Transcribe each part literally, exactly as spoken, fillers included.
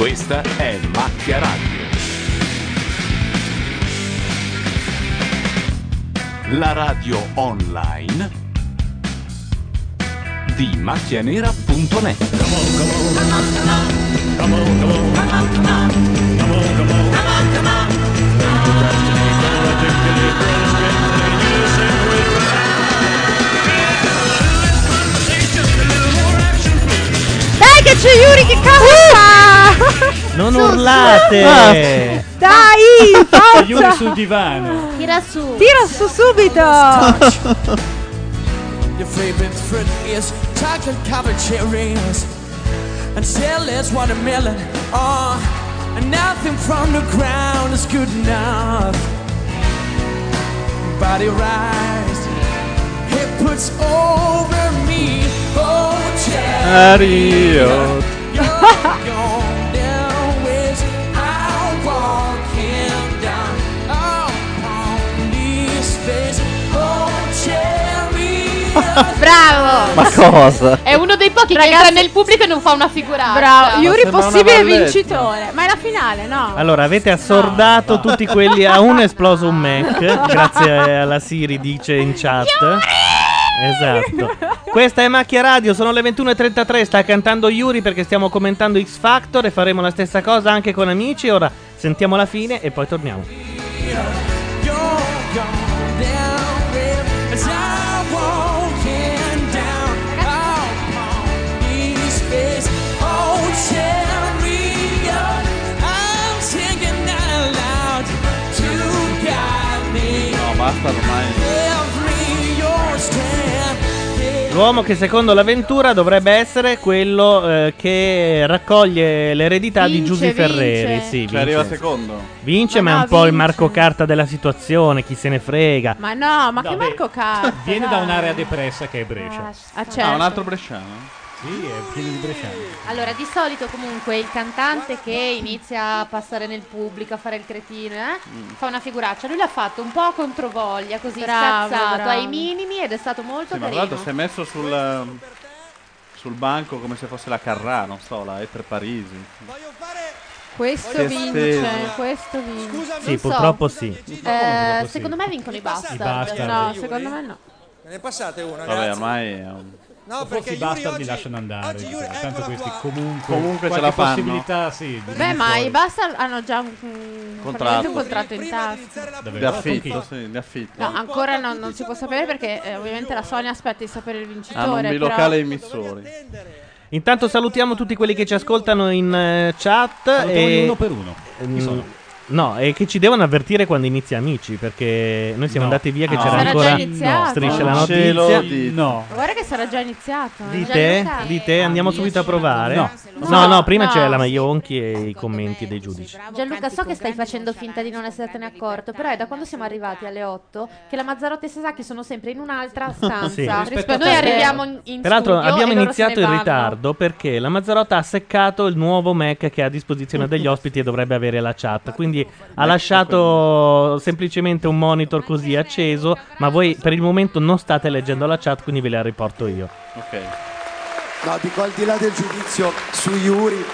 Questa è Macchia Radio. La radio online di macchianera punto net. Dai che c'è Yuri che cazzo! Non Su, urlate! su. Dai, forza! Yuri sul divano. Tira su. Tira su subito! Your favorite fruit is chocolate covered cherries and Sally's watermelon. Oh, and nothing from the ground is good enough. Body rise, it puts over me. Oh, chariot. You're going down with I'm walking down upon this space. Oh, chariot. Bravo. Ma cosa? È uno dei pochi Ragazzi, che entra nel pubblico e non fa una figurata. Bravo, Yuri sembra una possibile balletta. vincitore. Ma è la finale, no? Allora, avete assordato tutti quelli. A uno è esploso un Mac. Grazie alla Siri, dice in chat. Esatto. Questa è Macchia Radio, sono le ventuno e trentatré. Sta cantando Yuri perché stiamo commentando X Factor e faremo la stessa cosa anche con amici. Ora sentiamo la fine e poi torniamo. No, basta ormai. L'uomo che secondo l'avventura dovrebbe essere quello eh, che raccoglie l'eredità di Vince, Giusy Ferreri. vince. Sì, Cioè arriva vince. secondo. Vince, Ma ma è no, un po' il vince. Marco Carta della situazione. Chi se ne frega. Ma no, ma che Vabbè, Marco Carta? Viene da dai. un'area depressa che è Brescia. Ah, certo. Ah, un altro bresciano. Sì, è pieno di bresciani. Allora, di solito comunque il cantante che inizia a passare nel pubblico, a fare il cretino, eh, fa una figuraccia. Lui l'ha fatto un po' controvoglia, così Bravo, scazzato bravo. ai minimi ed è stato molto Sì, ma tra carino. l'altro si è messo sul, sul banco come se fosse la Carrà, non so, la Etre Parisi. Questo Che vince, stesa. questo vince. Sì, so. purtroppo sì. Eh, Così. secondo me vincono i Bastard. I Bastard. No, secondo me no. Me ne passate una, Vabbè, grazie. ormai è un... No, O perché forse i Yuri bastard li oggi- lasciano andare. oggi Yuri- diciamo. Tanto eccola questi qua. comunque, Comunque ce qualche la fanno. possibilità, sì. di Beh, venire ma fuori. i Bastard hanno già un, un Contratto. un contratto in Prima di tasca. iniziare la Davvero? di affitto, Con chi? sì, di affitto. No, ancora non, non si può sapere perché eh, ovviamente la Sony aspetta di sapere il vincitore. Hanno un però- bilocale emissori. Intanto salutiamo tutti quelli che ci ascoltano in eh, chat. Salutiamo E... uno per uno. Mm, Chi sono? No, e che ci devono avvertire quando inizia Amici, perché noi siamo No. andati via che No. c'era Sarà ancora già iniziato. Striscia Non la ce lo notizia. dite. No. Ma guarda che sarà già iniziato. eh. Dite? Gianluca. Dite? Andiamo subito a provare? No. No, no, prima No. c'è la Maionchi e i commenti dei giudici. Gianluca, so che stai facendo finta di non essertene accorto, però è da quando siamo arrivati alle otto che la Mazzarotti e Sasaki sono sempre in un'altra stanza. Sì. Rispetto a Noi te. arriviamo in, in Peraltro studio abbiamo e loro iniziato se ne in vanno. ritardo perché la Mazzarotta ha seccato il nuovo Mac che ha a disposizione degli ospiti e dovrebbe avere la chat. Quindi ha lasciato semplicemente un monitor così acceso, ma voi per il momento non state leggendo la chat, quindi ve la riporto io. Ok. No, dico al di là del giudizio su Yuri,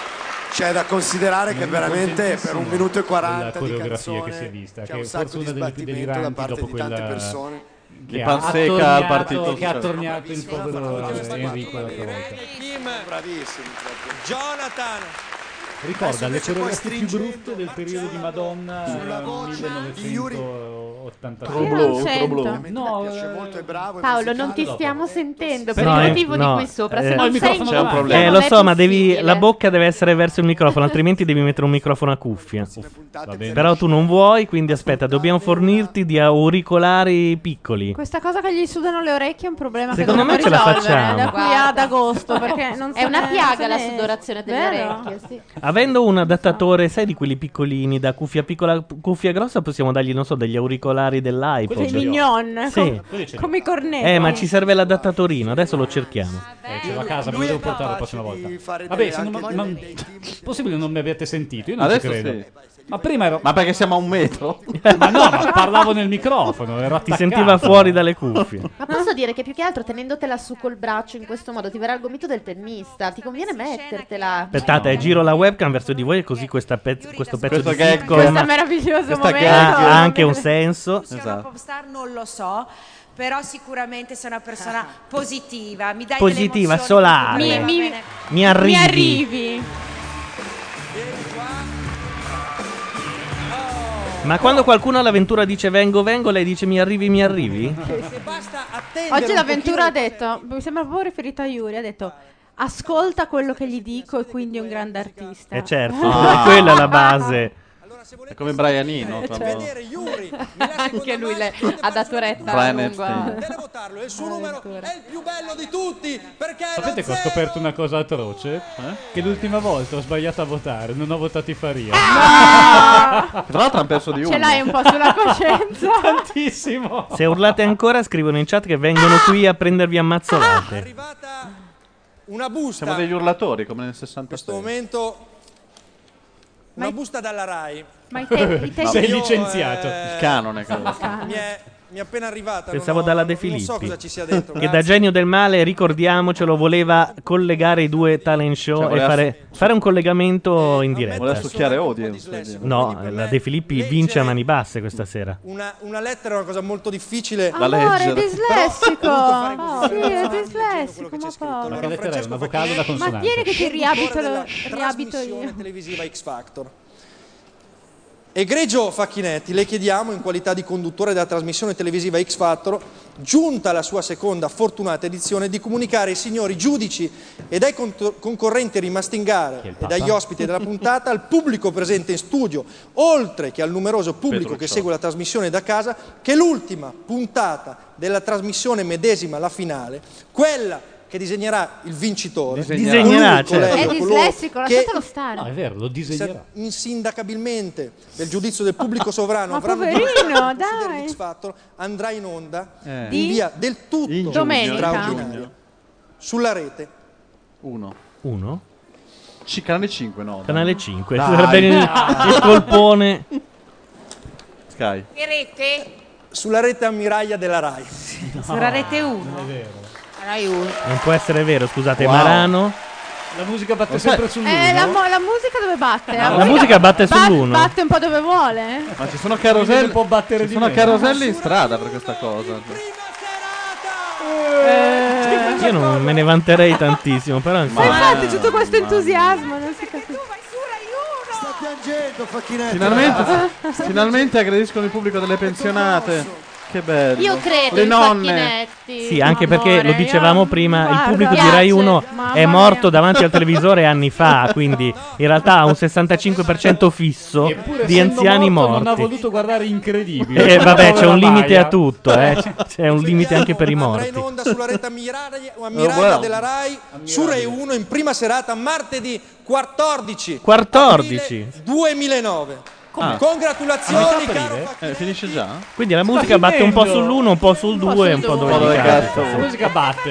c'è da considerare che veramente per un minuto e La quaranta di coreografia canzone che si è vista, c'è che un è sacco forse di una delle più sbattimento da deliranti parte dopo di tante quella persone. Di che ha Panseca al attorniato- Partito che ha Socialista. attorniato il povero Enrico l'altra volta. Bravissimi. Jonathan. Ricorda le Adesso invece poi coreografie più stringendo, brutte del periodo di Madonna sulla eh, voce di Yuri. millenovecentottantatré. Io non sento. No, mi piace eh, molto, è bravo, è Paolo, non musicale. ti stiamo sentendo per No, il eh, motivo no, di qui sopra. Se eh, No, non il microfono senti, c'è un davanti. problema. Eh, non lo è so, ma devi, possibile. la bocca deve essere verso il microfono, altrimenti devi mettere un microfono a cuffia. Puntate Va bene. per- Però tu non vuoi, quindi aspetta, dobbiamo fornirti di auricolari piccoli. Questa cosa che gli sudano le orecchie è un problema Secondo che me ce la dobbiamo risolvere facciamo. da qui Guarda. ad agosto perché non È se una ne- piaga se la ne- sudorazione delle Vero? orecchie, sì. Avendo un adattatore, sai, di quelli piccolini, da cuffia piccola, cuffia grossa, possiamo dargli, non so, degli auricolari dell'iPod. Dei mignon, Sì. com- Quelli ce li ho. come i cornetti. Eh, ma ci serve l'adattattorino, adesso lo cerchiamo. Eh, ce l'ho a casa, me lo Lui è devo portare la capace prossima volta. di fare Vabbè, delle- se non, anche ma- dei- ma- dei tipi- possibile non mi abbiate sentito, io non Adesso ci credo. sì. Ma prima ero... Ma perché siamo a un metro? Ma no, ma parlavo nel microfono, ero Ti attaccato. sentiva fuori dalle cuffie. Ma posso dire che più che altro tenendotela su col braccio in questo modo ti verrà il gomito del tennista. Ti conviene mettertela. Aspettate, eh, giro la webcam verso di voi, così questa pezz- questo pezzo Questo di gag- sitcom Questo meraviglioso Questa momento. gag- ha, ha anche un senso. Se è una Esatto. pop star non lo so, però sicuramente sei una persona positiva. Mi dai Positiva, delle emozioni solare. positive, Mi- va mi- bene? Mi arrivi. Mi arrivi. Ma quando qualcuno all'avventura dice vengo, vengo, lei dice mi arrivi, mi arrivi? Se basta attendere Oggi un l'avventura ha pochino- detto, mi sembra proprio riferito a Yuri, ha detto ascolta quello che gli dico e quindi è un grande artista. E certo, è quella la base. È come Brianino. Eh, quando- certo. Vedere Yuri nella Anche seconda lui le- manche, ha dato retta Brian a lungo. Epstein. deve votarlo, il suo numero è il più bello di tutti perché è Sapete lo che ho zero. scoperto una cosa atroce? Che l'ultima volta ho sbagliato a votare, non ho votato i Faria. Tra l'altro hanno perso di uno. Ce l'hai un po' sulla coscienza. Tantissimo. Se urlate ancora, scrivono in chat che vengono qui a prendervi È ammazzolate. arrivata una busta. Siamo degli urlatori, come nel In questo sessantasei. momento una Ma i- busta dalla Rai. Ma i, te- i tempi- Sei Io, licenziato. eh, Il canone, credo. Mi è, mi è appena arrivata. Pensavo non ho- dalla De Non so Filippi, cosa ci sia dentro. che da grazie. genio del male, ricordiamocelo, voleva collegare i due talent show Cioè, e voleva- fare, fare un collegamento in diretta. Voleva succhiare audience. vuol dire. No, la De Filippi vince a mani basse questa sera. Una, una lettera è una cosa molto difficile. Da Amore, è leggere. dislessico. Fare così, Sì, non è so, quello dislessico, che ma c'è scritto. povero. Ma Allora, che lettera è? Francesco Una vocale o una Facchinetti, Ma consonante? tieni che ti riabito, della lo- riabito trasmissione io. televisiva X Factor. Egregio Facchinetti, le chiediamo in qualità di conduttore della trasmissione televisiva X Factor, giunta la sua seconda fortunata edizione, di comunicare ai signori giudici e dai cont- concorrenti rimasti in gara Chi è il e Papa? dagli ospiti della puntata, al pubblico presente in studio, oltre che al numeroso pubblico che Petrucciotto. segue la trasmissione da casa, che l'ultima puntata della trasmissione medesima, la finale, quella che disegnerà il vincitore, Disegnerà. Disegnerà, colui, certo. colei, È coloro dislessico, che lasciatelo stare. No, è vero, lo disegnerà. insindacabilmente del giudizio del pubblico sovrano Ma avranno poverino, diritto a dai. consigliare l'X Factor, andrà in onda Eh. in via del tutto In giugno. Domenica. straordinaria sulla rete. Uno. Uno? C- canale cinque, no. Canale cinque. Dai. Sarebbe il, il colpone. Sky. Che rete? Sulla rete ammiraglia della Rai. Sulla rete uno. È vero. Rai uno. Non può essere vero, scusate, Wow. Marano. La musica batte Lo sai- sempre sull'uno. Eh, la, mo- la musica dove batte? La musica batte Bat- sull'uno. Batte un po' dove vuole. Ma ci sono Non caroselli. può battere Ci di sono meno. caroselli in strada per questa cosa. Io non me ne vanterei tantissimo, però Ma insomma. infatti tutto questo entusiasmo, non si capisce. Sta piangendo Facchinetti. Finalmente, finalmente aggrediscono il pubblico delle pensionate. Che bello. Io credo Le in nonne. Facchinetti. Sì, anche perché Amore, lo dicevamo io- prima, il guarda, pubblico di piace, Rai uno mamma è mia. morto davanti al televisore anni fa, quindi in realtà ha un sessantacinque per cento fisso Eppure, di essendo anziani morto, non ha morti. voluto guardare Incredibile. E vabbè, c'è Povera un limite Maia. a tutto, eh. C'è un limite anche per i Andrà morti. in onda sulla rete ammiraglia, Oh, ammiraglia well. della Rai su Rai uno in prima serata martedì quattordici quattordici. aprile duemilanove. Ah. Congratulazioni, A metà caro aprile? Facchinetti. Eh, finisce già? Quindi la musica batte un po' sull'uno, un po' sul due e un po' dove sul gli due. capita. Cazzo. La musica batte.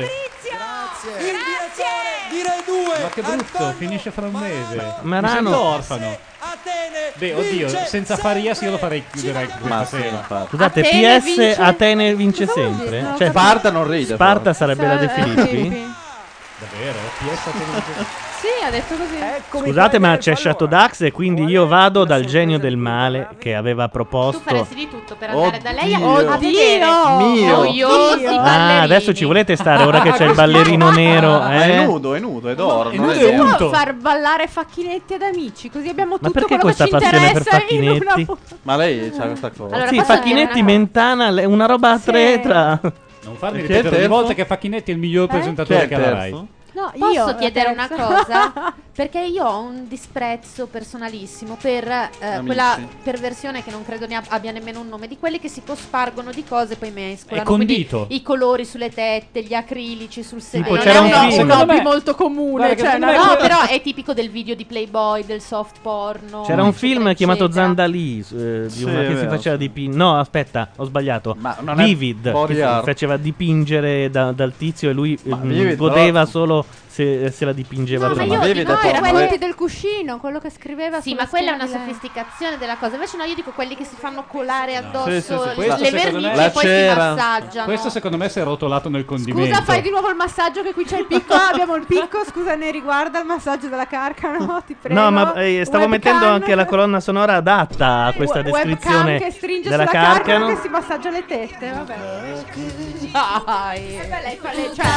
Il direttore di Rai due. Ma che brutto, Antonio finisce fra un mese. Marano. Mi sento orfano. Atene. Beh, oddio, vince senza Farias io lo farei chiudere questa Ma sì, sera. infatti. Scusate, Atene P S vince- Atene vince Cosa vuol sempre? dire? No, Cioè, Sparta non ride. Sparta però. sarebbe la De Filippi? Davvero? P S televisione. Sì, ha detto così. Scusate, ma c'è Shadow Dax e quindi io vado dal genio del male che aveva Tu proposto. faresti di tutto per andare da lei a, Oddio. a vedere Mio. noiosi Ah, ballerini. adesso ci volete stare ora che c'è il ballerino nero, Ma è eh? nudo, è nudo, è d'oro. È non nudo è e vero. unto. Può far ballare Facchinetti ad amici, così abbiamo Ma tutto perché quello che questa ci passione per interessa in una Facchinetti? pu- Ma lei c'ha questa cosa. Allora, Sì, posso dire Facchinetti, una cosa? Mentana, le- una roba a tre tra. Non farmi Chi è il ripetere ogni terzo? volta che Facchinetti è il miglior Chi è presentatore il che ha la Rai. terzo? No, Posso io chiedere la una terza. cosa? Perché io ho un disprezzo personalissimo per eh, Amici. quella perversione che non credo ne ab- abbia nemmeno un nome, di quelli che si cospargono di cose e poi mescolano. È condito. Quindi i colori sulle tette, gli acrilici sul sedere. Tipo, Non c'era è un hobby- film. un Secondo hobby me- molto comune. Guarda che Cioè, secondo no, me- no, però è tipico del video di Playboy, del soft porno. C'era un eccetera, film chiamato eccetera. Zandalì, eh, di Sì, una è che si vero, faceva sì. dipingere. No, aspetta, ho sbagliato. Ma non è Vivid, body che si art. faceva dipingere da- dal tizio e lui Ma mm, Vivid, godeva però- solo se, se la dipingeva No, lui. ma Ma io Vivid di è no, No, era quelli quelli del cuscino, quello che scriveva. Sì, sulla ma quella è schiena una di lei. sofisticazione della cosa. Invece no, io dico quelli che si fanno colare addosso Sì, sì, sì. le- Questo le secondo me- vernici La e poi si cera. massaggiano. Questo secondo me si è rotolato nel condimento. Scusa, fai di nuovo il massaggio che qui c'è il picco. Ah, abbiamo il picco, scusa, ne riguarda il massaggio della carcano, ti prego. No, ma eh, stavo Webcam. mettendo anche la colonna sonora adatta a questa descrizione Webcam che stringe della sulla carcano Carcano. che si massaggia le tette, vabbè. Dai. Vabbè, lei fa le cioè,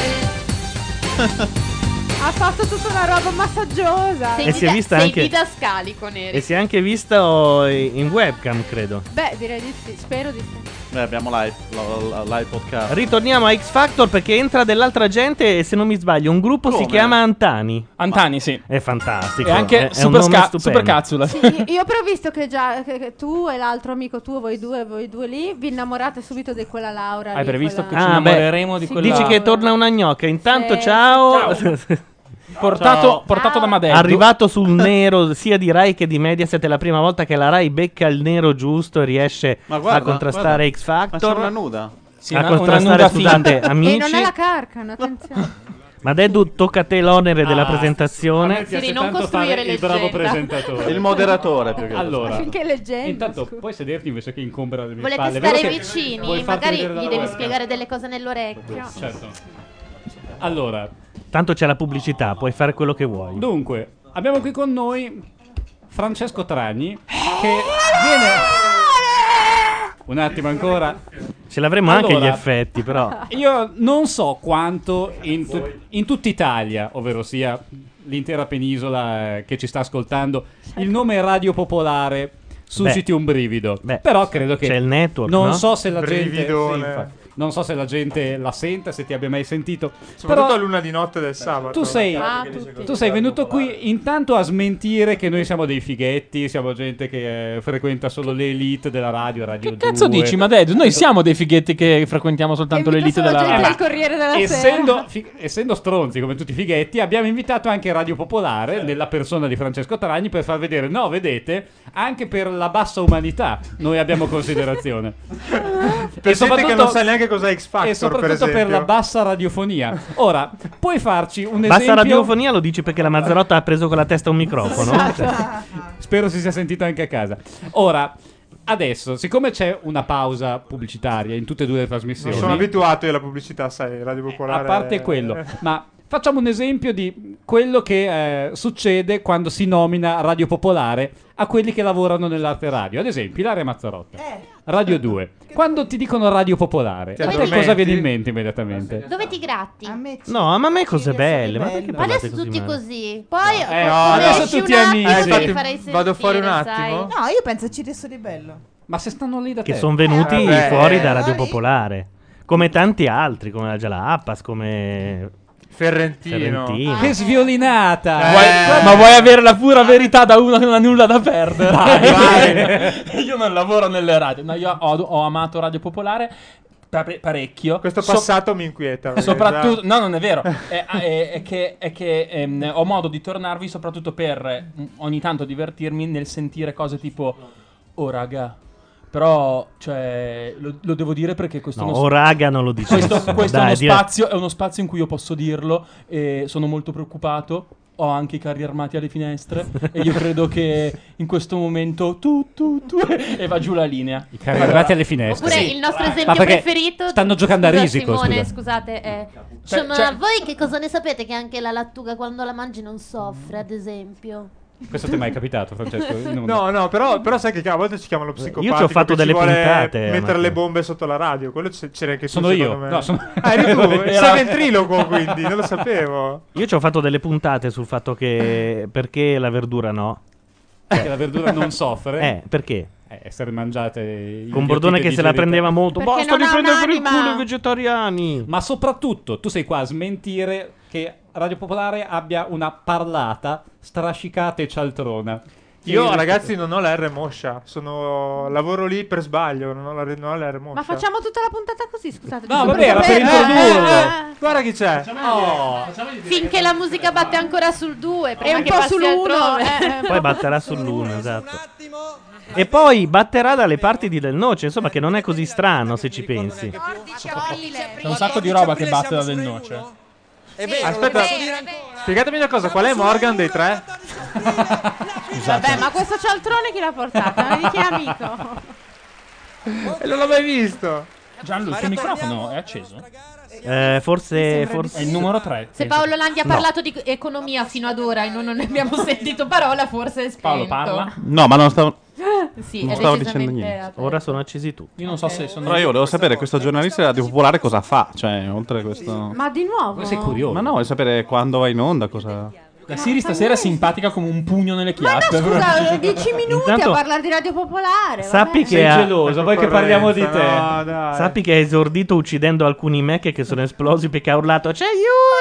ha fatto tutta una roba massaggiosa. E si è vista sei anche- didascalico, Neri. E si è anche visto in webcam, credo. Beh, direi di sì, spero di sì. Beh, abbiamo live, lo- live podcast. Ritorniamo a X Factor perché entra dell'altra gente e se non mi sbaglio un gruppo si Come? chiama Antani. Antani, sì. È fantastico. E anche è, è un super, nome sca- stupendo. super cazzula. Sì, io, io però ho visto che già che, che tu e l'altro amico tuo, voi due, voi due lì, vi innamorate subito di quella Laura. Hai lì, previsto quella- che ci Ah, innamoreremo beh, di sì, quella... dici che torna una gnocca. Intanto Sì, ciao. Portato, Ciao. portato da Madeddu. Arrivato sul nero sia di Rai che di Mediaset, è la prima volta che la Rai becca il nero giusto e riesce Ma guarda, a contrastare guarda. X Ma Factor. c'è una nuda. Sì, a una- una contrastare, nuda scusate, finta. amici. E non è la carcano, attenzione. Madeddu, tocca a te l'onere della Ah, presentazione. A me piace Siri, non tanto costruire fare il bravo leggenda. presentatore. Il moderatore più che altro. Allora, Finché leggenda. intanto puoi sederti invece che incombra le mie Volete spalle. stare Vero che vicini? vuoi farti Magari vedere dalla gli devi webcam? spiegare delle cose nell'orecchio. Certo. Allora, Tanto c'è la pubblicità, puoi fare quello che vuoi. dunque, abbiamo qui con noi Francesco Tragni che viene... Un attimo ancora. Ce l'avremo anche gli Allora, effetti, però. Io non so quanto in, tu- in tutta Italia, ovvero sia l'intera penisola eh, che ci sta ascoltando, il nome Radio Popolare susciti Beh. un brivido. Beh, Però credo che c'è il network, non no? so se la gente Brividone. sì, infatti. Non so se la gente la sente, se ti abbia mai sentito. Soprattutto Però a luna di notte del sabato. tu sei, Ah, tutti. tu sei venuto qui intanto a smentire che noi siamo dei fighetti, siamo gente che eh, frequenta solo le elite della radio, Radio Che cazzo due. dici, Madeddu? Noi siamo dei fighetti che frequentiamo soltanto Che l'elite invita della solo gente radio. del Corriere della Essendo, Sera. fi- essendo stronzi come tutti i fighetti, abbiamo invitato anche Radio Popolare nella persona di Francesco Tragni per far vedere, no, vedete, anche per la bassa umanità noi abbiamo considerazione. Per gente che non sa neanche cos'è X Factor, e soprattutto per per, esempio. la bassa radiofonia. Ora, puoi farci un Bassa esempio? radiofonia lo dici perché la Mazzarotta ha preso con la testa un microfono. Cioè, Spero si sia sentito anche a casa. Ora, adesso, siccome c'è una pausa pubblicitaria in tutte e due le Non trasmissioni, sono abituato io alla pubblicità, sai, Radio Popolare. a parte quello, ma facciamo un esempio di quello che eh, succede quando si nomina Radio Popolare a quelli che lavorano nell'arte radio. Ad esempio, Ilaria Mazzarotta, Radio due. Quando ti dicono Radio Popolare, Ti a te addormenti? cosa viene in mente immediatamente? Dove ti gratti? no, ma a me cose belle. Ma perché parlate Adesso così tutti male? così. Poi Eh, no, adesso tutti un attimo, amici. poi Eh, li farei vado fuori un sentire, attimo? sai. No, io penso ci resto di bello. Ma se stanno lì da Che te? sono venuti Eh, vabbè, fuori da Radio magari- Popolare. Come tanti altri, come la Gela Appas, come Ferrentino. Ferrentino. Che sviolinata! Vuoi- ma vuoi avere la pura verità da uno che non ha nulla da perdere? Io non lavoro nelle radio. No, io ho, ho amato Radio Popolare pare- parecchio. Questo So- passato mi inquieta. perché soprattutto, già- no, non è vero. È, è- è che, è che ehm, ho modo di tornarvi soprattutto per mm, ogni tanto divertirmi nel sentire cose tipo: oh, raga. Però, cioè, lo, lo devo dire perché questo No, è uno o raga non lo dice questo, nessuno. questo Dai, è, uno dire- spazio, è uno spazio in cui io posso dirlo e sono molto preoccupato. Ho anche i carri armati alle finestre e io credo che in questo momento tu tu tu e va giù la linea. I carri armati alle finestre. Oppure Sì. il nostro Ma esempio perché preferito. stanno giocando a Scusa, risico, Simone, scusa. scusate. È... Cioè, Cioè, ma cioè- voi che cosa ne sapete che anche la lattuga quando la mangi non soffre, ad esempio? Questo ti è mai capitato, Francesco? In onda? No, no, però, però sai che a volte ci chiamano lo psicopatico. Io ci ho fatto che delle ci vuole puntate, mettere ma- le bombe sotto la radio. Quello c- c'era anche tu, Sono secondo io. me. No, sono- Ah, eri tu? Era- Sei ventriloquo, quindi, non lo sapevo. Io ci ho fatto delle puntate sul fatto che perché la verdura no. Che la verdura non soffre. Eh, perché? Eh, essere mangiate Con Bordone che se la prendeva molto. Perché Basta non di ha prendere per il un'anima. culo i vegetariani. Ma soprattutto tu sei qua a smentire che Radio Popolare abbia una parlata strascicata e cialtrona. Io, Che- ragazzi, non ho la R moscia. Sono... Lavoro lì per sbaglio. Non ho la, non ho la R moscia. Ma facciamo tutta la puntata così, scusate. No, giusto vabbè, era per sapere. introdurlo. Eh, Guarda chi c'è. Oh, Finché la musica batte ancora sul due, E prima un che po' passi sull'uno. altrove. eh, Poi batterà sull'uno, esatto. E poi batterà dalle parti di Del Noce, insomma, che non è così strano se ci pensi. C'è un sacco di roba che batte da Del Noce. È vero, Aspetta. lo posso dire ancora? Spiegatemi una cosa, qual è Morgan dei tre? Vabbè, ma questo cialtrone chi l'ha portato? Ma di chi è amico? E non l'ho mai visto. Gianlu, il tuo microfono è acceso? Eh, forse, forse... È il numero tre. Se Paolo Landi ha No. parlato di economia fino ad ora e noi non ne abbiamo sentito parola, forse è spento. Paolo parla? No, ma non stavo, Sì, non è stavo decisamente dicendo niente. aperto. Ora sono accesi tutti. Io non so se sono. Però io volevo sapere questo giornalista di Radio Popolare cosa fa, cioè oltre a questo. Ma di nuovo? Ma no, voglio sapere quando va in onda cosa. La Siri stasera è simpatica come un pugno nelle chiappe. Scusa, dieci minuti Intanto- a parlare di Radio Popolare. Sappi vabbè. che ha- vuoi che parliamo di te? No, dai. Sappi che ha esordito uccidendo alcuni mech che sono esplosi perché ha urlato "C'è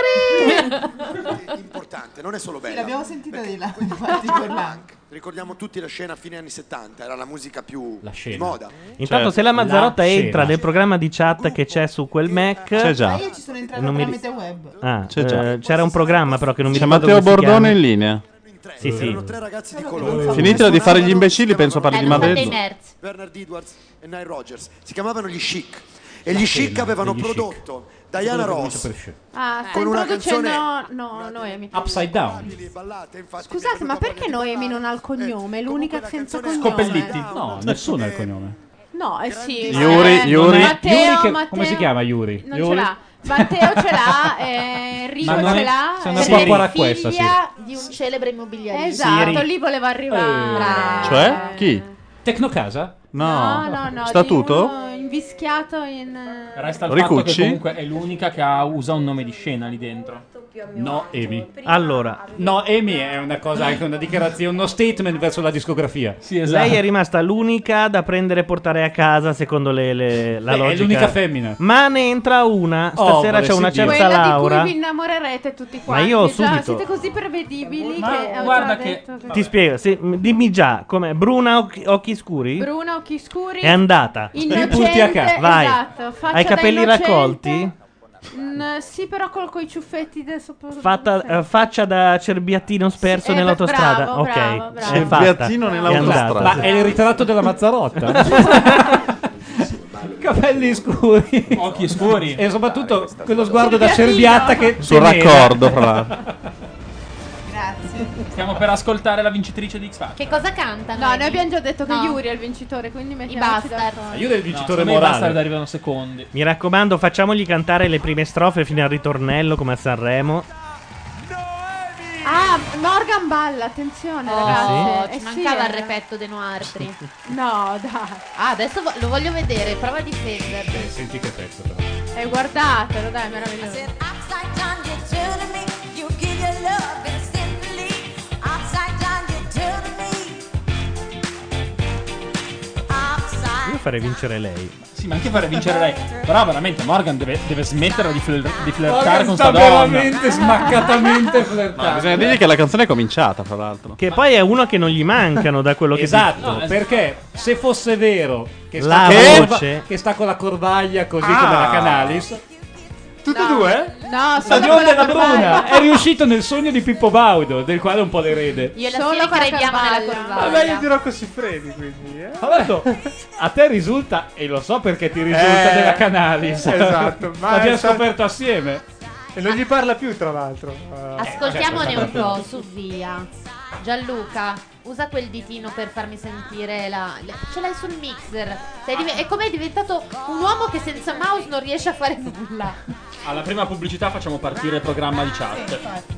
Yuri!" Importante, non è solo bella. l'abbiamo sentita di là. Punk. Ricordiamo tutti la scena a fine anni settanta, era la musica più di moda. Intanto Cioè, se la Mazzarotta la entra scena. nel programma di chat che c'è su quel Mac C'è già. Ma io ci sono entrata Non mi tramite web. Ah, C'è già. eh, c'era un programma però che non mi C'è ricordo Matteo come si Bordone chiama. in linea. Sì, sì. Erano tre ragazzi di colore. Finitela di fare gli imbecilli, penso parli di Madeddu. Bernard Edwards e Nile Rodgers. Si chiamavano gli Chic. E gli Chic avevano prodotto Diana Ross Ah, sta con una introducendo canzone no, Noemi. Upside Down. Scusate, ma perché Noemi non ha il cognome? È l'unica senza cognome. Scopelliti. No, nessuno ha il cognome. No, eh sì. Yuri, eh, Yuri. Matteo, Yuri che- Matteo. come si chiama Yuri? Non Yuri? ce l'ha. Matteo ce l'ha, eh, Enrico Ma noi ce l'ha. siamo eh, un po' Siri. qua questa, figlia sì. di un celebre immobiliarista. Esatto, Siri. lì voleva arrivare. Cioè? Chi? Tecnocasa? No. No, no, no. Statuto? di uno invischiato in. eh, Resta il fatto che Ricucci? comunque è l'unica che ha, usa un nome di scena lì dentro. No, Amy. Allora, No, Amy è una cosa, anche una dichiarazione, uno statement verso la discografia. Sì, lei è rimasta l'unica da prendere e portare a casa secondo le, le- la Beh, è logica. l'unica femmina. Ma ne entra una. Oh, Stasera c'è volessi una Dio. certa Quella Laura. di cui vi innamorerete tutti Ma quanti. io già, subito- siete così prevedibili Ma che ho guarda già che- detto che... Ti spiego, sì, m- dimmi già, com'è? Bruna occhi, occhi scuri? Bruna, occhi scuri. È andata. Innocente, Vai. esatto, faccia Hai i da capelli innocente. raccolti? Mm, sì, però col coi ciuffetti del sopra. Fatta, eh, faccia da cerbiattino sperso Sì, eh, nell'autostrada. bravo, ok, bravo, bravo. è fatta. Cerbiattino È nell'autostrada. andata. Ma è il ritratto della Mazzarotta. Capelli scuri. Occhi scuri. E soprattutto quello sguardo da cerbiatta che Sul teneva. raccordo, fra l'altro. Grazie. Stiamo per ascoltare la vincitrice di X Factor. Che cosa canta? No, noi abbiamo già detto che No. Yuri è il vincitore, quindi I mettiamoci bastard. d'accordo. Io del No, vincitore secondo me i Bastard morale. arrivano secondi. Mi raccomando, facciamogli cantare le prime strofe fino al ritornello come a Sanremo. Ah, Morgan balla, attenzione Oh, ragazzi. ci Eh sì, mancava eh. il repetto dei Noartri. No, dai. Ah, adesso vo- lo voglio vedere, prova a difenderli. Senti che pezzo però. E guardatelo, dai, meraviglioso. Io farei vincere lei. Sì, ma anche fare vincere lei. Però veramente Morgan deve, deve smettere di, flir- di flirtare Morgan con sta sta donna. veramente smaccatamente Ma flirtando. bisogna dirgli che la canzone è cominciata, fra l'altro. Che poi è uno che non gli mancano da quello che Esatto, dico. perché se fosse vero che sta, La con la corva- voce. che sta con la corvaglia così Ah. come la Canalis, Tutte e due? No, la solo con bionda e la corvaglia. bruna è riuscito nel sogno di Pippo Baudo, del quale un po' l'erede. Io e la Solo Siri con la crediamo nella corvaglia. corvaglia. Vabbè, io dirò così freddi, quindi. Eh? Adesso, a te risulta, e lo so perché ti risulta Eh, della Canalis. esatto, ma L'abbiamo è stato- scoperto assieme. E non gli parla più, tra l'altro. Eh, Ascoltiamone un po', su via. Gianluca, usa quel ditino per farmi sentire la... le- Ce l'hai sul mixer. Sei div- è come è diventato un uomo che senza mouse non riesce a fare nulla. Alla prima pubblicità facciamo partire il programma di chat.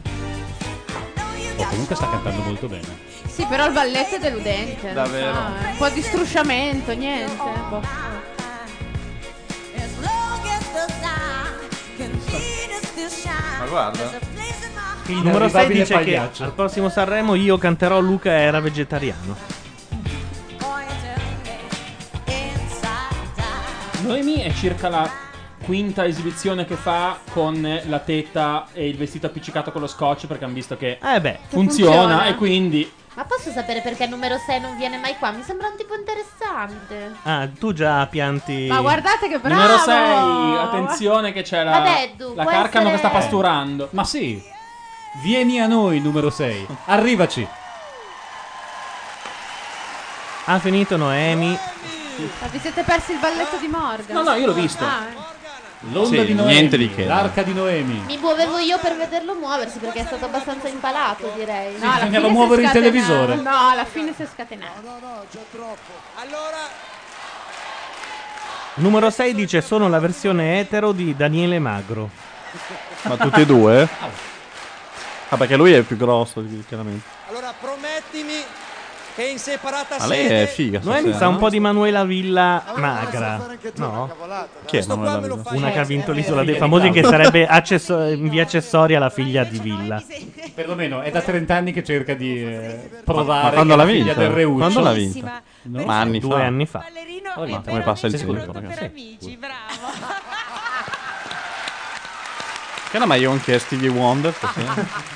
Oh, comunque sta cantando molto bene. Sì, però il balletto è deludente. Davvero. Ah, un po' di strusciamento, niente. Boh. Ma guarda. Numero sei Inarrivabile dice che pagliaccio. al prossimo Sanremo io canterò Luca era vegetariano. Noemi è circa la quinta esibizione che fa con la tetta e il vestito appiccicato con lo scotch perché hanno visto che Eh beh, funziona, funziona. e quindi Ma posso sapere perché il numero sei non viene mai qua? Mi sembra un tipo interessante. ah, tu già pianti. Ma guardate che bravo! numero sei, attenzione che c'è la, Vabbè, Du, la può carcano che sta essere- pasturando. Ma sì, vieni a noi numero sei, arrivaci. Ha finito Noemi. Ma vi siete persi il balletto di Morgan? No, no, io l'ho visto. Ah, eh. L'onda Sì, di Noemi, niente di che. l'arca di Noemi. Mi muovevo io per vederlo muoversi perché è stato abbastanza impalato, direi. Sì, bisognava muovere il televisore. No, alla fine si è scatenato. No, no, già troppo. Allora, Numero sei dice sono la versione etero di Daniele Magro. Ma tutti e due? Ah, perché lui è più grosso, chiaramente. allora promettimi che in separata Ma lei sede è figa. Noemi stasera, sa un no? po' di Manuela Villa magra. No? Chi è Manuela Villa? Una che ha vinto l'Isola dei Famosi, che sarebbe accesso- in via accessoria la figlia di Villa. Perlomeno è da trenta anni che cerca di eh, Ma provare quando che l'ha la figlia vinta? del Reuccio. Quando l'ha vinta? No? Ma anni Due fa. anni fa. Ma come passa il tempo, per ragazzi? amici, bravo. Che era Maion che è Stevie Wonder? stasera?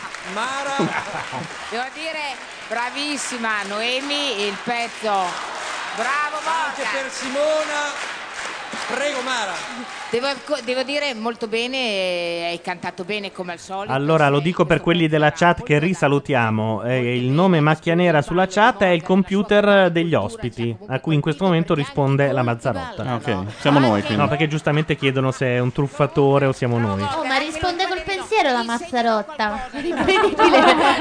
Devo dire, bravissima Noemi, il pezzo. Bravo anche Morgan. per Simona. Prego Mara. Devo, devo dire molto bene, hai cantato bene come al solito. Allora, lo dico per quelli della chat che risalutiamo. Eh, il nome Macchia Nera sulla chat è il computer degli ospiti, a cui in questo momento risponde la Mazzarotta. Ah, ok. Siamo noi, quindi. No, perché giustamente chiedono se è un truffatore o siamo noi. Oh, ma risponde col pensiero la Mazzarotta. Incredibile.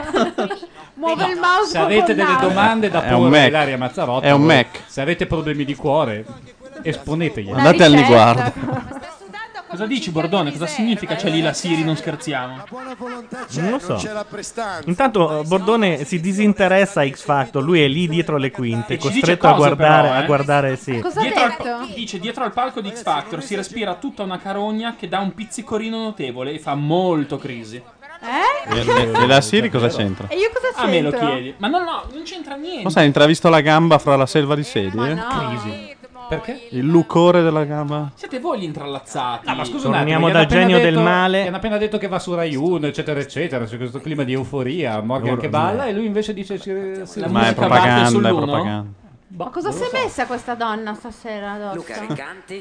Muove il mouse. Se avete delle domande da È un porre Mac. all'Aria Mazzarotta, È un voi- Mac. se avete problemi di cuore, esponetegli. Andate al riguardo. Cosa dici, Bordone? Cosa significa c'è lì la Siri, non scherziamo? Non lo so. Intanto eh, Bordone si disinteressa a X Factor, lui è lì dietro le quinte, E ci dice costretto a cose, guardare, però, eh. a guardare, sì. Cosa Dietro ha al, detto? pa- dice dietro al palco di X Factor si respira tutta una carogna che dà un pizzicorino notevole e fa molto crisi. Eh? E, e- e la Siri cosa c'entra? E io cosa A me lo c'entro? chiedi. Ma no, no, non c'entra niente. Cosa hai intravisto la gamba fra la selva di sedie? No. Crisi. Perché? Il lucore della gamba? Siete voi gli intrallazzati. Ah, ma scusa Torniamo un attimo, gli dal hanno appena genio del detto- male. Gli hanno appena detto che va su Rai uno, eccetera, eccetera. C'è questo clima di euforia. Morgan Loro- che balla e lui invece dice: si, si La Ma è musica parte propaganda, è sull'uno? propaganda. Ma cosa si è messa questa donna stasera addosso? Luca Ricanti.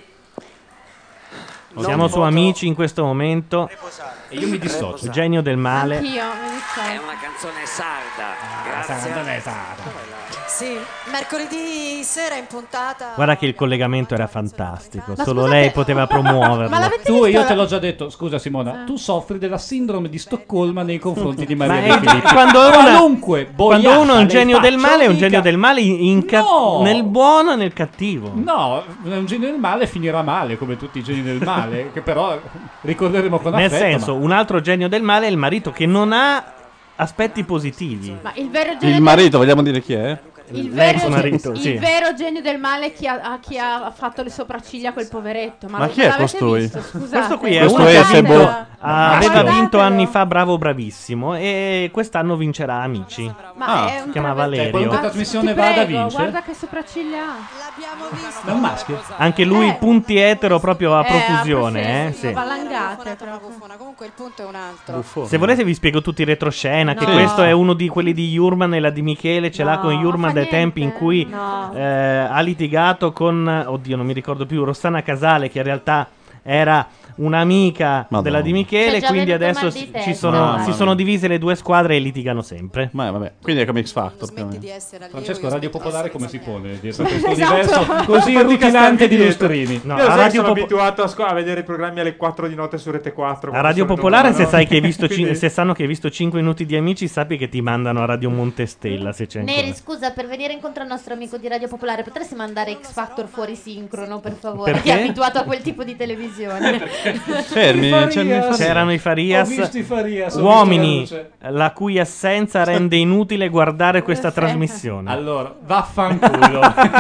Siamo su Amici in questo momento. E io mi dissocio. Genio del male. Anch'io, mi dispiace. È una canzone sarda. Grazie. Non è sarda. Sì, mercoledì sera in puntata. Guarda che il collegamento era fantastico, Ma solo scusate- lei poteva promuoverlo. Ma l'avete Tu, visto io te la- l'ho già detto, scusa Simona, tu soffri della sindrome di Stoccolma nei confronti di Maria Ma De è- Filippi. quando uno- Qualunque Quando boiata uno è un lei genio del faccia, male, è un dica- genio del male in- in ca- No! nel buono e nel cattivo. No, un genio del male finirà male, come tutti i geni del male, che però ricorderemo con Nel affetto. senso, un altro genio del male è il marito che non ha aspetti positivi. Ma il vero genio Il marito, vogliamo dire chi è? Il L'ex vero, marito, il sì. vero genio del male è chi ha, a chi ha fatto le sopracciglia a quel poveretto. Ma, Ma lo- chi è l'avete costui? visto? Scusate. Questo qui è Questo uno è che ha Sebo- vinto- ah, aveva Guardatelo. vinto anni fa Bravo Bravissimo e quest'anno vincerà Amici. Ma Ah, è un si chiama travesti- Valerio. Qualunque Ah, trasmissione ti vada prego, vince. Guarda che sopracciglia ha. L'abbiamo visto. Ma è un maschio? Anche lui Eh. punti etero proprio a Eh, profusione. eh, sì, sì. valangate Buffona, proprio. buffona. Comunque il punto è un altro. Buffone. Se volete vi spiego tutti i retroscena, che No. questo è uno di quelli di Jurman e la di Michele, ce l'ha No, con Jurman fa dai tempi in niente. cui No. eh, ha litigato con, oddio non mi ricordo più, Rossana Casale, che in realtà era un'amica Madonna. della di Michele, C'è già quindi venuto adesso mal di si, testa. ci sono, Mamma si mia. sono divise le due squadre e litigano sempre. Ma vabbè, quindi è come X Factor. più o Smetti meno. di essere allievo. Francesco, io Radio smetto di Popolare essere come si esaminato. pone dietro a questo Esatto. universo così Fatica rutilante di starmi lustrini? No, Io a sai, Radio sono Popo- abituato a, scu- a vedere i programmi alle quattro di notte su Rete quattro. A quando Radio sono Popolare, domani, se sai che hai visto Quindi- cin- se sanno che hai visto cinque minuti di Amici, sappi che ti mandano a Radio Montestella se c'è ancora. Neri, scusa, per venire incontro al nostro amico di Radio Popolare, potresti mandare X Factor fuori sincrono, per favore? Perché? Che è abituato a quel tipo di televisione. Fermi, I c'è il Farias. C'erano i Farias, Ho visto i Farias, ho uomini visto la luce. la cui assenza rende inutile guardare questa trasmissione. Allora, vaffanculo.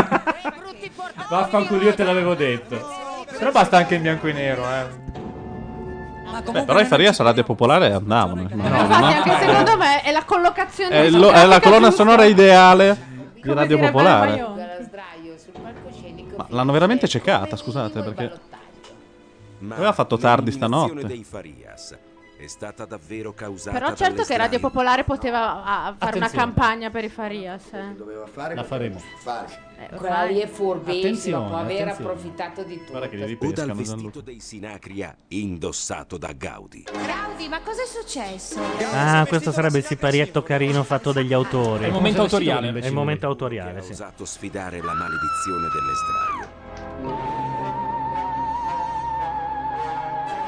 Vaffanculo, io te l'avevo detto. Però basta anche in bianco e nero, eh. Beh, però i Farias a Radio Popolare andavano. Infatti, immagino, anche no? secondo me è la collocazione È, lo- è la colonna sonora ideale di Come Radio direbbe Popolare. Maione. Ma l'hanno veramente cecata, scusate, perché aveva fatto tardi stanotte. Dei Farias è stata davvero causata Però certo che Radio dall'estraio. Popolare poteva ah, fare una Attenzione. campagna per i Farias. Eh. Doveva fare La faremo. Eh, Quella ormai. lì è furbissima, Attenzione, può aver attenzione. approfittato di tutto. Guarda che li O dal ripescano vestito Gianluca. dei Sinacria indossato da Gaudi. Gaudi, ma cosa è successo? Ah, questo sarebbe il siparietto carino fatto dagli autori. È il momento autoriale. È il momento Ha autoriale, sì. osato sfidare la maledizione dell'estraio.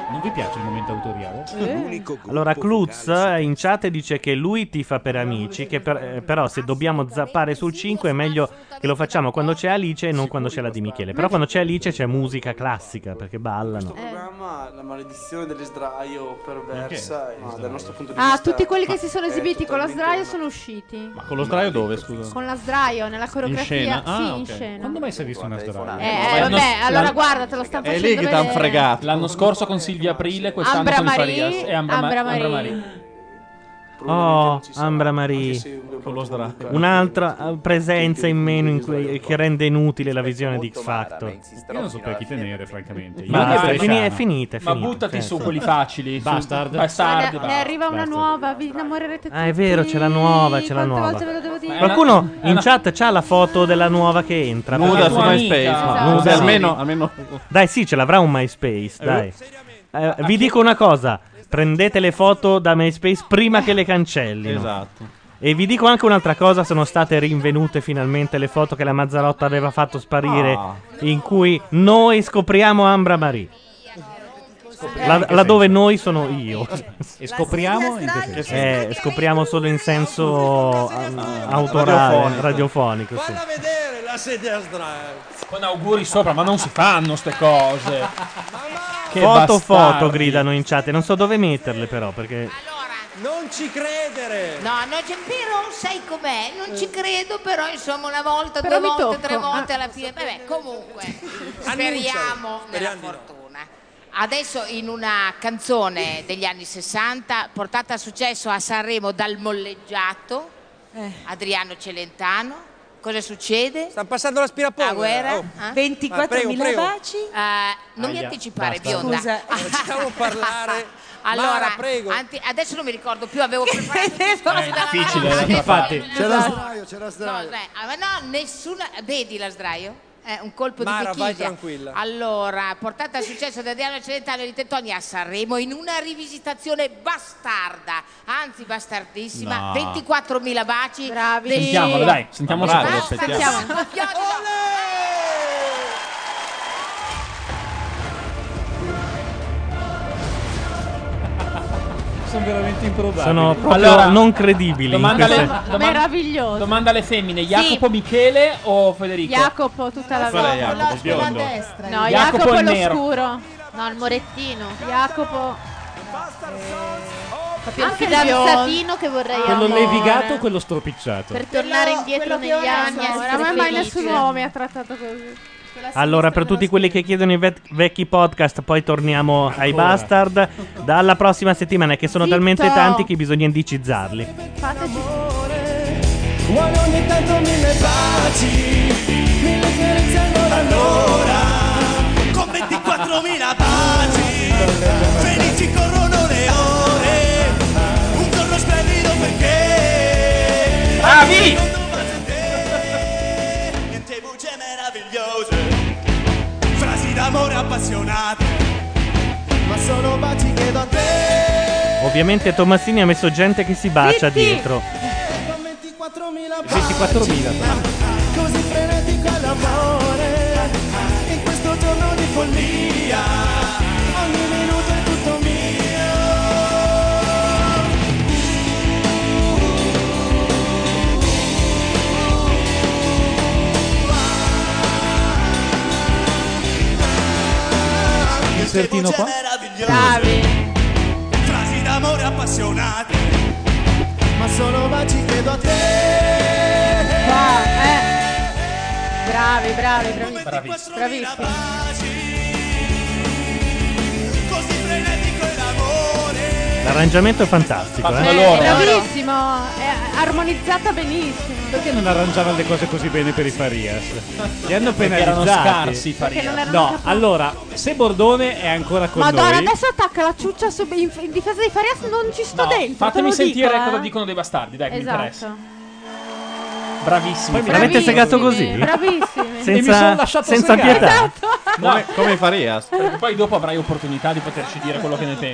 Non vi piace il momento autoriale? Allora Klutz in chat dice che lui tifa per Amici, che per- eh, però se dobbiamo zappare sul cinque è meglio che lo facciamo quando c'è Alice e non quando c'è la Di Michele. Però quando c'è Alice c'è musica classica perché ballano. Il programma La maledizione dello sdraio perversa, no, dal nostro punto di Ah, vista tutti quelli che si sono è esibiti con la totalmente sdraio una- sono usciti. Ma con lo sdraio dove, scusa? Con la sdraio, nella coreografia. scena? Ah, sì, in ok. scena. Quando mai si è visto una sdraio? Eh, eh, vabbè, allora guarda, te lo stanno È facendo lì che t'han vedere. fregato. L'anno scorso con Silvia Aprile, quest'anno Ambra con i Marie, Farias e Ambra, Ma- Ambra Ambra Marie. Marie. Oh, Ambra Marie. Con lo sdraio. Un'altra eh, presenza in meno in cui- che rende inutile la visione di X Factor. Io non so per chi tenere, francamente. Io Ma non è, Bresciano. fini- è finita, è Ma finita. buttati Sì, su sì. quelli facili. su- Bastard. Bastard. Ne, ne arriva una nuova, vi innamorerete tutti. Ah, è vero, c'è la nuova, c'è la Quante nuova. volte ve lo devo dire? Qualcuno è in una- chat c'ha la foto della nuova che entra. Nuda perché- su MySpace. Esatto. No, Nuda, sì. almeno, almeno... Dai, sì, ce l'avrà un MySpace, dai. Eh, vi dico una cosa, prendete le foto da MySpace prima che le cancellino. Esatto. E vi dico anche un'altra cosa, sono state rinvenute finalmente le foto che la Mazzarotta aveva fatto sparire, Ah. in cui noi scopriamo Ambra Marie. La, laddove noi sono io. E scopriamo in che senso? Eh, scopriamo solo in senso ah, autorale, radiofonico. radiofonico, sì. Falla vedere la sedia a sdraio. Con auguri sopra, ma non si fanno ste cose. Che Foto, foto, bastardi. gridano in chat, e non so dove metterle però, perché... Non ci credere. No, no, c'è, però sai com'è? Non ci credo, però insomma una volta, Però due mi volte, tocco. tre volte Ah. alla fine. Vabbè, comunque, speriamo Annuncialo. nella Speriamo di no. fortuna. Adesso in una canzone degli anni sessanta, portata a successo a Sanremo dal molleggiato, Adriano Celentano. Cosa succede? Stanno passando l'aspirapolvere. La guerra? Oh. Eh? ventiquattromila prego, prego. baci? Eh, non mi Aia, anticipare, basta. bionda. Scusa. Facciamo parlare. Allora, Mara, prego. anti- adesso non mi ricordo più, avevo preparato queste cose È dalla difficile, Madonna. infatti. C'è la sdraio, c'è la No, sdraio. dai, ah, ma no, nessuna. Vedi la sdraio? È un colpo Mara, di vai bottiglia. tranquilla. Allora, portata a successo da Adriano Celentano e di Tettoni a Sanremo in una rivisitazione bastarda, anzi bastardissima. No. ventiquatromila baci. Bravi. dei- Sentiamolo, dai, sentiamo Bravi, solo. Basta, aspettiamo. sono chiodi- Sono veramente improbabili. Sono proprio Allora, non credibili. in Domanda queste- alle, domanda, Meraviglioso. domanda alle femmine: Jacopo, Michele o Federico? Jacopo tutta la Qual è vita. Jacopo? Sulla biondo. destra. No, Jacopo Jacopo è è nero. l'oscuro. No, il morettino. Jacopo. Proprio il Anche il fidanzatino che vorrei Quello amore. levigato o quello stropicciato? Per tornare Quello- indietro quello negli che ora anni. so, essere Ora mai felice. nessun uomo mi ha trattato così. Allora, per tutti quelli che chiedono i vet- vecchi podcast, poi torniamo ai Ancora. Bastard. Dalla prossima settimana, che sono Zitto. talmente tanti che bisogna indicizzarli. Fateci. Vuole ogni tanto mille baci, mille carezze allora allora, con ventiquattromila baci, felici corrono le ore, un giorno splendido perché... Bravi! Niente voce meravigliose, frasi d'amore appassionate, ma sono baci che do a te. Ovviamente Tomassini ha messo gente che si bacia Zitti. dietro. Con ventiquattromila ventiquattromila. così frenetico è l'amore, in questo giorno di follia, ogni minuto è tutto mio. Insertino qua. Bravi. Frasi d'amore appassionate, ma sono baci che do a te. Qua, eh. Bravi, bravi, bravi. Bravissimi. Bravissimi. Così frenetico è l'amore. L'arrangiamento è fantastico, Fatto eh. da loro. Bravissimo. È armonizzata benissimo. Perché non arrangiavano le cose così bene per i Farias? Li hanno Perché penalizzati. erano scarsi i Perché Farias. non erano No, capaci. allora, se Bordone è ancora con Madonna, noi, adesso attacca la ciuccia su- in, in difesa dei Farias. Non ci sto No, dentro. fatemi te lo sentire dico, cosa eh. dicono dei bastardi, dai, che mi interessa. Esatto. Bravissimi. Poi L'avete Federico. segato così? Bravissimi. E mi sono Senza, lasciato senza segare. pietà. Esatto. Come, come i Farias. Perché poi dopo avrai opportunità di poterci dire quello che ne pensi.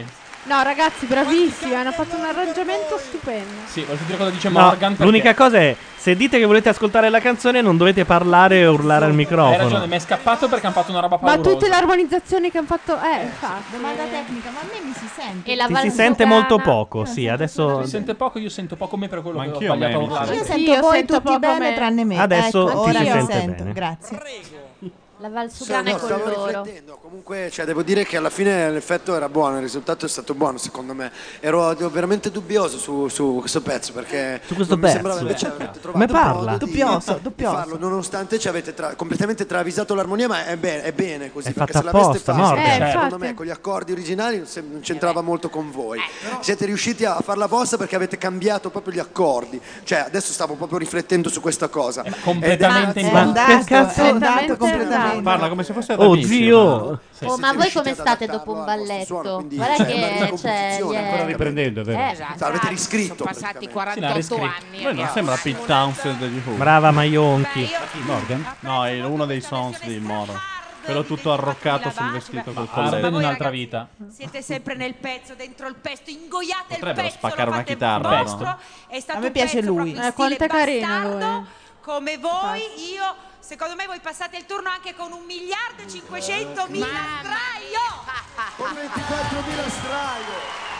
No, ragazzi, bravissimi, hanno fatto un arrangiamento stupendo. Sì, voglio sentire cosa dice No, Morgan. perché- l'unica cosa è, se dite che volete ascoltare la canzone non dovete parlare e urlare al Hai microfono. ragione, mi è scappato perché hanno fatto una roba Ma paurosa. tutte le armonizzazioni che hanno fatto, eh, infatti. Domanda tecnica, ma a me mi si sente? E la Ti si sente molto poco, sì, adesso Si sente poco, io sento poco me per quello che ho anch'io sbagliato a me mi urlare. Io Sì, sento io voi sento tutti poco bene me. tranne me. Adesso ecco, ti ora si mi sente sento, bene. grazie. La Valsugana No, è con stavo loro. riflettendo, comunque cioè, devo dire che alla fine l'effetto era buono, il risultato è stato buono secondo me. Ero ero veramente dubbioso su, su questo pezzo perché Su questo non mi sembrava pezzo? invece avete trovato Come un modo parla? di- Dubbioso, di dubbioso. farlo, nonostante ci avete tra- completamente travisato l'armonia, ma è bene, è bene così, È perché fatta se l'aveste apposta, fatto, Morgan. Eh, secondo infatti. me con gli accordi originali non, sem- non c'entrava molto con voi. Siete riusciti a farla vostra perché avete cambiato proprio gli accordi. Cioè, adesso stavo proprio riflettendo su questa cosa. completamente Ed in è- Ma andato, che cazzo? è andato Completamente completamente. Parla come se fosse Oh bravissimo. zio! Se Oh, siete ma voi riusciti come ad state adattarlo dopo un al vostro balletto? suono, quindi Guarda c'è che una c'è. composizione, gli è- Ancora riprendendo, è vero. Eh, Cioè, l'avete riscritto Sono passati praticamente. Sì, l'ha quarantotto riscritto. anni. Beh, non che ho- sembra Pete Townsend degli Who. Brava Maionchi. Morgan? No, è uno dei songs di Moro. Quello tutto arroccato sul vestito col Arden colletto. in un'altra vita. Siete sempre nel pezzo, dentro il pesto, ingoiate Potrebbero il pezzo, spaccare lo una fate chitarra, vostro. no? È stato A me un piace pezzo lui. proprio in Eh, quanto stile è carino bastardo. lui. Come voi, io, secondo me voi passate il turno anche con un miliardo e cinquecentomila straio. Con ventiquattromila straio.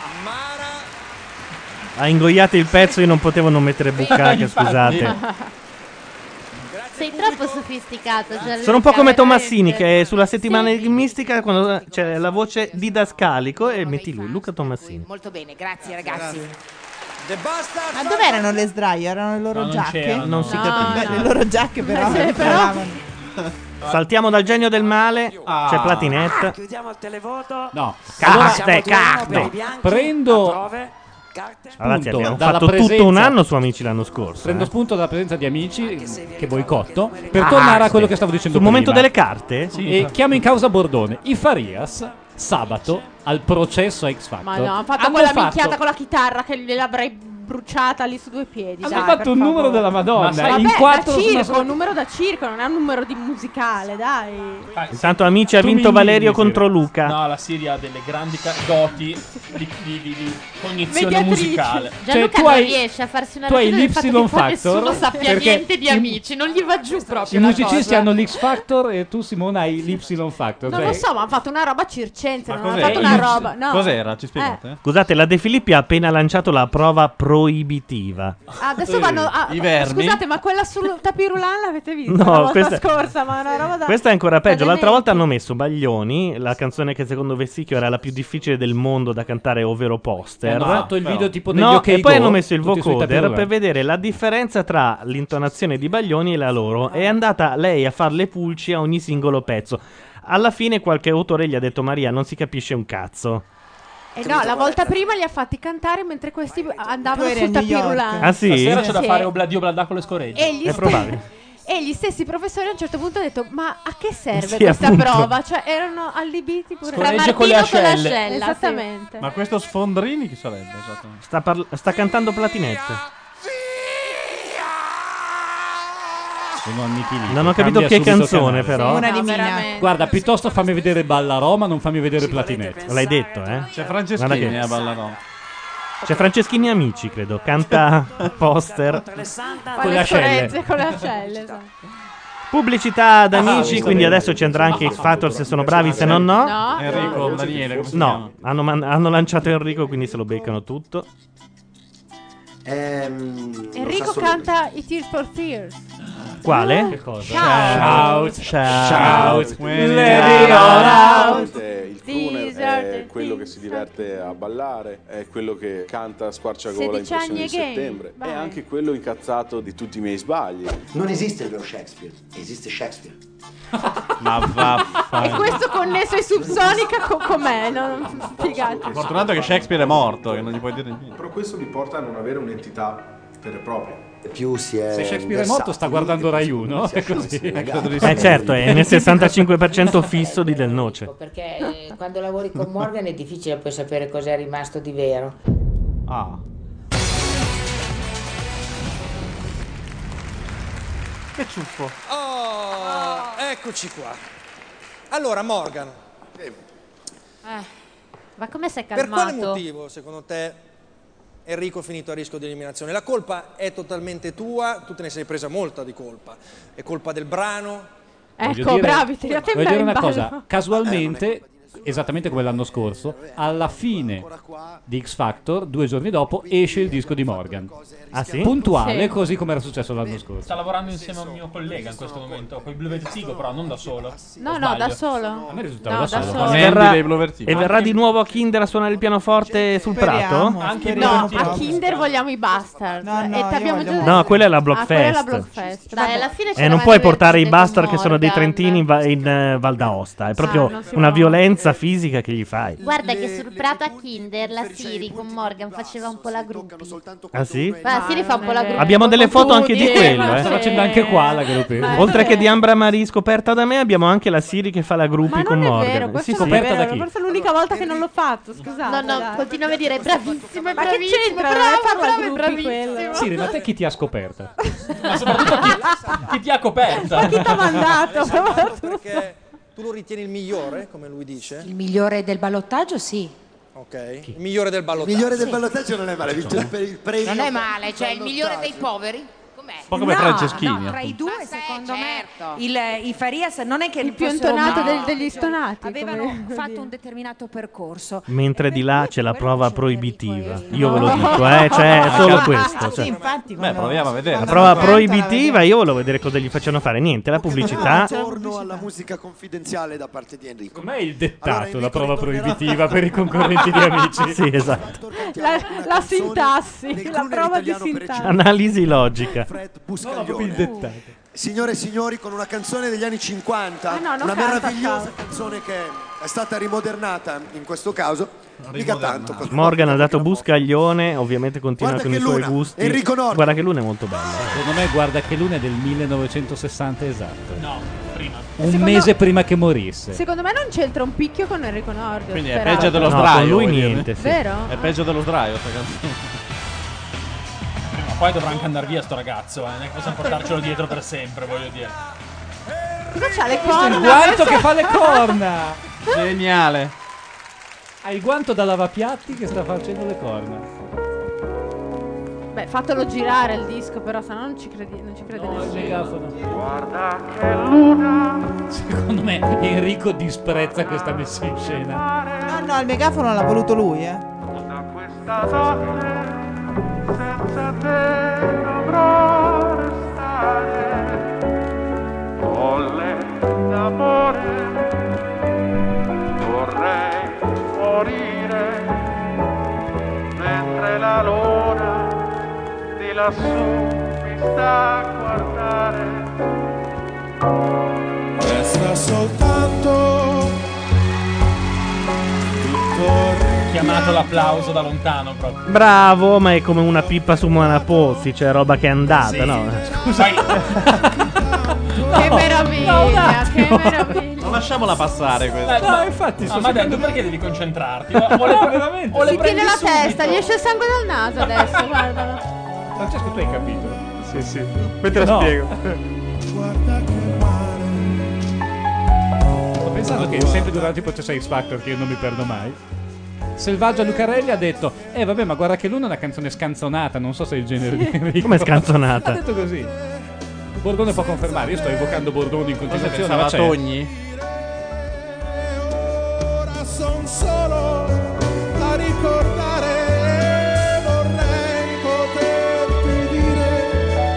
Ha ingoiato il pezzo, io non potevo non mettere bucacche, Infatti. scusate. Sei troppo sofisticato. Gianluca, Sono un po' come Tomassini veramente. che sulla settimana enigmistica quando c'è la voce didascalico e metti lui, Luca Tomassini. Molto bene, grazie ragazzi. The Bastard. Ma dov'erano le sdraio? Erano le loro No, non giacche? c'erano. Non si No, capisce. Beh, le loro giacche però. Eh, sì, però- speravano. Saltiamo dal genio del male, Ah. c'è Platinette. Chiudiamo il televoto. No. Carte, Siamo turno per i carte. bianchi. Prendo- A prove. Carte. Ragazzi, Spunto abbiamo dalla fatto tutto un presenza- anno su Amici l'anno scorso. Prendo eh. spunto dalla presenza di amici che boicotto per Ah, tornare a sì. quello che stavo dicendo Sul momento prima. delle carte? E chiamo in causa Bordone. I Farias sabato al processo a X Factor. Ma no, hanno fatto hanno quella fatto- minchiata con la chitarra che gliel'avrei bruciata lì su due piedi. hanno dai, fatto per un favore. numero della Madonna. Ma sai- Vabbè, in quattro da sono circo, solo- un numero da circo, non è un numero di musicale, dai. Intanto Amici ha Tu vinto mi Valerio indigni, contro Luca. No, la Siria ha delle grandi ca- doti di, di, di, di cognizione Mediatrice. musicale. Gianluca Cioè, tu non hai- riesce a farsi una tu hai ragione del fatto l'Ypsilon che poi Factor, nessuno sappia perché niente di i- Amici, non gli va giù proprio I la musicisti cosa. hanno l'X Factor e tu Simona hai l'Y Factor. Non cioè- lo so, ma hanno fatto una roba circense, Ma non hanno cos'è? fatto una Io- roba. No. Cos'era? Ci spiegate? Scusate, la De Filippi ha appena lanciato la prova proibitiva. Adesso vanno a, I vermi? Scusate, ma quella sul tapirulan l'avete vista No, la volta questa- scorsa, ma è una roba da Questa è ancora peggio. da L'altra volta dementi. hanno messo Baglioni, la canzone che secondo Vessicchio era la più difficile del mondo da cantare, ovvero Poster. Hanno fatto il Però- video tipo degli No, OK e poi Go, hanno messo il tutti sui vocoder tapirulan. per vedere la differenza tra l'intonazione di Baglioni e la loro. È andata lei a fare le pulci a ogni singolo pezzo. Alla fine qualche autore gli ha detto: Maria, non si capisce un cazzo. Eh no, la volta prima li ha fatti cantare mentre questi andavano Tu eri sul a New York. tapirulan. Ah sì? Stasera c'è da Sì. fare Obladi Oblada con le scoregge. E gli È sta- probabile. E gli stessi professori a un certo punto hanno detto: ma a che serve Sì, questa appunto. prova? Cioè erano allibiti pure Scoregge con le Martino ascelle. l'ascella, esattamente. Ma questo Sfondrini chi sarebbe? Esattamente. Sta, parla- sta cantando Platinette. Sono annichilito. Non ho capito Cambia che subito canzone, canale. però. Una No, di Mina. veramente. Guarda, piuttosto fammi vedere Balla Roma, non fammi vedere Platinette. L'hai detto, eh? C'è Guarda Franceschini che- a Ballarò. C'è Franceschini Amici, credo. Canta Poster. Con Con le le ascelle. scoregge, con le ascelle, esatto. Pubblicità ad Amici, visto quindi bene. adesso ci andrà anche X Factor se sono bravi, se no no. No? Enrico, Daniele, come si No, hanno, man- hanno lanciato Enrico, quindi se lo beccano tutto. Ehm, Enrico lo sa solo canta I Tears for Fears. Quale? Che cosa? Shout, shout, let it all out. Il These crooner are è the quello che si things diverte a ballare, è quello che canta a squarciagola in sedici anni Passione di again, settembre, vai. è anche quello incazzato di tutti i miei sbagli. Non esiste il vero Shakespeare, esiste Shakespeare. Ma E vaffa. questo connesso ai Subsonica co- com'è? Non spiegate. Fortunato che Shakespeare è morto, che non gli puoi dire niente. Però questo mi porta a non avere un'entità vera e propria. Più si è Se Shakespeare è morto sta guardando Rai uno, è così. Eh certo, è nel sessantacinque per cento fisso di Del Noce. Perché eh, quando lavori con Morgan è difficile poi sapere cosa è rimasto di vero. Ah. Che ciuffo. Oh, eccoci qua. Allora, Morgan, Ma come sei Per calmato? quale motivo, secondo te, Enrico è finito a rischio di eliminazione? La colpa è totalmente tua, tu te ne sei presa molta di colpa. È colpa del brano? Voglio Ecco, dire- bravi, tirate Voglio dire in una ballo. cosa, casualmente, esattamente come l'anno scorso, alla fine di X Factor, due giorni dopo, esce il disco di Morgan. Ah, sì? Puntuale, Sì. così come era successo l'anno scorso. Sta lavorando insieme a un mio collega in questo momento, con i Blue Vertigo, però non da solo. No, O no, da sbaglio? solo. A me risultava No, da da solo. solo. E verrà, e verrà di nuovo a Kinder a suonare il pianoforte sul prato? Anche no, a Kinder vogliamo i Bastard. No, no, e io t'abbiamo voglio- già... No, quella è la Ah, quella è la Blockfest. Blockfest. Dai, alla fine E c'era non puoi Valerio portare i Vergine Bastard con che sono dei Morgan. trentini in, Va- in, eh, Val d'Aosta. È proprio non si una può. violenza fisica che gli fai. Guarda che sul prato a Kinder la Siri con Morgan faceva un po' la gruppi. Ah sì? La Siri fa un po' la gruppi. Abbiamo delle foto anche di quello, eh. Sta facendo anche qua la gruppi. Oltre che di Ambra Marie scoperta da me, abbiamo anche la Siri che fa la gruppi con Non è Morgan. vero, questo Sì, non sì. è vero, forse è l'unica volta che non l'ho fatto, scusate. No, no, dai. continua a dire bravissimo, è Ma che bravissimo, c'entra? bravo, Non è farlo bravo, al è gruppi bravissimo. quello. Siri, ma te chi ti ha scoperta? Ma soprattutto chi, chi ti ha coperta? Ma chi t'ha mandato? Perché tu lo ritieni il migliore, come lui dice? Il migliore del ballottaggio, sì. Ok. Il migliore del Il ballottaggio. migliore del ballottaggio non è male, vince il- per il premio. Non è male, cioè il migliore dei poveri. Com'è? Un po' come No, Franceschini. no, tra i appunto. due, secondo certo. me, il, i Farias non è che Il più fossero intonato male, del- degli stonati, avevano come fatto dire. un determinato percorso. Mentre di là c'è la prova proibitiva. Io ve lo dico, eh, cioè è solo questo. Sì, Cioè. infatti. Beh, proviamo a vedere. La prova proibitiva, io volevo vedere cosa gli facevano fare. Niente, la pubblicità. Torno alla musica confidenziale da parte di Enrico. Com'è il dettato, la prova proibitiva per i concorrenti di Amici? Sì, esatto. La, la sintassi, la prova di sintassi. Analisi logica. proprio il dettato. Signore e signori, con una canzone degli anni cinquanta, Ah, no, non una canta, meravigliosa canta. canzone che è stata rimodernata in questo caso, mica tanto. Morgan ha dato Buscaglione, ovviamente continua Guarda con i che suoi Luna, gusti. Enrico Nordi. Guarda che Luna è molto bella. Secondo me, guarda che Luna è del millenovecentosessanta esatto. No, prima. Un Secondo- mese prima che morisse. Secondo me non c'entra un picchio con Enrico Nordio. Quindi è peraltro. peggio dello No, sdraio. con lui vuoi dire? niente, sì. Vero? È peggio dello sdraio sta canzone. Prima o poi dovrà anche andare via sto ragazzo, eh. Non è che possiamo portarcelo dietro per sempre, voglio dire. Cosa c'ha le Questo è corna? il guanto che fa le corna. Geniale. Ha il guanto da lavapiatti che sta facendo le corna. Beh, fatelo girare il disco, però, se no non ci credi, non ci crede No, il nessuno. megafono. Guarda che luna. Secondo me Enrico disprezza questa messa in scena. No, no, il megafono l'ha voluto lui, eh. Senza te dovrò restare folle d'amore, vorrei morire mentre la luna di lassù mi sta a guardare. Resta soltanto tutto Chiamato l'applauso da lontano proprio. Bravo, ma è come una pippa su Mona Pozzi, cioè roba che è andata, Sì. no? Scusa. Che meraviglia, che meraviglia. Non lasciamola passare questa. No, infatti. No, ma dai, tu perché devi concentrarti? O, o le, veramente. o le Si prendi tiene la subito. testa, gli esce il sangue dal naso adesso, guardalo. Francesco, tu hai capito? Sì, sì. Poi te la No. spiego. Ho pensato che sempre durante il processo X Factor, che io non mi perdo mai, Selvaggia Lucarelli ha detto: Eh vabbè, ma guarda che Luna è una canzone scanzonata. Non so se è il genere di Enrico. Come scanzonata? Ha detto così. Bordone può confermare. Io sto evocando Bordone in Cosa continuazione. pensava ma c'è. Togni? ora son solo a ricordare, vorrei poterti dire.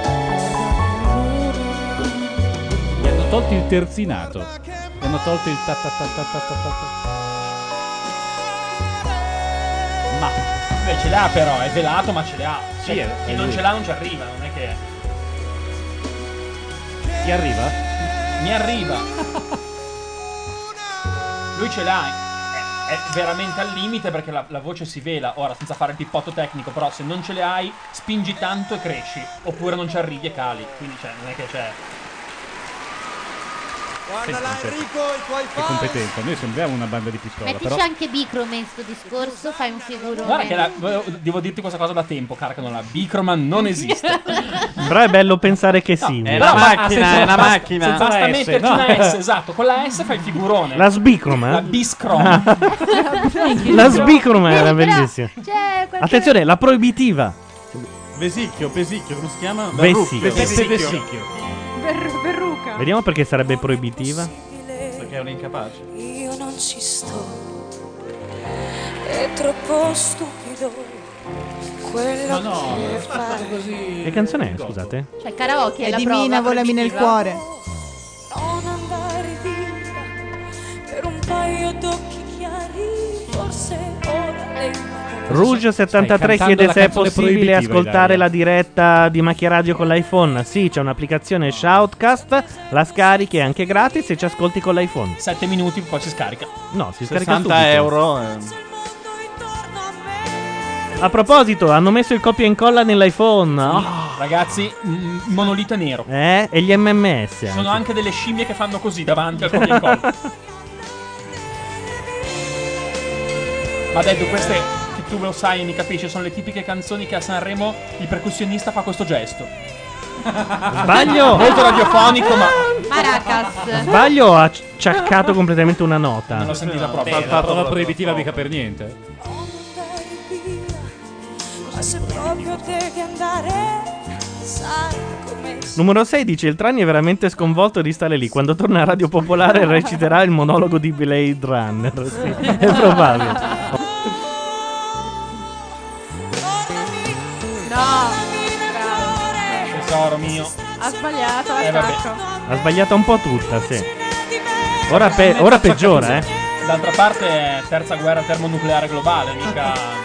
Gli hanno tolto il terzinato. Gli hanno tolto il ta ta ta ta ta ta ta. Ma beh, ce l'ha però, è velato, ma ce l'ha. Sì, Cioè, è- chi è non lui. ce l'ha non ci arriva, non è che. Ti arriva? Mi arriva. Lui ce l'ha. È, è veramente al limite perché la, la voce si vela. Ora, senza fare il pippotto tecnico, però se non ce le hai, spingi tanto e cresci. Oppure non ci arrivi e cali. Quindi, cioè, non è che c'è. Guarda là Enrico, i tuoi Che competenza, noi sembriamo una banda di pistola. Mettici Però... anche Bicrome in sto discorso, fai un figurone. Guarda che la, devo dirti questa cosa da tempo, Carcano, la Bicroman non esiste. Però è bello pensare che sì. è la macchina, è una macchina. Senza basta S, metterci no? una S, esatto. Con la S fai il figurone. La Sbicroma? La Biscrom. La Sbicroma era bellissima. C'è qualche- Attenzione, la proibitiva. Vesicchio, pesicchio, come si chiama? Vesicchio. Vesicchio. Vesicchio. Ver- verruca. Vediamo perché sarebbe proibitiva. Perché è un incapace. Io non ci sto, è troppo stupido quello No, no, che fatto fai. così. Che canzone è, scusate? Cioè karaoke è E la di prova Mina volami nel proibitiva. cuore. Non andare via per un paio d'occhi chiari, forse ora lei. Rouge settantatré Stai chiede cantando se è la canzone possibile proibitiva, ascoltare Ilaria. la diretta di Macchia Radio con l'iPhone. Sì, c'è un'applicazione Shoutcast, la scarichi, è anche gratis e ci ascolti con l'iPhone. sette minuti, poi si scarica. No, si scarica subito. sessanta euro. eh. A proposito, hanno messo il copia e incolla nell'iPhone. Oh. Ragazzi, mm, monolito è nero. Eh? E gli M M S. Ci sono anche. anche delle scimmie che fanno così davanti al copia e incolla. Ma detto queste, che tu lo sai e mi capisci, sono le tipiche canzoni che a Sanremo il percussionista fa questo gesto. Sbaglio? Molto radiofonico, ma Maracas. Sbaglio o ha ciaccato completamente una nota? non l'ho sentita Beh, proprio. la prova proibitiva mica per niente. Ma se proprio devi andare, sai come Numero sei dice: il Trani è veramente sconvolto di stare lì. Quando torna a Radio Popolare reciterà il monologo di Blade Runner. Sì, è probabile. No, Tesoro mio. ha sbagliato Eh, vabbè. l'attacco. Ha sbagliata un po' tutta, sì. Ora, pe- ora peggiora, eh. D'altra parte è terza guerra termonucleare globale, mica...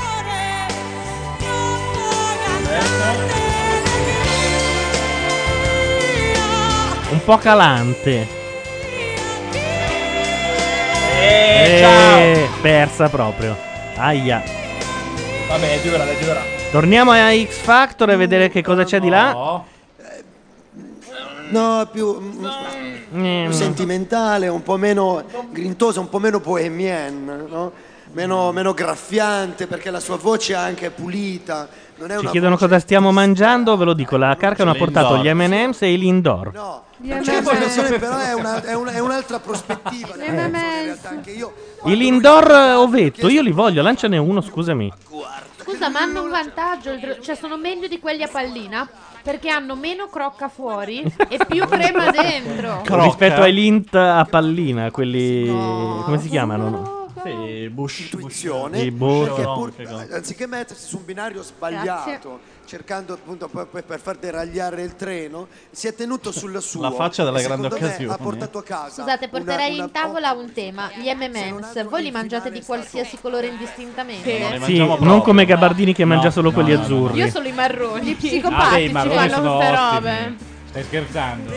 Un po' calante. Eh, Eh, ciao. persa proprio. Aia. Vabbè, è dura, è dura. Torniamo a X Factor e vedere che cosa c'è di là. No. No, più, mm, Mm. più sentimentale, un po' meno grintosa, un po' meno bohemienne, no? Meno, meno graffiante, perché la sua voce è anche pulita. Non è Ci una chiedono voce- cosa stiamo mangiando. Ve lo dico, la Carcano ha portato gli M and M's e i Lindor. No, Gli non M c'è and M's. informazione, però è, una- è una- è un'altra prospettiva. Gli M and M's. In realtà anche io. I Lindor eh, ovetto, io li voglio, lanciane uno, scusami. Scusa, ma hanno un vantaggio, il- cioè sono meglio di quelli a pallina perché hanno meno crocca fuori e più crema dentro. Crocca? Rispetto ai Lint a pallina, quelli... come si chiamano? no? Sì, Bush. Intuizione, I Bush. perché no, pur- che cosa. anziché mettersi su un binario sbagliato, Grazie. cercando appunto poi- poi per far deragliare il treno, si è tenuto sul suo. La faccia della e grande secondo me occasione. ha portato a casa. Scusate, porterei una- in una- tavola un tema, gli M and M's. Voi li mangiate di qualsiasi colore indistintamente? Non ne Sì, mangiamo non proprio. come Gabardini che mangia No, solo no, quelli no, no. azzurri. Io solo i marroni. Gli Ah, beh, psicopatici i marroni fanno sono queste ottimi. robe. Stai scherzando?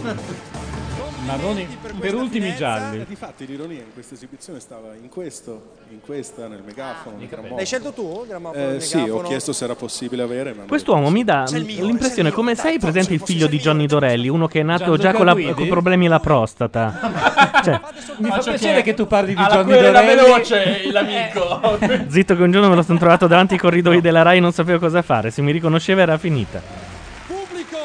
Marroni per ultimi gialli. Difatti l'ironia in questa esibizione stava in questo, in questa, nel megafono, nel grammofono. L'hai scelto tu? il grammofono, Eh, il sì, ho megafono? chiesto se era possibile avere, ma Quest'uomo mi dà C'è il mio, l'impressione, c'è il come mio. sei Dai, presente il forse figlio di c'è il mio. Johnny Dorelli, uno che è nato Gianluca già con, la, Guidi? con problemi alla prostata. Cioè, Mi fa Faccio piacere che- che tu parli di alla Johnny querela Dorelli. veloce, l'amico. zitto che un giorno me lo sono trovato davanti ai corridoi della Rai e non sapevo cosa fare. Se mi riconosceva era finita. Pubblico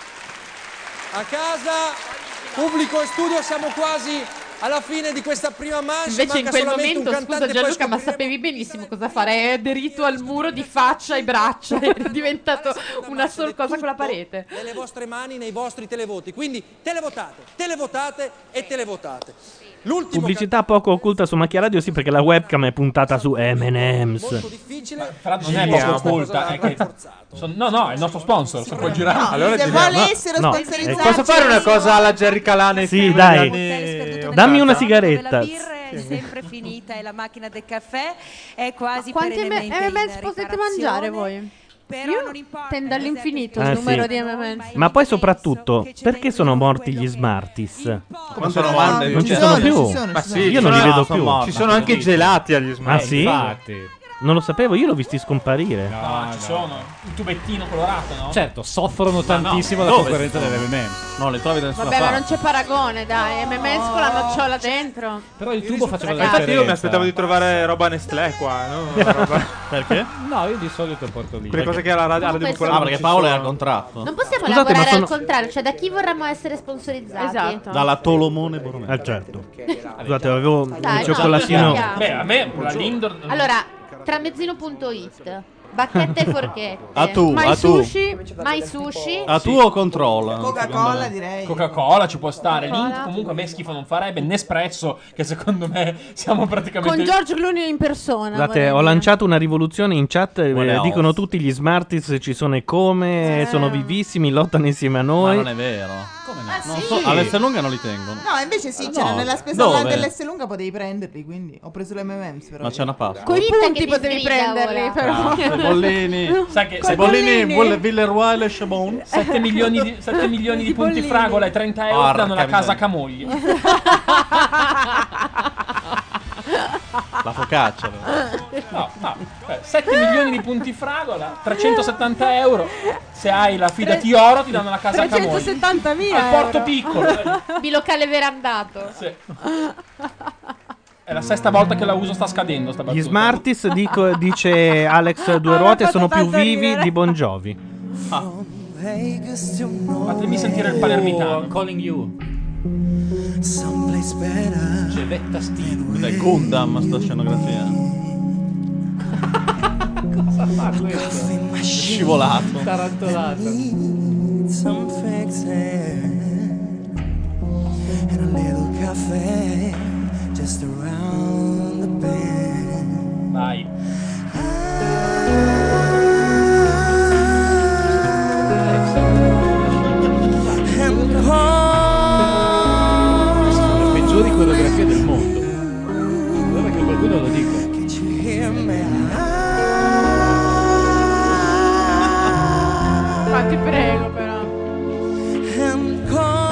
a casa, pubblico e studio, siamo quasi alla fine di questa prima manche. Invece in manca quel solamente momento, un scusa cantante, Gianluca, poi ma scopriremo- sapevi benissimo cosa fare. È aderito al muro di faccia e braccia. È diventato una sola cosa con la parete. nelle vostre mani, nei vostri televoti. Quindi televotate, televotate e televotate. L'ultimo Pubblicità poco occulta su Macchia Radio, sì, perché la webcam è puntata su M and M's. molto difficile. Fra non è Sì, poco questa occulta, cosa è che... son- no, no, è il nostro sponsor, se puoi girare. No, se volessero no. sponsorizzarci, Posso fare una cosa alla Jerry Calane? Sì, dai. Dammi una sigaretta. La birra è sempre finita e la macchina del caffè è quasi Quanti M perennemente and M's in potete riparazione. mangiare voi? Però Io non importa, tendo all'infinito Ah, il numero sì. di M and M's. Ma poi soprattutto, perché sono morti gli Smarties? Come sono morti? Non ci Ci sono sono, più. ci sono, Ma ci sì, Io ci non li sono- vedo sono più. morti. Ci sono anche i gelati agli Ah smart. sì? Infatti. Non lo sapevo, io l'ho visti scomparire. No, ci sono. Il tubettino colorato, no? Certo, soffrono Ma no, tantissimo la dove concorrenza si delle sono? M and M's. No, le trovi da nessuna Vabbè, ma non parte. c'è paragone, dai. M and M's con la nocciola dentro. Però il tubo faceva la Ma infatti differenza. io mi aspettavo di trovare roba Nestlé qua, no? Roba- Perché? No, io di solito porto lì. Quelle cose che alla radio alla Comunque popolare Ah, non perché ci Paolo è sono. al contratto. Non possiamo Scusate, lavorare ma sono- al contrario, cioè da chi vorremmo essere sponsorizzati? Esatto. Dalla Tolomone Borromeo. Ah, certo. Scusate, avevo Dai, un no, cioccolatino. no. Beh, a me la Lindor. Allora, tramezzino punto it, bacchette e forchette. A tu, mai a tu. sushi, mai sushi. A tu o controlla? Coca-Cola direi. Coca-Cola ci può stare. Coca-Cola. Link comunque a me schifo non farebbe. Nespresso, che secondo me siamo praticamente. Con George Clooney in persona. Scusate, vorrei ho dire. lanciato una rivoluzione in chat. eh, Vuole off. dicono tutti gli Smarties ci sono e come, sono vivissimi, lottano insieme a Ma noi. non è vero. Come no? Ah, Non sì. so, all'S lunga non li tengono. No, invece sì, No. c'era nella spesa Dove? dell'S lunga potevi prenderli, quindi ho preso le M and M's però. Ma c'è una pasta. Coi Dite punti che ti potevi sgrida prenderli, ora. però. Ah, i bollini. Sai che I se bollini, vuole Villeroy Le Chabon. sette milioni di, sette milioni di punti bollini. fragola e trenta euro Porca danno la casa miseria. Camogli. La focaccia. però. No, no. eh, sette milioni di punti fragola, trecentosettanta euro. Se hai la fidati oro ti danno la casa Camogli. trecentosettantamila Al porto euro. piccolo. Bilocale verandato. Sì. È la sesta volta che la uso, sta scadendo sta Gli battuta. Smarties, dico- dice Alex Due Ah, Ruote, mi ha sono fatto più tanto vivi ridere. di Bon Jovi. Fatemi sentire il palermitano. Oh, Calling You. Someplace better. Cevetta Steel. Dai, Gundam sta scenografia. Cosa fa questo? È scivolato. Tarantolato. Some fix and a little cafe just around the bend. Vai. And Le peggiori coreografie del mondo. Guarda che qualcuno lo dica. can't you hear me? Ma ti prego, però. I'm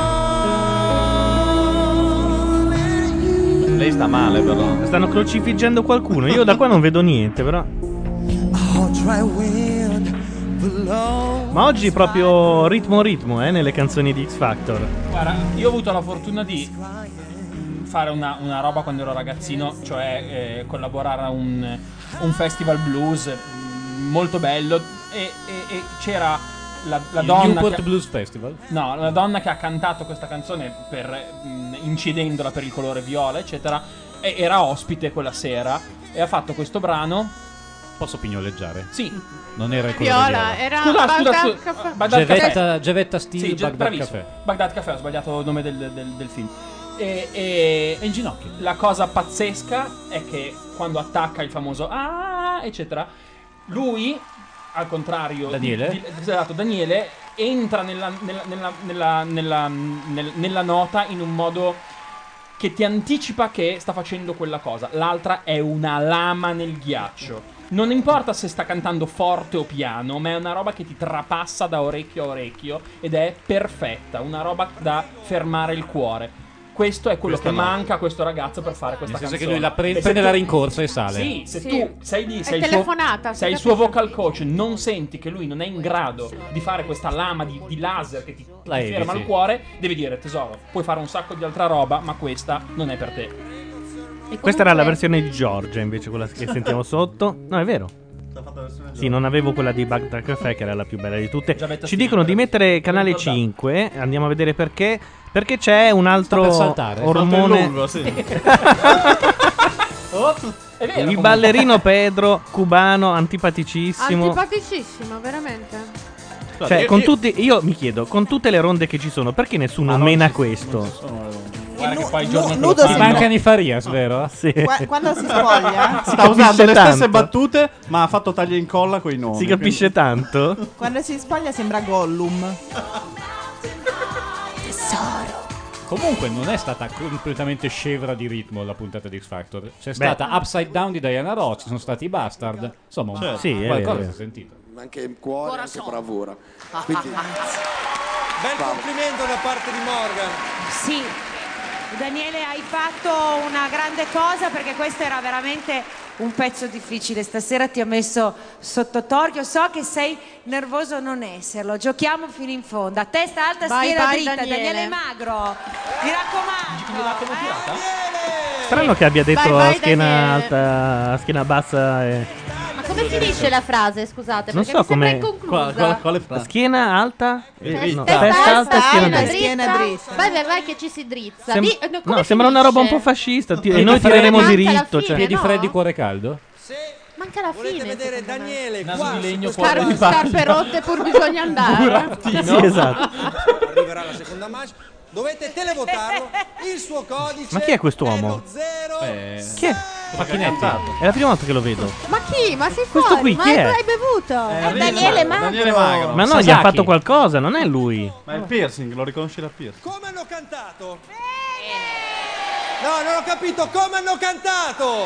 calling you. Lei sta male però. Stanno crocifiggendo qualcuno. Io da qua non vedo niente, però. A hot dry wind below. Ma oggi proprio ritmo ritmo, eh, nelle canzoni di X Factor. Guarda, io ho avuto la fortuna di mm, fare una, una roba quando ero ragazzino, cioè eh, collaborare a un, un festival blues mm, molto bello e, e- e c'era la, la Il donna Newport che, Blues Festival. no, la donna che ha cantato questa canzone per, mm, incidendola per il colore viola, eccetera, e era ospite quella sera e ha fatto questo brano. Posso pignoleggiare? Sì. Non era il colore Viola, viola. era Scusa, scusa, Baghdad scusa. Caffè. Baghdad Caffè. Gevetta, Gevetta Steel, Sì, ge- Baghdad bravissimo. Café. Baghdad Caffè, ho sbagliato il nome del, del- del film. E, e È in ginocchio. la cosa pazzesca è che quando attacca il famoso ah, eccetera, lui, al contrario, Daniele? di- di- esatto, Daniele, entra nella, nella, nella, nella, nella, nel- nella nota in un modo che ti anticipa che sta facendo quella cosa. L'altra è una lama nel ghiaccio. Non importa se sta cantando forte o piano, ma è una roba che ti trapassa da orecchio a orecchio ed è perfetta, una roba da fermare il cuore. Questo è quello Questa che no. manca a questo ragazzo per fare questa Nel senso canzone. che lui la pre- E se prende tu- la rincorsa e sale. Sì, se Sì. tu sei lì, È sei il suo, telefonata, si sei il capisce. suo vocal coach, non senti che lui non è in grado di fare questa lama di, di laser che ti, ti La evi, ferma sì. il cuore, devi dire tesoro, puoi fare un sacco di altra roba, ma questa non è per te. E Questa era la comunque- versione di Giorgia, invece quella che sentiamo sotto. No, è vero. Sì, non avevo quella di Baghdad Caffè, che era la più bella di tutte. Giavetta Ci Steel, dicono di per- mettere canale ricordato. cinque. Andiamo a vedere perché. Perché c'è un altro per saltare. ormone. Lungo, sì. Oh, è vero, Il comunque. ballerino Pedro, cubano, antipaticissimo. Antipaticissimo, veramente. Cioè, Io- con io- tutti, io mi chiedo, con tutte le ronde che ci sono, perché nessuno non mena ci- questo? non ci sono le donne. Guarda che nu- poi il nu- giorno che lo nudo fanno- si- Mancano i Farias, vero? Sì. Qua- quando si spoglia, Si Sta usando capisce le stesse tanto. battute, ma ha fatto taglia e incolla coi nomi. Si capisce tanto? quando si spoglia sembra Gollum. Comunque non è stata completamente scevra di ritmo la puntata di X Factor. C'è stata Upside Down di Diana Ross, ci sono stati i Bastard. Insomma, un- Certo. Sì, è qualcosa vero, è si è vero. sentito. Anche cuore, anche bravura. Quindi, Bel complimento da parte di Morgan. Sì, Daniele, hai fatto una grande cosa perché questo era veramente un pezzo difficile. Stasera ti ho messo sotto torchio. So che sei nervoso non esserlo. Giochiamo fino in fondo. A testa alta, Vai, schiena vai, dritta. Daniele. Daniele Magro, mi raccomando. Strano che abbia detto Vai, vai, schiena Daniele. alta, schiena bassa e... Ma come finisce la frase, scusate? Non Perché so mi sembra come... inconclusa. Schiena alta? Eh, No, testa testa alta e schiena schiena dritta. schiena dritta. Vai, vai, vai che ci si drizza. Sem- Di- no, come no, sembra una roba un po' finisce? fascista ti- e Piedi noi freddi- tireremo manca la diritto. fine, Cioè. Piedi no? freddi, cuore caldo? Manca la fine. vedere Daniele Naso qua di legno su fuori questa di pagina. Scarpe rotte pur bisogna andare. Sì, esatto. Arriverà la seconda match. Dovete televotarlo. Il suo codice. Ma chi è quest'uomo? Eh, Chi è? Facchinetti. È la prima volta che lo vedo. Ma chi? Ma sei Questo fuori? qui Ma chi è? hai bevuto? Eh, È arriva. Daniele Magro. Daniele Magro. Ma no, gli ha Sasaki. fatto qualcosa, non è lui. Ma è il piercing, lo riconosci da piercing. Come hanno cantato? No, non ho capito. Come hanno cantato?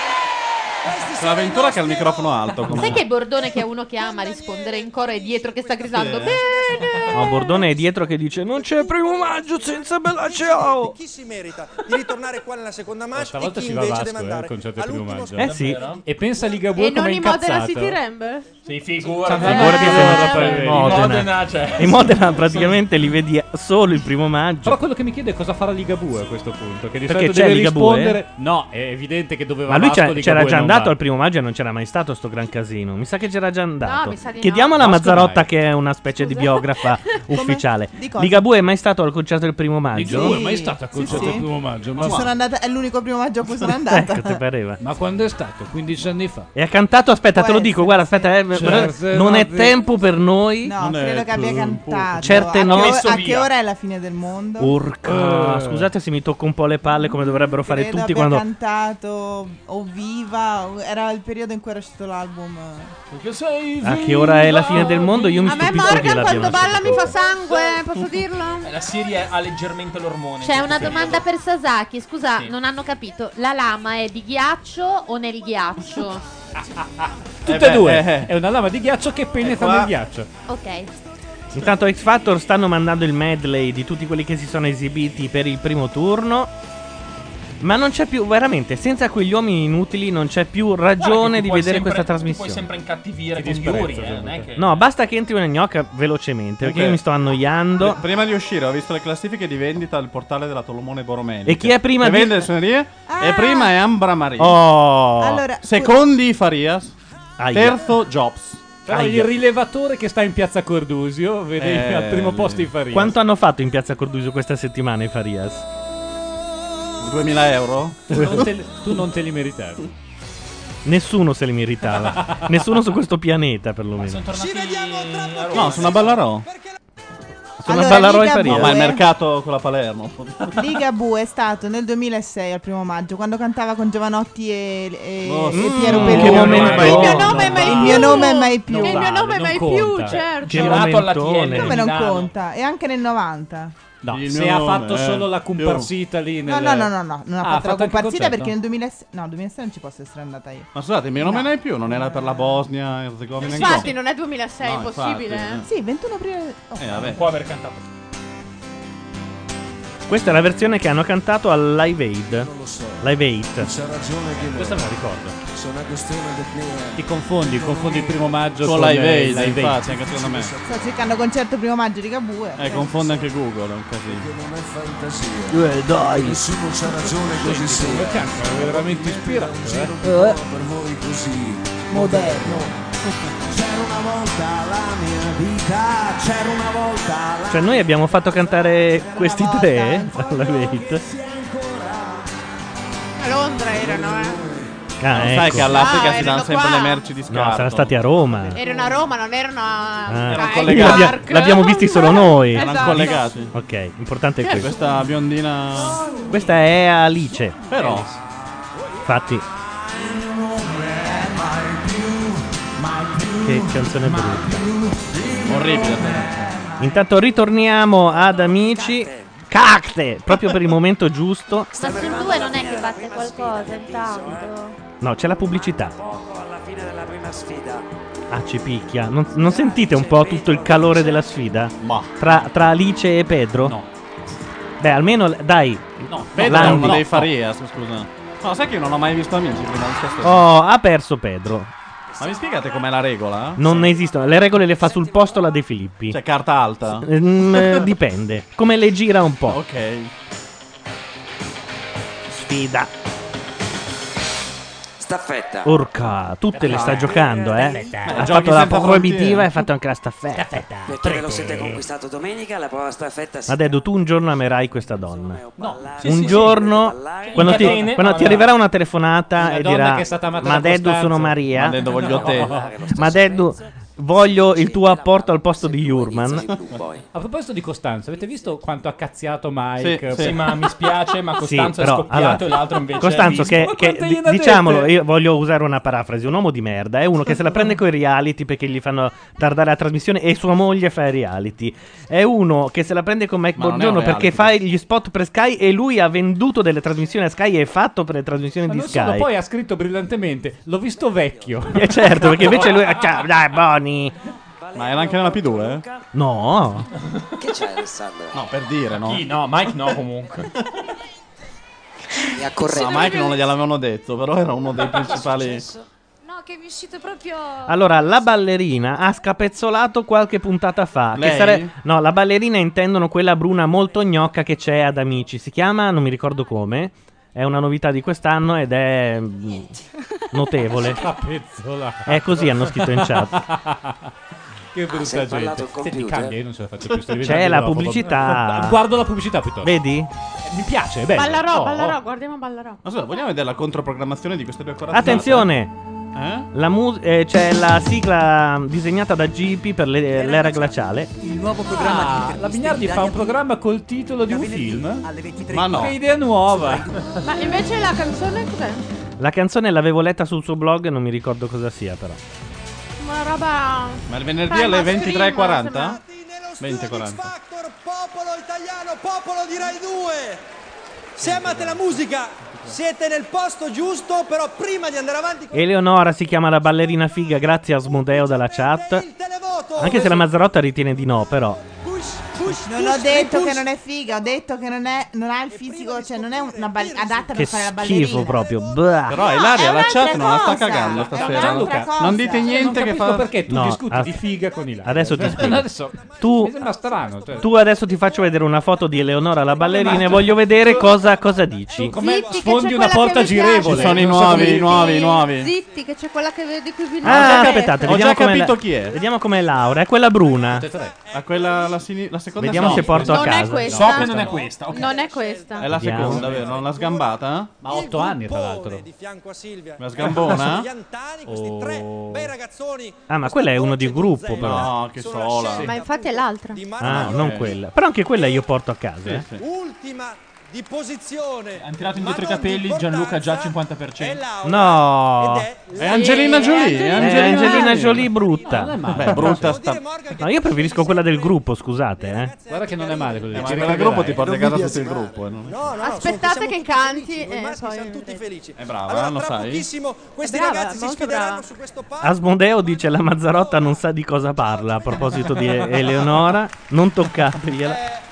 C'è l'avventura che ha il microfono alto. come- Sai che Bordone, che è uno che ama rispondere in coro, è dietro che sta gridando Sì. bene? No, Bordone è dietro che dice non c'è primo maggio senza Bella Ciao. Chi si merita di ritornare qua nella seconda match e Stavolta chi si va a invece Vasco, deve eh, andare il concerto di primo all'ultimo maggio. Eh sì. E pensa a Ligabue E non come è in Modena incazzato. City Ramble? Sì, figurati. Figurati se Eh, in in Modena. Modena, cioè. In Modena praticamente li vedi solo il primo maggio. Però quello che mi chiede è cosa farà Ligabue a questo punto. Che di Perché solito c'è deve Ligabue? rispondere. No, è evidente che doveva Ma lui Vasco, c'è- Ligabue c'era già non andato va. al primo maggio e non c'era mai stato sto gran casino. Mi sa che c'era già andato. mi sa di no. Chiediamo alla Vasco Mazzarotta, mai. che è una specie di biografa ufficiale. Di cosa? Ligabue è mai stato al concerto del primo maggio? Ligabue Sì. è mai stato al Sì, concerto sì. del primo maggio. Ma, Ci sono andata, è l'unico primo maggio a cui sono andata. Ecco, ti pareva. ma quando è stato? quindici anni fa. E ha cantato, aspetta, Può te lo dico, essere, guarda, aspetta, eh, Certe non è notti- tempo per noi. No, Non è credo che abbia tempo. cantato. Certe a, no- che, Messo a via. che ora è la fine del mondo? Urca, Eh. scusate se mi tocco un po' le palle come dovrebbero fare Credo tutti abbia quando... cantato O Viva, o- era il periodo in cui era uscito l'album. Perché sei A che ora è la fine del mondo? Io mi A me stupisco che Morgan l'abbiano quando balla mi fatto. fa sangue, posso dirlo? Eh, La Siri è- ha leggermente l'ormone. C'è in una questo domanda periodo. per Sasaki, scusa, Sì. non hanno capito. La lama è di ghiaccio o nel ghiaccio? Tutte Eh e beh, due. eh. È una lama di ghiaccio che penetra qua- nel ghiaccio. Ok. Intanto X Factor stanno mandando il medley di tutti quelli che si sono esibiti per il primo turno. Ma non c'è più, veramente, senza quegli uomini inutili non c'è più Guarda che ragione ti di puoi vedere sempre- questa Ti puoi trasmissione. sempre incattivire Ti con Yuri, disprezzo, eh, non è sempre. che... No, basta che entri nel gnocca velocemente, perché Ok. io mi sto annoiando. Prima di uscire ho visto le classifiche di vendita al portale della Tolomone Borromelli. E chi è prima che di- vende le suonerie? Ah. E prima è Ambra Maria. Oh, Allora, Secondi Farias. Aia. Terzo Jobs. Però Aia. il rilevatore che sta in piazza Cordusio vede Eh, al primo lì. posto i Faria. Quanto hanno fatto in piazza Cordusio questa settimana i Farias? duemila euro? Tu non te, tu non te li meritavi. Nessuno se li meritava. Nessuno su questo pianeta, perlomeno. Sono tornati a Roma. No, sono a Ballarò. Sono Allora, a Ballarò e Liga Farias. No, ma il Due. mercato con la Palermo. Ligabue è stato nel duemilasei al primo maggio, quando cantava con Giovanotti e, e, Oh, e sì. Piero Mm, Pellegrini. che momento. Il mio nome è mai Il più. mio nome è mai più. Non Il mio vale, nome è non mai conta. più, certo. Che Girato alla T L. momentone. Come non Milano. conta? E anche nel novanta. No, Il se mio ha nome, fatto eh, solo la più. comparsita lì No, nel... no, no, no, no, non ha Ah, fatto la anche il comparsita concerto? perché nel duemilasei, no, duemilasei non ci posso essere andata io. Ma scusate, il mio nome non è più, non era per la Bosnia, Erzegovina. Infatti non è duemilasei, No, è impossibile. infatti, eh. Sì, ventuno aprile. oh. Eh, vabbè. Può aver cantato. Questa è la versione che hanno cantato al Live Aid. Live Aid. C'ha ragione di Questa me la ricordo. Sono una questione del Ti confondi, confondi il primo maggio Con con, Live eh, Aid, Live Aid. infatti, anche secondo me. Sto cercando concerto primo maggio di Ligabue. Eh, confonde anche Google, è un casino. non è fantasia. Eh, dai. Nessuno c'ha ragione così sia. Cazzo, è veramente ispirato, eh. Per voi così. Moderno. C'era una volta la mia vita, c'era una volta la Cioè noi abbiamo fatto cantare questi tre alla Live Aid. A Londra erano, eh. Ah, Sai ecco. che all'Africa Ah, si danno erano sempre qua. le merci di scarto. No, saranno stati a Roma. Erano a Roma, non erano a... Ah, a Hyde collegati. Park. L'abbia- l'abbiamo visti solo noi. Erano Esatto. collegati. Ok, importante è questo. Questa biondina. Questa è Alice. Però. Infatti. Che canzone brutta. Orribile. Intanto ritorniamo ad Amici. Cacte! Proprio per il momento giusto. Ma sul due non è che batte qualcosa intanto. No, c'è la pubblicità. Alla fine della prima sfida. Ah, ci picchia. Non, non sentite un po' tutto il calore della sfida? Ma. Tra, tra Alice e Pedro? No. Beh, almeno dai. No, Pedro è Landi. uno dei Farias, scusa. No, sai che io non ho mai visto Amici prima, non so se- Oh, ha perso Pedro. Ma mi spiegate com'è la regola? Non esistono, le regole le fa sul posto la De Filippi. Cioè, carta alta? Mm, eh, dipende. Come le gira un po'. Ok. Sfida. Staffetta. Urca, tutte le sta giocando, eh. Staffetta. Ha Giochi fatto la senza proibitiva frontiere. e ha fatto anche la staffetta. Perché ve lo siete conquistato domenica, la prova staffetta si Ma Dedo, tu un giorno amerai questa donna. No. Sì, un sì, sì. giorno, quando, In ti, catene, quando ti allora. arriverà una telefonata Una e donna dirà: che è stata amata Ma da Dedo, Costanzo." sono Maria. Ma Dedo, voglio te. Ma Dedo, voglio il tuo apporto al posto di Jurman. A proposito di Costanzo, avete visto quanto ha cazziato Mike? Sì, sì, ma mi spiace, ma Sì, Costanzo però, è scoppiato allora, e l'altro invece Costanzo è che, visto. che Ma quante di- gliene diciamolo, dette? io voglio usare una parafrasi, un uomo di merda è uno che se la prende coi reality perché gli fanno tardare la trasmissione e sua moglie fa i reality. È uno che se la prende con Mike Ma non è Bongiorno un perché reality. fa gli spot per Sky e lui ha venduto delle trasmissioni a Sky e fatto per le trasmissioni Ma di non solo, Sky. poi ha scritto brillantemente: l'ho visto vecchio. Eh, certo, perché invece lui ciao, dai, Boni. Ma era anche nella P due? No. Che c'è Alessandro? No, per dire, no? Chi? No, Mike no comunque. Mi ha corretto. No, Mike non gliel'avevano detto, però era uno dei principali. No, che mi è uscito proprio. Allora, la ballerina ha scapezzolato qualche puntata fa. Che Lei? sare- No, la ballerina intendono quella bruna molto gnocca che c'è ad Amici. Si chiama, non mi ricordo come. È una novità di quest'anno ed è mm, notevole. Scapezzolato. È così, hanno scritto in chat. Che Ah, brutta si è parlato gente. al Senti, computer? cambia, io non ce la faccio più. sto C'è diventando la idofobo. pubblicità. Guardo la pubblicità piuttosto. Vedi? Eh, Mi piace, è bello. Ballarò, Oh, ballarò, oh. guardiamo ballarò. Ma scusa, vogliamo vedere la controprogrammazione di queste due corazzate? Attenzione! Eh? La mu- eh, c'è la sigla disegnata da G P per le- l'era glaciale. Il nuovo programma Ah, la Bignardi fa un programma col titolo di un film? alle ventitré. Ma no. Che idea nuova! Ma invece la canzone cos'è? La canzone l'avevo letta sul suo blog, non mi ricordo cosa sia però. Una roba. Ma il venerdì Primal alle ventitré e quaranta? Scream, venti e quaranta. Popolo italiano, popolo di Rai due. Se amate la musica, siete nel posto giusto, però prima di andare avanti con Eleonora si chiama la ballerina figa grazie a Asmodeo dalla chat. Anche se la Mazzarotta ritiene di no, però. Non ho detto che non è figa, ho detto che non, è, non ha il fisico, cioè non è una ball- adatta Che per fare la ballerina. schifo proprio. Bah. Però Ilaria, la chat non la sta cosa. cagando È stasera. un'altra Luca, cosa. non dite Non niente che capisco fa. perché tu No, discuti as- di figa con Ilaria. Adesso ti spiego. Adesso Tu- mi sembra strano. Cioè. Tu adesso ti faccio vedere una foto di Eleonora la ballerina e voglio vedere cosa, cosa dici. Come Zitti, che sfondi c'è una quella porta che mi piace. girevole. Ci sono i non so nuovi, come- i nuovi, i nuovi. Zitti, che c'è quella che di cui vi Ah, già aspettate, Ho vediamo già com'è capito la- chi è. Vediamo com'è Laura, è quella bruna. Tutte e tre. A quella la, sini- la seconda Vediamo no. se porto a Non è casa. questa. So che non è questa. ok. Non è questa. È la Vediamo. seconda, vero? Non l'ha sgambata? Ma otto anni tra l'altro. di fianco a Silvia. La sgambona? Piantani, questi tre bei ragazzoni. Ah, ma quella è uno di gruppo però. No, che sola. Ma infatti è l'altra. Di Ah, Maranello. non quella. Però anche quella io porto a casa. eh. Sì, sì. Ultima di posizione. Hanno tirato indietro i ma non capelli, di Gianluca già al importanza, cinquanta per è cento. Laura, No. ed è È Angelina Jolie. È È Angelina, Angelina Jolie Non è brutta. male. Beh, brutta sta. No, io preferisco quella del gruppo, scusate, eh. Guarda che non è male quello Eh, lì. ma Ci quella gruppo ti ricorderai. porta a casa Non tutto il vi gruppo. eh, non è- No, no, no, Aspettate sono- che siamo tutti canti felici, noi e maschi poi siamo tutti vedete. felici. È brava, allora, lo tra sai? pochissimo questi È brava, ragazzi si molto sfideranno brava. su questo palco. Asmodeo dice la Mazzarotta non sa di cosa parla a proposito di Eleonora. Non toccategliela.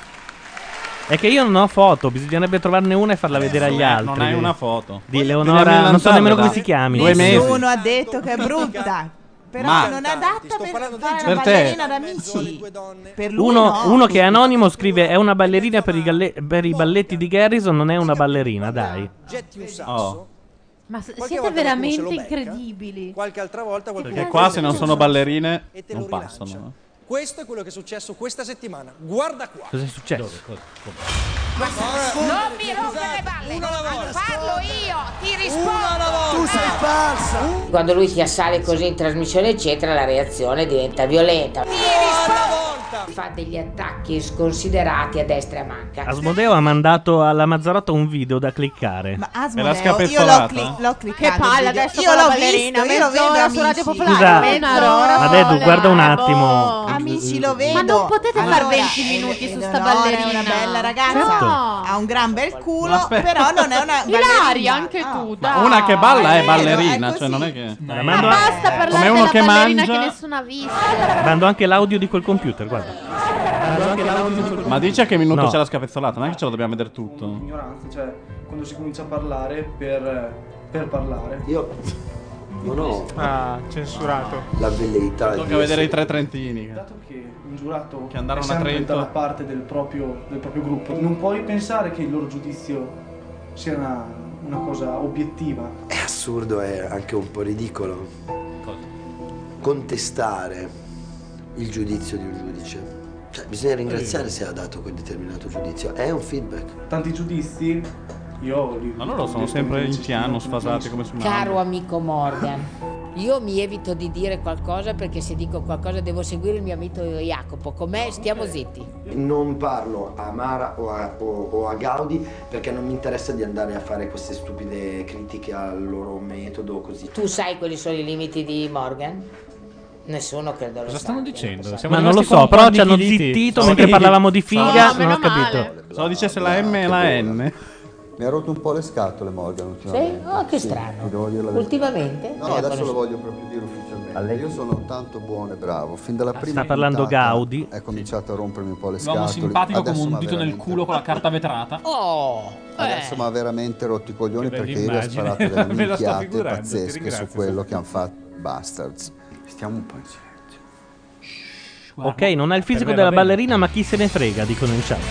È che io non ho foto, bisognerebbe trovarne una e farla vedere agli altri. Non hai una foto. Di Eleonora, non so nemmeno come si chiami. Due mesi. Nessuno ha detto che è brutta. Però Ma- non è adatta per fare la Per te. ballerina ad amici. Per lui Uno, no. uno che è anonimo scrive: è una ballerina per i, galle- per i balletti di Garrison, non è una ballerina, dai. Getti un sasso. Oh. Ma s- Qualche siete volta qualcuno se veramente lo becca. incredibili. Qualche altra volta qualcuno Perché qua se non sono ballerine e te lo non rilancia. passano. Questo è quello che è successo questa settimana. Guarda qua. Cosa è successo? Non mi rompere le balle. Parlo io, ti rispondo. Tu sei falsa. Quando lui ti assale così in trasmissione, eccetera, la reazione diventa violenta. Ti rispondo. Fa degli attacchi sconsiderati a destra e a manca. Asmodeo ha mandato alla Mazzarotta un video da cliccare. Ma Me l'ha Asmodeo, io l'ho, scapezzolata? cli- l'ho Che cliccato. palle il video. adesso Io con la l'ho ballerina, visto, io lo vedo mezz'ora su Radio amici. Popolare. Scusa, Mezz'ora. ma Dedu, guarda un attimo. Amici, lo vedo. Ma non potete far Allora, venti minuti eh, su sta Eleonora ballerina. è una bella ragazza. Certo. No. Ha un gran bel culo, aspetta. però non è una ballerina. Ilaria, anche Ah. tu, Ma dai. una che balla è vero, ballerina, è cioè così. non è che. La Ma mando, basta parlare Come uno della che ballerina mangia. che nessuno ha visto. mando anche l'audio di quel computer, guarda. caso anche l'audio sul- Ma dice a che minuto No. c'è la scapezzolata, non è che ce lo dobbiamo vedere tutto. Ignoranza, cioè quando si comincia a parlare per, per parlare. Io non ho Ah, censurato. la velleità Tocca di vedere essere- i tre trentini. Dato che un giurato Che andarono è a sempre Trento. dalla parte del proprio, del proprio gruppo, non puoi pensare che il loro giudizio sia una, una cosa obiettiva. È assurdo, è anche un po' ridicolo contestare il giudizio di un giudice. Cioè, bisogna ringraziare se ha dato quel determinato giudizio. È un feedback. Tanti giudizi, io li... Ma loro sono sempre in piano, sfasati come su una. Caro amico Morgan, io mi evito di dire qualcosa perché se dico qualcosa devo seguire il mio amico Jacopo. Con me stiamo zitti. Non parlo a Mara o a, o- o a Gaudi perché non mi interessa di andare a fare queste stupide critiche al loro metodo così. Tu sai quali sono i limiti di Morgan? Nessuno credo lo Cosa sa. stanno dicendo? Siamo Ma non lo rimasti qua so, un po' però ci hanno annichiliti. zittito Sì. mentre parlavamo di figa, No, non ho meno male. capito. Se lo dicesse la M e la N. Mi ha rotto un po' le scatole Morgan ultimamente. Sì? Oh, che Sì, strano. ti devo dire la verità. Ultimamente? No, Eh, adesso conosco. lo voglio proprio dire ufficialmente. Io sono tanto buono e bravo. Fin dalla prima Sta parlando puntata Gaudi. È cominciato a rompermi un po' le L'uomo scatole. simpatico Adesso come un m'ha dito nel veramente- culo con la carta vetrata. Oh! Adesso mi ha veramente rotto i coglioni Che bella perché ieri ha immagine. sparato delle Me la sto minchiate figurando, ti pazzesche ringrazio. su quello che hanno fatto Bastards. Stiamo un po' in silenzio. Ok, non ha il fisico me della va bene. ballerina, ma chi se ne frega, dicono in chat.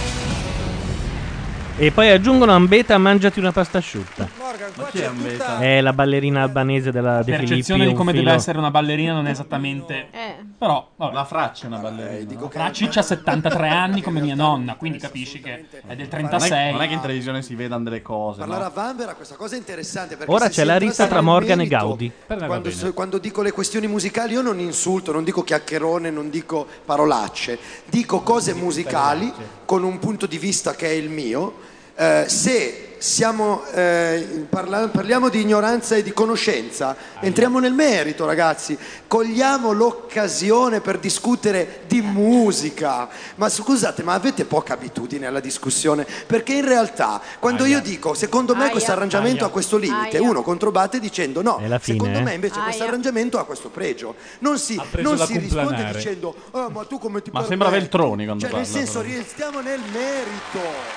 E poi aggiungono Ambeta, mangiati una pasta asciutta. Ma chi è Ambeta? È la ballerina albanese della De Filippi. Percezione di un come filo- deve essere una ballerina non è esattamente. Però, vabbè. La Fraccia è una ballerina. La Fracci ha settantatré anni come mia nonna, quindi capisci che è del trentasei. Non è che in televisione si vedano delle cose. Parlare no? a Vanvera questa cosa è interessante perché Ora se c'è si la entra rissa tra nel Morgan e merito, Gaudi. Quando, se- quando dico le questioni musicali io non insulto, non dico chiacchierone, non dico parolacce, dico cose musicali con un punto di vista che è il mio. Eh, se siamo, eh, parla- parliamo di ignoranza e di conoscenza, entriamo nel merito, ragazzi, cogliamo l'occasione per discutere di musica. Ma scusate, ma avete poca abitudine alla discussione? Perché in realtà quando io dico secondo me questo arrangiamento ha questo limite, uno controbatte dicendo no, È la fine, secondo eh. me invece questo arrangiamento ha questo pregio. Non si, preso non da si risponde complanare. dicendo "Ah, ma tu come ti Ma permetti?" sembra Veltroni quando Cioè nel parla, senso però. stiamo nel merito.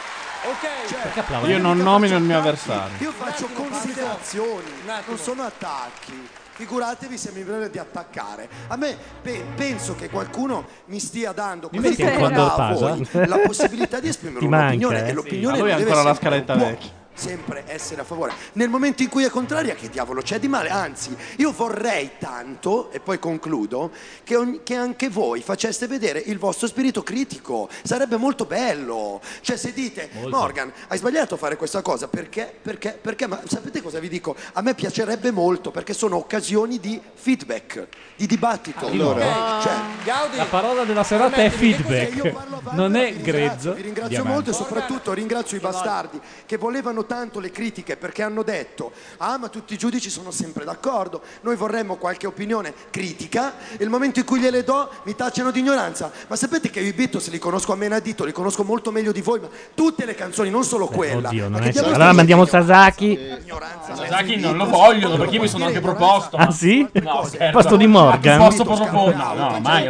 Ok, Io non nomino il mio avversario. io faccio considerazioni, non sono attacchi. Figuratevi se mi viene di attaccare. A me pe- penso che qualcuno mi stia dando Mi così metti come quando dà a pasa? voi la possibilità di esprimere Ti manca, un'opinione eh? e l'opinione Sì, ma lui non ha deve ancora la sempre- scaletta può vecchia. sempre essere a favore. Nel momento in cui è contraria, che diavolo c'è di male? Anzi, io vorrei tanto, e poi concludo, che, ogni- che anche voi faceste vedere il vostro spirito critico. Sarebbe molto bello. Cioè, se dite, Molto. Morgan, hai sbagliato a fare questa cosa, perché? Perché? Perché? Ma sapete cosa vi dico? A me piacerebbe molto, perché sono occasioni di feedback, di dibattito. Allora. Ok? Cioè, La parola della serata è feedback, non è grezzo. vi ringrazio Diamante. molto e soprattutto ringrazio i bastardi che volevano tanto le critiche perché hanno detto ah ma tutti i giudici sono sempre d'accordo, noi vorremmo qualche opinione critica e il momento in cui gliele do mi tacciano di ignoranza. Ma sapete che io i Beatles li conosco a menadito, li conosco molto meglio di voi, ma tutte le canzoni, non solo quella. Oddio, non Ma che è diavolo Allora stai mandiamo dicendo? Sasaki. Sasaki non lo vogliono perché io mi sono anche proposto. Ah sì? No, Al scherzo. posto di Morgan? Posso proporre? No, no, mai.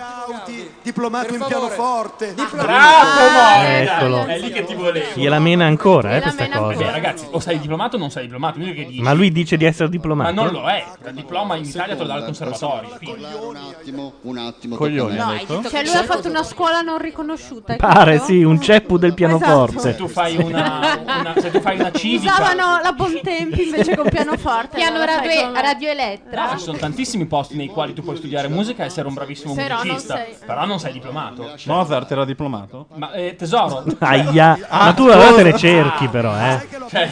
Diplomato in pianoforte. Bravo, Eccolo. È lì che ti volevo. Gliela mena ancora, eh, questa cosa. Vabbè, ragazzi, o sei diplomato o non sei diplomato. Io che dici? Ma lui dice di essere Ma diplomato? non lo è. Il diploma in Italia te lo dà il conservatorio. Un attimo, un attimo. Coglioni, tocca a ha me. detto. Cioè lui ha fatto una scuola non riconosciuta. hai Pare, capito? sì, un ceppu del pianoforte. Se tu fai una, una- se tu fai una civica. Usavano la Bontempi invece con pianoforte. Piano allora sai radio, come- radio elettra. No, ci sono tantissimi posti nei quali tu puoi studiare musica e essere un bravissimo Però non musicista. sei- Però non sei diplomato. Mozart era diplomato? Ma eh, tesoro. Aia. Ma tu allora te le cerchi però, eh. Cioè,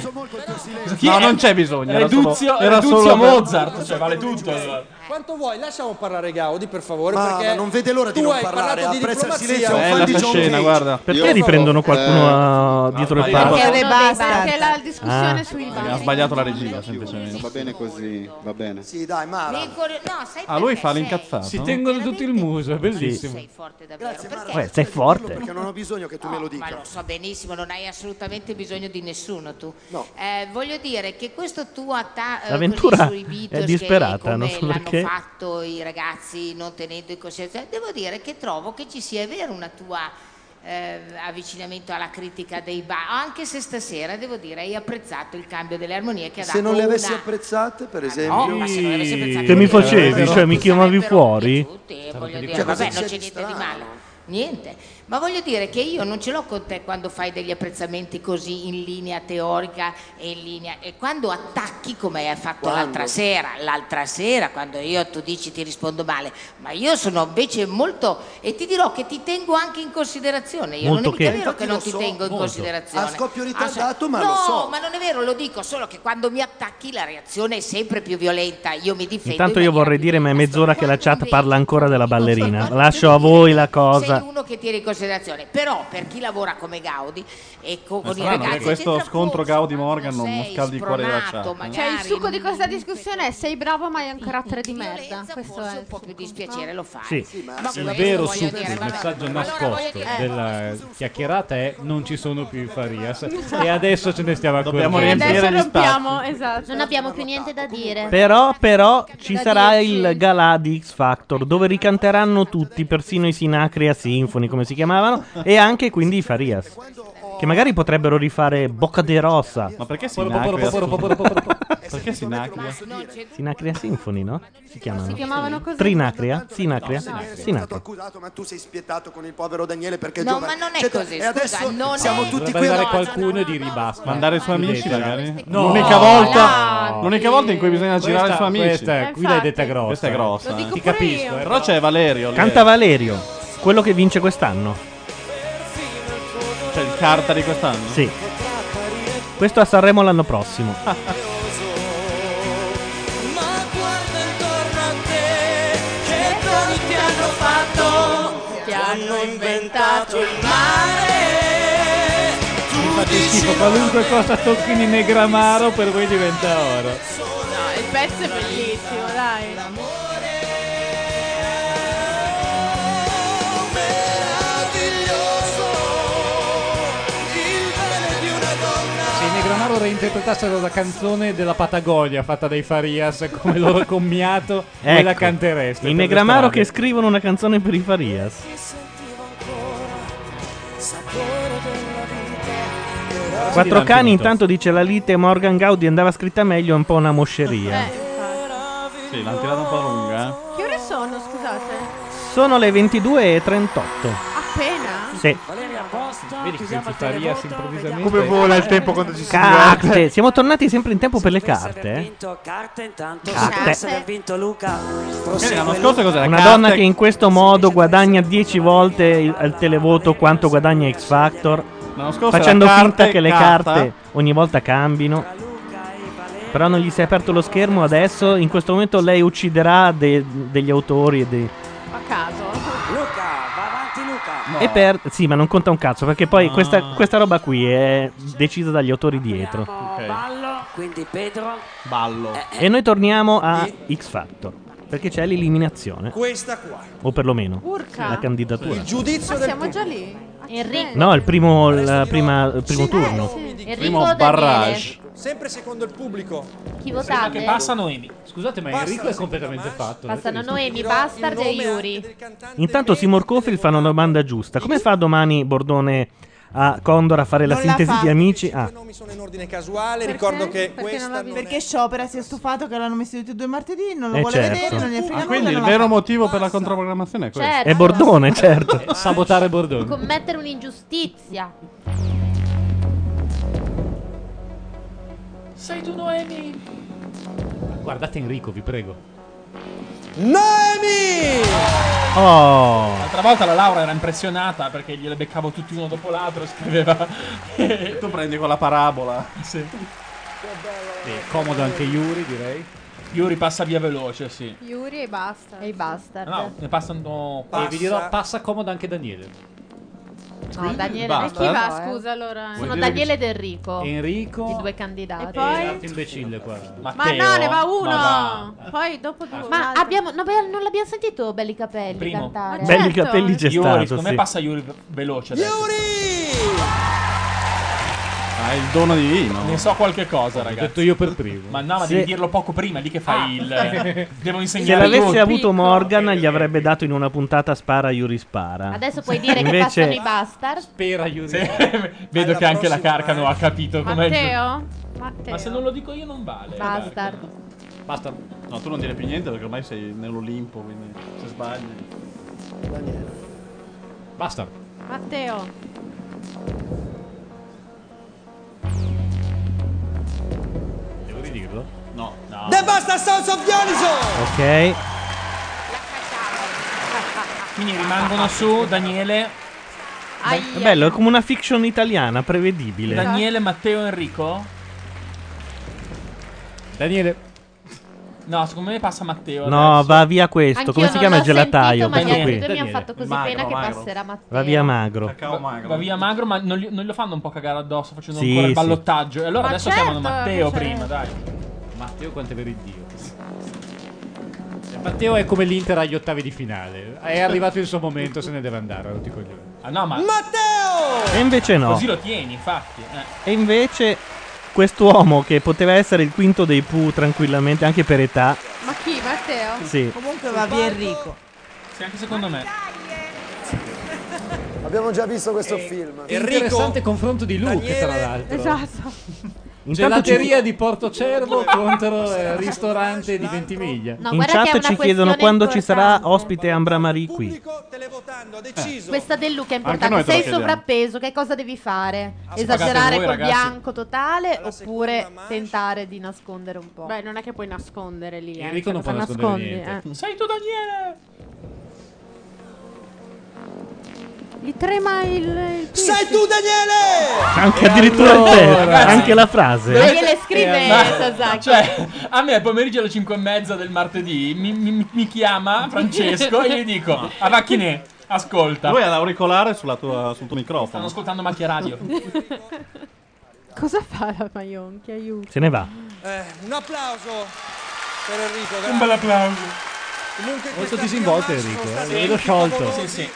No, non c'è bisogno. Era solo, Reduzio, era Reduzio solo per- Mozart, cioè vale tutto. allora. Quanto vuoi? Lasciamo parlare Gaudi, per favore, Ma- perché ma non vede l'ora di tu non hai parlare, parlato di apprezza il diplomazia. silenzio, è un fan Bella di sta John scena, Cage. guarda. Perché Io- riprendono eh, qualcuno dietro il sbagliato. palco? Perché dei No, basta. perché la discussione Ah. sui Ha bandi. sbagliato la regia, semplicemente. Va bene così, va bene. Sì, dai, Mara. No, sai Ah, lui perché fa sei- l'incazzato? Si tengono tutto il muso, è bellissimo. Sei forte davvero. Perché? Uè, sei forte. Perché non ho bisogno che tu me lo Ma dica. lo so benissimo, non hai assolutamente bisogno di nessuno tu. No. Eh, voglio dire che questo tuo attacco L'avventura è disperata, non so l'hanno perché. anche. fatto i ragazzi non tenendo in considerazione. Devo dire che trovo che ci sia, è vero, una tua eh, avvicinamento alla critica dei bar, anche se stasera devo dire hai apprezzato il cambio delle armonie che ha dato Se non le avessi una... apprezzate, per no, esempio, ma se non le avessi apprezzate Che mi vuol dire- facevi? Cioè mi chiamavi fuori? Eh, voglio dire, Cioè, cosa vabbè, non c'è c'è di niente di strano? male. Niente, ma voglio dire che io non ce l'ho con te quando fai degli apprezzamenti così in linea teorica e in linea e quando attacchi come hai fatto Quando? l'altra sera, l'altra sera quando io tu dici ti rispondo male, ma io sono invece molto e ti dirò che ti tengo anche in considerazione, io Molto non è mica che? vero che non Infatti ti lo so, tengo in molto. considerazione. A scoppio Ah, ritardato, ma no, lo so. ma non è vero, lo dico solo che quando mi attacchi la reazione è sempre più violenta, io mi difendo. Intanto in io maniera vorrei più dire, ma è mezz'ora che la chat invece- parla ancora della ballerina. Lascio a voi la sei cosa. uno che tiene in considerazione, però per chi lavora come Gaudi e co- È con i strano ragazzi che questo eccetera, scontro forse Gaudi-Morgan non sei scaldi il cuore della spronato, chat. magari Cioè, il succo di in- questa discussione è sei bravo ma hai un carattere di merda. Questo forse è un po' più dispiacere lo fai. Sì. Ma Il questo vero voglio succo, dire, il vabbè. messaggio Allora, nascosto voglio dire- della chiacchierata è non ci sono più i Farias e adesso ce ne stiamo accorgendo. Dobbiamo riempire Adesso gli rompiamo, esatto. Non abbiamo più niente da dire. Però, però ci Da sarà dirci. il galà di X Factor dove ricanteranno tutti, persino i Sinacria Symphony, come si chiamavano, e anche quindi i Farias. Che magari potrebbero rifare Bocca de Rosa. Ma perché Poro, poro, Sinacria? poro, poro, poro, poro. Perché Sinacria? Sinacria Symphony, no? Si chiamano. Si chiamavano così? Trinacria? Sinacria? Sei stato Sinacria. accusato, ma tu sei spietato con il povero Daniele perché è No, giovane. ma non è Cioè, così, E scusa, adesso non siamo è- tutti Dovrebbe qui arrivare a... qualcuno e dirgli basta. Mandare i suoi amici, Chiudetela. magari? No, l'unica no, volta, no. l'unica volta in cui bisogna Questa- girare i suoi amici. Questa, Eh, qui l'hai infatti. detta grossa. Questa è grossa. Lo dico eh. Ti pure capisco, io. eh. Però c'è Valerio. lì. Canta Valerio, quello che vince quest'anno. C'è il carta di quest'anno? Sì. Questo a Sanremo l'anno prossimo. Ma guarda intorno a te, che doni ti hanno fatto, ti hanno inventato il mare. Mi fate schifo, qualunque cosa tocchi in Negramaro per voi diventa oro. No, il pezzo è bellissimo, dai. Se i Negramaro reinterpretassero la canzone della Patagonia fatta dai Farias come loro commiato, voi la Ecco, cantereste. i per le Negramaro strade. che scrivono una canzone per i Farias. Quattro l'hanno cani finito. intanto dice la lite Morgan Gaudi andava scritta meglio, è un po' una mosceria. Eh, Sì, l'hanno tirata un po' lunga. eh. che ore sono, scusate? Sono le ventidue e trentotto. Appena? Sì. Vedi che senza Farias improvvisamente. Come vola il tempo quando ci si Carte. diverte. Siamo tornati sempre in tempo per le carte. eh. Vinto carte intanto. Carte. Senza aver vinto Luca. Quindi l'anno scorso cos'era? Una Carte- donna che in questo modo guadagna dieci volte il- al televoto quanto guadagna X Factor, L'anno scorso facendo era finta carte, che le carta. carte ogni volta cambino. Però non gli si è aperto lo schermo adesso. In questo momento lei ucciderà de- degli autori e dei. A caso. Luca, va avanti Luca. E per... Sì, ma non conta un cazzo, perché poi Ah. questa, questa roba qui è decisa dagli autori dietro. Ok. Ballo. Quindi Pedro. Ballo. E noi torniamo a X Factor, perché c'è l'eliminazione, Questa qua. o perlomeno Urca. la candidatura. Il giudizio Ma del siamo pubblico. già lì? Enrico. No, il primo, il prima, il primo turno. Enrico Primo o Daniele? barrage. Sempre secondo il pubblico. Chi Sembra votate? che passa Noemi. Scusate, ma Basta Enrico la è completamente fatto. Passano l'avete Noemi, Dirò Bastard il e nome Yuri. anche del cantante Intanto vero. Seymour Cofield fa una domanda giusta. Come fa domani Bordone a Condor a fare la Non la sintesi fa. di amici? I Ah, nomi sono in ordine casuale. Perché? Ricordo che Perché questa non la non vedi? è- Perché Sciopera si è stufato che l'hanno messi tutti e due martedì, non lo Eh, vuole certo. vedere, non gli frega Ah, nulla. quindi il non vero la fa. motivo per la controprogrammazione è questo. Certo. è Bordone, certo. Sabotare Bordone. Commettere un'ingiustizia. Sei tu Noemi. Guardate Enrico, vi prego. Noemi! Oh, L'altra volta la Laura era impressionata perché gliele beccavo tutti uno dopo l'altro e scriveva. Tu prendi quella parabola. Sì. Sì, comodo anche Yuri, direi. Yuri passa via veloce, sì. Yuri e basta. E i Bastard. No, ne passano. E vi dirò, passa comodo anche Daniele. No, Daniele. Basta. E chi va, No, eh. scusa, allora? Sono dire Daniele ed Enrico. Enrico I due candidati. E e poi? l'altro imbecille qua. Ma Matteo. no, ne va uno. Ma va. Poi dopo due. un Ma altro. abbiamo, no, beh, non l'abbiamo sentito Belli Capelli Primo. cantare. Ma belli certo. capelli c'è Yuri, stato. secondo me Sì. passa Yuri ve- veloce adesso. Yuri! Hai il dono divino. Ne so qualche cosa, ragazzi. L'ho detto io per primo. Ma no, ma Se- devi dirlo poco prima, lì che fai il. Devo Se insegnare l'avesse tutti. avuto Morgan, gli avrebbe dato in una puntata spara Yuri spara. Adesso puoi dire che Invece- passano i bastard. Spera Yuri. Sì, vedo che anche la Carcano ha capito com'è il Matteo? Matteo. Ma se non lo dico io non vale. Bastard. Basta. No, tu non dire più niente perché ormai sei nell'Olimpo, quindi se sbagli. Basta. Matteo. Devo ridirlo? No. No. The Bastard Sons of Dioniso! Ok. Quindi rimangono su Daniele. È bello, è come una fiction italiana, prevedibile. Daniele, Matteo, Enrico. Daniele. No, secondo me passa Matteo. No, adesso. va via questo. Anch'io Come si non chiama il l'ho gelataio? sentito, ma gli Questo altri qui. due mi hanno fatto così Magro, pena che magro. passerà Matteo. Va via magro. Cacao magro. Va via magro, ma non, gli- non lo fanno un po' cagare addosso facendo Sì, ancora il sì. ballottaggio. E allora Ma adesso certo, chiamano Matteo che c'è. prima, dai. Matteo quanto è vero Dio. Matteo è come l'Inter agli ottavi di finale. È arrivato il suo momento, se ne deve andare. Non ti coglioni. Ah no, ma Matteo! E invece no. così lo tieni, infatti. Eh. E invece quest'uomo che poteva essere il quinto dei Pooh tranquillamente, anche per età. Ma chi? Matteo? Sì. Comunque va via Enrico. Sì, anche secondo me. Abbiamo già visto questo film. Interessante confronto di look, Daniele- tra l'altro. Esatto. Intanto ci- Gelateria di Porto Cervo contro eh, ristorante di Ventimiglia. No, in guarda che è chat una ci chiedono questione quando ci sarà importante. ospite Ambra Marie qui. Televotando ha deciso. Questa del look è Anche noi importante. te lo Sei chiediamo. sovrappeso, che cosa devi fare? se Esagerare pagate voi, col ragazzi. bianco totale oppure tentare di nascondere un po'? Beh, non è che puoi nascondere lì. Eh. Enrico non Cosa può nascondere nascondi, niente. eh. Sei tu, Daniele! Gli trema il, il Sei tu, Daniele! Anche addirittura il te, anche la frase. Ma gliele scrive Ma- Sasaki. Cioè, a me pomeriggio alle cinque e mezza del martedì mi, mi- mi chiama Francesco e gli dico: a Macchinè, ascolta. Lui ha l'auricolare sulla tua, sul tuo Stanno microfono. ascoltando Macchia Radio. Cosa fa la Maionchi? Aiuto. Se ne va. Eh, un applauso per Enrico. Un grazie. bel applauso. Comunque Molto questa disinvolto firma Enrico, sono eh, stati lo vedo tutti sciolto. favolosi. Sì, sì.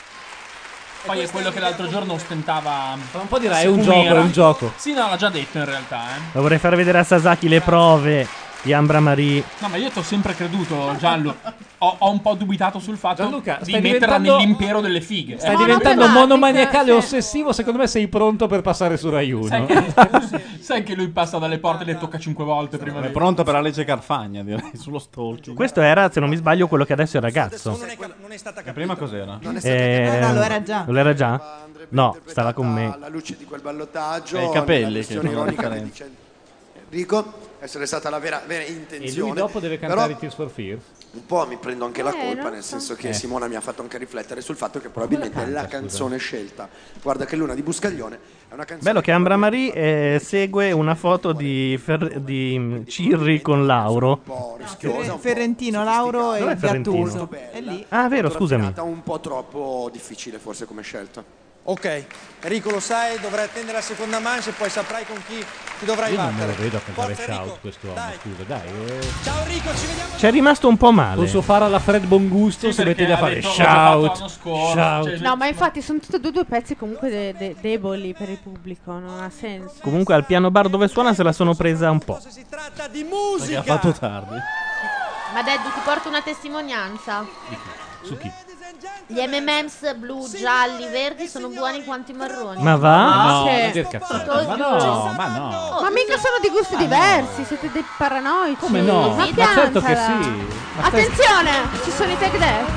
Poi è quello che l'altro giorno ostentava. Fra un po' dirà, è un Sicumera. gioco, è un gioco. Sì, no, l'ha già detto in realtà, eh. Ma vorrei far vedere a Sasaki le prove di Ambra Marie. No, ma io ti ho sempre creduto, Gianlu. Ho, ho un po' dubitato sul fatto Gianluca, di stai metterla diventando- nell'impero delle fighe. Stai Eh, diventando monotematico, monomaniacale e sì. ossessivo. Secondo me sei pronto per passare su Rai uno. sai, che, sai che lui passa dalle porte e le tocca cinque volte prima È di. pronto per la legge Carfagna, direi, sullo stalking. Questo era, se non mi sbaglio, quello che adesso è il ragazzo. Non è, non è stata E capita. prima cos'era? Non è stato Eh, No, no, lo era già. Lo era già? No, stava con me. alla luce di quel ballottaggio. E i capelli nella che versione sono la ironica differenza. che dice Enrico essere stata la vera, vera E intenzione. lui dopo deve cantare Però Tears for Fears. un po' mi prendo anche la Eh, colpa, non nel so. senso che Eh. Simona mi ha fatto anche riflettere sul fatto che probabilmente canta, la scusa? canzone scelta, Guarda che luna di Buscaglione, è una canzone Bello che Ambra Marie eh, segue una foto di, Fer- di mm, Cirri con Lauro. un po' rischiosa, un po' Ferrentino, Lauro Dov'è e Ferrentino? Gattuso. bella, È lì. Ah, vero, scusami. raffinata, un po' troppo difficile forse come scelta. Ok, Enrico lo sai, dovrai attendere la seconda manche e poi saprai con chi ti dovrai Io non me battere. lo vedo a cantare Forza, Enrico. shout quest'uomo, Dai. scusa, dai. eh. Ciao Enrico, ci vediamo. C'è rimasto un po' male. Col suo fare alla Fred Bongusto Sì, si perché mette lì a ha fare detto, "L'ho già fatto l'anno shout, scorso", shout. cioè- No, ma infatti sono tutti e due due pezzi comunque de- de- deboli per il pubblico, non ha senso. Comunque al piano bar dove suona se la sono presa un po'. Si tratta di Perché musica. ha fatto tardi. Ma Deddu, ti porto una testimonianza. Su chi? Gli M and M's blu, gialli, verdi sono buoni quanto i marroni. Ma va? No, sì. non dir cazzate. Te lo Ma giuro. no, ma no. Ma mica sono di gusti diversi, siete dei paranoici. Come no? Sì, Ma certo che piantala. sì. Ma stai- Attenzione, ci sono i tag death.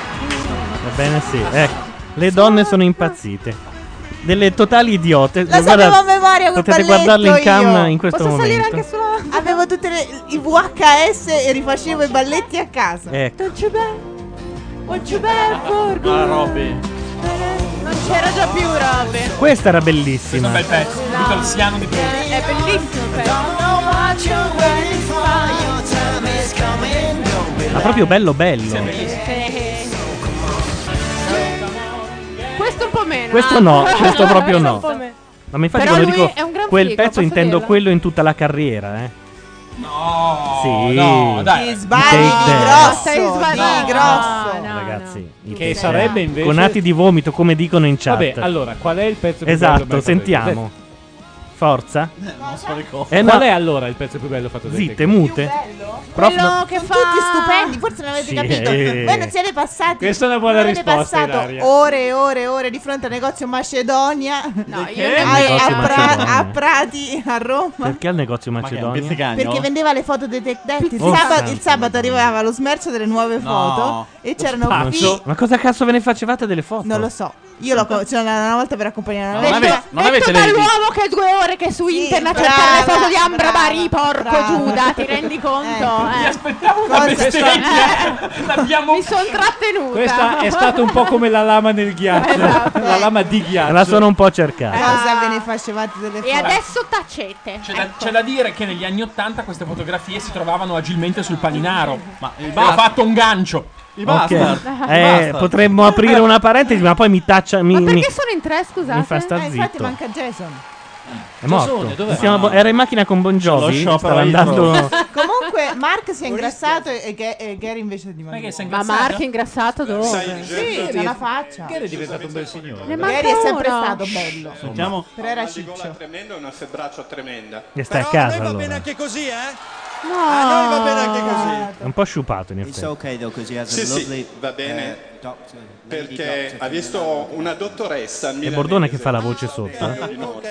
Va bene, sì. Ecco, le donne sono impazzite. Delle totali idiote. La Guarda- sapevo a memoria quel potete balletto guardarlo in cam io. in questo Posso salire momento. anche sulla... Avevo tutti i V H S e rifacevo i balletti a casa. Ecco. Don't you bet, what you bet for good. Ah, Robby. Non c'era già più Robin. Questa era Questo è un bellissima. bel pezzo. Tutto il siano di più. È bellissimo il pezzo. Ma proprio bello bello. Questo un po' meno. Questo eh. no, questo proprio un no. po' meno. Ma mi infatti Però quando lui dico è un gran quel figo, pezzo posso intendo dirlo? quello in tutta la carriera, eh. No, Sì. no, dai. Ti sbagli Take di that. grosso, Stai sbagliando. di grosso. No, no, Ragazzi, i Che te- sarebbe invece... con atti di vomito come dicono in chat. Vabbè, allora, qual è il pezzo più bello Esatto, mai fatto? sentiamo. Forza? non so ricordo. Eh, Qual no. è allora il pezzo più bello fatto da Zitte, te? mute. Prof, Quello no- che fa tutti stupendi, forse non avete Sì, capito. eh. Voi non siete passati. Questa è una buona non avete risposta, passato Ilaria. ore e ore e ore di fronte al negozio Macedonia. No, io che? a, Negozio a Pra- Macedonia. a Prati a Roma. Perché al negozio Macedonia? Perché vendeva le foto dei Tech Dead. Il, Oh, sabato, santo il sabato arrivava lo smercio delle nuove No. foto e c'erano Ma, qui. ma cosa cazzo ve ne facevate delle foto? Non lo so. Io l'ho co- c'era una, una volta per accompagnare una Non amica. ave- non avete le- dall'uomo che è due ore che su Sì, internet brava, cerca le foto di Ambra brava, Bari, porco brava. Giuda, ti rendi conto? Ecco. Eh. Mi aspettavo una Cosa- bestemmia. Mi sono trattenuta. Questa è stata un po' come la lama nel ghiaccio. Esatto. La lama di ghiaccio. La sono un po' cercata. Cosa ve ne facevate delle foto? E adesso tacete. C'è da, Ecco. c'è da dire che negli anni ottanta queste fotografie si trovavano agilmente sul paninaro. Ma il ha fatto un gancio. Ok. Eh, potremmo aprire una parentesi, ma poi mi taccia. Mi, Ma mi- perché sono in tre, scusate? mi fa sta Eh, infatti zitto. manca Jason. È morto. Giasone, dov'è? Siamo- No. Era in macchina con Bon Jovi. Lo sciopero Stava di andando. Comunque Mark si è ingrassato e, Ga- e Gary invece di che sei Ma Mark è ingrassato dove? Sì, dalla faccia. Gary è diventato un bel signore. Ne manca Gary è sempre uno. stato bello. Sentiamo. Però era Mal di gola ciccio. tremendo e una febbraccia tremenda. E stai a Però a casa noi va allora. bene anche così, eh? No. A noi va bene anche così. È un po' sciupato in It's effetti. okay though, because he has Sì, a sì, lovely va bene. uh, doctor, lady Perché doctor ha visto una dottoressa È Bordone che fa la voce sotto. eh. di noi.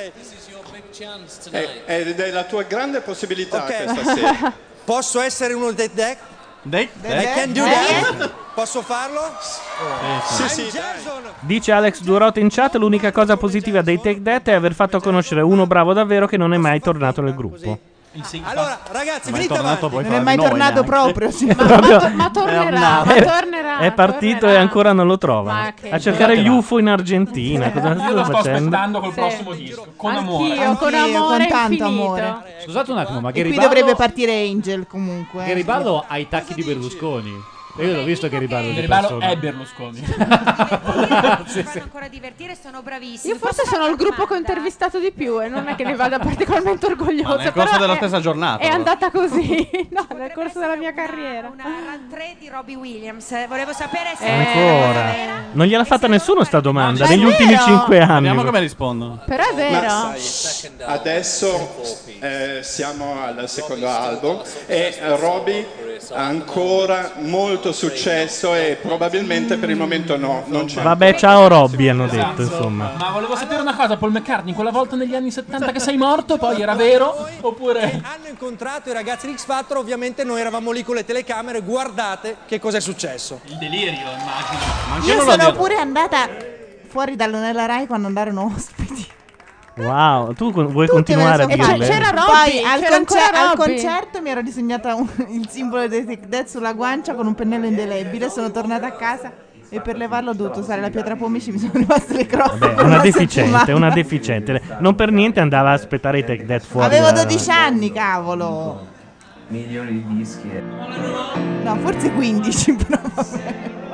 Eh, Ed è la tua grande possibilità Ok. questa sera. Posso essere uno dei deck? Dei? I can do that? Posso farlo? Sì, sì, dai. Dice Alex Duroto in chat: l'unica cosa positiva dei Take That è aver fatto conoscere uno bravo davvero che non è mai tornato nel gruppo. Allora, ragazzi, Ma è venite tornato avanti. poi Non è fra mai di noi tornato neanche. proprio. sì. Proprio- Ma tornerà, ma È- tornerà. È partito tornerà. e ancora non lo trova. Ma che- A cercare Scusate, gli ma- U F O in Argentina. Cosa Io lo sta sto facendo? aspettando col Sì. prossimo disco. Con Anch'io, amore. con Anch'io, amore con tanto infinito. amore. Scusate un attimo, ma E qui Garibaldo, dovrebbe partire Angel comunque. Garibaldo ha i tacchi di Berlusconi. Io l'ho visto Garibaldo di Garibaldo persona. è Berlusconi. Mi fanno ancora divertire, sono bravissimi. Io forse sono il gruppo che ho intervistato di più e non è che ne vada particolarmente orgogliosa. Ma nel corso però della è- stessa giornata, È allora. andata così. No, nel corso della mia carriera. Una run tre di Robbie Williams. Eh, Volevo sapere se Ancora. Non gliel'ha fatta nessuno sta domanda Ma è negli ultimi vero? cinque anni. Vediamo come rispondono. Però è vero. Ma sai, adesso eh, siamo al secondo album e Robbie ha ancora molto successo e probabilmente per il momento no, non c'è. Vabbè, ciao Robby, hanno Esatto. detto, insomma. Ma volevo sapere una cosa, Paul McCartney, quella volta negli anni settanta che sei morto, poi era vero? Oppure... Hanno incontrato i ragazzi di X Factor, ovviamente noi eravamo lì con le telecamere, guardate che cosa è successo. Il delirio, immagino. Io sono pure andata fuori dalla Rai quando andarono ospiti. Wow, tu con- vuoi Tutte me continuare a le so dirle? fatte. c'era Robby, Poi al, c'era concer- ancora al Robby. concerto mi ero disegnata un- il simbolo dei Tech Dead sulla guancia con un pennello indelebile. Sono tornata a casa e per levarlo ho dovuto usare la pietra pomici. Mi sono rimaste le croste. Vabbè, per una una deficiente, settimana. una deficiente. Non per niente andava a aspettare i Take That fuori. Avevo da- dodici anni, cavolo. milioni di dischi. No, forse quindici, però vabbè.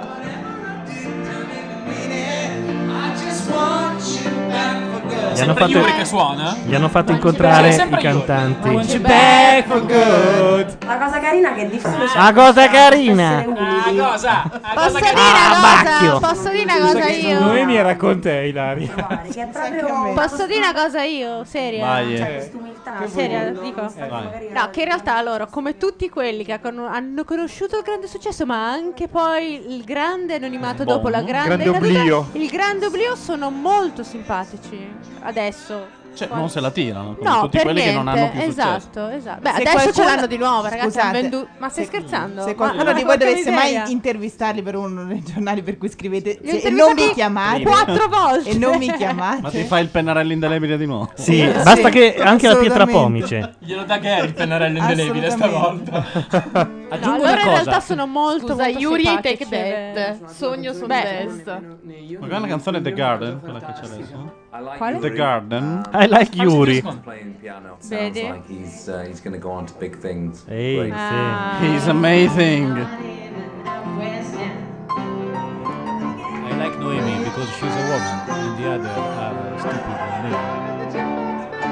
Gli hanno, Sempre fatto, Yuri che suona? gli hanno fatto incontrare Sì, sempre i Yuri. cantanti. Want you back for good. La cosa carina che è difficile. Ah, cosa carina! Ah, cosa? Ah, Posso cosa dire che... Ah, una Bacchio. cosa? Posso dire una cosa io? Noemi era con te, Ilaria. che è proprio Posso dire una cosa io? Seria? Vai. Cioè, eh. quest'umiltà. seria, dico. Vai. No, che in realtà loro, come tutti quelli che con- hanno conosciuto il grande successo, ma anche poi il grande anonimato dopo la grande, Grande caduta, oblio. il grande oblio, sono molto simpatici adesso. Cioè, Quando- non se la tirano, come No, tutti per quelli niente. che non hanno più successo. Esatto, esatto. Beh, Se adesso ce qualcuno- l'hanno di nuovo, ragazzi. Scusate, hanno venduto- Ma stai se- scherzando? Se Ma- qualcuno ma di voi porca dovesse mai miseria. intervistarli per uno dei giornali per cui scrivete Li ho se- e non mi intervistati chiamate quattro volte. e non mi chiamate Ma ti fai il pennarello indelebile di nuovo? Sì, Sì, basta che anche la pietra assolutamente. pomice. Glielo dà Gary il pennarello indelebile stavolta. No, Aggiungo loro una in cosa. realtà sono molto, Scusa, molto Yuri e simpatici. Take That. Sogno sul Beh, testo. Ma quella canzone The Garden, quella che c'è adesso. Quale? The Garden. I like Yuri. Playing piano. Vedi? Sounds like he's uh, he's going to go on to big things. Ehi, Great. Ah. He's amazing. I like Noemi because she's a woman and the other are stupid and lame.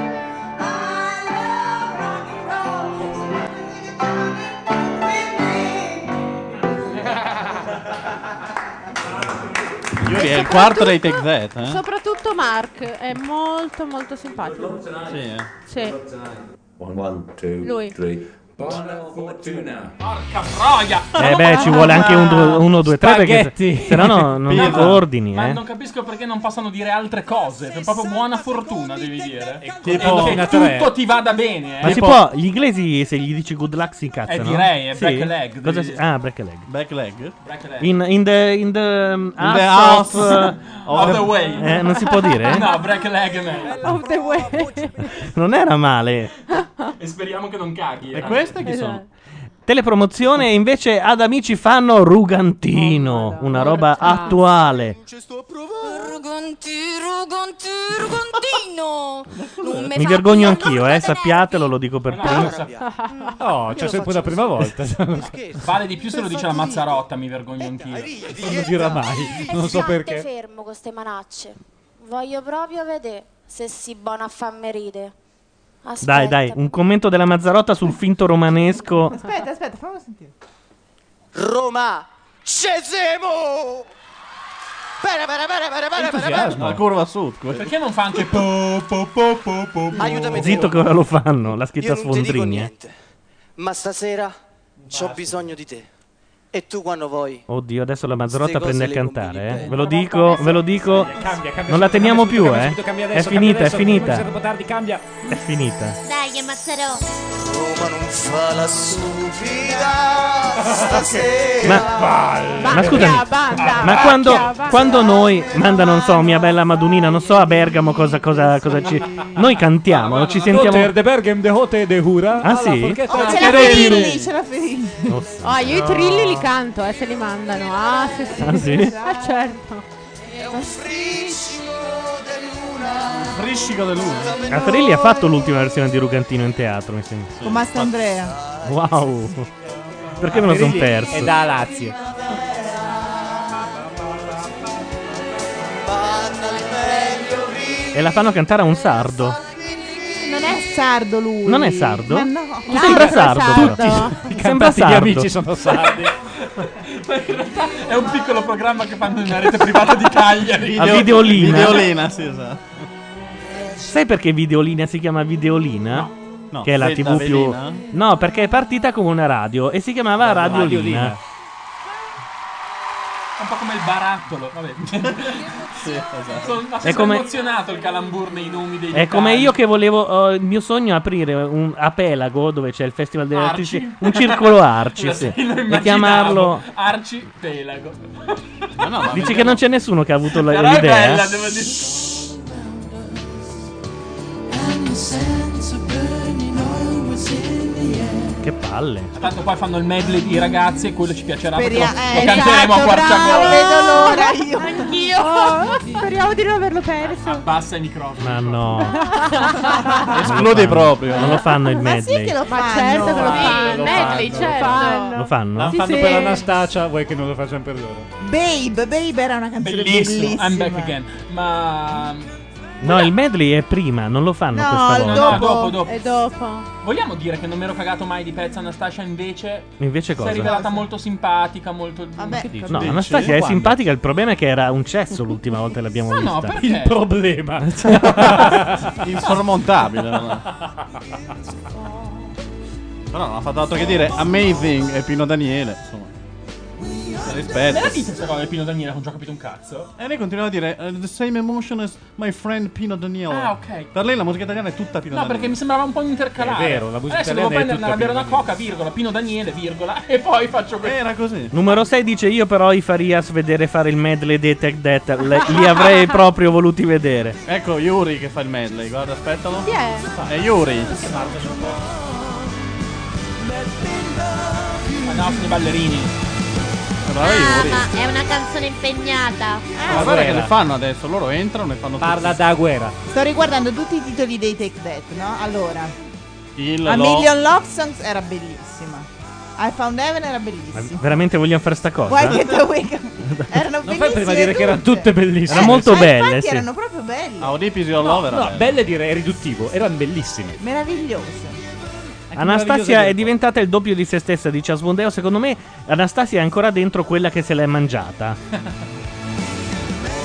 Io Lui è il quarto dei Take That, eh? Soprattutto Mark è molto molto simpatico. Sì, eh. Sì. One, one, two, Lui. three. Buona fortuna. Porca troia! Eh beh, ci vuole anche un uno, due, tre perché Spaghetti. se no no, non Ma- ti coordini, Ma eh. non capisco perché non possano dire altre cose. È proprio buona fortuna, devi dire. tipo- E che tutto ti vada bene. Ma eh. si può, gli inglesi se gli dici good luck si incazzano? Eh, direi, è Sì? break a leg, Cosa devi si- dire. Ah, break a leg. Back leg? Break a leg. In, in the in the, um, In the house of, house uh, of the way. Eh, non si può dire? No, break a leg è meglio. Of the way. Non era male. E speriamo che non caghi. E eh. queste chi sono? Telepromozione invece ad Amici fanno Rugantino, una roba attuale. Ruganti, ruganti, rugantino. Non Mi vergogno anch'io, eh, sappiatelo, lo dico per primo. Oh, c'è sempre una prima volta. Vale di più se lo dice la Mazzarotta, mi vergogno anch'io. Non lo dirà mai, non so perché. fermo con ste manacce. Voglio proprio vedere se si buona a farmi ride. Dai, dai, un commento della Mazzarotta sul finto romanesco. Aspetta, aspetta, fammi sentire. Roma, scesemo! Bene, bene, bene, bene, bene, bene, bene. La curva sud. questo. Perché non fa anche po po po po po? Aiutami, Zitto che ora lo fanno, l'ha scritta Io non ti dico Sfondrini. eh. niente, ma stasera c'ho bisogno di te. E tu quando vuoi. Oddio, adesso la Mazzarotta Ste cose prende a le cantare, combini eh. Ve lo dico, ve lo dico. Cambia, cambia Non la subito, teniamo cambia più, subito, eh. cambia subito, cambia È adesso, cambia finita, è adesso, prima che sia finita. troppo tardi, cambia. È finita. Dai, Mazzarò. Roma non fa la stupida stasera. Ma, ma scusami, ma quando, quando noi manda, non so, mia bella Madunina, non so a Bergamo cosa, cosa, cosa ci. Noi cantiamo, ci sentiamo. Noter de Berghem de Hote de Hura. Ah, sì? forchetta Oh, di c'è la Ferilli. Ferilli, c'è la Ferilli. Oh, io i trilli li canto, eh, se li mandano. Ah, sì, sì. Ah, sì? Ah, certo. Friscico dell'uno. A Ferilli ha fatto l'ultima versione di Rugantino in teatro, mi sembra. Con Mastandrea. Wow. Perché me lo son Ferilli perso? È da Lazio. E la fanno cantare a un sardo. Non è sardo lui. Non è sardo? Ma no. Tu sembra sardo, però. I Sembra cantanti gli sardo. amici sono sardi. Ma in realtà è un piccolo programma che fanno in una rete privata di Cagliari. A Videolina. Videolina, sì, esatto. Sai perché Videolina si chiama Videolina? No. Che è la Fetta tivù più. velina? No, perché è partita come una radio e si chiamava Radiolina. Radiolina. È un po' come il barattolo. Vabbè. Sì, esatto. Sono ma È sei come- emozionato il calambur nei nomi dei È come locali. io che volevo. oh, il mio sogno è aprire un a Pelago dove c'è il Festival degli Arci. Artisti. Un circolo Arci, sì. Sì, lo E immaginavo. chiamarlo. Arci Pelago. Ma no, ma Dice che non c'è nessuno che ha avuto la- Però è l'idea. bella, devo dire. Che palle. Tanto poi fanno il medley di ragazzi e quello ci piacerà Speria- perché lo, eh, lo canteremo esatto, a quarta bravo, gola. vedo l'ora io. Anch'io. Oh, speriamo di non averlo perso. Abbassa i microfoni. Ma no. Escludi proprio. Non lo fanno il Ma sì medley. che lo Ma fanno. certo che lo Sì, fanno. lo Medley, fanno, certo. Lo Lo fanno? Sì, fanno sì. per Anastasia, vuoi che non lo facciano per loro? Babe, Babe era una canzone Bellissimo, bellissima. I'm back again. Ma No, il medley è prima, non lo fanno No, questa il volta. no, dopo. dopo, dopo. E dopo. Vogliamo dire che non mi ero cagato mai di pezzo Anastasia, invece Invece si è cosa? rivelata molto simpatica, molto Vabbè, che dici? No, Dici? Anastasia è Quando? simpatica, il problema è che era un cesso l'ultima volta che l'abbiamo Ma no, vista. perché? Il problema. Insormontabile. no? Però non ha fatto altro che dire Amazing e Pino Daniele. Insomma. Rispetto. Me la dite questa cosa del Pino Daniele? Non ci ho capito un cazzo. E lei continua a dire uh, The same emotion as my friend Pino Daniele. Ah, ok. Per lei la musica italiana è tutta Pino No, Daniele. perché mi sembrava un po' intercalare. È vero, la musica Adesso italiana devo è prendere tutta una bere Pino una coca, virgola, Pino Daniele, virgola, e poi faccio questo. Era così. Numero sei dice io però i Farias vedere fare il medley dei Tech Death, le- li avrei proprio voluti vedere. Ecco Yuri che fa il medley. Guarda, aspettalo. Chi è? È Yuri. Ma no, sono i ballerini. Brava Yuri. Ah, ma è una canzone impegnata. Ma guarda che le fanno adesso. Loro entrano e fanno Parla tutti. da guerra. Sto riguardando tutti i titoli dei Take That, no? Allora, Il A lo- Million Love Songs era bellissima. I Found Heaven era Ma bellissima. veramente vogliamo fare sta cosa? Why Get Away? Erano Non fai bellissime prima dire che erano tutte bellissime. Era molto Ma belle, infatti sì. erano proprio belle. Ah, Oedipus Your Love era No, bello. belle dire è riduttivo, erano bellissime. Meravigliose. Anastasia è diventata il doppio di se stessa, dice Asmodeo. Secondo me Anastasia è ancora dentro quella che se l'è mangiata.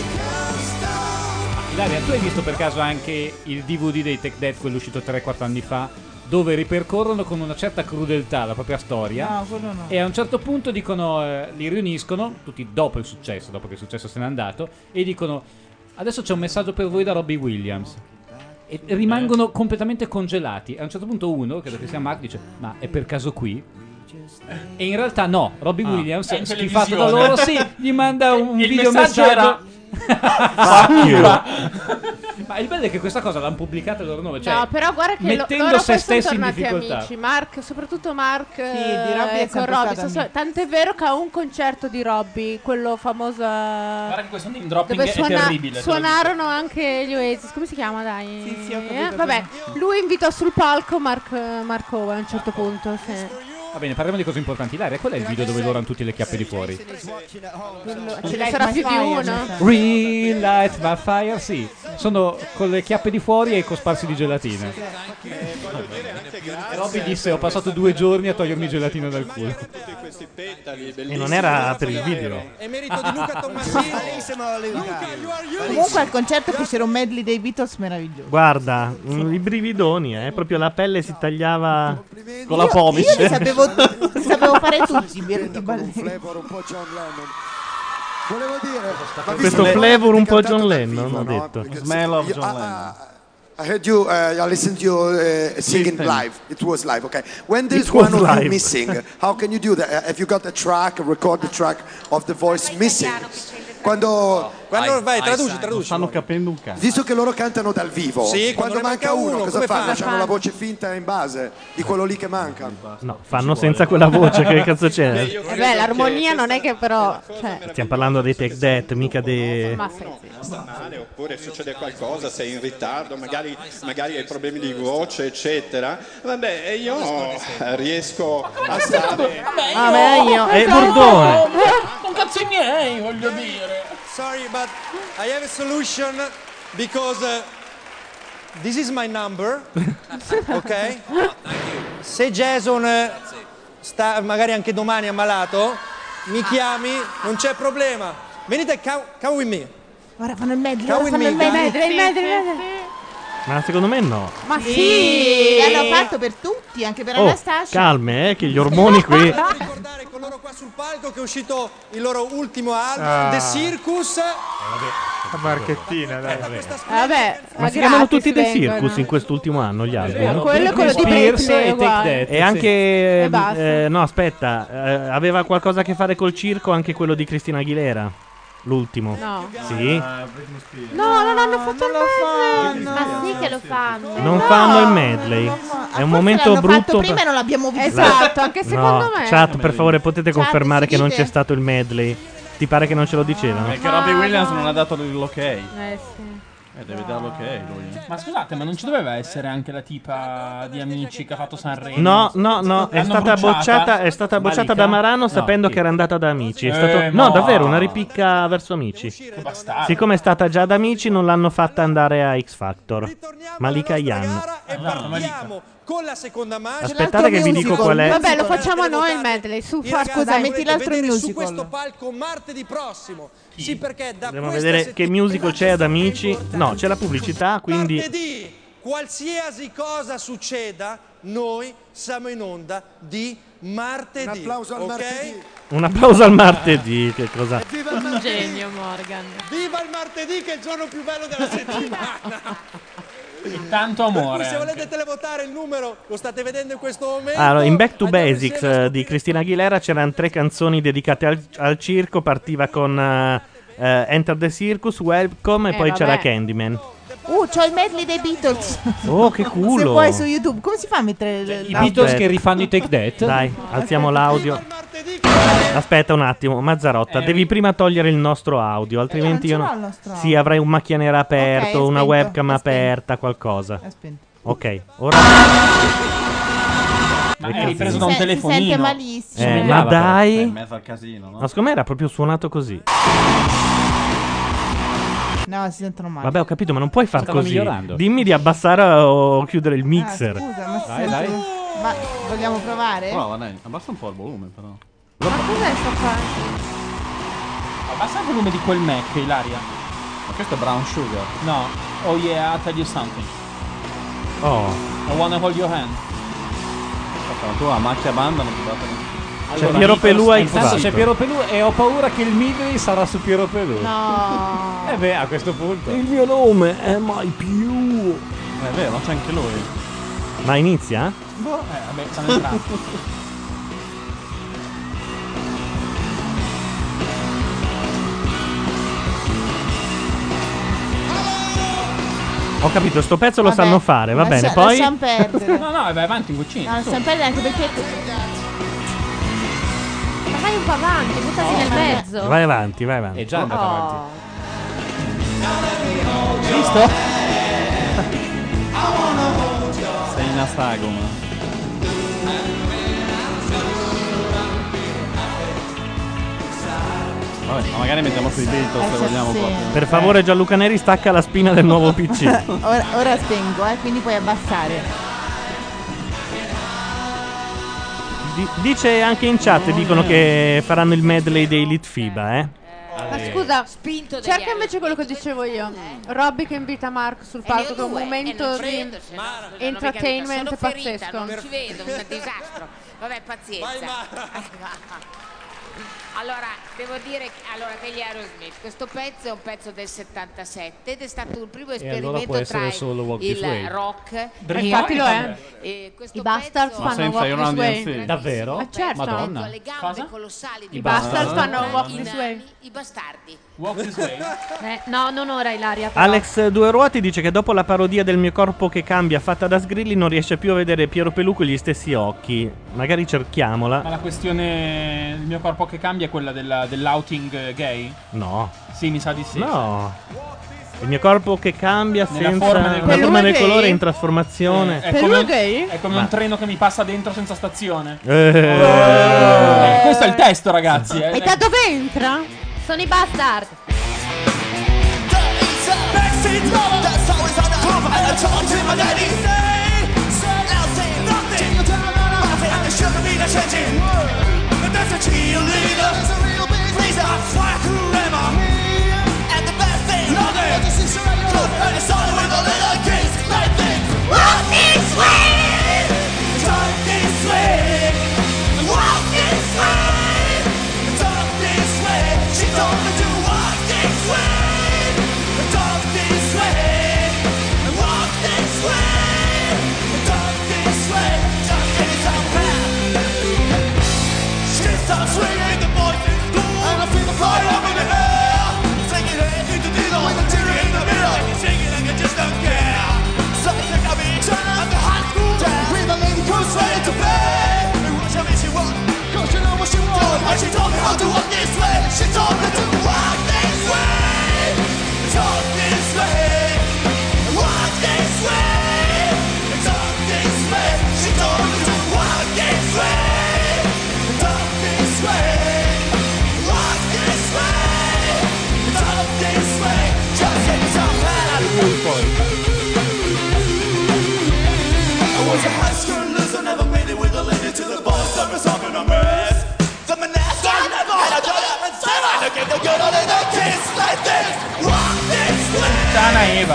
Daria, tu hai visto per caso anche il D V D dei Tech Dead, quello uscito tre quattro anni fa, dove ripercorrono con una certa crudeltà la propria storia? No, quello no. E a un certo punto dicono, eh, li riuniscono, tutti dopo il successo, dopo che il successo se n'è andato, e dicono: adesso c'è un messaggio per voi da Robbie Williams. E rimangono completamente congelati. A un certo punto uno, credo che sia Mark, dice: ma è per caso qui? E in realtà no, Robbie Ah, Williams, è in schifato da televisione. loro, sì, gli manda un Il video messaggio messaggio. era- Ma il bello è che questa cosa l'hanno pubblicata il loro nome, cioè no, però guarda che lo- mettendo loro se poi sono stessi in tornati difficoltà. amici. Mark, soprattutto Mark di Robbie è eh, con sempre Robbie. stato sono- amico. Tant'è vero che a un concerto di Robbie, quello famoso, Guarda che questo name dropping dove è suona- terribile. te lo suonarono anche gli Oasis. Come si chiama, dai? Sì, sì, ho Eh, capito, vabbè, lui invitò sul palco Mark, Mark Owen a un certo punto. Sì. Va bene, parliamo di cose importanti. Ilaria, qual è il video dove loro hanno tutti le chiappe di fuori? Ce ne sarà più di uno? Relight my fire, sì. Sono con le chiappe di fuori e i cosparsi di gelatina. E Robby disse: ho passato due giorni a togliermi gelatina dal culo. E non era per il video. È merito di Luca Tommasini. Comunque al concerto fecero un medley dei Beatles meraviglioso. Guarda, mm, i brividoni, eh, proprio la pelle si tagliava con la Io- pomice. Io li sapevo, li sapevo fare tutti i bir- i balletti. Volevo dire, ma Questo visto che flavor un po' avete John cantato dal Lennon, vivo, ho no? detto. Perché Smell of io- John ah, Lennon. ah, I heard you, uh, I listened to you uh, singing Listen. live. It was live, okay. When there's It was one of live. you missing, how can you do that? Uh, Have you got a track, a recorded track of the voice missing? Quando, Quando vai, traduci, Non traduci. stanno capendo un cazzo. visto che loro cantano dal vivo, Sì, quando quando ne manca manca uno, uno, cosa come fanno? fanno? Hanno la voce finta in base di quello lì che manca. No, fanno senza quella voce, che cazzo c'è? Io Eh credo beh, l'armonia che non è che però. Cioè, Stiamo parlando dei Tech Dead, mica dei... ma sì, sì. sta male oppure succede qualcosa, sei in ritardo, magari, magari hai problemi di voce, eccetera. Vabbè, e io riesco a stare. Vabbè, Ah, beh, io- Eh, è Bordone. Con cazzo i miei, voglio dire. Sorry, but I have a solution because uh, this is my number. Ok? Se Jason eh, sta magari anche domani ammalato, mi chiami, non c'è problema. Venite, come, come with me. Guarda, fanno il medley, Come ora with fanno il me, medley. guys. Il medley, il medley. Ma secondo me no. Ma Sì, sì, l'hanno fatto per tutti, anche per Oh, Anastasia. calme, eh, che gli ormoni qui... Devo ricordare con loro qua sul palco che è uscito il loro ultimo album, Ah. The Circus. La marchettina, dai. Vabbè, Ma si chiamano tutti The vengono. Circus in quest'ultimo anno gli album? Quello è quello di Spears Britney, e uguale. Take That. E anche... E basta. eh, no, aspetta, eh, aveva qualcosa a che fare col circo anche quello di Cristina Aguilera? L'ultimo. No. Sì? No, non hanno fatto il medley. Ma sì che lo fanno. Non fanno il medley. È un momento l'hanno brutto. fatto prima per- e non l'abbiamo visto. Esatto, anche secondo No, me. chat, per favore, potete Chat, confermare che non c'è decidete. stato il medley? Ti pare che non ce lo dicevano? Perché Robbie Williams non ha dato l'ok. Eh, Eh sì. deve dare l'ok lui. Ma scusate, ma non ci doveva essere anche la tipa di Amici che ha fatto Sanremo? No, no, no, è L'hanno stata bruciata? bocciata, è stata bocciata Malika? da Marano No, sapendo chi? che era andata da Amici. È Eh, stato... no. No, davvero, una ripicca verso Amici. Che bastardo. Siccome è stata già da Amici, non l'hanno fatta andare a X Factor. Malika Yan. E partiamo con la seconda manche. Aspettate che vi dico qual è. Vabbè, lo facciamo noi il medley. Su, fa, ragazzi, scusa, metti volete l'altro vedere musical. su questo palco martedì prossimo. Sì, perché da Dobbiamo questa vedere che musical c'è ad Amici. No, c'è la pubblicità, quindi... martedì, qualsiasi cosa succeda, noi siamo in onda di martedì. Un applauso al ok? martedì. Un applauso al martedì, che cosa... Viva il Un martedì! genio, Morgan. Viva il martedì che è il giorno più bello della settimana! E tanto Per cui amore. se volete televotare il numero, lo state vedendo in questo momento. Allora, in Back to Andiamo Basics insieme a eh, di Cristina Aguilera c'erano tre canzoni dedicate al, al circo. Partiva con eh, eh, Enter the Circus, Welcome e Eh, poi c'era vabbè. Candyman. Uh, c'ho il medley dei Beatles. Oh, che Se culo! vuoi su YouTube. Come si fa a mettere l- I la- Beatles che rifanno i Take That? Dai, alziamo l'audio. Aspetta un attimo, Mazzarotta, Eh, devi prima togliere il nostro audio, altrimenti Eh, io non ce no. l'ho il nostro Sì, audio. avrai un macchia nera aperto, è una spento, webcam è spento. aperta, qualcosa. È spento. Ok, ora. Ma Che è ripreso da casino. un Si sente telefonino. malissimo. Eh, ma Somigliava, però. È in dai. mezzo al casino, no? Ma secondo me era proprio suonato così. No, si sentono male. Vabbè, ho capito, ma non puoi far Stanno così. migliorando. Dimmi di abbassare o chiudere il mixer. Ah, scusa, ma si Dai, sente- dai. Ma vogliamo provare? Prova, dai, abbassa un po' il volume, però. Ma cos'è sto qua? Abbassa il volume di quel Mac, Ilaria. Ma questo è Brown Sugar. No. Oh yeah, I'll tell you something. Oh. I wanna hold your hand. Ma tu a macchia banda non ti batte. C'è Piero Pelù a Intanto X. c'è Piero Pelù e ho paura che il midway sarà su Piero Pelù. No. Eh beh, a questo punto. Il mio nome è mai più. È vero, c'è anche lui. Ma inizia? Boh. Eh, vabbè, stanno entrando. Ho capito, sto pezzo lo Vabbè, sanno fare, va bene. lascia- Poi lasciamo perdere. No, no, vai avanti in cucina. No, lasciamo perdere anche perché Ma vai un po' avanti, buttati nel mezzo. vai avanti, vai avanti. È già andato Oh. avanti. Visto? Sei in astagoma. Vabbè, ma magari mettiamo sui Beatles Eh, se sì, vogliamo sì. proprio. Per favore Gianluca Neri stacca la spina del nuovo P C. ora, ora spengo, eh, quindi puoi abbassare. Di- dice anche in chat, dicono che faranno il medley dei Litfiba, eh. Ma scusa, Spinto degli cerca altri. invece quello che dicevo io. Robby che invita Mark sul palco, che è un due, momento e non di credo, se no, scusa, non ho entertainment mica- sono ferita, pazzesco. non ci vedo, un disastro. Vabbè, pazienza. Allora, devo dire che, allora, che gli Aerosmith, questo pezzo è un pezzo del settantasette ed è stato il primo allora esperimento può essere tra solo Walk il This Way. rock E infatti lo è. e questo I Bastards pezzo- Ma fanno senza Walk Iron This Man D N Way. C. Davvero? Ma certo. Madonna. le gambe Cosa? colossali di I Bastards Bastardi, fanno Walk i This nani, Way. i bastardi. Walk this way. Eh, no, non ora Ilaria. però. Alex Due Ruoti dice che dopo la parodia del mio corpo che cambia fatta da Sgrilli non riesce più a vedere Piero Pelù con gli stessi occhi. Magari cerchiamola. Ma la questione del mio corpo che cambia è quella della- dell'outing eh, gay? No. Sì, mi sa di sì. No. Il mio corpo che cambia Nella senza forma del una colore. forma del Pelù è colore gay? in trasformazione. È Pelù come, è gay? è come Ma- un treno che mi passa dentro senza stazione. Eh. Eh, questo è il testo, ragazzi. eh. E da dove entra? Sono i Bastard. That's always on the home, and I talk to my daddy. I'll say nothing. Nothing, and there shouldn't be no changing. But there's a cheerleader. Please, I fly forever. And the best thing, nothing. And it's all with a little kiss like this. Walk this way. Talk this way. Walk this way. Talk this way. She told me to walk this way. Talk this way, walk this way, talk this way, just get some path. She starts swinging the voices through, and I feel the fire up in the air. Singing it into the door, with a tear in the middle, singing like I just don't care. So I think I'll be at the high school dance with a lady who's ready to play. And what she she want, cause she know what she wants. And she told me how to walk this way. She told me to walk this way. Talk this way, walk this way, talk this way. She told me to walk this way, talk this way, walk this way, talk this way. Just get some I was a high school loser, never made it with a lady to the boss. I was up in a mess. The monastic, I never had a job and say I look at the girl and the kiss like this. Walk this way. Puttana Eva.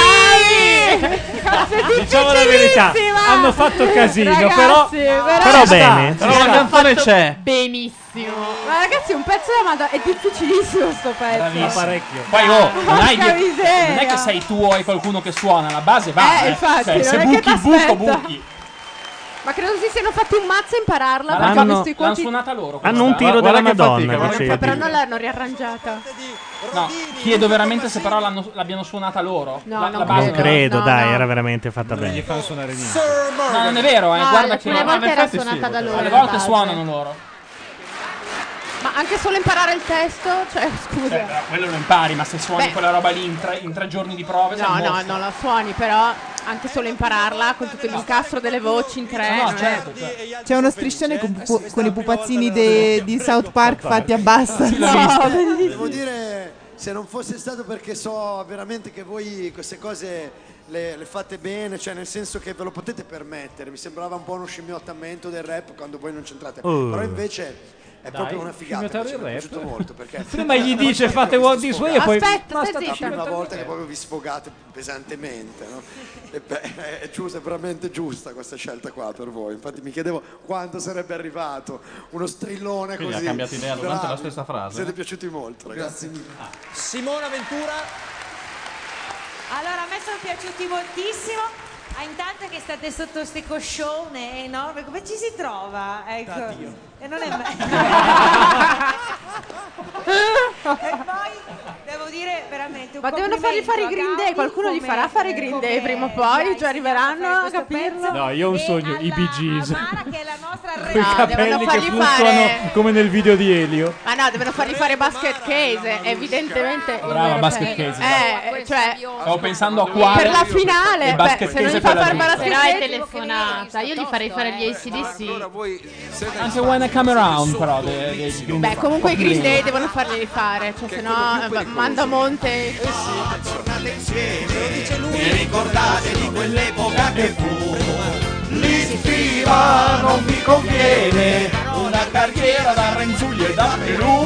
Bravi! Diciamo la verità, hanno fatto casino, Ragazzi, però Però bene. Però la canzone c'è. Benissimo. Ma ragazzi, è un pezzo da madonna. È difficilissimo sto pezzo. Bravissimo. parecchio. Poi oh, non, hai Porca die- miseria. non è che sei tu o hai qualcuno che suona, la base va. Eh, infatti, Cioè, non se è che buchi il buco, t'aspetta. buchi. Ma credo si siano fatti un mazzo a impararla. Ma Perché ho l'hanno- visto i L'hanno conti. suonata loro. questa. Hanno un tiro Guarda della che Madonna. fatica, guarda dice- che Però non l'hanno riarrangiata. No, chiedo veramente se però l'hanno- l'abbiano suonata loro. No, la, non la base Non credo, No, dai, no. era veramente fatta non gli bene. fanno suonare niente. No, non è vero, eh. No, Guarda che alcune volte in era effetti sì, suonata da loro. alle la volte base. suonano loro. Ma anche solo imparare il testo, cioè, scusa. Cioè, però quello lo impari, ma se suoni Beh. quella roba lì in tre, in tre giorni di prove, sei No, un no, mostro. non la suoni, però anche solo impararla con tutto l'incastro delle voci in tre. No, non è- certo, certo. C'è uno striscione con, pu- con i pupazzini de- di South Park fatti a basta. No, devo dire, se non fosse stato perché so veramente che voi queste cose le, le fate bene, cioè nel senso che ve lo potete permettere, mi sembrava un po' uno scimmiottamento del rap quando voi non c'entrate, Oh. però invece È Dai, proprio una figata, scimmiottare mi è il piaciuto rap. molto perché Prima gli dice fate Walk This Way e poi Aspetta, basta stai è la zitta. prima volta che proprio vi sfogate pesantemente, no? E beh, è giusto, è veramente giusta questa scelta qua per voi. Infatti mi chiedevo quando sarebbe arrivato uno strillone Quindi così. ha cambiato idea durante Bravi. la stessa frase. Siete piaciuti molto, ragazzi. Simona Ventura. Allora, a me sono piaciuti moltissimo. Ah, intanto che state sotto queste coscione enorme, come ci si trova? Ecco. E non è me. E poi devo dire veramente un Ma devono fargli fare i Green Day, qualcuno gli farà fare i Green Day prima o poi, cioè arriveranno a capirlo. No, io ho un sogno, i Bee Gees. che è la nostra Con i capelli che fluttuano come nel video di Elio. Ma no, devono fargli fare Basket Case, evidentemente. il Brava, vero Basket premio. Case, Eh, cioè Stavo pensando a quale per la finale, il beh, Basket se non Case gli fa per la fare vita. Basket Però è Case, telefonata. Io gli farei fare gli A C D C. Anche When I Come Around, però. dei- dei Green Day. Beh, comunque i Green Day devono farli fare, cioè se no eh, manda Monte. E ricordate di quell'epoca che fu. L'istiva non vi conviene, una carriera da Renzulli e da Perù.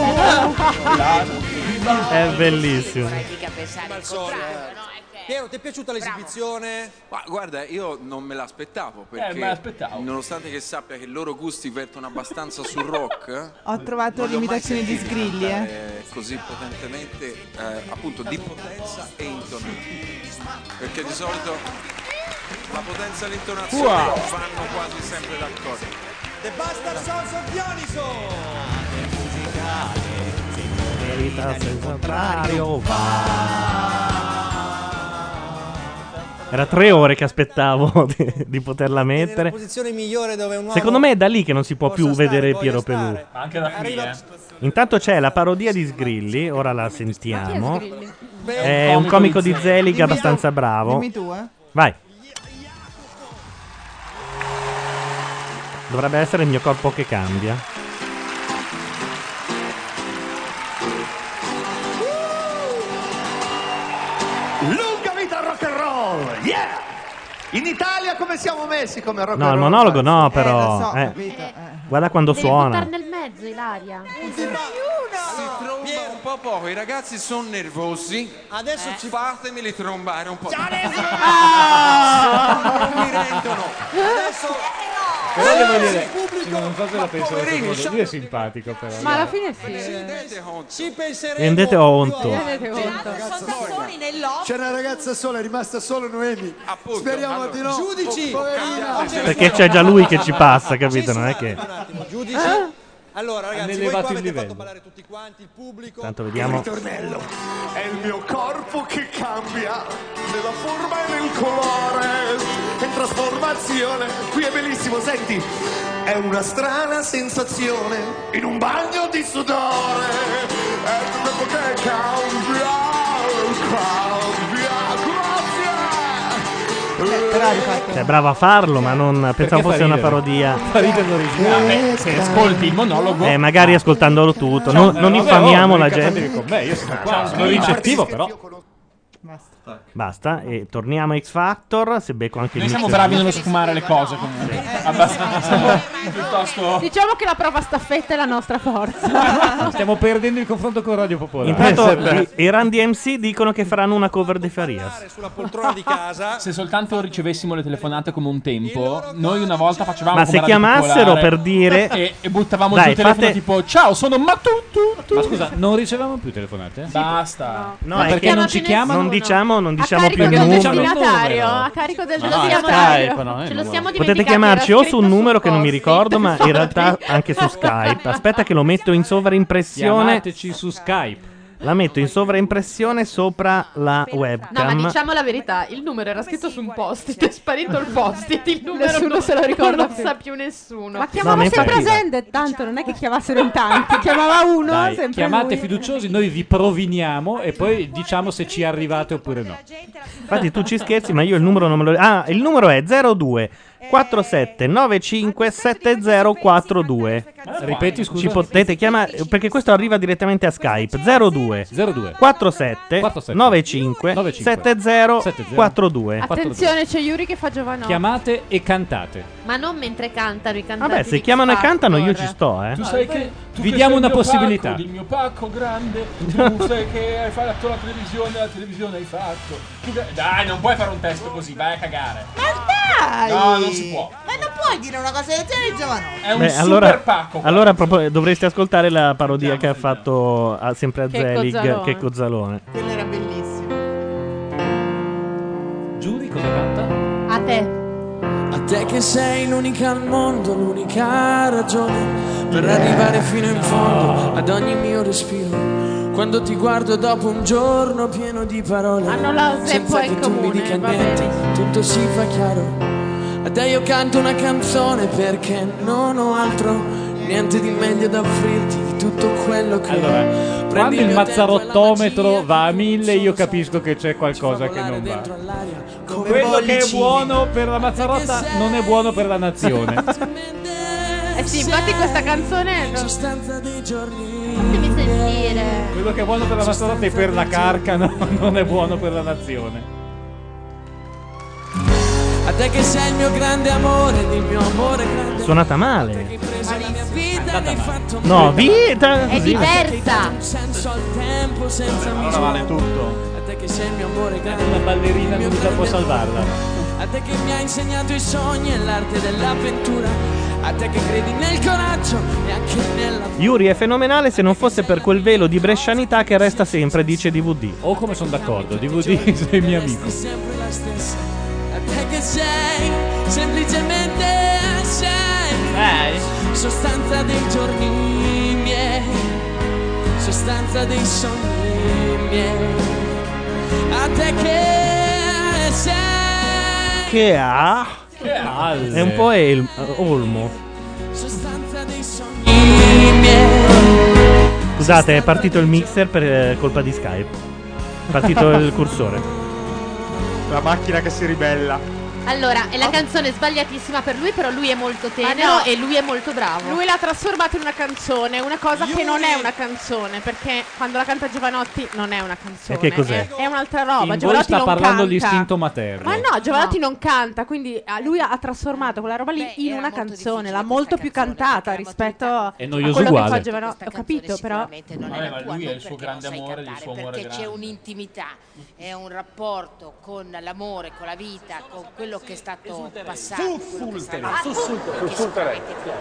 È bellissimo. Piero, ti è piaciuta l'esibizione? Ma guarda, io non me l'aspettavo perché Eh, me l'aspettavo. nonostante che sappia che i loro gusti vertono abbastanza sul rock, Ho trovato non li ho mai l'imitazione di sentiti Sgrilli, eh. cantare così potentemente, eh, appunto di potenza e intonazione. Perché di solito la potenza e l'intonazione Wow. vanno quasi sempre d'accordo. The Bastard Sons of Dioniso. Verità senza contrario va. Era tre ore che aspettavo di, di poterla Nella mettere. posizione migliore dove un uomo Secondo me è da lì che non si può più vedere Piero Pelù. Ma anche da qui, eh. Intanto c'è la parodia di Sgrilli, ora la sentiamo. Sgrilli? È un comico di Zelig abbastanza bravo. Dimmi tu, eh. Vai. Dovrebbe essere il mio corpo che cambia. Lunga vita al rock and roll, yeah! In Italia come siamo messi come rock No, and il roll? monologo no, Eh, lo però. so, eh. capito, eh. Guarda quando Devi buttare suona. nel mezzo, Ilaria. Si tromba un po' poco, i ragazzi sono nervosi. Adesso ci fatemeli trombare un po'. Ah! Non mi rendono. Adesso Però devo il dire, pubblico- non so se la penso poverini, così. Lui è simpatico però. Ma alla fine sì. ci penseremo. Rendete conto. Rendete conto. Sottosoni nell'occhio. C'è una ragazza sola, è rimasta solo Noemi. Appunto, Speriamo allora, di no. Giudici. Poverina. Perché c'è già lui che ci passa, capito? Non è che. Un attimo, giudici. Allora, ragazzi, Hanno voi elevato qua il avete livello. fatto ballare tutti quanti, il pubblico. Tanto Il vediamo. ritornello è il mio corpo che cambia nella forma e nel colore in trasformazione. Qui è bellissimo, senti, è una strana sensazione in un bagno di sudore. È il corpo che cambia, cambia, grazie. Però hai fatto. Cioè, bravo a farlo, ma non pensavo fa fosse una ridere? parodia. Fa ridere l'originale. Eh, se ascolti il monologo, Eh, magari ascoltandolo tutto. Non, non Vabbè, infamiamo oh, la non gente. ricattate con me, io sono qua, sono ricettivo però. Basta. E torniamo a X Factor. Se becco anche il noi siamo mixer. bravi nello sfumare le cose comunque. Abbastanza. Piuttosto. Diciamo che la prova staffetta è la nostra forza. Stiamo perdendo il confronto con Radio Popolare. Intanto Eh, i, i Run D M C dicono che faranno una cover di Farias. Sulla poltrona di casa. Se soltanto ricevessimo le telefonate come un tempo, noi una volta facevamo Ma come se Radio chiamassero Popolare per dire- e, e buttavamo Dai, giù il telefono fate- tipo ciao, sono Matutu. Ma scusa, non ricevevamo più telefonate? Basta. No, Ma è perché che non ci chiamano? Non diciamo, non A diciamo carico più del il numero. destinatario. A carico del No, no, destinatario. Skype, no, eh, Ce no. lo siamo Potete dimenticati, chiamarci era o su un scritto numero che non mi post-it. ricordo, ma in realtà anche su Skype. Aspetta che lo metto in sovraimpressione. Chiamateci su Skype. La metto in sovraimpressione sopra la No, webcam. ma diciamo la verità, il numero era scritto su un post-it, è sparito il post-it, il numero Nessuno non, se lo ricorda non lo più. sa più nessuno. Ma chiamava No, ma sempre infatti- Sende, tanto non è che chiamassero in tanti, chiamava uno, Dai, sempre chiamate lui. fiduciosi, noi vi proviniamo e poi diciamo se ci arrivate oppure no. Infatti tu ci scherzi, ma io il numero non me lo. Ah, il numero è zero due quattro sette nove cinque sette zero quattro due. Ripeti, scusa. Ci potete chiamare perché questo arriva direttamente a Skype zero due zero due quattro sette nove cinque sette zero quattro due. Attenzione, c'è Yuri che fa Giovanotti. Chiamate e cantate. Ma non mentre cantano i cantanti. Vabbè, se di chiamano e X Factor. cantano io ci sto, eh. Tu sai che tu Vi che diamo sei una il mio possibilità. pacco, il mio pacco grande. Tu sai che hai fatto la televisione, la televisione hai fatto. Tu che- Dai, non puoi fare un testo così, vai a cagare. Ma dai! No, non si può. Ma non puoi dire una cosa del genere, Giovanotti. È un Beh, super allora, pacco. allora proprio dovresti ascoltare la parodia che ha fatto a- sempre a Checco Zelig, Zalone. Checco Zalone. Quello era bellissimo. Giuri cosa canta? A te. A te che sei l'unica al mondo, l'unica ragione per arrivare fino in fondo ad ogni mio respiro. Quando ti guardo dopo un giorno pieno di parole, Hanno la senza Zeppo in che tu mi comune, dica va niente, bene. tutto si fa chiaro. A te io canto una canzone perché non ho altro, niente di meglio da offrirti di tutto quello che Allora, ho. quando Prendi il mio mazzarottometro va a mille, io capisco che c'è qualcosa che non va. come Quello che è bollicine. buono per la Mazzarotta non è buono per la nazione. Eh sì, infatti questa canzone non... sostanza dei giorni. Fatemi sentire. Quello che è buono per la Mazzarotta è per la carca, no? Non è buono per la nazione. A te che sei il mio grande amore, il mio amore grande. Suonata male. Hai preso la mia vita, mi hai fatto No, vita! È così. diversa. un senso al tempo senza misura. vale tutto. A te che sei il mio amore grande. Una ballerina il mio nuda può grande salvarla. amore. A te che mi hai insegnato i sogni e l'arte dell'avventura. A te che credi nel coraggio e anche nella. Yuri è fenomenale se non fosse per quel velo di brescianità che resta sempre, dice D V D. Oh, come sono d'accordo, D V D sei mio amico. Resti sempre la stessa. A te che sei, semplicemente sei sostanza dei giorni miei, sostanza dei sogni miei. A te che sei. Che ha? Che palle. È un po' el- olmo. Sostanza dei sogni miei. Scusate, è partito il mixer per eh, colpa di Skype. È partito il cursore. La macchina che si ribella. Allora, è la canzone sbagliatissima per lui, però lui è molto tenero Ah, no. e lui è molto bravo. Lui l'ha trasformato in una canzone, una cosa che non è una canzone, perché quando la canta Giovanotti non è una canzone. E che cos'è? È, è un'altra roba. In voi Giovanotti sta non parlando canta. l'istinto materno. Ma no, Giovanotti non canta, quindi ah, lui ha, ha trasformato quella roba lì in una canzone, l'ha molto più cantata rispetto a È noioso quello uguale. che fa Giovanotti. Ho capito, però. non Vabbè, è la ma tua, lui è non il suo perché grande non sai amore, il cantare, suo amore perché c'è grande. un'intimità, è un rapporto con l'amore, con la vita, con quello che è stato passato, quello che sta Sussulterei, sussulterei, sussulterei.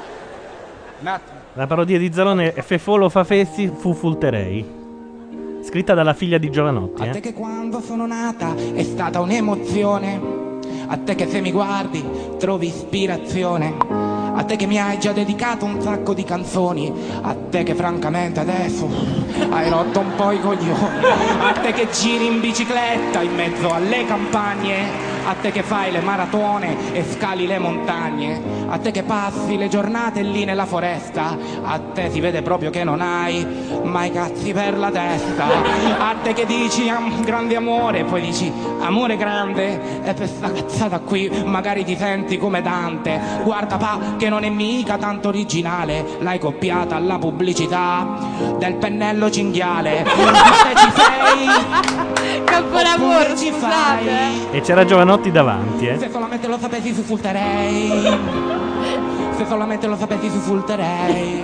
Un attimo. La parodia di Zalone è Fefolo fa fessi fu fulterei. Scritta dalla figlia di Giovanotti. A te Eh? che quando sono nata è stata un'emozione, a te che se mi guardi trovi ispirazione, a te che mi hai già dedicato un sacco di canzoni, a te che francamente adesso hai rotto un po' i coglioni, a te che giri in bicicletta in mezzo alle campagne, a te che fai le maratone e scali le montagne, a te che passi le giornate lì nella foresta, a te si vede proprio che non hai mai cazzi per la testa, a te che dici am- grande amore, poi dici amore grande, e per sta cazzata qui magari ti senti come Dante, guarda pa che non è mica tanto originale, l'hai copiata alla pubblicità del pennello cinghiale, se ci sei capolavoro, oppure ci fai. E c'era Giovanotti davanti, eh. Se solamente lo sapessi sussulterei, se solamente lo sapessi sussulterei.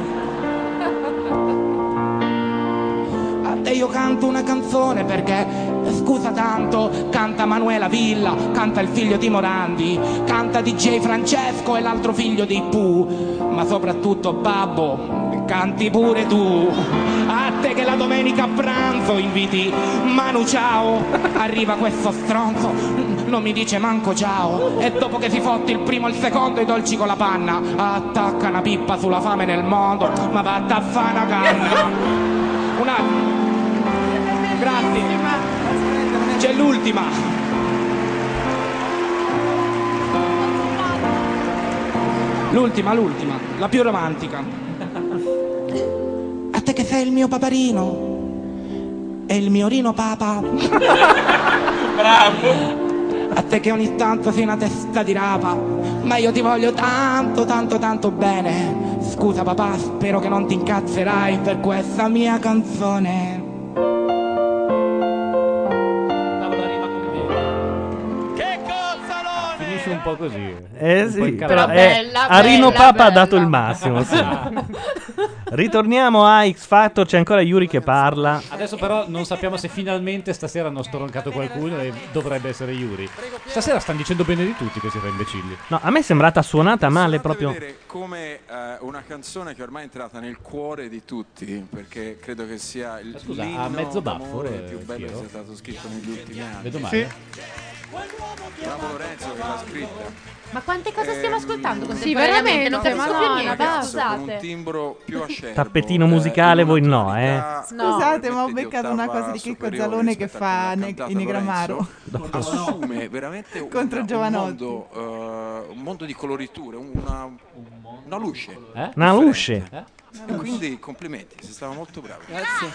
A te io canto una canzone perché, scusa tanto, canta Manuela Villa, canta il figlio di Morandi, canta D J Francesco e l'altro figlio dei Pooh, ma soprattutto babbo, canti pure tu. A te che la domenica a pranzo inviti Manu Ciao, arriva questo stronzo, non mi dice manco ciao, e dopo che si fotte il primo e il secondo i dolci con la panna, attacca una pippa sulla fame nel mondo, ma vatta a fa' una canna. Un attimo. Grazie. C'è l'ultima. L'ultima, l'ultima, la più romantica. A te che sei il mio paparino e il mio rino papa. Bravo. A te che ogni tanto sei una testa di rapa, ma io ti voglio tanto, tanto, tanto bene. Scusa papà, spero che non ti incazzerai per questa mia canzone. Finisce un po' così. Eh un po' sì, in però cavolo. eh, Bella, Arino bella, Papa bella. ha dato il massimo. Sì. Ritorniamo a X Factor, c'è ancora Yuri che parla. Adesso però non sappiamo se finalmente stasera hanno stroncato qualcuno e dovrebbe essere Yuri. Stasera stanno dicendo bene di tutti questi tre imbecilli. No, a me è sembrata suonata male proprio. vedere come eh, una canzone che ormai è entrata nel cuore di tutti, perché credo che sia il scusa, l'inno ha mezzo baffo, d'amore eh, più bello Piero? che sia stato scritto negli ultimi anni. Vedo male? Bravo Lorenzo che l'ha scritta. Ma quante cose stiamo ascoltando Sì, contemporaneamente? Non veramente, capisco più Madonna, niente. basta. Con un Scusate. timbro più acerbo. Tappetino musicale, voi no, eh. Scusate, ma ho beccato una cosa di Checco Zalone che fa ne- i Negramaro. Assume veramente un, Contro un Giovanotti. mondo, eh, un mondo di coloriture, una, una luce. Eh? Una luce. Eh? E quindi complimenti, sei stato molto bravo.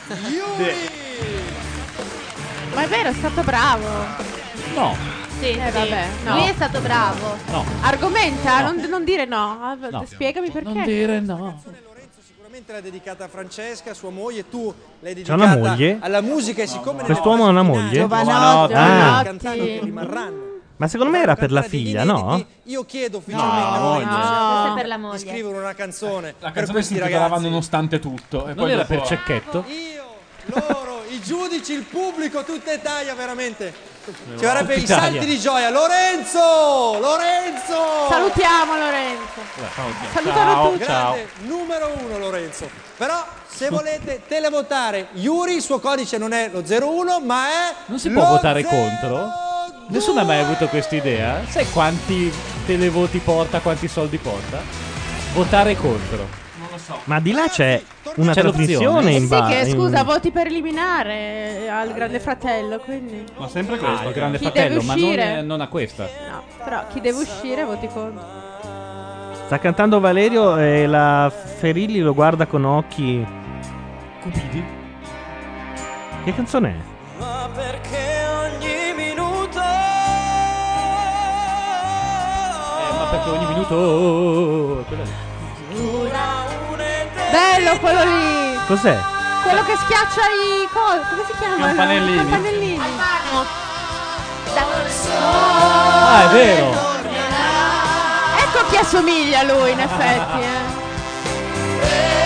Ma è vero, è stato bravo. No. Sì, Eh, sì. vabbè, no. Lui è stato bravo. No. Argomenta, No. Non, non dire no. Ah, No. Spiegami perché. Non dire no. Sicuramente l'ha dedicata a Francesca, sua moglie, tu l'hai C'è dedicata una moglie? alla musica e siccome Quest'uomo ha una moglie? Giovanotti, Ah. cantanti che rimarranno. Ma secondo me era per la figlia, no? Io chiedo ufficialmente No, a voi no. Questa è per la moglie. di scrivere una canzone La per canzone si questi intitolava ragazzi. Nonostante tutto. E Non poi era dopo- per Cecchetto? Loro, i giudici, il pubblico, tutta Italia veramente. Ci No. vorrebbe i Tutta Italia. salti di gioia. Lorenzo! Lorenzo! Salutiamo Lorenzo. Salutalo Ciao, tutti. grande, numero uno Lorenzo. Però se volete televotare Yuri, il suo codice non è lo zero uno, ma è Non si lo può votare zero- contro? Nessuno ha mai avuto questa idea? Sai quanti televoti porta, quanti soldi porta? Votare contro. Non lo so. Ma di là c'è una C'è trasmissione l'opzione. in Sì, ba- che in- scusa, voti per eliminare eh, al Grande Fratello, quindi. Ma sempre Ah, il Grande Chi Fratello, deve ma non, uscire? è- non a questa. No, però chi deve uscire voti contro. Sta cantando Valerio e la Ferilli lo guarda con occhi Cupidi. Che canzone è? Ma perché ogni minuto Eh, ma perché ogni minuto... oh, quella lì. Bello quello lì! Cos'è? Quello che schiaccia i col. Come si chiama? Campanellini. I campanellini. Ah, è vero! Ecco chi assomiglia a lui, in effetti. Eh.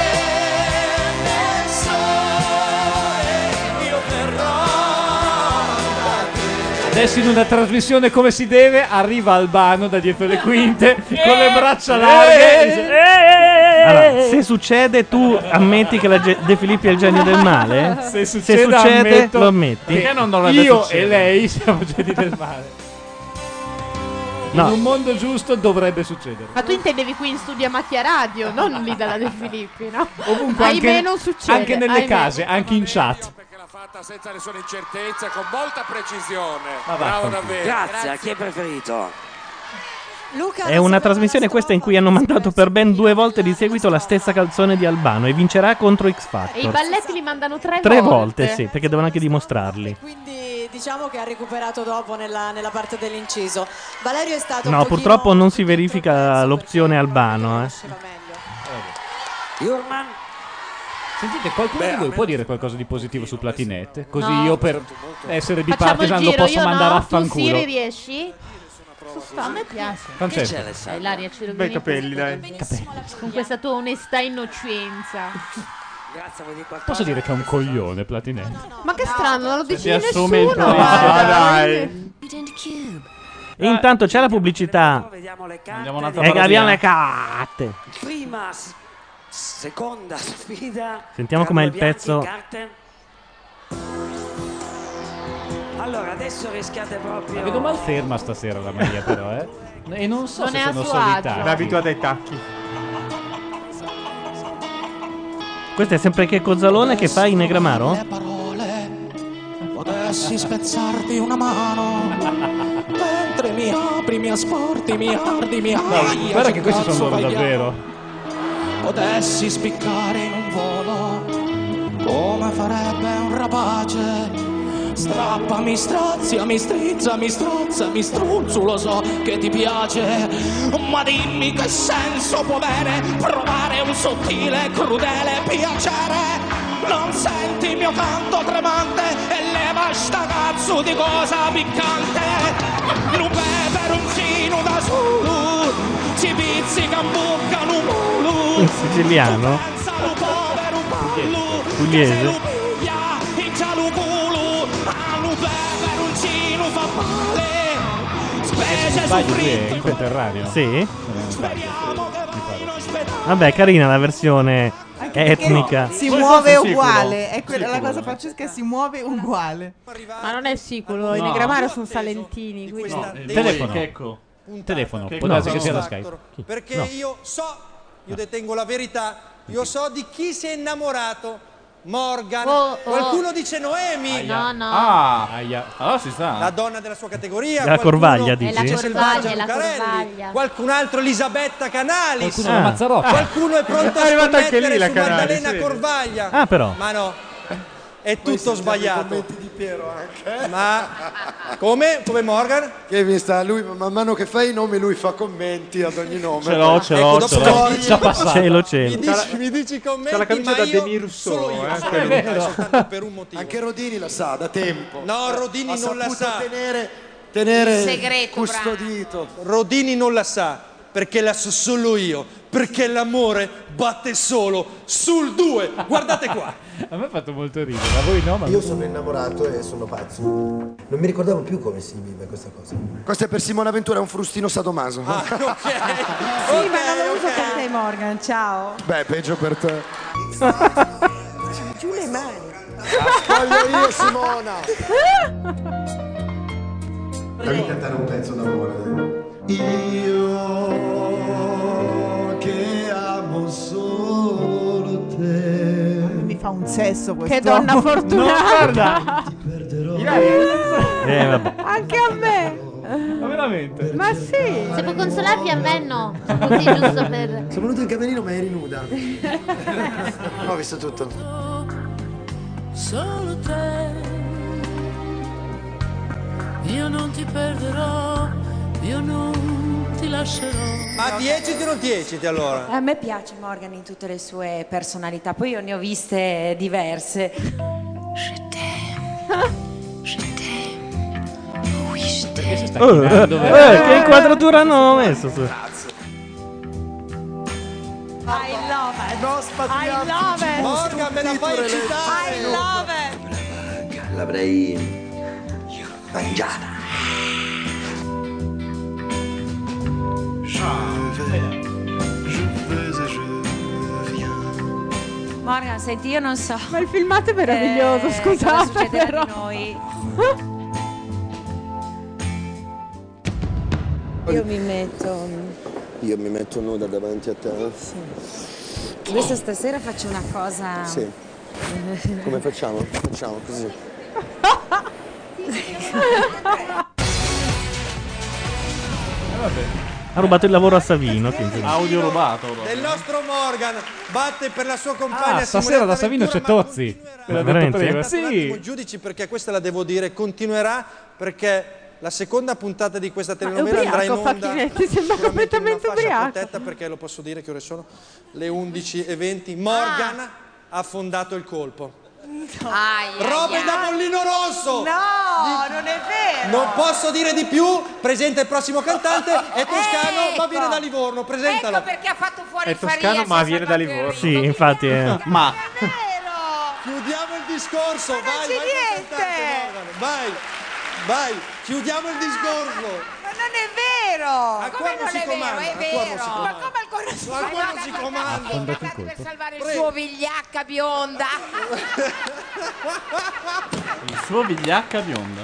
Adesso in una trasmissione come si deve arriva Albano da dietro le quinte con le braccia larghe e dice, "Eh!" Allora, se succede tu ammetti che la Ge- De Filippi è il genio del male? Se succede, ammetto lo ammetti? che Perché non dovrebbe io succedere? e lei siamo geni del male. No. In un mondo giusto dovrebbe succedere. Ma tu intendevi qui in studio a Macchia Radio, non lì dalla De Filippi, no? Ovunque, Ahimè anche, non succede. anche nelle ahimè. case, anche in chat. Fatta senza nessuna incertezza, con molta precisione. Ma Bravo vaffanculo. davvero. Grazie, a chi è preferito? È una trasmissione questa in cui hanno mandato per ben due volte di seguito la stessa canzone di Albano e vincerà contro X E i Factor. balletti li mandano tre, Tre volte. volte, sì, perché devono anche dimostrarli. Quindi diciamo che ha recuperato dopo nella, nella parte dell'inciso. Valerio è stato un No, pochino... purtroppo non si verifica l'opzione Albano. Eh. Jurman? Sentite, qualcuno di voi può dire qualcosa di positivo su Platinette? Così No. io per essere Facciamo il bipartisan lo giro, posso io mandare no, a tu fanculo. Siri riesci? A me piace. Francesco. Che c'è, Alessandro? Hai l'aria Ciro Bei Guini capelli, con- dai. Con questa tua onestà e innocenza. Grazie, vuoi dire qualcosa? Posso dire che è un coglione Platinette? Ma che strano, non lo dici Si di assume il nessuno. tuo- guarda. Ah, dai. E intanto c'è la pubblicità. Vediamo le carte. Andiamo un'altra E parodia. abbiamo le carte. Prima, s- seconda sfida. Sentiamo com'è il Bianchi, pezzo. carte. Allora, adesso rischiate proprio. La vedo mal ferma stasera la Maria però, eh. E non so Non se è a sono suo solo i agio. tacchi. È abituata ai tacchi. Questo è sempre Checco Zalone che fa in Negramaro? Parole, potessi spezzarti una mano, mentre mi apri, mi asporti, mi ardi, mi No, ardi. guarda che questi sono loro davvero. Potessi spiccare in un volo, come farebbe un rapace, strappa, mi strazia, mi strizza, mi strozza, mi struzzo, lo so che ti piace, ma dimmi che senso può avere provare un sottile, crudele piacere. Non senti il mio canto tremante e leva sta cazzo di cosa piccante. Un peperoncino da solo si pizzica in bocca un molo. Un siciliano? Pugliese? Il cialuculo a un peperoncino fa male. Specie Sbaglio, su qui è fritto. il conterraneo. Sì? Vabbè, carina la versione etnica. Si muove uguale, è quella la cosa pazzesca, si muove uguale. Ma non è sicuro, i Negramaro sono salentini. Quindi... No, il telefono. Checco. Telefono, Che può darsi no, che sia da Factor, Skype. Perché No. io so, io detengo la verità, io so di chi si è innamorato. Morgan, Oh, oh. qualcuno dice Noemi, No, no. Ah, allora si sa. la donna della sua categoria, La qualcuno Corvaglia, dice dici? È la Selvaggia Corvaglia, è la Lucarelli, Corvaglia. qualcun altro Elisabetta Canalis, Qualcuno la Mazzarotta. qualcuno è pronto a È arrivata anche scommettere lì la su Canalis, Maddalena vedi? Corvaglia. Ah, però. Ma no, è Poi tutto sentiamo i sbagliato. commenti di Piero anche. Ma come? Come Morgan? Kevin sta lui, man mano che fai i nomi lui fa commenti ad ogni nome. Ce l'ho, ce Ecco, l'ho, dopo ce l'ho. mi dici- Già passato. Cielo, Mi cielo. dici, mi dici i commenti, C'ha la camicia ma da io, Denis Rousseau, solo io eh, so quello. la verità, soltanto per un motivo. Anche Rodini la sa da tempo. No, Rodini ha non la saputo sa. tenere, tenere Il segreto, custodito. Rodini non la sa, perché la so solo io, perché l'amore batte solo sul due. Guardate qua. A me ha fatto molto ridere, a voi no? Ma Io sono innamorato e sono pazzo. Non mi ricordavo più come si vive questa cosa. Questo è per Simona Ventura, è un frustino sadomaso. Ah, ok. Sì, ma non lo uso per te, Morgan. Ciao. Beh, peggio per te. Giù le mani. Voglio io, Simona. Fammi cantare un pezzo d'amore. Io che amo solo te. Mi fa un sesso questo. Che donna fortunata. No, guarda. Ti perderò. Eh, vabbè. Anche a me. Ma veramente? Ma sì. Se può consolarvi a me no. Così giusto per... Sono venuto in camerino ma eri nuda. Ho visto tutto. Solo te, io non ti perderò, io non ti lascerò. Ma ti ecciti o non ti ecciti allora? A me piace Morgan in tutte le sue personalità, poi io ne ho viste diverse. Perché si sta Oh, chinando? eh, che inquadratura hanno messo su? I love it. No, I spazziamo. love it. Morgan, me la fai eccitare. I love it. L'avrei mangiata. Morgan, senti, io non so. Ma il filmato è meraviglioso, eh, scusate. cosa succederà però. di noi. Io mi metto. Io mi metto nuda davanti a te. Adesso stasera faccio una cosa. Sì. Come facciamo? Facciamo così. Ha rubato il lavoro a Savino. Che insomma- Audio rubato. Del nostro Morgan batte per la sua compagna Ah, stasera da Simonetta Savino c'è Ventura, ma Tozzi. continuerà. Ve l'ho detto veramente? prima. Aspettate un attimo, Sì. giudici, perché questa la devo dire, continuerà perché la seconda puntata di questa Ma è telenovela andrà in ubriaco onda Facchinetti, sembra sicuramente in una completamente fascia ubriaco. protetta, perché lo posso dire che ore sono le undici e venti. Morgan Ah. ha affondato il colpo. Ai, ai, Robe ai. da Pollino Rosso! No, non è vero. Non posso dire di più, presenta il prossimo cantante, è toscano, Ecco. ma viene da Livorno, presentalo. Ecco perché ha fatto fuori È il Faria, toscano, ma si è viene da salvato il Livorno. Sì, infatti. eh. Ma Chiudiamo il discorso, vai, c'è vai, col niente. cantante, Morgan, vai, vai, chiudiamo il discorso. Ma non è vero. A Come qua non non si è vero? comanda, È a qua non vero. si Ma comanda. come al cuore si Ma a qua non si comanda. Affondato il per colpo. salvare il Prego. suo vigliacca bionda. il suo vigliacca bionda.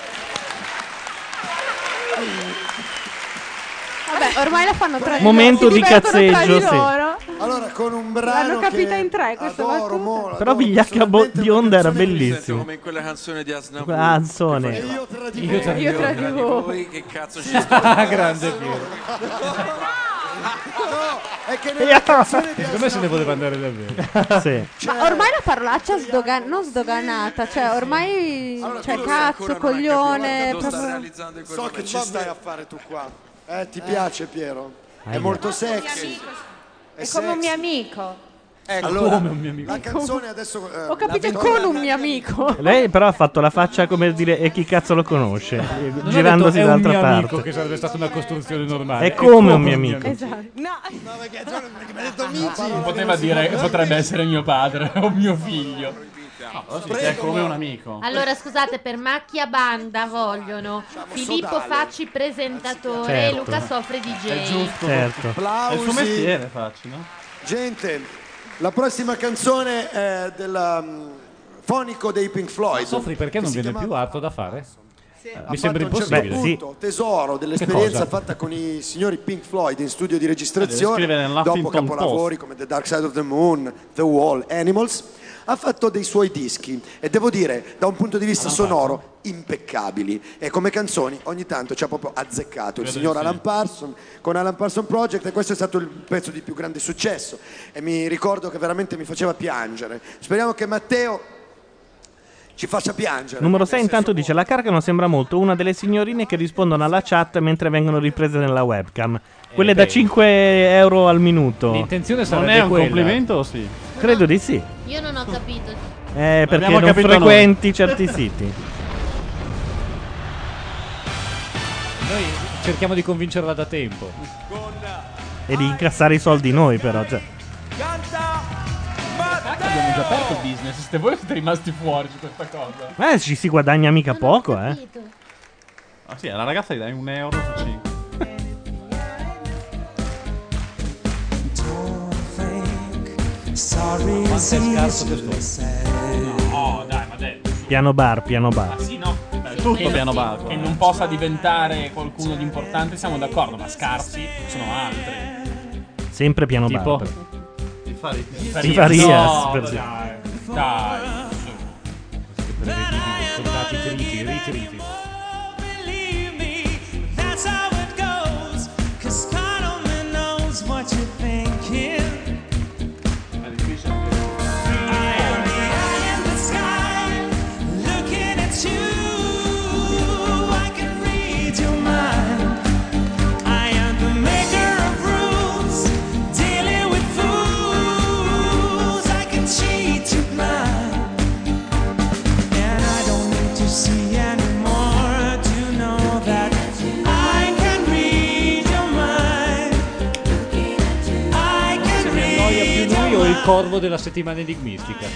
Vabbè, ormai la fanno tra Momento si di divertono tra cazzeggio, di sì. loro. Allora, con un brano L'hanno capita che in tre questa adoro, battuta. mo, Però adoro Vigliacca bo- personalmente, bionda era una canzone Sento bellissimo. come in quelle canzoni di Aznavour. Quella canzone. che Io tra di Io tra voi. di Io tra fa- di Tra di voi. voi che cazzo ci Ah, sta? grande Piero. è che nella canzone di Secondo me se ne voleva andare davvero. Sì. Ma ormai la parolaccia sdoga- non sdoganata, cioè ormai cioè cazzo, coglione, proprio- So che ci stai a fare tu qua. Eh, ti piace Piero? È Aia. molto sexy. È come un mio amico. Ecco, allora, come un mio amico. la canzone adesso eh, Ho capito, la- con un mio amico. Lei però ha fatto la faccia come dire e chi cazzo lo conosce, eh, Non ho girandosi detto, è un dall'altra mio parte. amico, che sarebbe stata una costruzione normale. È come un mio amico. Esatto. No, perché mi ha detto amici. Non poteva dire che potrebbe essere mio padre o mio figlio. È come un amico. Allora scusate, per Macchia Banda vogliono Filippo sodale. Facci presentatore e Certo. Luca Soffri D J. È giusto. Certo. Applausi. È il suo mestiere, facci, no? Gente, la prossima canzone è del um, fonico dei Pink Floyd. Soffri perché non Che si viene chiama- più altro da fare? Ha Mi sembra fatto a un certo impossibile. punto tesoro dell'esperienza cosa? fatta con i signori Pink Floyd in studio di Eh, registrazione, deve scrivere dopo nell'Huffington capolavori come The Dark Side of the Moon, The Wall, Animals. Ha fatto dei suoi dischi e devo dire, da un punto di vista sonoro, impeccabili. E come canzoni ogni tanto ci ha proprio azzeccato il Credo signor di sì. Alan Parsons con Alan Parsons Project, e questo è stato il pezzo di più grande successo. E mi ricordo che veramente mi faceva piangere. Speriamo che Matteo ci faccia piangere. Numero sei intanto dice: la Carcano sembra molto una delle signorine che rispondono alla chat mentre vengono riprese nella webcam. Quelle da beh. cinque euro al minuto. L'intenzione Non sarebbe è un quella. complimento o sì? Credo di sì. Io non ho capito. Eh, perché Abbiamo non capito frequenti certi siti. Noi cerchiamo di convincerla da tempo. E di incassare i soldi noi, però. Cioè. Abbiamo già aperto il business. Siete voi siete rimasti fuori su questa cosa. Eh, ci si guadagna mica poco, eh. Ah sì, alla ragazza gli dai un euro su cinque. Quanto è scarso questo? No, dai, ma dai. Piano bar, piano bar. Sì, no. Tutto Che- piano bar. Che non possa diventare qualcuno di importante, siamo d'accordo, ma scarsi sono altri. Sempre piano Tipo? bar. Ti fai Di Farias, No, per dai, esempio. dai. Soldati triti, ritriti. That's how it goes. 'Cause God only knows what you're thinking. I am the eye in the sky, looking at you. I can read your mind. I am the maker of rules, dealing with fools. I can cheat you blind, and I don't need to see anymore to know that I can read your mind. I can Se mi annoia più read lui your o il mind. corvo della settimana enigmistica?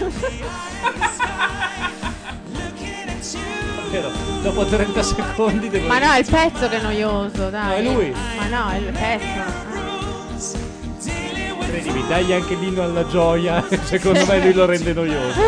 Vero, dopo trenta secondi devo Ma no, è il pezzo che è noioso, dai. No, è lui. Ma no, è il pezzo. Credimi, dagli anche l'inno alla gioia. Secondo me lui lo rende noioso.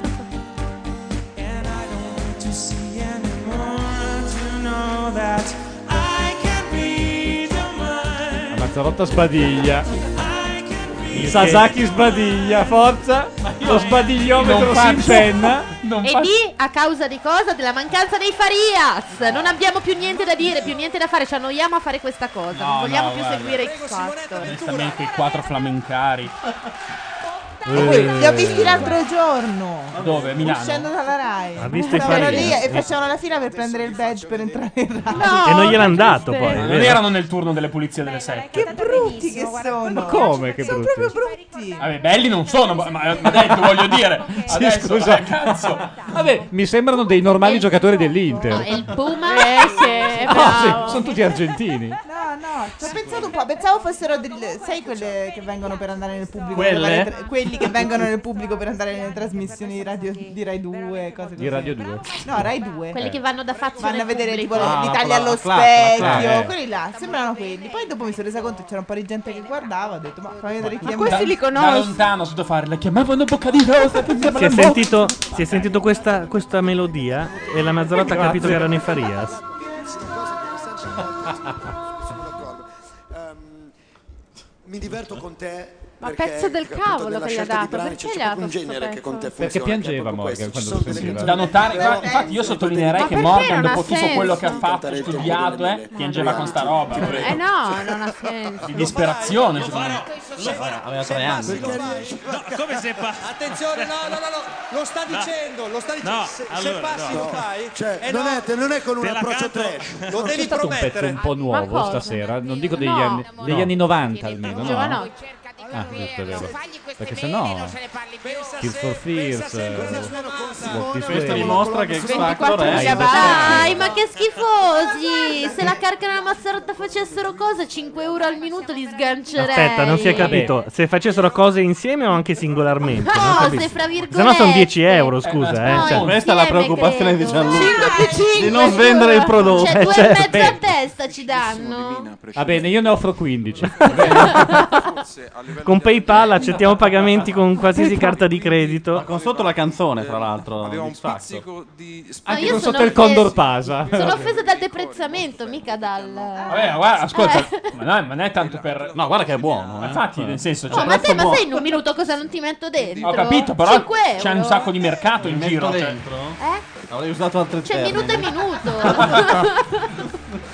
To see anymore to know that I can read your mind. La Mazzarotta sbadiglia. Il Sasaki sbadiglia, forza. Lo sbadigliometro Non si faccio- impenna. Non E fa- di a causa di cosa? Della mancanza dei Farias. Non abbiamo più niente da dire, più niente da fare. Ci annoiamo a fare questa cosa. No, non vogliamo no, più guarda. seguire X Factor. Onestamente i quattro flamencari. Ma poi li ho visti l'altro giorno. Dove? Milano? Uscendo dalla Rai. Ha visto i Stavano Farias? lì e facevano la fila per prendere il badge per entrare in Rai. No, E non gliel'hanno che dato tristezza. poi. Non vero? erano nel turno delle pulizie delle sette. Che brutti che sono. Ma come che Sono brutti? proprio brutti. Vabbè, belli non sono, ma, ma, ma dai, che voglio dire. Sì, Adesso, scusa. eh, cazzo. Vabbè, mi sembrano dei normali giocatori dell'Inter. No, e il Puma. Eh, sì, è Ah, sì, bravo. sono tutti argentini. No, no, ci ho pensato un po', pensavo fossero delle, sai quelle che vengono per andare nel pubblico, Quelle? per fare tra- quelli che vengono nel pubblico per andare nelle trasmissioni di, radio, di Rai due, cose così. Di Radio due. No, Rai due. Quelli che vanno da faccia Vanno a nel vedere tipo pubblico. Ah, l'Italia quella- allo la classe, la specchio, classe. quelli là, sembrano quelli. Poi dopo mi sono resa conto che c'era un po' di gente che guardava, ho detto ma fammi vedere chi Ma è questi li Da conosco. lontano sotto fare la chiamavano bocca di rosa. Si è sentito, si è sentito questa, questa melodia e la Mazzarotta ha capito che erano i Farias. Sono d'accordo. Ehm, mi diverto con te Ma Perché pezzo del capito, cavolo nella che gli ha scelta di dato, brani perché c'è gli ha proprio un dato sto genere che con te pezzo? Perché funziona, che è piangeva proprio Morgan questo. quando Ci lo sono sentiva. Da notare, ma infatti io sottolineerei Ma che perché Morgan, non ha dopo tutto quello che ha senso? fatto, studiato, eh, piangeva con sta roba. Eh no, non ha senso. Di disperazione, secondo me. Lo fa, aveva tre anni. Come se fa? Attenzione, no, no, no, no, lo sta dicendo, lo sta dicendo. No, se, se allora, passi no. lo fai? Cioè, Eh non, no, è, non è con un te la approccio canto. trash. lo C'è devi stato un pezzo promettere. un po' Ma nuovo cosa? stasera, non dico degli No, anni, degli no. anni novanta almeno, no? Giovanotti. Ah, giusto, è vero. Perché se no no, Tears for Fears, eh, Walk This Questo Way. dimostra che X Factor è Dai, ma che schifosi! Se la Carcano e la Mazzarotta facessero cosa, cinque euro al minuto li sgancerei. Aspetta, non si è capito. Se facessero cose insieme o anche singolarmente? No, Non capisco. se fra virgolette. Se no sono dieci euro, scusa. Eh, eh, no, cioè. Questa è la insieme, preoccupazione credo. di Gianluca. cinque più cinque, Di non svendere il prodotto. Cioè, Eh, due certo. e mezzo a testa ci danno. Va bene, io ne offro quindici. Con PayPal accettiamo pagamenti con qualsiasi carta di credito. Ma con sotto la canzone, tra l'altro. Aveva un X Factor. pizzico di Anche io con sono sotto il offesa- Condor Pasa. Sono offesa dal deprezzamento, mica dal. Vabbè, guarda, ascolta, Eh. ma, no, ma non è tanto per... No, guarda che è buono. eh. Infatti, nel senso, Oh, cioè, ma te, ma buono. sai in un minuto cosa non ti metto dentro? ho capito, però cinque euro. c'è un sacco di mercato in Mi giro. metto Cioè. dentro? Eh? Avrei usato altri C'è termini. minuto e minuto.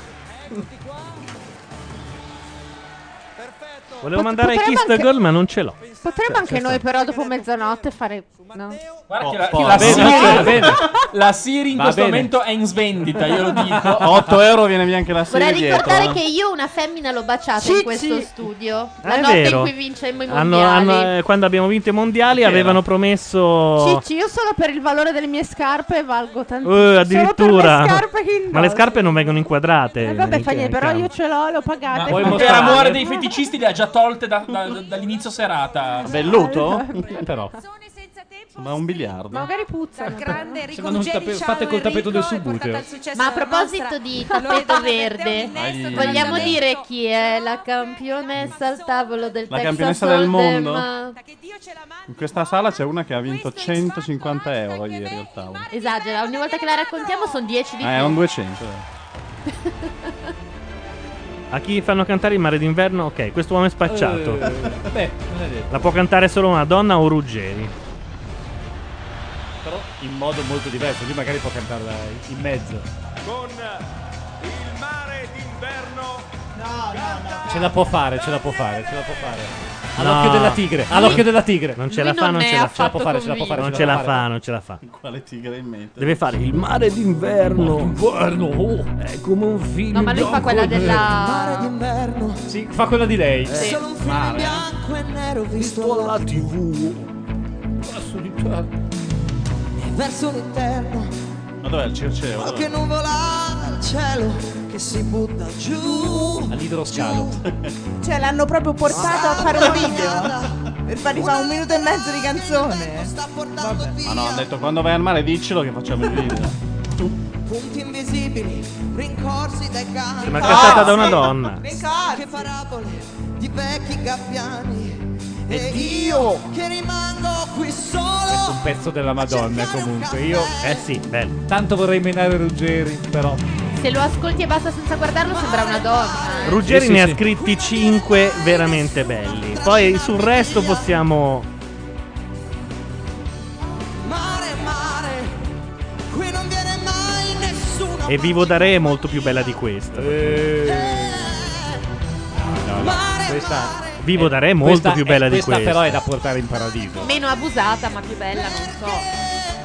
Volevo Pot- mandare potremmo Kiss the anche- Girl, ma non ce l'ho. Potremmo anche noi, però, dopo mezzanotte fare. No? Guarda che la, po- che la va bene, Siri, va bene. la Siri in Va questo bene. momento è in svendita, io lo dico. otto euro viene via anche la serie Vorrei ricordare dietro. che io una femmina l'ho baciata in questo studio. La Ah, è notte vero. in cui vincemmo i Hanno- mondiali. hanno- eh, quando abbiamo vinto i mondiali Chi era? avevano promesso. Cicci, io solo per il valore delle mie scarpe valgo tantissimo. Eh, addirittura. Solo per le scarpe che Ma le indosso. scarpe non vengono inquadrate. Eh, vabbè, in- fa niente, in però campo. io ce l'ho, le ho pagate. Ma Puoi per mostrare? amore dei feticisti le ha già tolte da- da- da- dall'inizio serata. Velluto? Però. Ma è un biliardo. Magari puzzano. Grande Se Enrico vanno un Ruggeri, tape- ciao fate col tappeto del Enrico, è subuteo. portata al successo Ma a della proposito nostra. di Allora, tappeto dovete verde, un innesto Ai. vogliamo tra- dire chi è la campionessa al tavolo del La Texas campionessa del Hold'em? mondo? In questa sala c'è una che ha vinto centocinquanta euro ieri al tavolo. Esagera, ogni volta che la raccontiamo sono dieci di Ah, è più. un duecento. A chi fanno cantare il mare d'inverno? Ok, questo uomo è spacciato. Eh, beh, non è detto. La può cantare solo una donna o Ruggeri. Però in modo molto diverso. Lui magari può cantarla in mezzo. Con il mare d'inverno. Ce la può fare, ce la può fare, ce la può fare. No. All'occhio della tigre, all'occhio della tigre. Non ce Lui la fa, non non è ce la fa. Ce la può fare, ce la può fare. Non ce ce la può fa, fare. non ce la fa. Quale tigre in mente? Deve fare il mare d'inverno. Inverno. È come un film. No, ma lui fa quella della. d'inverno. Sì, fa quella di lei. Sì. Solo un film in bianco e nero visto alla tivù. Passo di te. Verso l'interno, Ma dov'è il Circeo? qualche Dov'è? nuvola dal cielo che si butta giù. All'idroscalo. Cioè, l'hanno proprio portato a fare un video per fargli fare un minuto e mezzo di canzone. Vabbè. Ma no, hanno detto quando vai al mare diccelo che facciamo il video. Punti invisibili, rincorsi dai cani. Ma cantata da una donna. Che parabole di vecchi gabbiani. E io che rimango qui solo. Un pezzo della Madonna comunque. Io Eh sì, bello. tanto vorrei menare Ruggeri, però. Se lo ascolti e basta senza guardarlo sembra una donna. eh. Ruggeri Sì, sì, ne sì. ha scritti cinque veramente belli. Poi sul resto possiamo. Mare, mare, qui non viene mai nessuno. E Vivo da Re è molto più bella di questa. Eh. No, no, questa Vivo da Re è molto questa più è- bella di questa questa. però è da portare in paradiso. Meno abusata, ma più bella, non so.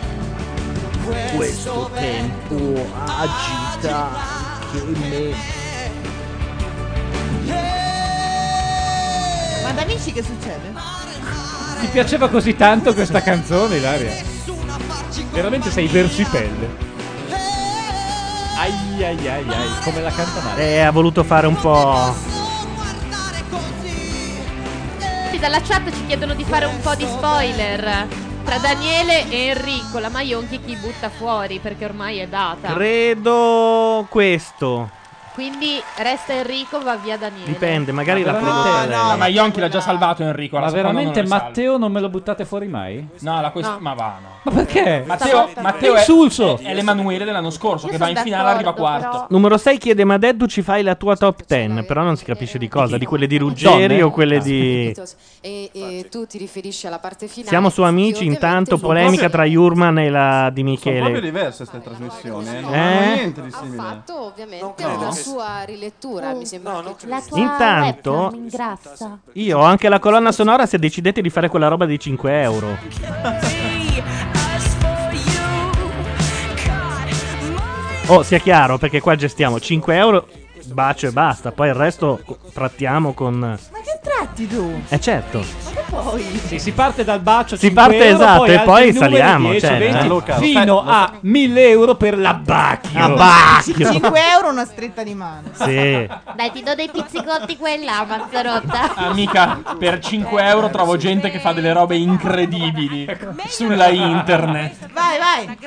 Questo tempo agita che me. Ma da amici che succede? Ti piaceva così tanto questa canzone, Ilaria? Veramente sei versipelle. Ai ai ai ai, come la canta male. Eh, ha voluto fare un po'. Sì, dalla chat ci chiedono di fare un po' di spoiler. Tra Daniele e Enrico, la Maionchi chi butta fuori perché ormai è data. Credo questo. Quindi resta Enrico, va via Daniele. Dipende, magari Ma la veramente- prodotta no, lei. Ma Yonki l'ha già salvato Enrico. Ma la seconda veramente non lo salva. Matteo non me lo buttate fuori mai? No, la quest- No. ma va no. Ma perché? Matteo, Stavolta no. Matteo È è, insulso. è, è l'Emanuele dell'anno scorso Io che va son in finale, arriva d'accordo, quarto. però- Numero sei chiede: ma Deddu ci fai la tua top dieci? Però non si capisce di cosa, di quelle di Ruggeri Donne? o quelle Ah. di. E, e tu ti riferisci alla parte finale. Siamo su Amici, intanto polemica tra Jurman e la di Sono proprio Michele. diverse queste trasmissioni, eh? Non Eh? hanno niente di Ha simile. fatto ovviamente No. una sua rilettura, mi sembra che La tua Intanto- webcam ingrassa. Io ho anche la colonna sonora se decidete di fare quella roba di cinque euro. Oh, sia chiaro, perché qua gestiamo cinque euro, bacio e basta. Poi il resto co- trattiamo con. Ma che tratti tu? Eh certo. Ma che poi? Sì, si parte dal bacio Si cinque parte, euro, esatto, poi e altri poi numeri, saliamo, dieci, cioè, venti, eh, Luca, lo fino sai- a mille euro per l'abbacchio. Abbacchio. cinque euro una stretta di mano. Sì. Dai, ti do dei pizzicotti qua e là, Mazzarotta. Amica, per cinque euro trovo gente che fa delle robe incredibili sulla internet. Vai, vai.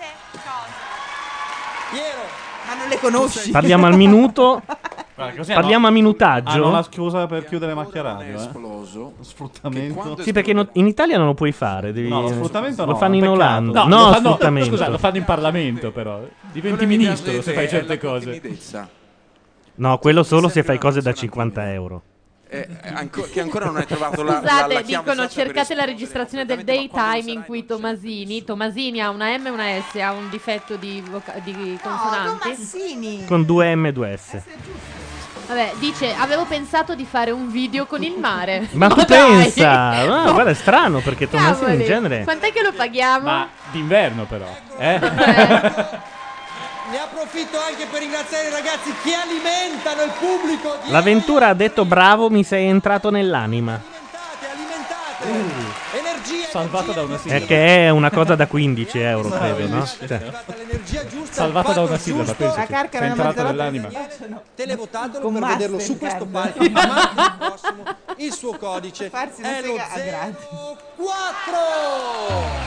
Ma non le conosci? Parliamo al minuto. Guarda, così Parliamo hanno- a minutaggio. Hanno la scusa per chiudere macchia radio, eh? Sfruttamento. Sì, perché no- in Italia non lo puoi fare. Devi... No, lo sfruttamento Lo no, fanno in peccato. Olanda. No, No, lo fanno- sfruttamento. Scusa, lo fanno in Parlamento però. Diventi ministro se fai certe cose. No, quello solo se fai cose da cinquanta euro. Eh, anco- che ancora non hai trovato la, la, Scusate, la chiave dicono esatta per cercate la registrazione del daytime in cui Tomasini Tomasini ha una M e una S, ha un difetto di, voca- di consonanti. Tomassini. Con due M e due S. Vabbè, dice avevo pensato di fare un video con il mare. Ma tu dai! pensa? No, guarda, è strano perché Tomasini in Cavoli, genere. Quant'è che lo paghiamo? Ma d'inverno però. Eh? Ne approfitto anche per ringraziare i ragazzi che alimentano il pubblico. di- L'avventura ha detto bravo, mi sei entrato nell'anima. Energia, Salvata da una È sillaba. che è una cosa da quindici euro, credo, no? Cioè, l'energia giusta. Salvata il da una fatto sillaba, giusto. pensa. La carcara Sei entrato nella nell'anima. Televotatelo Con per vederlo su questo Mastercard. palco. Martedì prossimo il suo codice Farsi una è lo sega a zero gratis. quattro.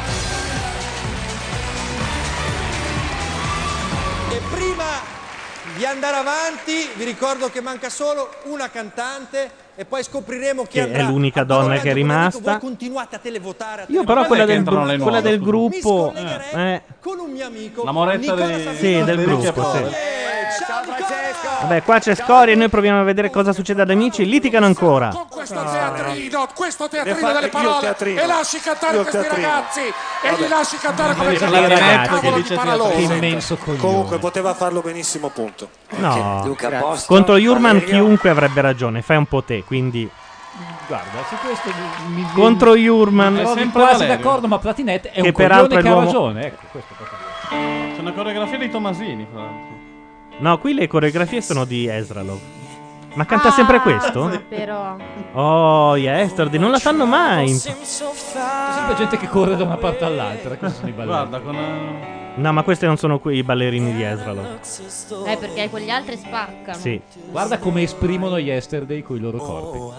E prima di andare avanti vi ricordo che manca solo una cantante e poi scopriremo chi che andrà è l'unica a donna Paolo che è Raggio. Come dico, rimasta. voi continuate a televotare a Io però televotare. quella che del, entrano gru- le quella nuove, del scusa. gruppo. Mi scollegherei eh, con un mio amico La moretta Nicola di- Savino. Sì, del Federici gruppo, sì. Apollo. Ciao Francesco. Vabbè, qua c'è Scoria e noi proviamo a vedere cosa succede ad Amici. Litigano ancora. Questo teatrino, questo teatrino fate- delle io parole teatrino. e lasci cantare Io questi teatrino. ragazzi e Vabbè. li lasci cantare come Per se i ragazzi. cavolo di Dice paralose. Che immenso coglione. Comunque poteva farlo benissimo, punto. No, Luca, a posto? contro Jurman Valerio? chiunque avrebbe ragione. Fai un po' te, quindi. Guarda, su questo mi, mi Contro Jurman. mi È trovi sempre quasi Valerio. d'accordo, ma Platinette è Che un peraltro coglione è che ha l'uomo- ragione. Ecco, questo proprio. C'è una coreografia di Tomasini, fra l'altro. No, qui le coreografie sono di Esralov. Ma canta sempre questo? Però Oh, Yesterday, non la fanno mai. C'è sempre gente che corre da una parte all'altra. Questi sono i balletti. Guarda, con... eh, No, ma questi non sono quei ballerini di Esralov. Eh, perché quegli altri spaccano. Sì. Guarda come esprimono Yesterday con i loro corpi.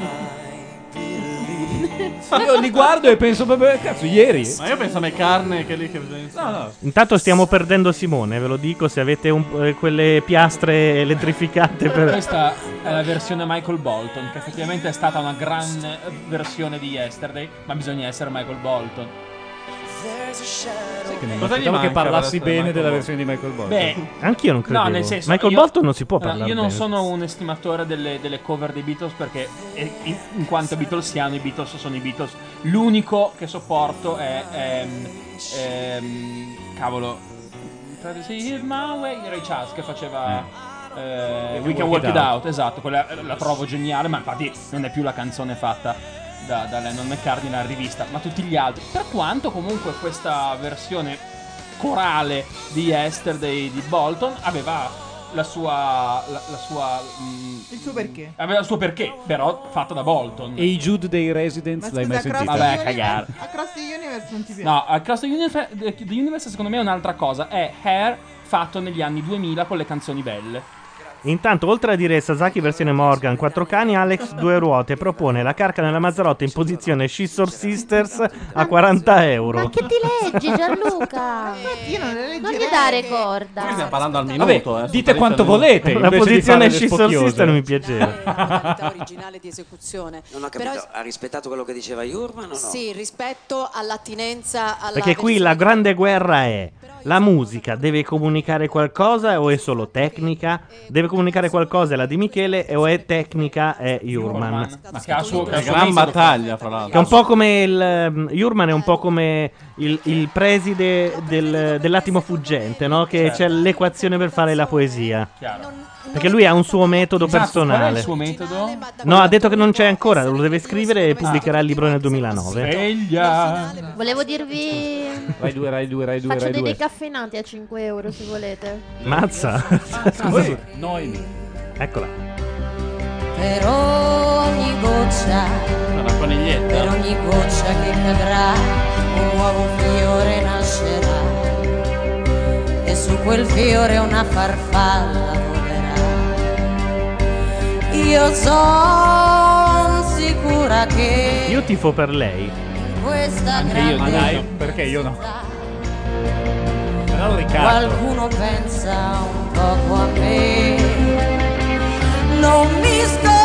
Io li guardo e penso, vabbè, cazzo, ieri. Ma io penso a McCartney che è lì che... No, no. Intanto stiamo perdendo Simone, ve lo dico, se avete un- eh, quelle piastre elettrificate per... Questa è la versione Michael Bolton, che effettivamente è stata una gran versione di Yesterday, ma bisogna essere Michael Bolton. Sai che non mi Cosa gli aspettavo che manca parlassi per essere bene Michael della Bolton? versione di Michael Bolton. Beh, Anch'io non credevo. no, nel senso, Michael io- Bolton non si può no, parlare Io non bene. sono un estimatore delle, delle cover dei Beatles perché eh, in, in quanto Beatlesiano i Beatles sono i Beatles. L'unico che sopporto è ehm, ehm, cavolo Try to see it my way, Ray Charles che faceva eh, We Can Work It Out, esatto, quella la trovo geniale, ma infatti non è più la canzone fatta da, da Lennon McCartney nella rivista, ma tutti gli altri. Per quanto comunque questa versione corale di Yesterday di Bolton aveva la sua la, la sua mm, Il suo perché? aveva il suo perché, però fatta da Bolton. E i Jude dei Residents l'hai mai sentito? Vabbè, cagare. Across the Universe non ti piace? No, Across the Universe, the Universe secondo me è un'altra cosa. È Hair fatto negli anni duemila con le canzoni belle. Intanto, oltre a dire Sasaki versione Morgan, quattro cani, Alex due ruote propone la carca nella Mazzarotta in posizione Scissor Sisters a quaranta euro. Ma che ti leggi, Gianluca? Io non le Non gli dare corda. Qui stiamo parlando al Vabbè, minuto. eh, dite quanto volete. La invece di posizione fare le Scissor spocchiose. Sister mi piaceva. modalità originale di esecuzione. Non ho capito, Però- ha rispettato quello che diceva Jurman o no? Sì, rispetto all'attinenza alla Perché qui la grande guerra è: la musica deve comunicare qualcosa o è solo tecnica? Deve comunicare qualcosa è la di Michele o è tecnica è Jurman. Ma che ha il suo, che ha Una il suo gran metodo. battaglia, fra Che è l'altro. un po' come il um, Jurman è un po' come il, il preside del- dell'attimo fuggente, no? Che Certo. c'è l'equazione per fare la poesia. Chiaro. Perché lui ha un suo metodo Esatto, qual è personale. il suo metodo? No, ha detto che non c'è ancora, lo deve scrivere e pubblicherà il libro nel duemilanove. Sveglia. Volevo dirvi. Rai due, Rai due, Rai due, Faccio Rai dei due. decaffeinati a cinque euro se volete. Mazza. Noi, noi. Eccola. Per ogni goccia, Una coniglietta. per ogni goccia che cadrà, un nuovo fiore nascerà. E su quel fiore una farfalla volerà. Io son sicura che Io tifo per lei. questa Anche io, ma grande dai, perché io no? Però Riccardo. qualcuno pensa un poco a me. Non mi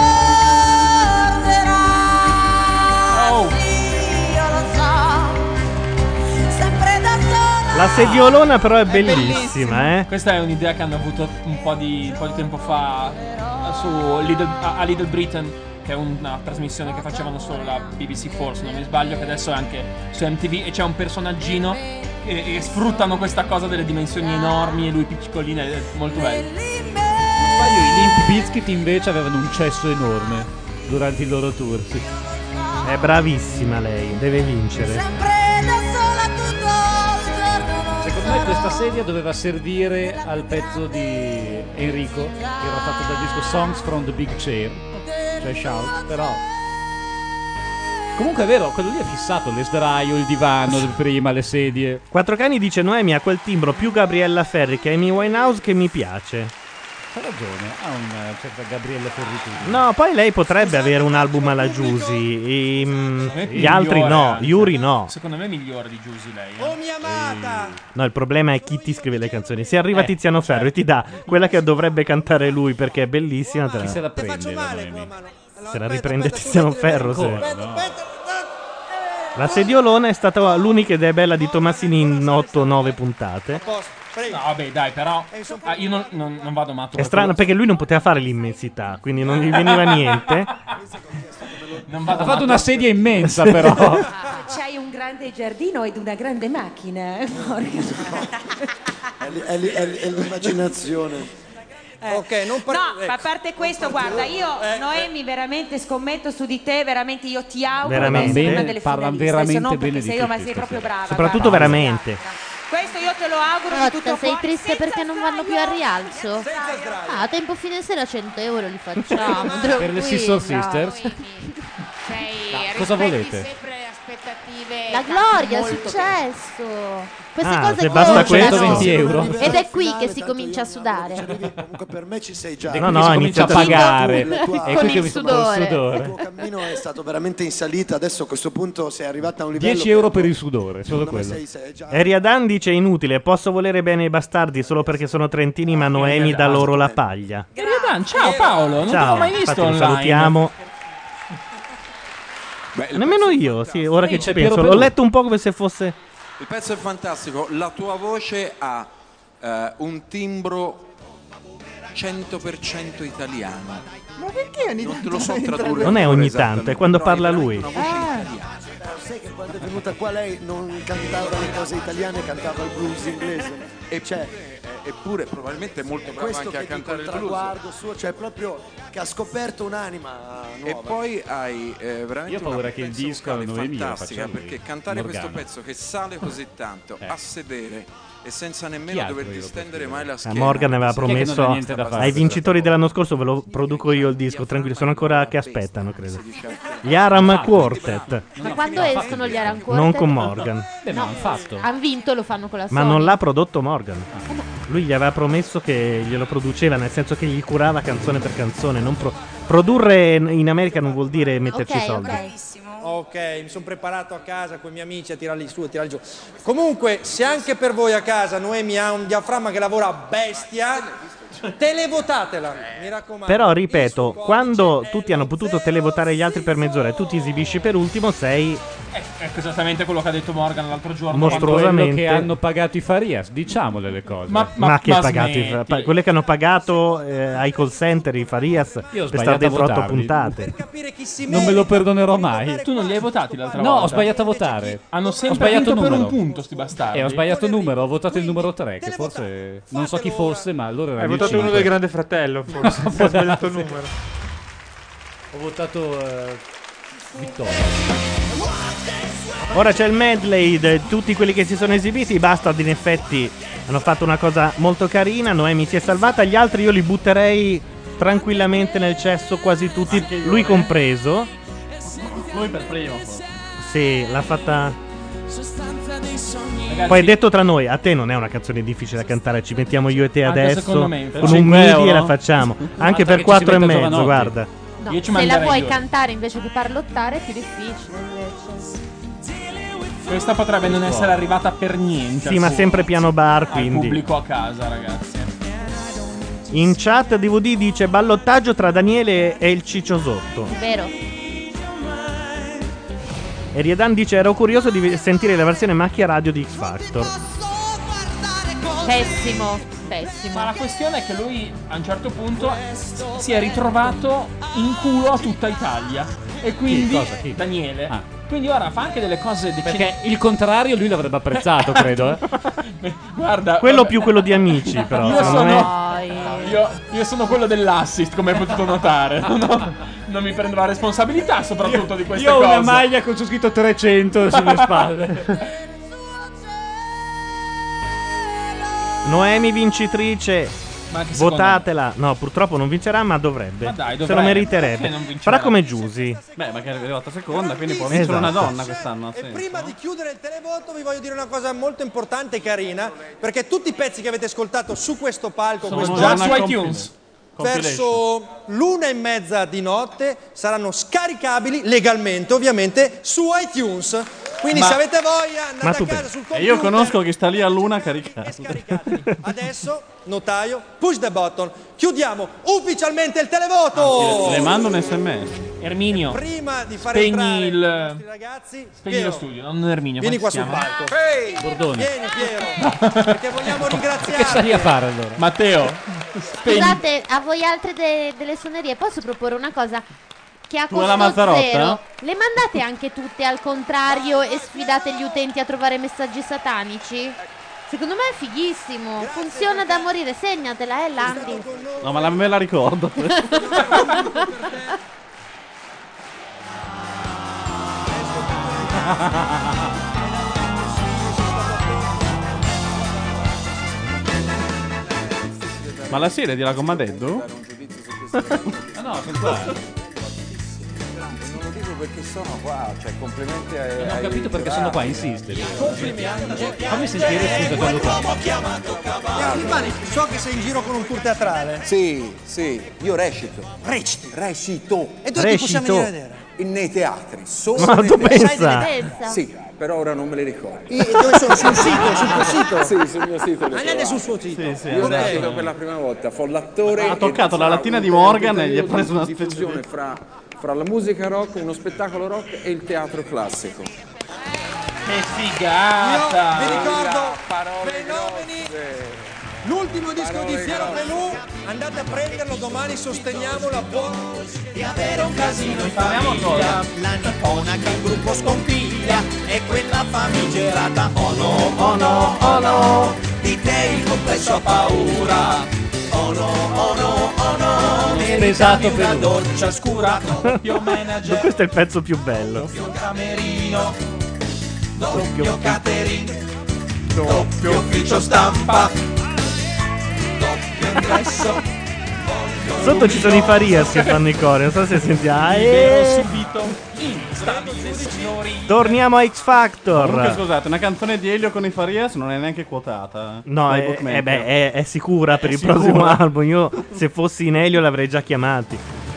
scorderà. Oh. Sì, io lo so. Sempre da sola. La sediolona però è bellissima, eh. Questa è un'idea che hanno avuto un po' di, un po' di tempo fa eh, su Little, a, a Little Britain, che è una trasmissione che facevano solo la B B C Four, se non mi sbaglio, che adesso è anche su M T V, e c'è un personaggino e, e sfruttano questa cosa delle dimensioni enormi e lui piccolino, è molto bello. I Limp Bizkit invece avevano un cesso enorme durante i loro tour. Sì. È bravissima lei, deve vincere. Secondo me questa sedia doveva servire al pezzo di Enrico, che era fatto dal disco Songs from the Big Chair, cioè Shout, però... Comunque è vero, quello lì è fissato, le sdraio, il divano, il prima, le sedie. Quattro Cani dice Noemi ha quel timbro più Gabriella Ferri che Amy Winehouse che mi piace. Ha ragione, ha una certa Gabriella Ferritini. No, poi lei potrebbe avere un album alla Giusy. e, mm, Secondo me è gli altri migliore no, anche. Yuri no. Secondo me è migliore di Giusy lei. eh. Oh mia amata! No, il problema è chi ti scrive le canzoni. Se arriva Eh, Tiziano Ferro e ti dà quella che dovrebbe cantare lui perché è bellissima, te Chi se la, la prende la Noemi? se la riprende Tiziano Ferro. se- Ancora, no? La sediolona è stata l'unica ed è bella di Tomassini in otto o nove puntate. No, vabbè, dai, però ah, io non, non- non vado matto. È per strano quello- perché lui non poteva fare l'immensità, quindi non gli veniva niente. Non vado Ha fatto matto. una sedia immensa però. C'hai un grande giardino ed una grande macchina. È, l- è l- è l- è l'immaginazione. Ok, non par- No, ecco. ma a parte questo, guarda, io Eh, Noemi veramente scommetto su di te, veramente io ti auguro Veramente? di essere una delle Parla finaliste, veramente adesso non bene perché di sei io, ma tutti sei proprio stasera. brava. Soprattutto guarda. veramente. Questo io te lo auguro di Rotta, tutto sei cuore. triste perché non vanno più al rialzo? Ah, a tempo fine sera cento euro li facciamo. Per le Scissor tranquilla. Sisters. Sei, Ma cosa rispetti volete? sempre le aspettative. La gloria, il molto successo. Queste Ah, cose se basta contano. questo- centoventi euro. Ed è qui che si comincia a sudare. Comunque per me ci sei già. E No, quindi no, si ha comincia a iniziato a- pagare. La tua- E Con qui il che sudore. Il sudore. tuo cammino è stato veramente in salita, adesso a questo punto sei arrivata a un livello. dieci euro per il sudore, solo Secondo me quello. sei- sei già- Eriadan dice inutile, posso volere bene i bastardi solo perché sono trentini ma Noemi dà loro la paglia. Eriadan, ciao Paolo, non ti Ciao, ho mai visto infatti lo online. salutiamo. Beh, il Nemmeno pezzo è io, sì, fantastico. ora che Sì, ci c'è penso. Piero L'ho Pelù. letto un po' come se fosse... Il pezzo è fantastico, la tua voce ha eh, un timbro cento per cento italiano. Ma perché ogni Non te tanto lo so entra tradurre. lui? Non è ogni esattamente, tanto, è quando però parla veramente lui. una voce Ah. italiana. Sai che quando è venuta qua lei non cantava le cose italiane, cantava il blues inglese. E Cioè, eppure probabilmente è molto bravo questo anche a che dico, cantare il il blues. traguardo suo, cioè proprio che ha scoperto un'anima nuova. E poi hai eh, veramente Io ho paura una che il potenza disco alla vocale Noemi lo fantastica, faccia lui, perché cantare Morgana. questo pezzo che sale così tanto Eh. a sedere e senza Chi nemmeno altro doverti glielo può stendere dire? mai la Ah, schiena. Morgan aveva Chi è che non ha promesso niente da fare? ai vincitori dell'anno scorso ve lo produco io il disco, tranquilli, sono ancora che aspettano, credo. Gli Aram Quartet, Ma quando escono gli Aran Quartet? non con Morgan. Beh, ma hanno fatto. Hanno vinto, lo fanno con la Ma Sony. non l'ha prodotto Morgan. Eh no, Lui gli aveva promesso che glielo produceva, nel senso che gli curava canzone per canzone. Non pro- produrre in America non vuol dire metterci Ok, soldi. Ok, mi sono preparato a casa con i miei amici a tirarli su e tirarli giù. Comunque, se anche per voi a casa Noemi ha un diaframma che lavora a bestia, televotatela, mi raccomando. Però ripeto, quando tutti hanno potuto televotare gli altri per mezz'ora e tu ti esibisci per ultimo, sei Ecco esattamente quello che ha detto Morgan l'altro giorno. mostruosamente. Quello che hanno pagato i Farias, diciamole le cose. Ma- Ma, che ma pagati? smetti. Pa- quelle che hanno pagato eh, ai call center i Farias Io ho per sbagliato stare a dentro otto votarli. puntate. Non me lo perdonerò mai. Tu non li hai votati l'altra No, volta? ho sbagliato a votare. Hanno Ho sempre sbagliato vinto per numero. un punto sti bastardi. E ho sbagliato numero, ho votato il numero tre, che forse non so chi fosse, ma allora era Hai il votato cinque. uno del Grande Fratello, forse. Hai sbagliato il Sì. numero. Ho votato eh, Vittorio. Ora c'è il medley di tutti quelli che si sono esibiti. I Bastard in effetti hanno fatto una cosa molto carina. Noemi si è salvata, gli altri io li butterei tranquillamente nel cesso, quasi tutti, lui compreso. Lui per primo. forse. Sì, l'ha fatta. Ragazzi, Poi detto tra noi, a te non è una canzone difficile da cantare, ci mettiamo io e te Anche adesso secondo me, con infatti. un cinque midi euro? e la facciamo. Anche Basta per che ci quattro si e metta mezzo, Giovanotti. guarda. No, Io ci se la manderei vuoi due. cantare invece che parlottare è più difficile invece. Questa potrebbe non essere arrivata per niente. Sì, al ma pu- sempre piano bar, Al quindi. pubblico a casa, ragazzi. In chat D V D dice ballottaggio tra Daniele e il Ciccio Sotto. Vero? E Riedan dice ero curioso di sentire la versione macchia radio di X Factor. Pessimo, pessimo. Ma la questione è che lui a un certo punto si è ritrovato in culo a tutta Italia. E quindi Chi? Cosa? Chi? Daniele. Ah. Quindi ora fa anche delle cose decenti. Perché il contrario lui l'avrebbe apprezzato, credo. Eh. Guarda, Quello vabbè. più quello di Amici, però. Io secondo sono, me. io, io sono quello dell'assist, come hai potuto notare. Non, ho- non mi prendo la responsabilità soprattutto di queste Io ho cose. una maglia con su scritto trecento sulle spalle. Noemi vincitrice. Ma anche secondo Votatela. No, purtroppo non vincerà, ma dovrebbe. Ma dai, Se lo dovrebbe. meriterebbe. Perché non vincerà? Farà come Giusy. Beh, magari è arrivata seconda, quindi può vincere Esatto. una donna quest'anno. ha E senso. prima di chiudere il televoto vi voglio dire una cosa molto importante e carina, perché tutti i pezzi che avete ascoltato su questo palco Sono quest'oggi, già su iTunes. verso l'una e mezza di notte saranno scaricabili legalmente ovviamente su iTunes. Quindi Ma- se avete voglia andate Ma a tu casa pensi- sul E computer. io conosco chi sta lì a luna a caricare. Adesso, notaio, push the button. Chiudiamo ufficialmente il televoto. Le mando un sms. Erminio, Prima di fare spegni entrare il. i nostri ragazzi, Spegni Piero, lo studio, non Erminio. vieni come qua si sul chiama? palco. Bordone. Vieni Piero, perché vogliamo ringraziarti. Che stai a fare allora? Matteo, spegni. Scusate, a voi altre de- delle suonerie posso proporre una cosa? Che a Tu e la costo Mazzarotta? zero le mandate anche tutte al contrario e sfidate gli utenti a trovare messaggi satanici? Secondo me è fighissimo, funziona da morire, segnatela, eh Landi. No, ma la, me la ricordo. Ma la serie di Lago Madeddu? Ah no, sono qua. Non lo dico perché sono qua, cioè complimenti ai. Non ho ai capito perché bravi. sono qua, insiste. Fammi sentire, scusa, Gianluca. Piero Silvani, so che sei in giro con un tour teatrale. Sì, sì, io recito. Reciti? Recito. E dove ti possiamo Recito. venire a vedere? Nei teatri, solo Ma nei tu teatri. pensa? Pensa. Sì, però ora non me li ricordo. E dove sono? Sul sito, sul tuo sito? Sì, sul mio sito. li Andate trovate. sul suo sito. Sì, sì, Io adesso- recito per la prima volta, follattore. Ha toccato e la fra lattina un di Morgan periodo e gli ha preso una di specie fusione di- fra, fra la musica rock, uno spettacolo rock e il teatro classico. Che Io figata! vi ricordo Parole Fenomeni, grosse. l'ultimo disco di Parole Piero grosse. Pelù, andate a prenderlo domani, sosteniamo la buona. Di avere un casino in Parliamo famiglia, cosa? la nipona che il gruppo sconfiglia e quella famigerata oh no, oh no, oh no, di te il complesso ha paura. Oh no, oh no, oh no, Pesato meritami una per lui. doccia scura, doppio manager, Questo è il pezzo più bello. doppio camerino, doppio catering, doppio ufficio stampa, doppio ingresso, voglio Sotto ci sono i Farias che fanno i cori, non so se sentiamo. Libero subito, instabile, signori. Torniamo a X Factor. Comunque scusate, una canzone di Elio con i Farias non è neanche quotata. No, dai è, bookmaker. eh beh, è, è sicura per È il sicura. prossimo album. Io, se fossi in Elio, l'avrei già chiamati.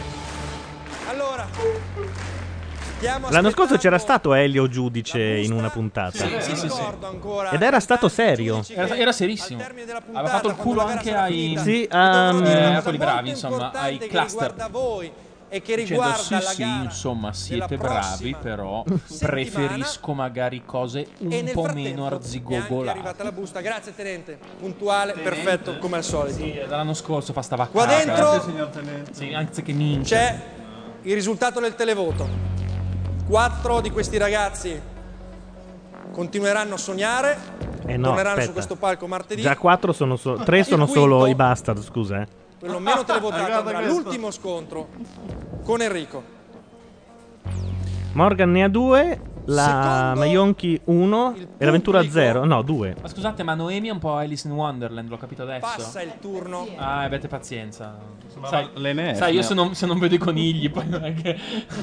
L'anno scorso c'era stato Elio giudice in una puntata. Sì, sì, sì, sì. Ed era stato serio. Era, era serissimo. Aveva fatto il culo anche ai. Sì, um, eh, a quelli bravi, insomma, ai cluster. E che Dicendo riguarda sì, la sì, gara insomma, siete della bravi, però preferisco magari cose un po' meno è arzigogolate. arrivata la busta. Grazie tenente, puntuale, perfetto come al solito. Sì, dall'anno scorso fa sta Qua vaccata. dentro Grazie, signor tenente. Sì, anzi che minchia. c'è il risultato del televoto. Quattro di questi ragazzi continueranno a sognare, Eh no, torneranno aspetta. su questo palco martedì. Già quattro sono so- tre sono Il solo quinto, i Bastard, scusa. Eh. quello meno televotato, Guarda avrà questo. l'ultimo scontro con Enrico. Morgan ne ha due, la Maionchi uno e l'avventura zero. No, due. Ma scusate, ma Noemi è un po' Alice in Wonderland, l'ho capito adesso. Passa il turno. Ah, avete pazienza. Sembrava Sai, l'N F, sai io no? se non, se non vedo i conigli, poi non è che.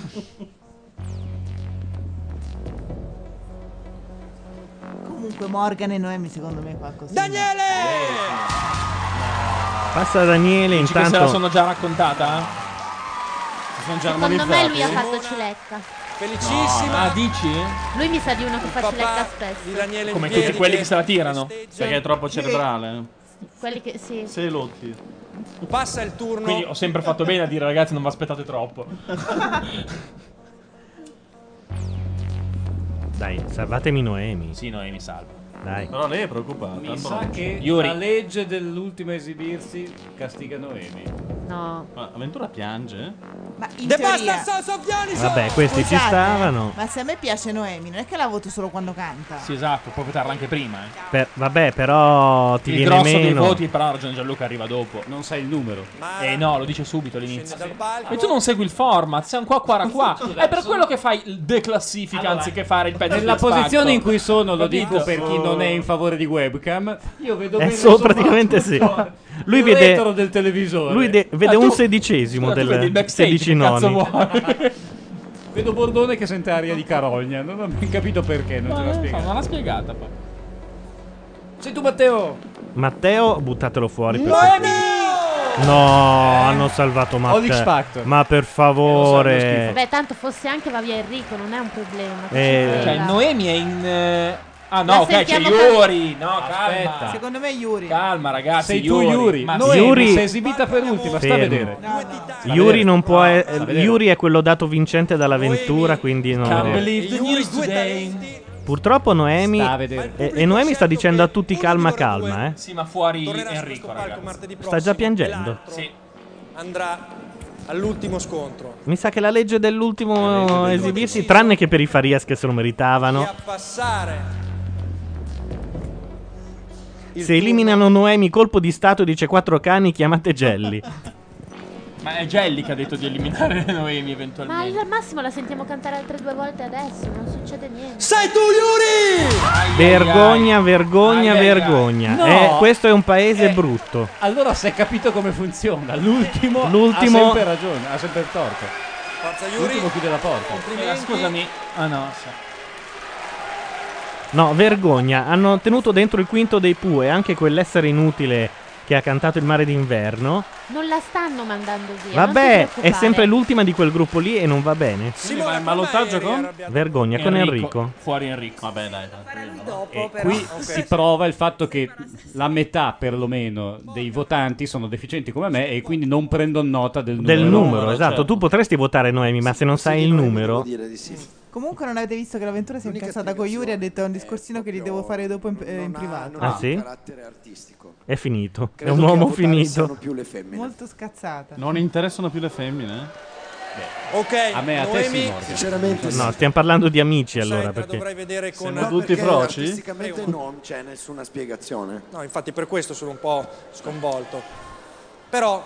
Comunque Morgan e Noemi secondo me fa così. Daniele! Passa Daniele Dici che se la intanto. sono già raccontata? Si sono già Secondo me lui ha armonizzati? fatto cilecca. Felicissima. Ah, dici? Lui mi sa di uno che fa cilecca spesso. Di Daniele in Come piedi tutti quelli che che se la tirano. Perché è troppo cerebrale. Quelli che sì. Sei lotti. Passa il turno. Quindi ho sempre fatto bene a dire ragazzi non vi aspettate troppo. Dai, salvatemi Noemi. Sì, Noemi salva. Dai. Però lei è preoccupata. Mi sa che Yuri. la legge dell'ultimo esibirsi castiga Noemi. No. Ma Avventura piange? Ma in De teoria... basta Soffiani. Vabbè, questi ci Scusate, stavano. Ma se a me piace Noemi, non è che la voto solo quando canta. Sì, esatto, può votarla anche prima. Eh. Per- vabbè, però ti Il viene grosso dei meno. voti, però ha ragione Gianluca, arriva dopo. Non sai il numero. Eh no, lo dice subito all'inizio. E tu non segui il format, sei un qua qua qua. È per quello che fai il declassifica anziché fare il pezzo Nella del spacco. posizione in cui sono, lo Capito? dico per chi non è in favore di webcam, io vedo Eh, bene so, sopra praticamente sì. tutto Lui il vede retro del televisore. Lui de- vede Ah, tu- un sedicesimo Scusa, tu vedi il del backstage, che cazzo sedicinoni. vuoi? Vedo Bordone che sente aria di carogna. Non ho ben capito perché, non ce l'ha Ma spiegato. non l'ha spiegata poi. Sei tu, Matteo? Matteo, buttatelo fuori. per Noemi! No, hanno salvato Ho l'X Matteo. Factor. Ma per favore. Vabbè, tanto fosse anche va via Enrico, non è un problema. che Eh. ci Cioè, frega. Noemi è in. eh, Ah La no, ok, c'è sentiamo Yuri. No, Aspetta. calma. Secondo me Yuri. Calma, ragazzi. Sei tu, Yuri. Ma Noemi Yuri- si è esibita per ultima, sta a Fermo. vedere. Yuri non può. eh, sta a vedere. Yuri è quello dato vincente dall'avventura, quindi non Can't vedere. believe the news today. Purtroppo Noemi. Sta a vedere. E, e Noemi sta dicendo a tutti calma, calma, eh. Sì, ma fuori Tornerà su Enrico, questo palco ragazzi. martedì Sta prossimo già e piangendo. l'altro Sì. andrà all'ultimo scontro. Mi sa che la legge dell'ultimo esibirsi, tranne che per i Farias che se lo meritavano. E a passare il Se eliminano Noemi, colpo di stato, dice quattro cani, chiamate Gelli. Ma è Gelli che ha detto di eliminare Noemi Ma eventualmente. al massimo la sentiamo cantare altre due volte adesso, non succede niente. Sei tu, Yuri! Vergogna, vergogna, Ai, ai, ai. vergogna. No. Eh, questo è un paese Eh. brutto. Allora si è capito come funziona. L'ultimo, L'ultimo- ha sempre ragione, ha sempre torto. Forza Yuri. L'ultimo chiude la porta. Eh, scusami. Ah no, sì. No, vergogna. Hanno tenuto dentro il quinto dei Pooh e anche quell'essere inutile che ha cantato Il mare d'inverno. Non la stanno mandando via. non ti Vabbè, è preoccupare. sempre l'ultima di quel gruppo lì e non va bene. Quindi va in ballottaggio con? Vergogna con Enrico. Fuori Enrico. Vabbè, dai, dai. E qui si prova il fatto che la metà perlomeno dei votanti sono deficienti come me e quindi non prendono nota del numero. Del numero, esatto. certo. Tu potresti votare Noemi, ma se non sai il numero. Devo dire di sì. Comunque non avete visto che l'avventura si è incazzata con Yuri e ha detto è un discorsino che gli devo fare dopo in, eh, in privato. Ah, sì? Carattere artistico. È finito. È Credo un che a uomo votare finito. siano più le femmine. Molto scazzata. Non interessano più le femmine? Ok, A me, a te sì, Noemi, Morgan. Sinceramente sì. No, stiamo parlando di amici sai, allora. la Perché dovrai vedere con... Siamo No, tutti perché froci? artisticamente non c'è nessuna spiegazione. No, infatti per questo sono un po' sconvolto. Però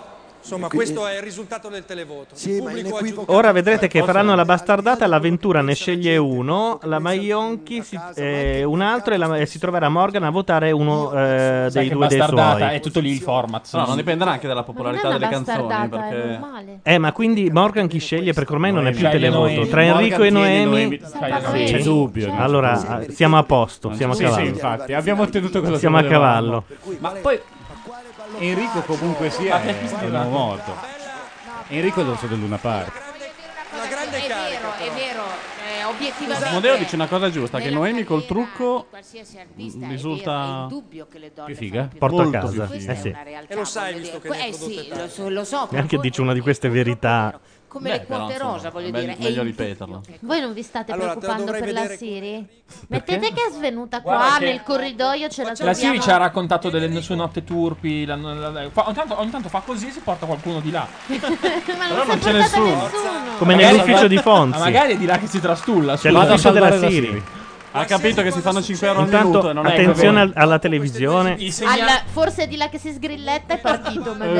Insomma, questo è il risultato del televoto. Sì, il ma pubblico ha inequivoco- giudicato. Ora vedrete che faranno la bastardata, l'avventura ne sceglie uno, la Maionchi si- eh, un altro e, la- e si troverà Morgan a votare uno eh, Sai dei che due dei bastardata suoi. è tutto lì il format. No, non dipenderà anche dalla popolarità delle canzoni. Perché... Eh, ma quindi Morgan chi sceglie? Perché ormai non è più Sceglie televoto. Noemi. Tra Enrico e Morgan tiene Noemi, Noemi. Sì. C'è dubbio, no? Allora eh, siamo a posto, siamo a Sì, cavallo. sì, infatti, abbiamo ottenuto cosa Siamo a volevamo. cavallo. Ma poi Enrico comunque sia è, è un uomo morto. Enrico è l'orso del Luna Park. È vero, è vero, eh, obiettivamente. Amodeo dice una cosa giusta, che nella Noemi col carriera trucco di qualsiasi artista m- è risulta vero, è indubbio che le donne più figa? fanno più Porto a rumore. casa. Questa Eh è sì. una realtà, E lo sai, voglio visto dire. che ne hai Eh sì, prodotte lo so, lo so. E anche dice una di queste verità. Come Beh, le però, quote insomma, rosa, voglio è dire. meglio- è meglio indubbio ripeterlo. che- Voi non vi state Allora, te la preoccupando dovrei per la vedere- Siri? Perché? Mettete che è svenuta Guarda qua che- nel corridoio, ce la La troviamo. Siri ci ha raccontato delle sue notte turpi. la- la- la- fa- ogni, tanto, ogni tanto fa così e si porta qualcuno di là. Ma Però non non c'è c'è nessuno. Come Magari- nell'ufficio di Fonzi. Ma magari è di là che si trastulla. C'è scusa. l'ufficio della salvare la Siri. Siri. Ha capito che si fanno cinque euro al Intanto minuto e non è attenzione come al- alla televisione. Al- forse è di là che si sgrilletta è partito. magari.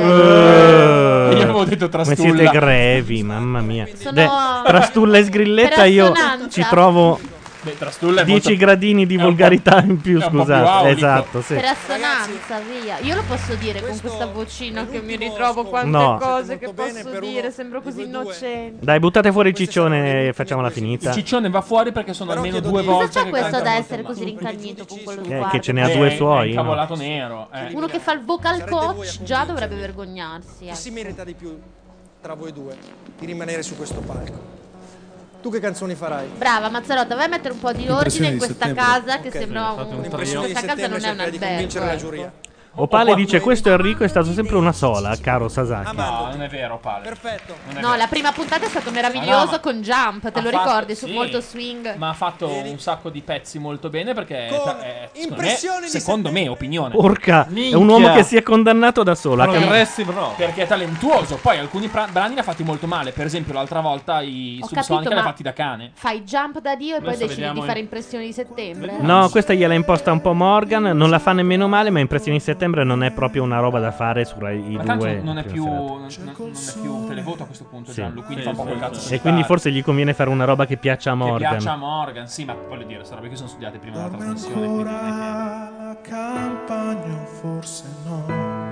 Eh, Io avevo detto come trastulla. siete grevi, mamma mia. Sono- Beh, trastulla e sgrilletta per io assonanza. ci trovo Beh, trastulla è dieci molto- gradini di è un po' volgarità in più, è un po' più scusate. aulico. Esatto, sì. Per assonanza, via. Io lo posso dire con questa vocina che mi ritrovo quante No. cose che posso dire, sembro così innocente. Dai, buttate fuori il ciccione e facciamola finita. Il ciccione va fuori perché sono almeno due Cosa volte. c'ha che questo canta da molto essere male. così rincagnito con quello Eh, sguardo? che ce ne ha Eh, due è- suoi, È no? incavolato nero. eh. Uno che fa il vocal coach già dovrebbe vergognarsi. Chi eh. si merita di più tra voi due di rimanere su questo palco? Tu che canzoni farai? Brava Mazzarotta, vai a mettere un po' di ordine in questa casa che sembra un... L'impressione di Questa casa non settembre è un cercare di convincere la albergo. giuria. ecco. Opale dice questo Enrico è stato sempre una sola, caro Sasaki. No, non è vero, Pale. Perfetto. No, la prima puntata è stato meraviglioso Ah, no, ma- con Jump, te ha lo fatto- ricordi? Su sì, molto swing. Ma ha fatto un sacco di pezzi molto bene perché Con è, secondo, impressioni me, di secondo me, opinione. Porca, è Minchia. un uomo che si è condannato da solo. ha cam- Progressive rock. Perché è talentuoso. Poi alcuni pra- brani li ha fatti molto male. Per esempio, l'altra volta i Ho Subsonica capito, li ha ma- fatti da cane. Fai Jump da Dio e poi Adesso decidi vediamo di fare in- impressioni di settembre. No, questa gliela imposta un po' Morgan, non la fa nemmeno male, ma Impressioni di settembre non è proprio una roba da fare su Rai Ma tanto due. non è prima più, serata. non, non è più televoto a questo punto, Sì. Gianlu. Quindi Sì, fa un po' quel sì, cazzo sì. che E gli quindi pare. forse gli conviene fare una roba che piaccia a Che Morgan. piaccia a Morgan, sì, ma voglio dire, sono robe che sono studiate prima della trasmissione. Quindi non è La campagna forse no,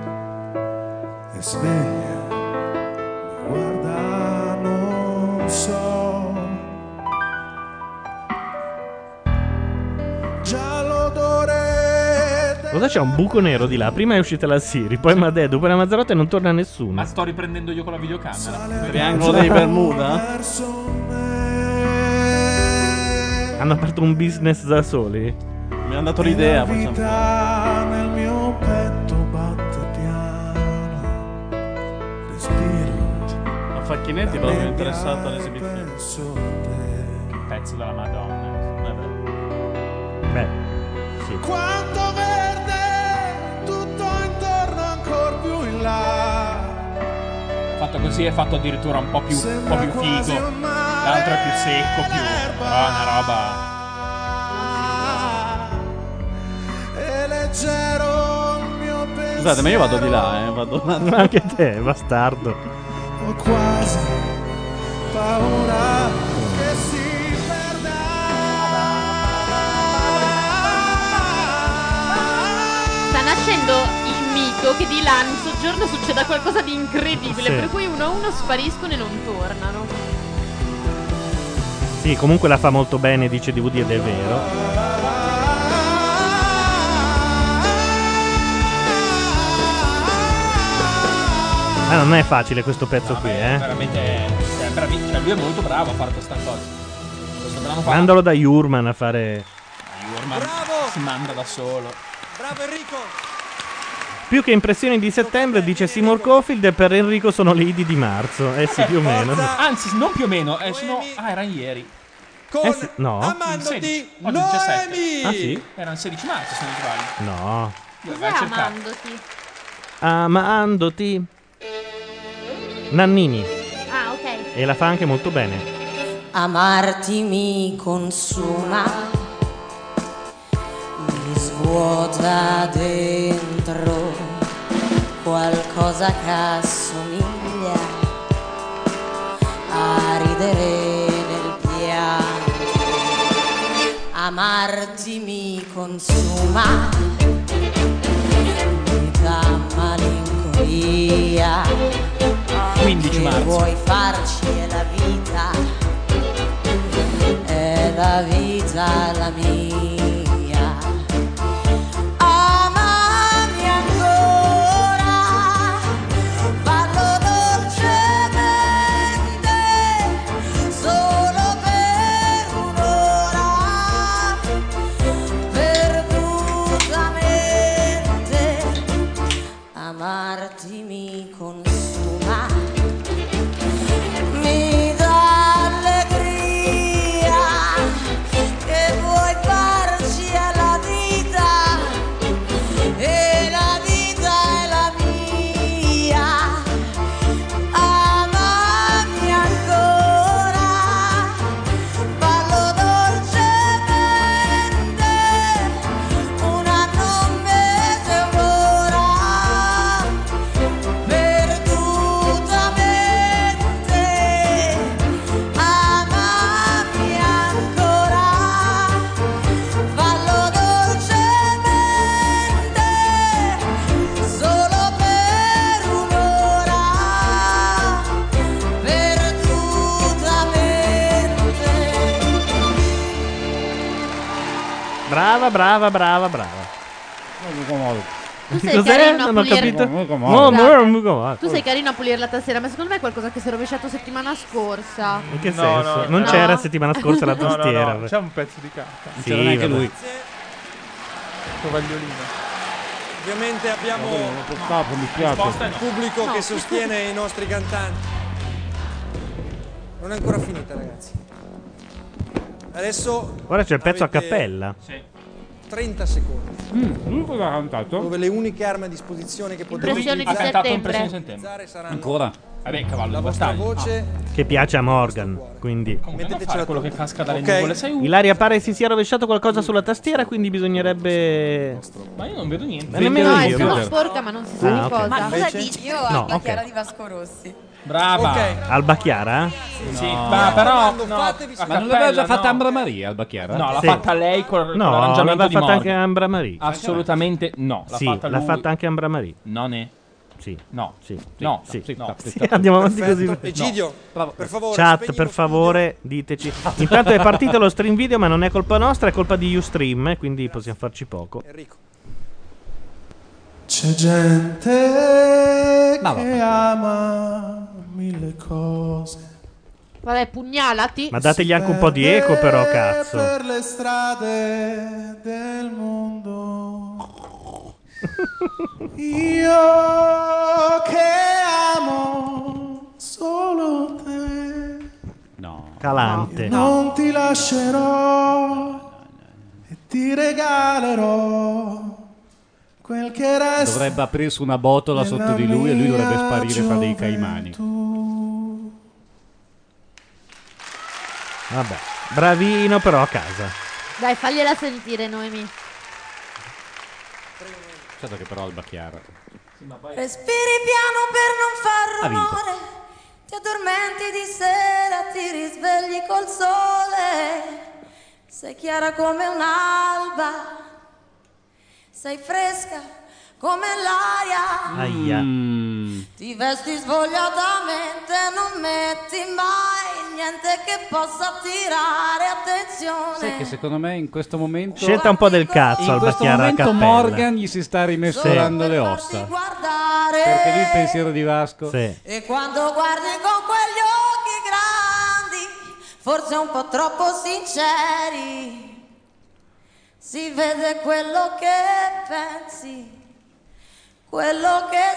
è sveglia, mi guarda, non so, già l'odore Cosa c'è un buco nero di là? Prima è uscita la Siri, poi Madè, dopo la Mazzarotta e non torna che... nessuno. Ma sto riprendendo io con la videocamera. Triangolo dei Bermuda? verso me, Hanno aperto un business da soli? Mi hanno dato l'idea. la Facciamo. vita nel mio petto batte piano, respiro. A Facchinetti è proprio interessato all'esibizione. Pezzo della Madonna. Beh, sì. Quanto verde, tutto intorno ancor più in là. Fatto così è fatto addirittura un po' più, un po' più quasi figo. un mare L'altro è più secco, più. Però è una roba. E leggero il mio pensiero. Scusate, ma io vado di là, eh. Vado un attimo. Anche te, bastardo. Ho quasi paura che si perda. Sta nascendo il mito che di là in soggiorno succeda qualcosa di incredibile, Sì. per cui uno a uno spariscono e non tornano. Sì, comunque la fa molto bene, dice D V D ed è vero. Ah, non è facile questo pezzo qui, È eh. veramente. Cioè, bravi- cioè, lui è molto bravo a fare questa cosa. Questo brano fa. Mandalo da Jurman a fare. Ormai si manda da solo. Bravo Enrico. Più che impressioni di settembre, dice Seymour Cofield, e per Enrico sono le Idi di marzo. Eh sì, più o meno. Anzi, non più o meno. Eh, sono... Ah, erano ieri. Con Eh sì, no. Amandoti sedici. Oggi è il diciassette. Noemi. Ah sì? Erano il sedici marzo, se non sbaglio. No. Vai Cos'è a cercare. amandoti? Amandoti. Nannini. Ah, ok. E la fa anche molto bene. Amarti mi consuma, mi svuota dentro qualcosa che assomiglia amarti mi consuma, mi dà malinconia. quindici Che marzo. vuoi farci è la vita, è la vita la mia. Amami ancora, fallo dolcemente, solo per un'ora, perdutamente. Amarti mi consuma, mi dà allegria. Che vuoi farci alla vita, e la vita è la mia. Amami ancora, fallo dolcemente, un anno, un mese, un'ora, perdutamente. Amami ancora, fallo dolcemente, solo per un'ora, perdutamente. Brava, brava, brava, brava. Tu sei Cos'è? carino a Non ho pulire- capito. Scusate. No, no, no, no. Tu sei carino a pulire la tastiera, ma secondo me è qualcosa che si è rovesciato settimana scorsa. In che No, senso? no, non no. c'era settimana scorsa la No, no, no, tastiera. c'è un pezzo di carta. Sì, c'era neanche lui. Il tovagliolino. Ovviamente abbiamo mi risposta il pubblico che sostiene i nostri cantanti. Non è ancora finita, ragazzi. Adesso Ora c'è il pezzo a avete cappella. trenta secondi. lui cosa ha cantato? Dove le uniche armi a disposizione che potete Impressioni di utilizzare settembre. Impressioni di settembre. saranno Ancora? Vabbè, cavallo la di vostra battaglia. voce. Che piace a Morgan. Quindi. Come non Mettetecela fare quello che tutti. casca dalle Ok. nuvole? Sei un... Ilaria pare si sia rovesciato qualcosa sulla tastiera, quindi bisognerebbe. Ma io non vedo niente. Ma nemmeno No, è io. solo guarda. sporca, ma non si sa Ah, di ok. cosa. Ma Cosa Invece? dici? Io No, Alba ok. Chiara di Vasco Rossi. Brava. Ok. Alba Chiara? Sì, No. ma però Quando no, fatevi a Ma non l'aveva cappella, già fatta no. Ambra Maria, Alba Chiara? No, l'ha Sì. fatta lei col, con No, l'arrangiamento l'aveva di fatta Morgan. anche Ambra Marie. Assolutamente no. L'ha Sì, fatta l'ha lui. fatta anche Ambra Marie. Non è. Sì. No. Sì. No. Sì. Sì. No. Sì, andiamo avanti Perfetto. così. Egidio, No. per favore. Chat, spegni per lo favore, diteci. Intanto è partito lo stream video, ma non è colpa nostra, è colpa di Ustream, eh, quindi possiamo farci poco. Enrico. C'è gente Ma che ama mille cose. Vabbè, pugnalati. Ma dategli anche un po' di eco, però, cazzo. Per le strade del mondo. Io che amo solo te. No. Calante. Non ti lascerò e ti regalerò quel che resta. Dovrebbe aprirsi una botola sotto di lui e lui dovrebbe sparire fra dei caimani. Vabbè, bravino, però a casa. Dai, fagliela sentire, Noemi. Certo che però Alba Chiara. Respiri piano per non far Ha vinto. rumore, ti addormenti di sera, ti risvegli col sole, sei chiara come un'alba, sei fresca come l'aria, Aia. ti vesti svogliatamente, non metti mai niente che possa attirare attenzione. Sai che secondo me in questo momento Scelta un po' del cazzo, in Alba questo Chiara a momento cappella. Morgan gli si sta rimescolando le ossa. guardare, Perché lui il pensiero di Vasco. Sì. e quando guardi con quegli occhi grandi, forse un po' troppo sinceri, si vede quello che pensi, quello che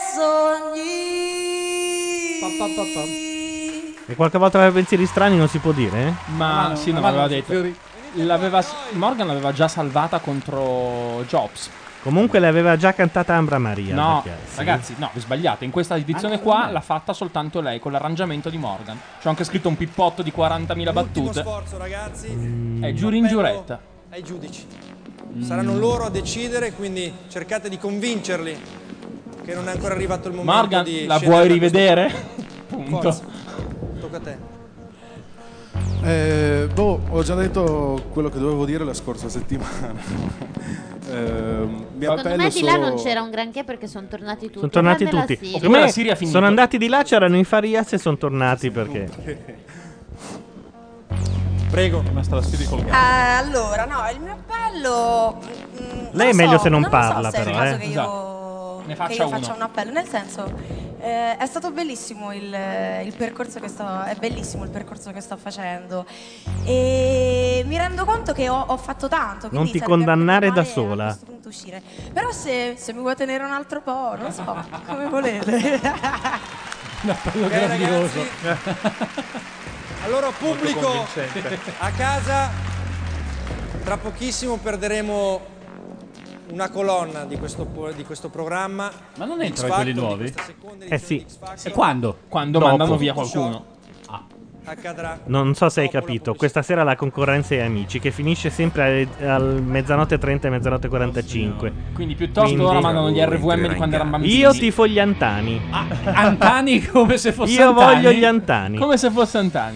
sogni. E qualche volta aveva pensieri strani, non si può dire? eh? Ma no, sì, non ma aveva no, detto. Fiori. L'aveva, Morgan l'aveva già salvata contro Jobs. Comunque l'aveva già cantata Ambra Maria. No, perché- sì. ragazzi, no, vi sbagliate. In questa edizione Ah, qua no. l'ha fatta soltanto lei con l'arrangiamento di Morgan. C'ho anche scritto un pippotto di quarantamila battute. Sforzo, ragazzi. È giuri in giuretta. Ai giudici. Saranno loro a decidere, quindi cercate di convincerli che non è ancora arrivato il momento Morgan, di la scendere vuoi da questo rivedere? palco. Punto. Forza. Tocca a te. Eh, boh, ho già detto quello che dovevo dire la scorsa settimana. Eh, mi Secondo appello me di là solo- non c'era un granché perché sono tornati tutti. Sono tornati tranne la tutti. Siria. Secondo me sono andati di là, c'erano i Farias e sono tornati perché. Prego. Ah, allora, no, il mio appello. mm, non Lei è lo meglio so, se non non lo so parla, se è il però, caso eh. che io, Esatto. Ne che faccia io uno. faccia un appello. Nel senso, eh, è stato bellissimo il, il percorso che sto. È bellissimo il percorso che sto facendo. E mi rendo conto che ho, ho fatto tanto. Non quindi ti sarebbe condannare da normale sola. A questo punto uscire. Però se, se mi vuoi tenere un altro po', non so, come volete. Un appello Ok, grandioso. Allora, pubblico convincente. a casa, tra pochissimo perderemo una colonna di questo, po- di questo programma. Ma non entrano X quelli Factor, nuovi? di questa seconda Eh sì. E quando? Quando Dopo. mandano via qualcuno. Accadrà. Non so se hai capito, questa sera la concorrenza è Amici, che finisce sempre al, al mezzanotte trenta e mezzanotte quarantacinque. Quindi piuttosto Quindi- ora mandano gli R V M di quando erano bambini. Io tifo gli Antani. Antani come se fosse Io Antani? voglio gli Antani. Come se fosse Antani.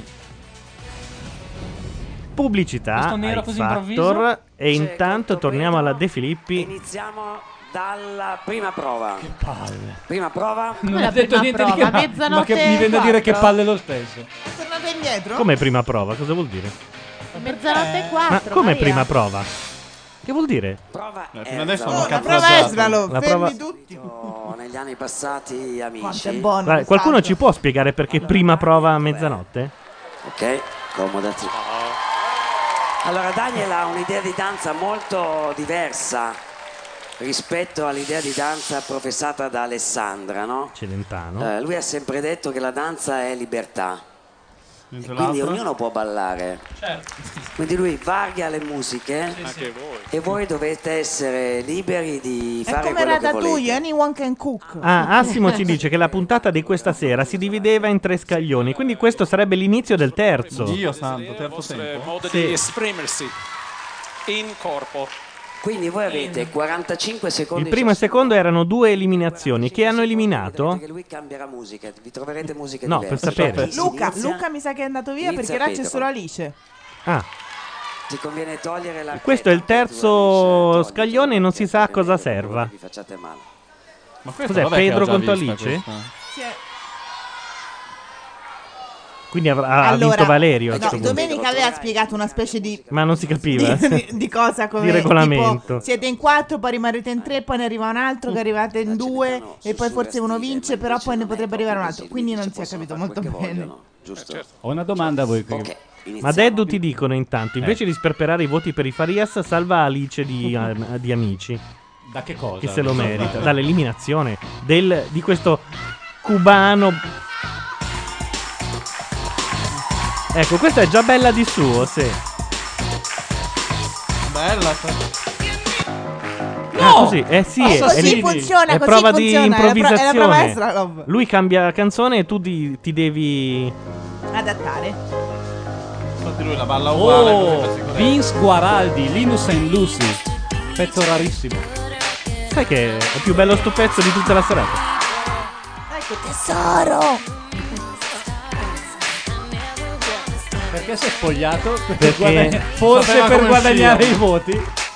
Pubblicità, Questo nero X così Factor, improvviso? e intanto torniamo alla De Filippi. Iniziamo dalla prima prova. Che palle. Prima prova. Non ha detto niente di che, ma che mi viene a dire che palle lo stesso. Tornate indietro? Come prima prova? Cosa vuol dire? Mezzanotte e Ma quattro. come Maria. prima prova? Che vuol dire? Prova Eh, fino adesso hanno Oh, la cazzeggiato. prova Esralo, La fermi prova- tutti. negli anni passati, amici. Quanto è buono Guarda, questo qualcuno altro. ci può spiegare perché prima prova a mezzanotte? Ok, comodati. Allora, Daniel ha un'idea di danza molto diversa rispetto all'idea di danza professata da Alessandra, no? Celentano. Eh, lui ha sempre detto che la danza è libertà. E quindi l'altro? ognuno può ballare. Quindi lui varga le musiche Anche voi. e voi dovete essere liberi di È fare come quello che Ratatouille, volete. anyone can cook. Ah, Assimo ci dice che la puntata di questa sera si divideva in tre scaglioni, quindi questo sarebbe l'inizio del terzo. Dio santo, terzo Il vostro tempo. modo Sì. di esprimersi in corpo. Quindi voi avete quarantacinque secondi. Il primo e il secondo erano due eliminazioni. Che hanno eliminato? Che lui cambierà musica, vi troverete musiche No, diverse. per sapere. Si Luca, inizia- Luca mi sa che è andato via inizia perché là c'è Pedro. solo Alice. Ah, Ti conviene togliere la. questo è il terzo scaglione e non si sa a cosa serva. Vi facciate male. Ma questa Cos'è, dov'è che Pedro ho già contro vista Alice? questa? Sì, è- Quindi avrà, ha Allora, vinto Valerio. a no, questo punto. domenica aveva spiegato una specie di Ma non si capiva. di, di- di cosa come Di regolamento. tipo, siete in quattro, poi rimarrete in tre, poi ne arriva un altro che arrivate in due e poi forse uno vince, però poi ne potrebbe arrivare un altro. Quindi non si è capito molto bene. Giusto? Ho una domanda a voi. qui. Ma Deddu ti dicono intanto, invece di sperperare i voti per i Farias, salva Alice di, eh, di Amici. Da che cosa? Che se lo merita. Dall'eliminazione del, di questo cubano. Ecco, questa è già bella di suo, sì. Bella. Ah, così, eh sì, Eh, è, così è- funziona, è così prova funziona, di è la pro- è la prova improvvisazione. extra love. Lui cambia canzone e tu di- ti devi. Adattare. Infatti lui la balla uguale. così Oh, per sicurezza. Vince Guaraldi, Linus and Lucy. Pezzo rarissimo. Sai che è più bello sto pezzo di tutta la serata? Ecco, tesoro. Perché si è spogliato? Per Perché- guadagna- Forse Sapeva per come guadagnare uscire. i voti.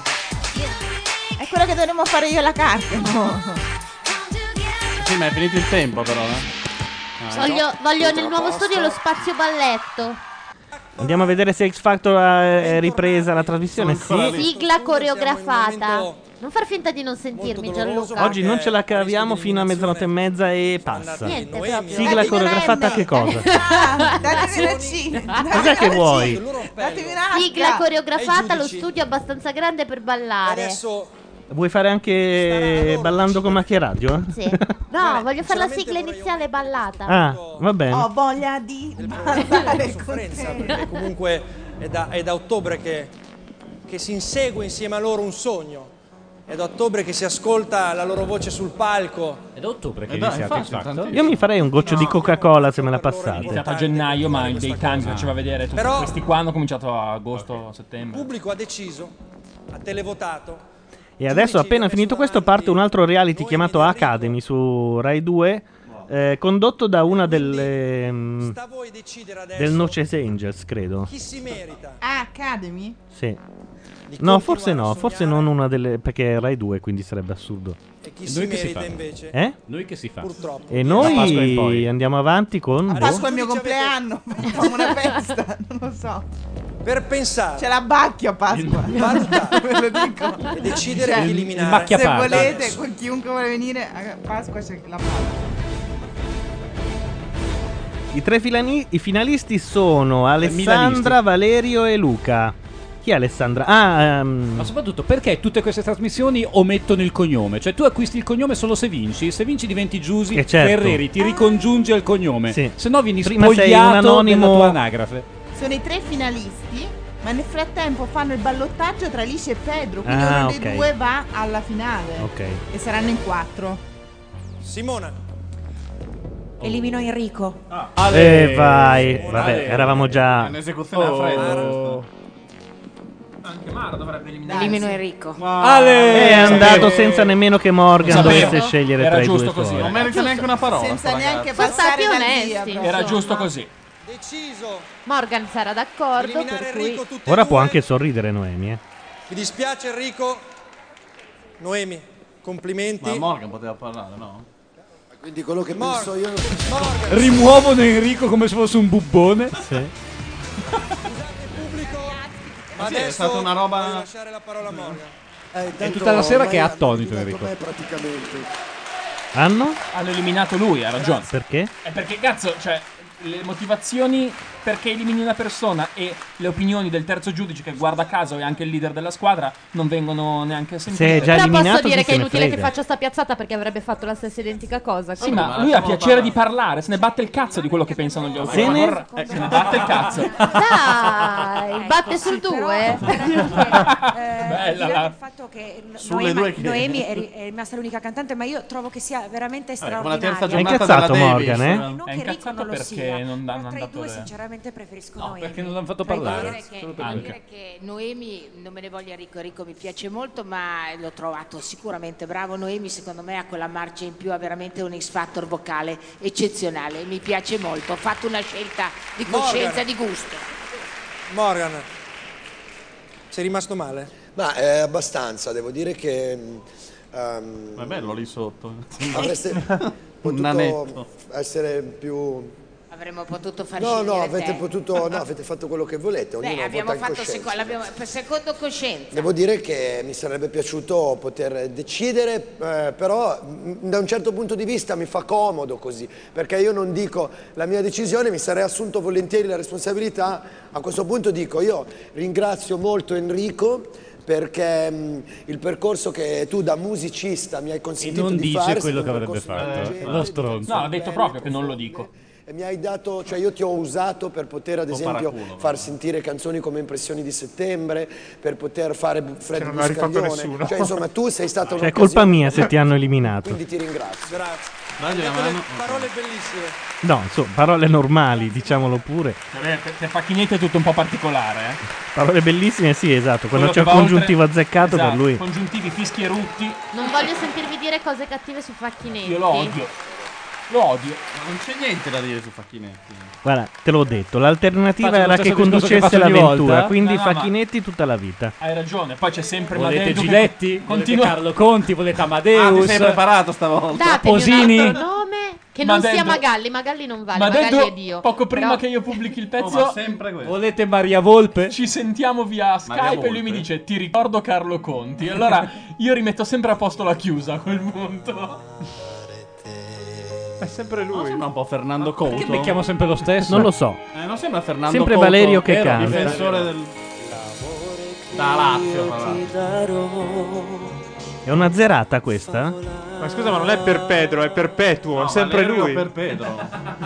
È quello che dovremmo fare io la carta. No. Sì, ma è finito il tempo però, eh. Ah, Voglio, voglio nel nuovo studio lo spazio balletto. Andiamo a vedere se X Factor ha- è ripresa la trasmissione. Sì. Sigla coreografata. Non far finta di non sentirmi, Gianluca. Oggi non ce la caviamo fino a mezzanotte e mezza e passa. Niente proprio. Sigla Datemi coreografata una che cosa? Ah, datemi una C. Cos'è che vuoi? Datemi una Sigla H. coreografata, lo studio abbastanza grande per ballare. Vuoi fare anche ballando con macchia radio? eh? Sì. No, voglio fare la sigla iniziale ballata. Ah, va bene. Ho voglia di ballare con Sofferenza, te. perché comunque è da, è da ottobre che, che si insegue insieme a loro un sogno. È da ottobre che si ascolta la loro voce sul palco. È da ottobre che Eh dai, iniziate infatti, X Factor? Io mi farei un goccio di Coca-Cola se me la È passate. iniziato a gennaio, ma il daytime che faceva vedere tutti Però- questi qua hanno cominciato a agosto, Il settembre. pubblico ha deciso, ha televotato. E adesso, appena finito questo, parte un altro reality chiamato Academy su Rai due, Eh, condotto da una delle mm, del Noches Angels, credo. Chi si merita? Ah, Academy? Sì. No, forse no, forse non una delle, perché è Rai due, quindi sarebbe assurdo. E chi si merita invece? Eh? Noi che si fa? Purtroppo. E Da Pasqua in noi poi. andiamo avanti con A boh. Pasqua è il mio compleanno. Facciamo una festa. Non lo so. Per pensare. C'è la bacchia a Pasqua. Ve lo dico. E decidere Cioè, chi il eliminare. macchia Se party. volete, con chiunque vuole venire a Pasqua c'è la bacchia. I tre filani- i finalisti sono milanisti. Alessandra, Valerio e Luca. Chi è Alessandra? Ah, ehm, Ma soprattutto perché tutte queste trasmissioni omettono il cognome? Cioè tu acquisti il cognome solo se vinci, se vinci diventi Giusi Eh, certo. Ferreri, ti ricongiungi al cognome. Sì. Se no vieni Prima sei un spogliato anonimo- della tua anagrafe. Sono i tre finalisti, ma nel frattempo fanno il ballottaggio tra Alice e Pedro. Quindi Ah, uno ok. dei due va alla finale. ok. E saranno in quattro. Simona. Elimino Enrico. E vai. Vabbè, eravamo già. È un'esecuzione a freddo. Oh. Anche Mara dovrebbe eliminare. Elimino Enrico. È andato senza nemmeno che Morgan Sapevo. dovesse scegliere Era tra i due giusto così, suoi. Non merita neanche una parola. Senza sto neanche ragazzo. Sono stati passare dal onesti. via, però, Era insomma. giusto così. Deciso. Morgan sarà d'accordo, Eliminare per cui Enrico tutti e Ora due. può anche sorridere Noemi, eh. Mi dispiace Enrico. Noemi, complimenti. Ma Morgan poteva parlare, no? Quindi quello che Morgan. penso io. Morgan. Rimuovono Enrico come se fosse un bubbone. Sì. Ma Sì, è adesso stata una roba- voglio lasciare la parola a Morgan. Eh, È tutta la sera che è ormai attonito hanno Enrico. eliminato me praticamente. Hanno? Hanno eliminato lui, ha ragione. Perché? È perché cazzo, cioè, le motivazioni perché elimini una persona e le opinioni del terzo giudice, che guarda caso è anche il leader della squadra, non vengono neanche sentite. Se è già però eliminato, posso dire chi che è se ne inutile che frega. faccia sta piazzata perché avrebbe fatto la stessa identica cosa. Sì, quindi- ma lui ha piacere di parlare, se ne batte il cazzo di quello che pensano gli altri. Se ne- Vorrà- eh, se ne batte il cazzo. Dai, batte sul due. Bella la- Il fatto che Sulle Noemi, due che- Noemi è, ri- è rimasta l'unica cantante, ma io trovo che sia veramente Vabbè, come la straordinaria. terza È giornata incazzato della Morgan, Davis. eh? Non È che Enrico incazzato non lo perché sia, non ma hanno tra i dato due le- sinceramente preferisco No, Noemi. perché non hanno fatto Tra i parlare. due. Dire che, Solo per devo quello. dire che Noemi, non me ne voglia Enrico, Enrico mi piace molto, ma l'ho trovato sicuramente bravo. Noemi secondo me ha quella marcia in più, ha veramente un X Factor vocale eccezionale, mi piace molto, ho fatto una scelta di coscienza, Morgan. di gusto. Morgan. Sei rimasto male? Ma è abbastanza, devo dire che. ehm, Ma è bello lì sotto. avreste Un potuto nanetto. essere più. Avremmo potuto far No, no, scegliere avete te. potuto. No, avete fatto quello che volete. Ognuno Beh, abbiamo vota in fatto coscienza. seco- l'abbiamo- per secondo coscienza. Devo dire che mi sarebbe piaciuto poter decidere, eh, però mh, da un certo punto di vista mi fa comodo così, perché io non dico la mia decisione, mi sarei assunto volentieri la responsabilità. A questo punto dico, io ringrazio molto Enrico perché mh, il percorso che tu da musicista mi hai E consentito non di dice fare è quello stato che un avrebbe percorso fatto. intelligente, Lo stronzo. No, ha detto proprio che non lo dico. e mi hai dato, cioè io ti ho usato per poter ad Un po' esempio paraculo, far però. sentire canzoni come Impressioni di settembre, per poter fare Bu- Fred Che non l'ha rifatto Buscaglione, nessuno. cioè insomma tu sei stato Cioè, è colpa mia se ti hanno eliminato. quindi ti ringrazio. Grazie. Dagli una Ecco le mano. parole bellissime. No, insomma, parole normali, diciamolo pure. Per, per, per Facchinetti è tutto un po' particolare, eh. Parole bellissime, sì, esatto. Quando Quello c'è il che va congiuntivo oltre- azzeccato Esatto, per lui. Congiuntivi, fischi e rutti, Non voglio sentirvi dire cose cattive su Facchinetti. io lo odio. Lo odio. Ma non c'è niente da dire su Facchinetti. Guarda, te l'ho detto, l'alternativa Faccio lo era che stesso discorso che conducesse faccio ogni l'avventura, volta? quindi No, no, ma- Facchinetti tutta la vita. Hai ragione, poi c'è sempre Volete Madeddu che Giletti? Volete continua Carlo Conti? Volete Ah, ti Amadeus? sei preparato stavolta? Datemi Posini? un altro nome che non Madeddu- sia Magalli. Magalli non vale, Madeddu, Magalli è Dio. poco prima Però- che io pubblichi il Oh, pezzo, ma sempre questo. Volete Maria Volpe? ci sentiamo via Skype e lui mi Volpe. dice ti ricordo Carlo Conti. Allora io rimetto sempre a posto la chiusa a quel punto. È sempre Non lui. sembra un po' Fernando Couto? Perché becchiamo sempre lo stesso? Non lo so. Eh, non sembra Fernando Sempre Couto, Valerio che vero? canta. Difensore del... da Lazio, tra l'altro. È una zerata questa? Ma scusa, ma non è per Pedro, è perpetuo, No, è sempre Valerio lui. per Pedro.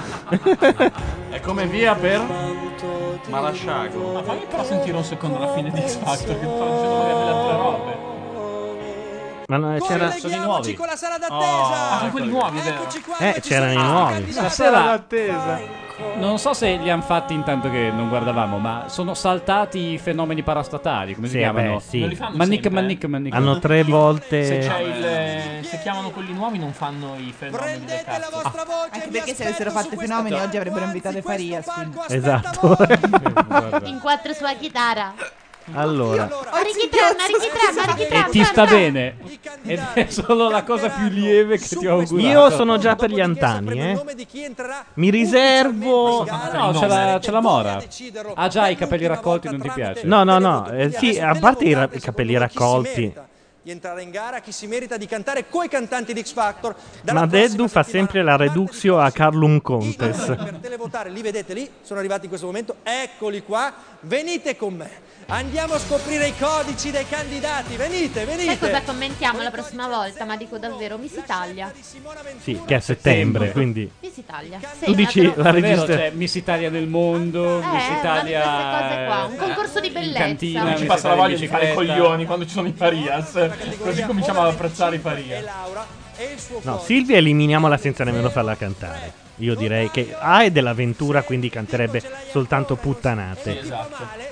È come via per Malasciago. Ma fammi però sentire un secondo la fine di X Factor che sto facendo magari delle altre robe. Ma no, c'era... Sono i nuovi. Con la sala d'attesa. Ah, sono quelli nuovi, è vero. Eh, c'erano i nuovi. Stasera non so se li hanno fatti intanto che non guardavamo, ma sono saltati i fenomeni parastatali, come si Sì, chiamano? beh, sì. Non li fanno Manic, sempre, manic, manic. Hanno tre volte... Se, c'è il, se chiamano quelli nuovi non fanno i fenomeni del cazzo. Ah, anche perché se avessero fatto i fenomeni oggi avrebbero invitato Farias. Quindi. Esatto. In quattro sulla chitarra. Allora, Arichitramma, arichitramma, E arichitramma. ti sta bene. Ed è solo la cosa più lieve che ti ho augurato. io sono già per gli antani, eh. Mi riservo... No, c'è la, c'è la Mora. Ha già i capelli raccolti, non ti piace? No, no, no. eh, sì, a parte i, ra- i capelli raccolti. Di entrare in gara, chi si merita di cantare coi cantanti di X Factor. Dalla Ma prossima Deddu fa sempre la reduxio a Carlum Contes. per televotare, li vedete lì, sono arrivati in questo momento, eccoli qua, venite con me. Andiamo a scoprire i codici dei candidati, venite, Sai venite. cosa commentiamo la prossima volta? Ma dico davvero, Miss Italia. Sì, che è a settembre, quindi... Miss Italia. Tu dici la È vero, registra... c'è Miss Italia nel mondo, Miss Eh, Italia... ma queste cose qua, un concorso di in bellezza. cantina, Non ci Miss passa la Italia in voglia di fare i bicicletta. coglioni quando ci sono i Farias. Così cominciamo ad apprezzare i Farias. No, Silvia eliminiamola senza nemmeno farla cantare. Io direi che A è dell'avventura, quindi canterebbe soltanto puttanate. Esatto.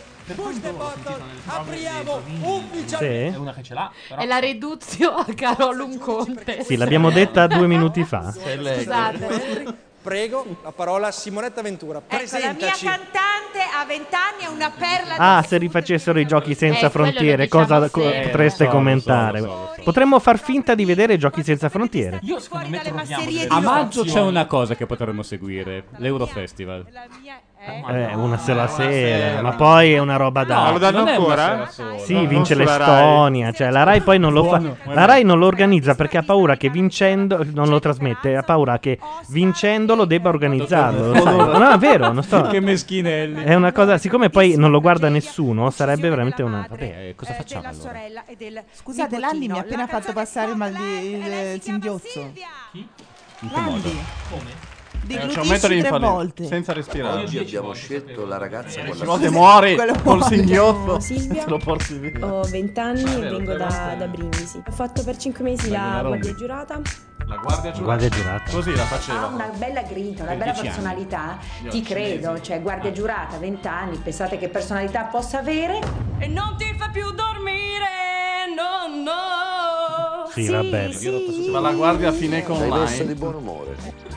Apriamo ufficialmente. Sì? È una che ce l'ha. Però. È la reduzio a Carolum Contes. Sì, l'abbiamo detta due minuti fa. Scusate. Prego, la parola a Simonetta Ventura. Ecco, la mia Presentaci. cantante a vent'anni è una perla Ah, di... se rifacessero i giochi senza Eh, quello lo frontiere, diciamo cosa co- sempre. potreste Eh, lo so, commentare? lo so, lo so. Potremmo far finta di vedere giochi senza frontiere. Io secondo me troviamo delle A maggio c'è situazioni- una cosa che potremmo seguire, l'Eurofestival. Eh, una sola sera, ma poi è una roba da... No, lo danno non è una ancora? sera sola. Sì, No, vince non sulla l'Estonia, cioè la Rai poi non lo fa. Buono. La Rai non lo organizza perché ha paura che vincendo non lo trasmette, ha paura che vincendolo debba organizzarlo. lo sai. No, è vero, non sto... Che meschinelli. È una cosa, siccome poi non lo guarda nessuno, sarebbe veramente una... Vabbè, eh, cosa facciamo della allora? sorella e del Scusate, Landi mi ha appena fatto passare il mal di il, il singhiozzo. In che modo? Landi. Eh, c'è un Deglutisci metro di tre infallibile, volte. senza respirare. Oggi abbiamo scelto la ragazza con Se la vuole muori Quello col vuole. singhiozzo. Silvia. Se lo porti via. Ho vent'anni Ah, e vero, vengo tre da, volte. da Brindisi. Ho fatto per cinque mesi Dai, la nella guardia Rombi. giurata. La guardia giurata. Guardia giurata. Così la Ha faceva. una bella grinta, una Per bella dieci anni. personalità, Io ti cinesi. credo, cioè guardia giurata, vent'anni, pensate che personalità possa avere? E non ti fa più dormire, no, no. Sì, vabbè. Ma la guardia a fine con Sei messo online. di buon umore.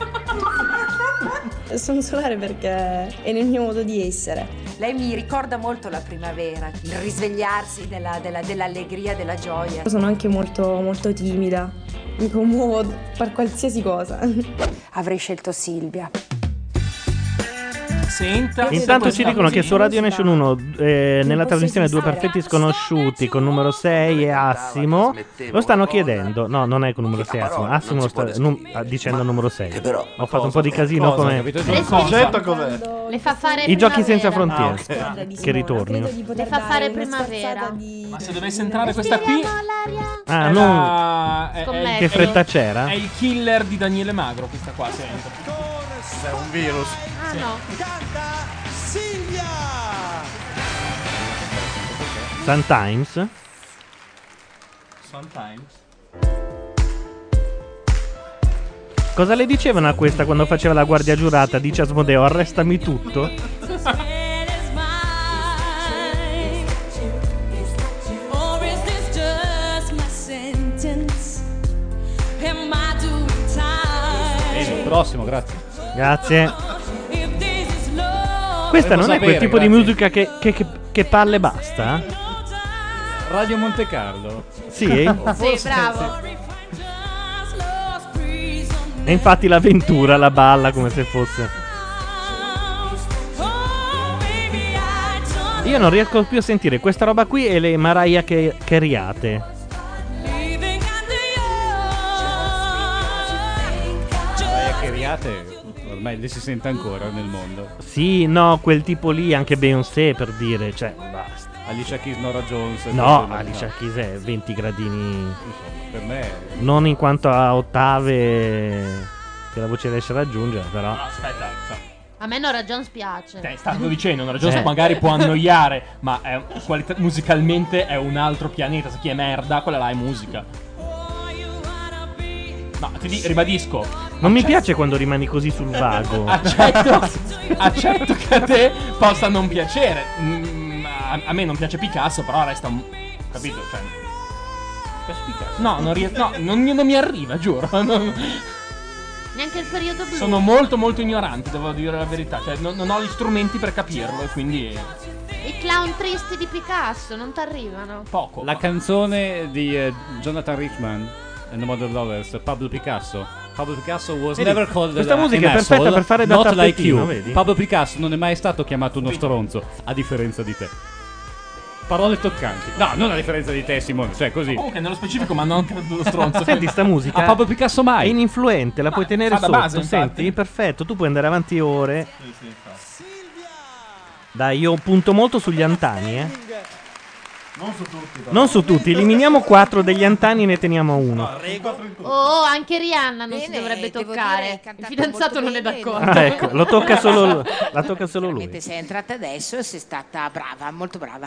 Sono solare perché è nel mio modo di essere. Lei mi ricorda molto la primavera, il risvegliarsi della- della- dell'allegria, della gioia. Sono anche molto, molto timida. Mi commuovo per qualsiasi cosa. Avrei scelto Silvia. Senta. Intanto ci dicono che su Radio Nation uno, eh, nella trasmissione Due Perfetti Sconosciuti con numero sei e Assimo, lo stanno chiedendo. No, non è con numero sei Assimo. Assimo lo sta num- ah, dicendo numero sei. Ho fatto un po' di casino Cosa? come... Capito? Il concetto cos'è? Le fa fare I giochi senza primavera. frontiere Ah, ok. che ritornino. Le fa fare primavera. Ma se dovesse entrare questa qui Ah, è non... la- è- è- Scommetto. Che fretta c'era? È il killer di Daniele Magro questa qua, se entra. È un virus. Ah no. Silvia! Sometimes. Sometimes. Cosa le dicevano a questa quando faceva la guardia giurata? Dice Asmodeo, arrestami tutto. Or is this just my sentence? Am I doing Bene, time? prossimo, grazie. Grazie. If this is love, Questa non è quel sapere, tipo di grazie. musica che, che, che, che palle e basta? Radio Monte Carlo. Sì? Sì, bravo. E infatti l'avventura la balla come se fosse... Io non riesco più a sentire questa roba qui e le Mariah che, che riate. Mariah Carey ormai le si sente ancora nel mondo. Sì, no, quel tipo lì, anche Beyoncé per dire, cioè, basta. Alicia Keys, Nora Jones. No, no, Alicia Keys è venti gradini. Insomma, per me Non in quanto a ottave che la voce riesce a raggiungere, però. Aspetta, sta- A me Nora Jones piace. Te stavo dicendo, Nora Jones Eh. magari può annoiare, ma è, qualità- musicalmente è un altro pianeta. Se chi è merda, quella là è musica. No, ti di- ribadisco. Non mi piace quando rimani così sul vago. Accetto, accetto che a te possa non piacere. Mm, a, a me non piace Picasso, però resta un. Capito? Cioè. Piace Picasso? No, non, ries- no, non, non mi arriva, giuro. Non- Neanche il periodo blu. sono molto, molto ignorante, devo dire la verità. Cioè, non, non ho gli strumenti per capirlo, e quindi. I clown tristi di Picasso non ti arrivano. Poco. La canzone di eh, Jonathan Richman and the Modern Lovers, Pablo Picasso. Pablo Picasso was Vedi, never called questa an musica è asshole, perfetta per fare da not like tappetino, you. vedi? Pablo Picasso non è mai stato chiamato uno stronzo, a differenza di te. Parole toccanti. No, non a differenza di te, Simone, cioè così. Comunque, nello specifico, ma non credo lo stronzo. Senti sta musica. A Pablo Picasso mai. È ininfluente, la puoi tenere fa da sotto. base, infatti. Senti, perfetto, tu puoi andare avanti ore. Dai, io punto molto sugli antani, eh. Non su tutti. però. Non su tutti, eliminiamo quattro degli antani e ne teniamo uno. Oh, anche Rihanna non si Bene, dovrebbe devo toccare. dire, Il cantato fidanzato molto non è bene, d'accordo. Ah, ecco, lo tocca solo, la tocca solo lui. Veramente sei entrata adesso e sei stata brava, molto brava.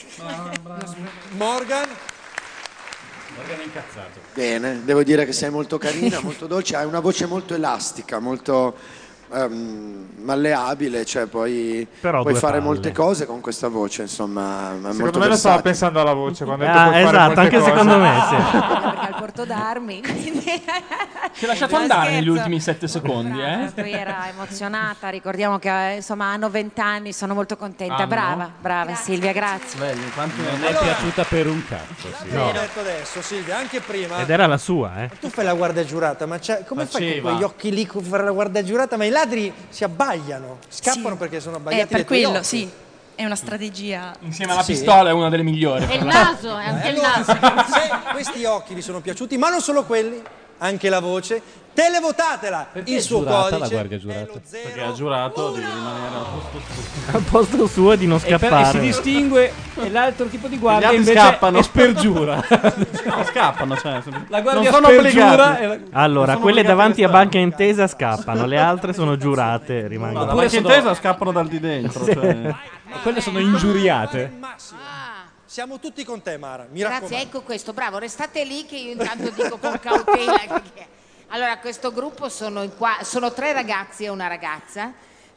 Morgan? Morgan è incazzato. Bene, devo dire che sei molto carina, molto dolce, hai una voce molto elastica, molto ehm, malleabile, cioè puoi, Però puoi due fare palle. molte cose con questa voce, insomma, è molto Secondo me lo stava versatile. pensando alla voce quando ha detto Ah, puoi fare esatto, molte anche cose. secondo me, sì. Perché al porto d'armi, quindi Ti ho lasciato No, andare scherzo. negli ultimi sette secondi, eh? poi era emozionata. Ricordiamo che eh, insomma hanno vent'anni, sono molto contenta. Hanno? Brava, brava Silvia, grazie. Non è piaciuta per un cazzo, sì. L'ho detto adesso, Silvia, anche prima. Ed era la sua, eh. Tu fai la guardia giurata, ma c'è- come fai con Faceva. quegli occhi lì a fare la guardia giurata? Ma i ladri si abbagliano, scappano Sì. perché sono È abbagliati Eh, per dai tuoi quello, occhi. sì. È una strategia. Insieme alla Sì. pistola è una delle migliori. E il fra l'altro. naso, è anche E il allora, naso. se questi occhi vi sono piaciuti, ma non solo quelli, anche la voce, televotatela. Perché Il è suo giurata codice la guardia giurata? Perché ha giurato di rimanere al posto suo. Al posto suo e di non E, per- e si scappare. distingue e l'altro tipo di guardia altri invece scappano. è spergiura. No, scappano, cioè. La guardia non sono spergiura obbligati. e la- Allora, sono quelle obbligati davanti a a restare. Banca Intesa scappano, le altre sono giurate, No, rimangono. da Oppure Banca sono- Intesa scappano dal di dentro. Sì. Cioè. quelle sono ingiuriate. Massimo. Siamo tutti con te, Mara. Mi Grazie, raccomando. ecco questo, bravo, restate lì che io intanto dico con cautela. che- Allora, questo gruppo sono, in qua- sono tre ragazzi e una ragazza.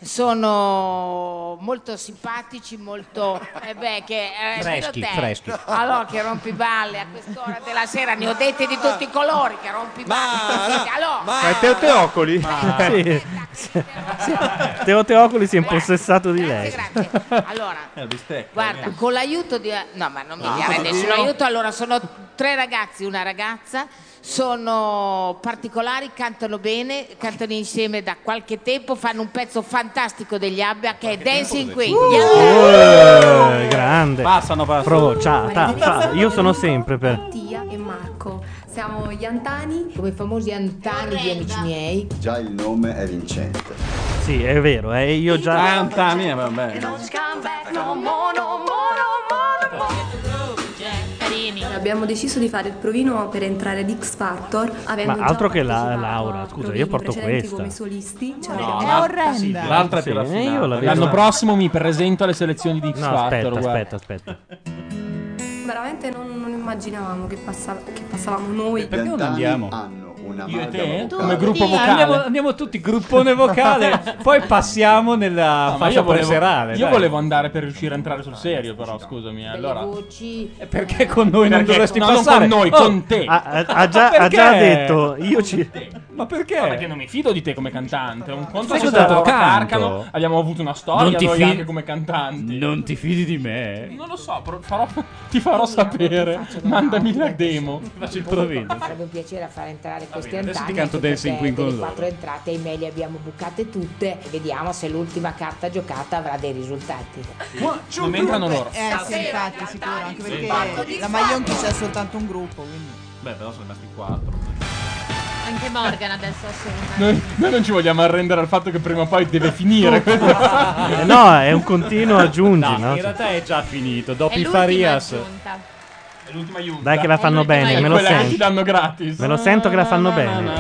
Sono molto simpatici, molto eh beh, che eh, Freschi, vedo te. freschi. Allora che rompiballe a quest'ora della sera, ne ho dette di tutti i colori che rompiballe. Allora, Ma è Teo Teocoli? Sì, sì, sì. Teo Teocoli si è impossessato di lei. grazie, grazie. Allora, Eh, bistecca. guarda, con l'aiuto di... No, ma non mi No, dare nessun io- aiuto. Allora, sono tre ragazzi e una ragazza. Sono particolari, cantano bene, cantano insieme da qualche tempo, fanno un pezzo fantastico degli Abbia che è Dancing Queen. Gli Abbia. Eh, grande. Passano, passano. Pro, ciao, ta, fa. Io sono sempre per. Mattia e Marco. Siamo gli Antani. Come i famosi antani di amici miei. Già il nome è vincente. Sì, è vero, eh, io già. Ah, Antani, eh, vabbè. Carini. Abbiamo deciso di fare il provino per entrare ad X Factor. Avendo Ma altro già che la partecipato Laura, a scusa, provini io porto precedenti questa. come solisti. Cioè No, È ma- orrenda. L'altra è Sì, più eh, raffinata. io la vedo. L'anno prossimo mi presento alle selezioni di X No, Factor. aspetta, guarda. aspetta, aspetta. veramente non, non immaginavamo che, passa- che passavamo noi. Perché non andiamo? Hanno una Io e amalgama te? vocale. Come gruppo Sì, vocale. Andiamo, andiamo tutti gruppone vocale, poi passiamo nella No, ma fascia io volevo, preserale. io dai. volevo andare per riuscire a entrare sul serio, però scusami. Allora, voci. Perché con noi non Perché- dovresti no, non passare? con noi, Oh, con te. Ha, ha- ha già, ha già Perché? detto, io ci. Ma perché? No, perché non mi fido di te come cantante. Un conto Scusa, è stato canto. Carcano, abbiamo avuto una storia Non ti noi fidi- anche come cantanti. Non ti fidi di me? Non lo so, però farò- ti farò sapere. Mandami la demo. Faccio il provino. Sarebbe un piacere a far entrare questi bene, adesso antani. ti canto anche Dancing perché Queen con delle loro. quattro entrate, ahimè, le abbiamo bucate tutte. Vediamo se l'ultima carta giocata avrà dei risultati. Non entrano loro. Eh sì, infatti, sicuro, anche perché la Maglionchi c'è soltanto un gruppo, quindi. Beh, però sono rimasti quattro. Anche Morgan adesso assolutamente. Noi, noi non ci vogliamo arrendere al fatto che prima o poi deve finire questo. Eh no, è un continuo aggiungi, No, no? in realtà è già finito. Dopo È i l'ultima Farias. aggiunta. È l'ultima aiuta. Dai che la fanno l'ultima bene, io. me lo Quella che ti sento. danno gratis. Me lo sento che la fanno bene.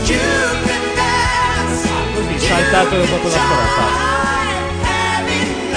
Così, saltato proprio la scorata.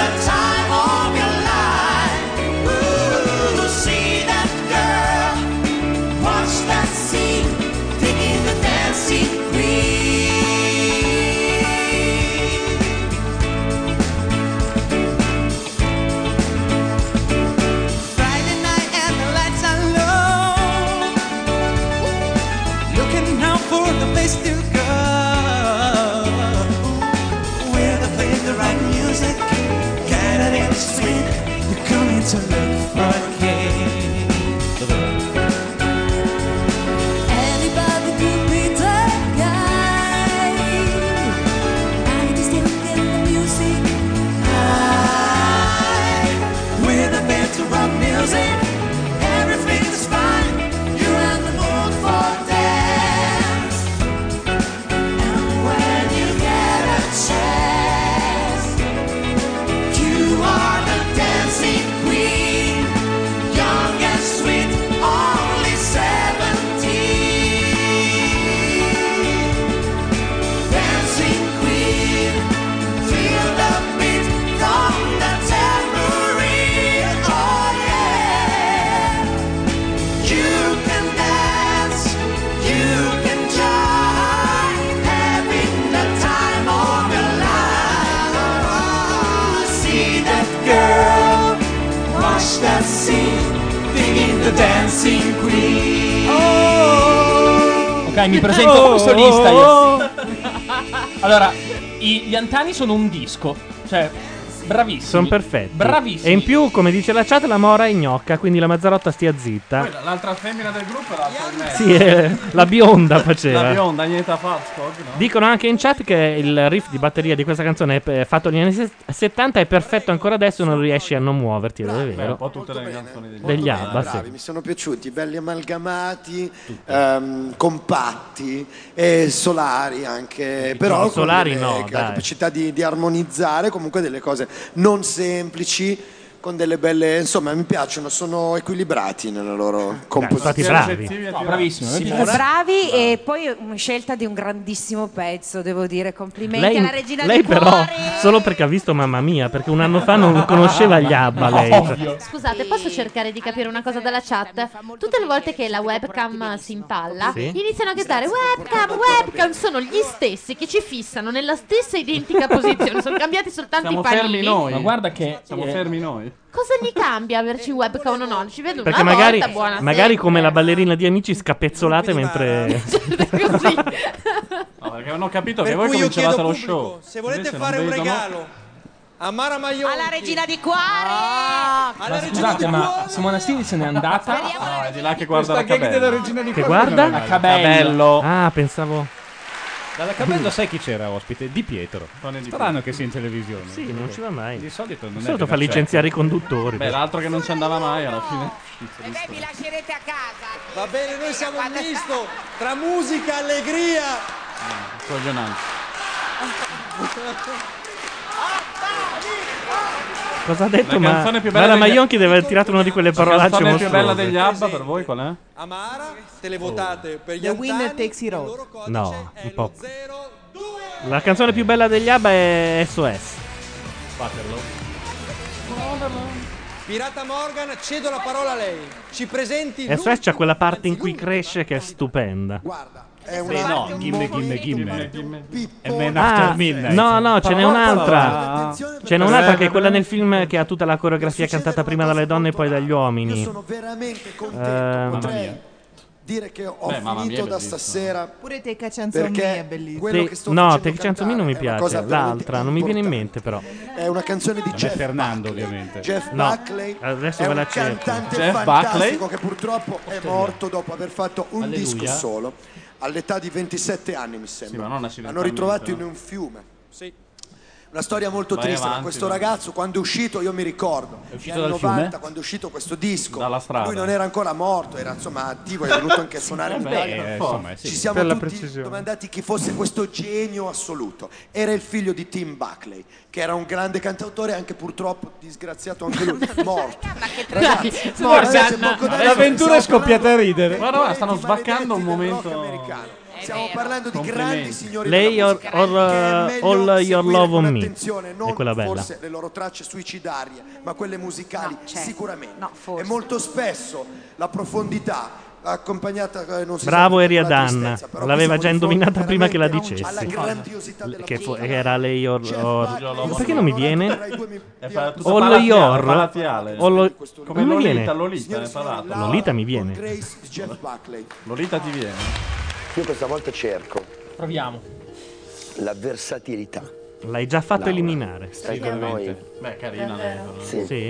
Wash that scene, digging the dancing queen. Ok, mi presento come solista io. Allora, i- gli Antani sono un disco, cioè bravissimi. Sono perfetti. Bravissimi. E in più, come dice la chat, la Mora è gnocca, quindi la Mazzarotta stia zitta. Poi l'altra femmina del gruppo è l'altra in mezzo. Sì, eh, la bionda faceva. La bionda, niente a fare, no? Dicono anche in chat che il riff di batteria di questa canzone è fatto negli anni se- settanta, è perfetto ancora adesso, non riesci a non muoverti, ed è Beh, vero. un po' tutte le canzoni degli Degli Molto ABBA, bene, sì. bravi, mi sono piaciuti, belli amalgamati, ehm, compatti e solari anche, però con solari delle no, ca- dai. capacità di, di armonizzare comunque delle cose non semplici, con delle belle, insomma mi piacciono, sono equilibrati nella loro composizione. No, bravissimo. Sì, mi piace. Bravi e poi una scelta di un grandissimo pezzo, devo dire, complimenti Lei, alla regina lei di però cuore. solo perché ha visto Mamma Mia, perché un anno fa non conosceva gli ABBA lei. Scusate, posso cercare di capire una cosa dalla chat? Tutte le volte che la webcam si impalla, Sì. iniziano a gridare webcam, webcam, sono gli stessi che ci fissano nella stessa identica posizione, sono cambiati soltanto Siamo i panini. fermi noi. Ma guarda che Siamo eh, fermi noi. Cosa gli cambia averci webcam o no? Ci vedo Perché una magari, volta, buona magari sempre. come la ballerina di Amici scapezzolate mentre... No, perché hanno capito Per che voi cui io cominciavate chiedo lo pubblico, show. se volete Invece fare non un vedono. regalo a Mara Maionchi, Alla regina di cuore. alla Ma regina scusate, di ma cuore, Simona Stini se n'è andata. No, è di là che guarda Questa la gag della cabella. regina di Che cuore guarda? non è male. Cabello. Ah, pensavo... Dalla Cabello sai chi c'era ospite? Di Pietro. Tony Di Strano che sia in televisione. Sì, non ci va mai. Di solito non Di è solito che fa la licenziare i conduttori. Beh, l'altro che non ci andava mai alla fine. E beh, vi lascerete a casa. va bene, noi siamo un misto tra musica, allegria. Cogionante. Cosa ha detto? La Ma canzone più bella Mara degli- Maionchi deve aver tirato una di quelle La parolacce canzone più bella mostruose. degli ABBA per voi qual è? Amara, te le votate per gli The winner Antani, takes it all. No, un po'. La canzone più bella degli ABBA è S O S. Pirata Morgan, cedo la parola a lei. Ci presenti S O S c'ha quella parte in cui cresce che è stupenda. È Sì, una no, gimme, gimme, gimme. E Man Ah, After Midnight. no, no, ce n'è un'altra. Attenzione, Ce n'è un'altra che è quella nel film che ha tutta la coreografia cantata prima dalle donne e poi dagli uomini. Io sono veramente contento, Eh, potrei dire che ho Beh, Mamma Mia finito è da bellissimo. stasera Pure te Caccianzo perché è bellissimo. quello Te- che sto no, facendo Te Chance Me non mi cantare è una piace. cosa veramente L'altra non mi viene in mente importante. però. È una canzone di Non è Jeff Fernando, Buckley. ovviamente. Jeff No, Buckley adesso è ve un la cerco. cantante Jeff fantastico Buckley? che purtroppo è morto dopo aver fatto un Alleluia. disco solo all'età di ventisette anni mi Sì, sembra. ma non L'hanno accidentalmente, ritrovato in no? un fiume. Una storia molto Vai triste, ma avanti, questo vai. ragazzo quando è uscito, io mi ricordo, È uscito negli anni dal fiume? novanta, quando è uscito questo disco, Dalla strada. lui non era ancora morto, era insomma attivo, è venuto anche a suonare in Beh, Italia. eh, insomma, sì. Ci siamo Per la tutti precisione. domandati chi fosse questo genio assoluto. Era il figlio di Tim Buckley, che era un grande cantautore, anche purtroppo disgraziato anche lui, morto. Ragazzi, Morgan, c'è poco da dire, L'avventura è stiamo scoppiata a parlando ridere. dei Guarda, guarda, stanno maledetti svaccando un maledetti del rock momento. americano. Stiamo vero. parlando di Complimenti. grandi signori Lei della or, musica, or, che è meglio All Your seguire Love con on Me. attenzione, non È quella bella. forse le loro tracce suicidarie, ma quelle musicali No, certo. sicuramente. No, forse. E molto spesso la profondità accompagnata eh, non si Bravo sa Eri con la Adan. tristezza, però L'aveva qui già siamo di indovinata fronte prima che la veramente dicessi. alla grandiosità della Che fu- musica. era lei or, Jeff or- Buckley, Perché non mi viene? tra i due mi- È pa- tutta All palatiale, Your palatiale. All- Come non mi Lolita, viene. Lolita, è parlato. Lolita mi viene. Con Grace, Jeff Buckley. Lolita ti viene. Io questa volta cerco Proviamo. la versatilità. L'hai già fatto eliminare. Stai con noi? Beh, carina lei. Sì. Sì.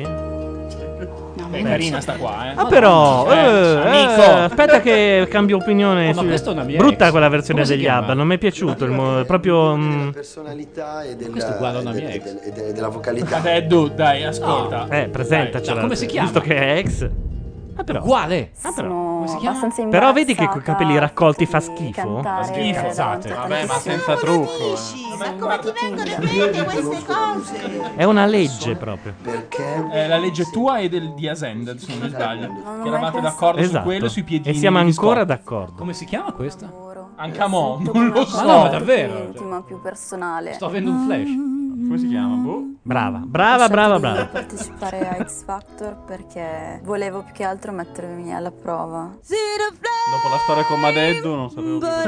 È carina sta qua, eh. Ah però, Eh, eh, amico. eh, aspetta che cambio opinione. Oh, ma su- questa è una mia Brutta ex. quella versione Come si degli chiama? ABBA, non mi è piaciuto. Il mo- proprio. mm, Della personalità e della, Questo è uguale a una e mia del- ex. e del- della vocalità. Vabbè, du, dai, ascolta. eh, presentacela. No, come si chiama? Visto che è ex. Ah, però. Uguale. Ah, però. Sono chiama? abbastanza Però vedi che coi imbarazzata capelli raccolti fa di schifo? cantare Schifo, davanti cazzate. a Vabbè, ma tantissime senza trucco. eh. Ma come ti vengono in mente queste cose? È una legge proprio. Perché È la legge tua e del di Ascend, se non mi sbaglio. ho Che mai eravate pensato. d'accordo su Esatto. quello, sui piedini. E siamo gli ancora scotch. d'accordo. Come si chiama questa? lavoro. Anche La a mo', sento non come lo una so. Ma no, ma cosa davvero? più intima, più personale. Sto avendo un flash. Come si chiama? Boh. Brava, brava, brava, Ho brava. scelto di partecipare a X Factor perché volevo più che altro mettermi alla prova. Dopo la storia con Madeddu non sapevo più.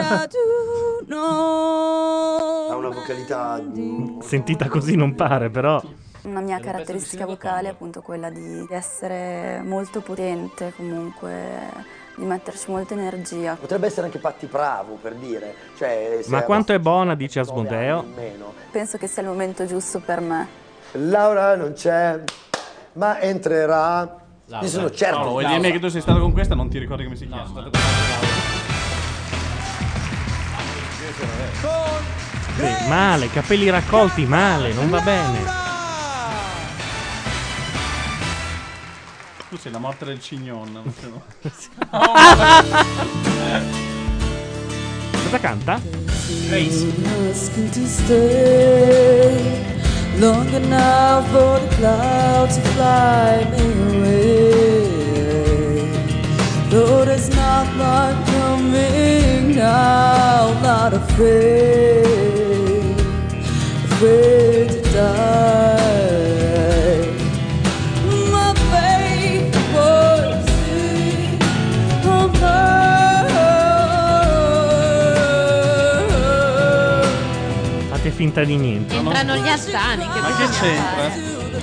ha una vocalità di... Sentita così non pare, però. Una mia caratteristica vocale è appunto quella di essere molto potente, comunque di metterci molta energia. Potrebbe essere anche Patti Bravo, per dire. Cioè, se Ma è quanto è buona, dice nove Asmodeo. anni in meno. Penso che sia il momento giusto per me. Laura non c'è, ma entrerà. Io sono certo. Paolo, vuoi dirmi che tu sei stato con questa e non ti ricordi come si chiama? Sì, male, capelli raccolti male, non va bene. Tu sei la morte del cignon. Non so. Cosa canta? Asking to stay long enough for the clouds to fly me away. Though there's not much coming now, not afraid, afraid to die. My faith was in Fate finta di niente. Entrano gli altani. Che Ma che c'entra?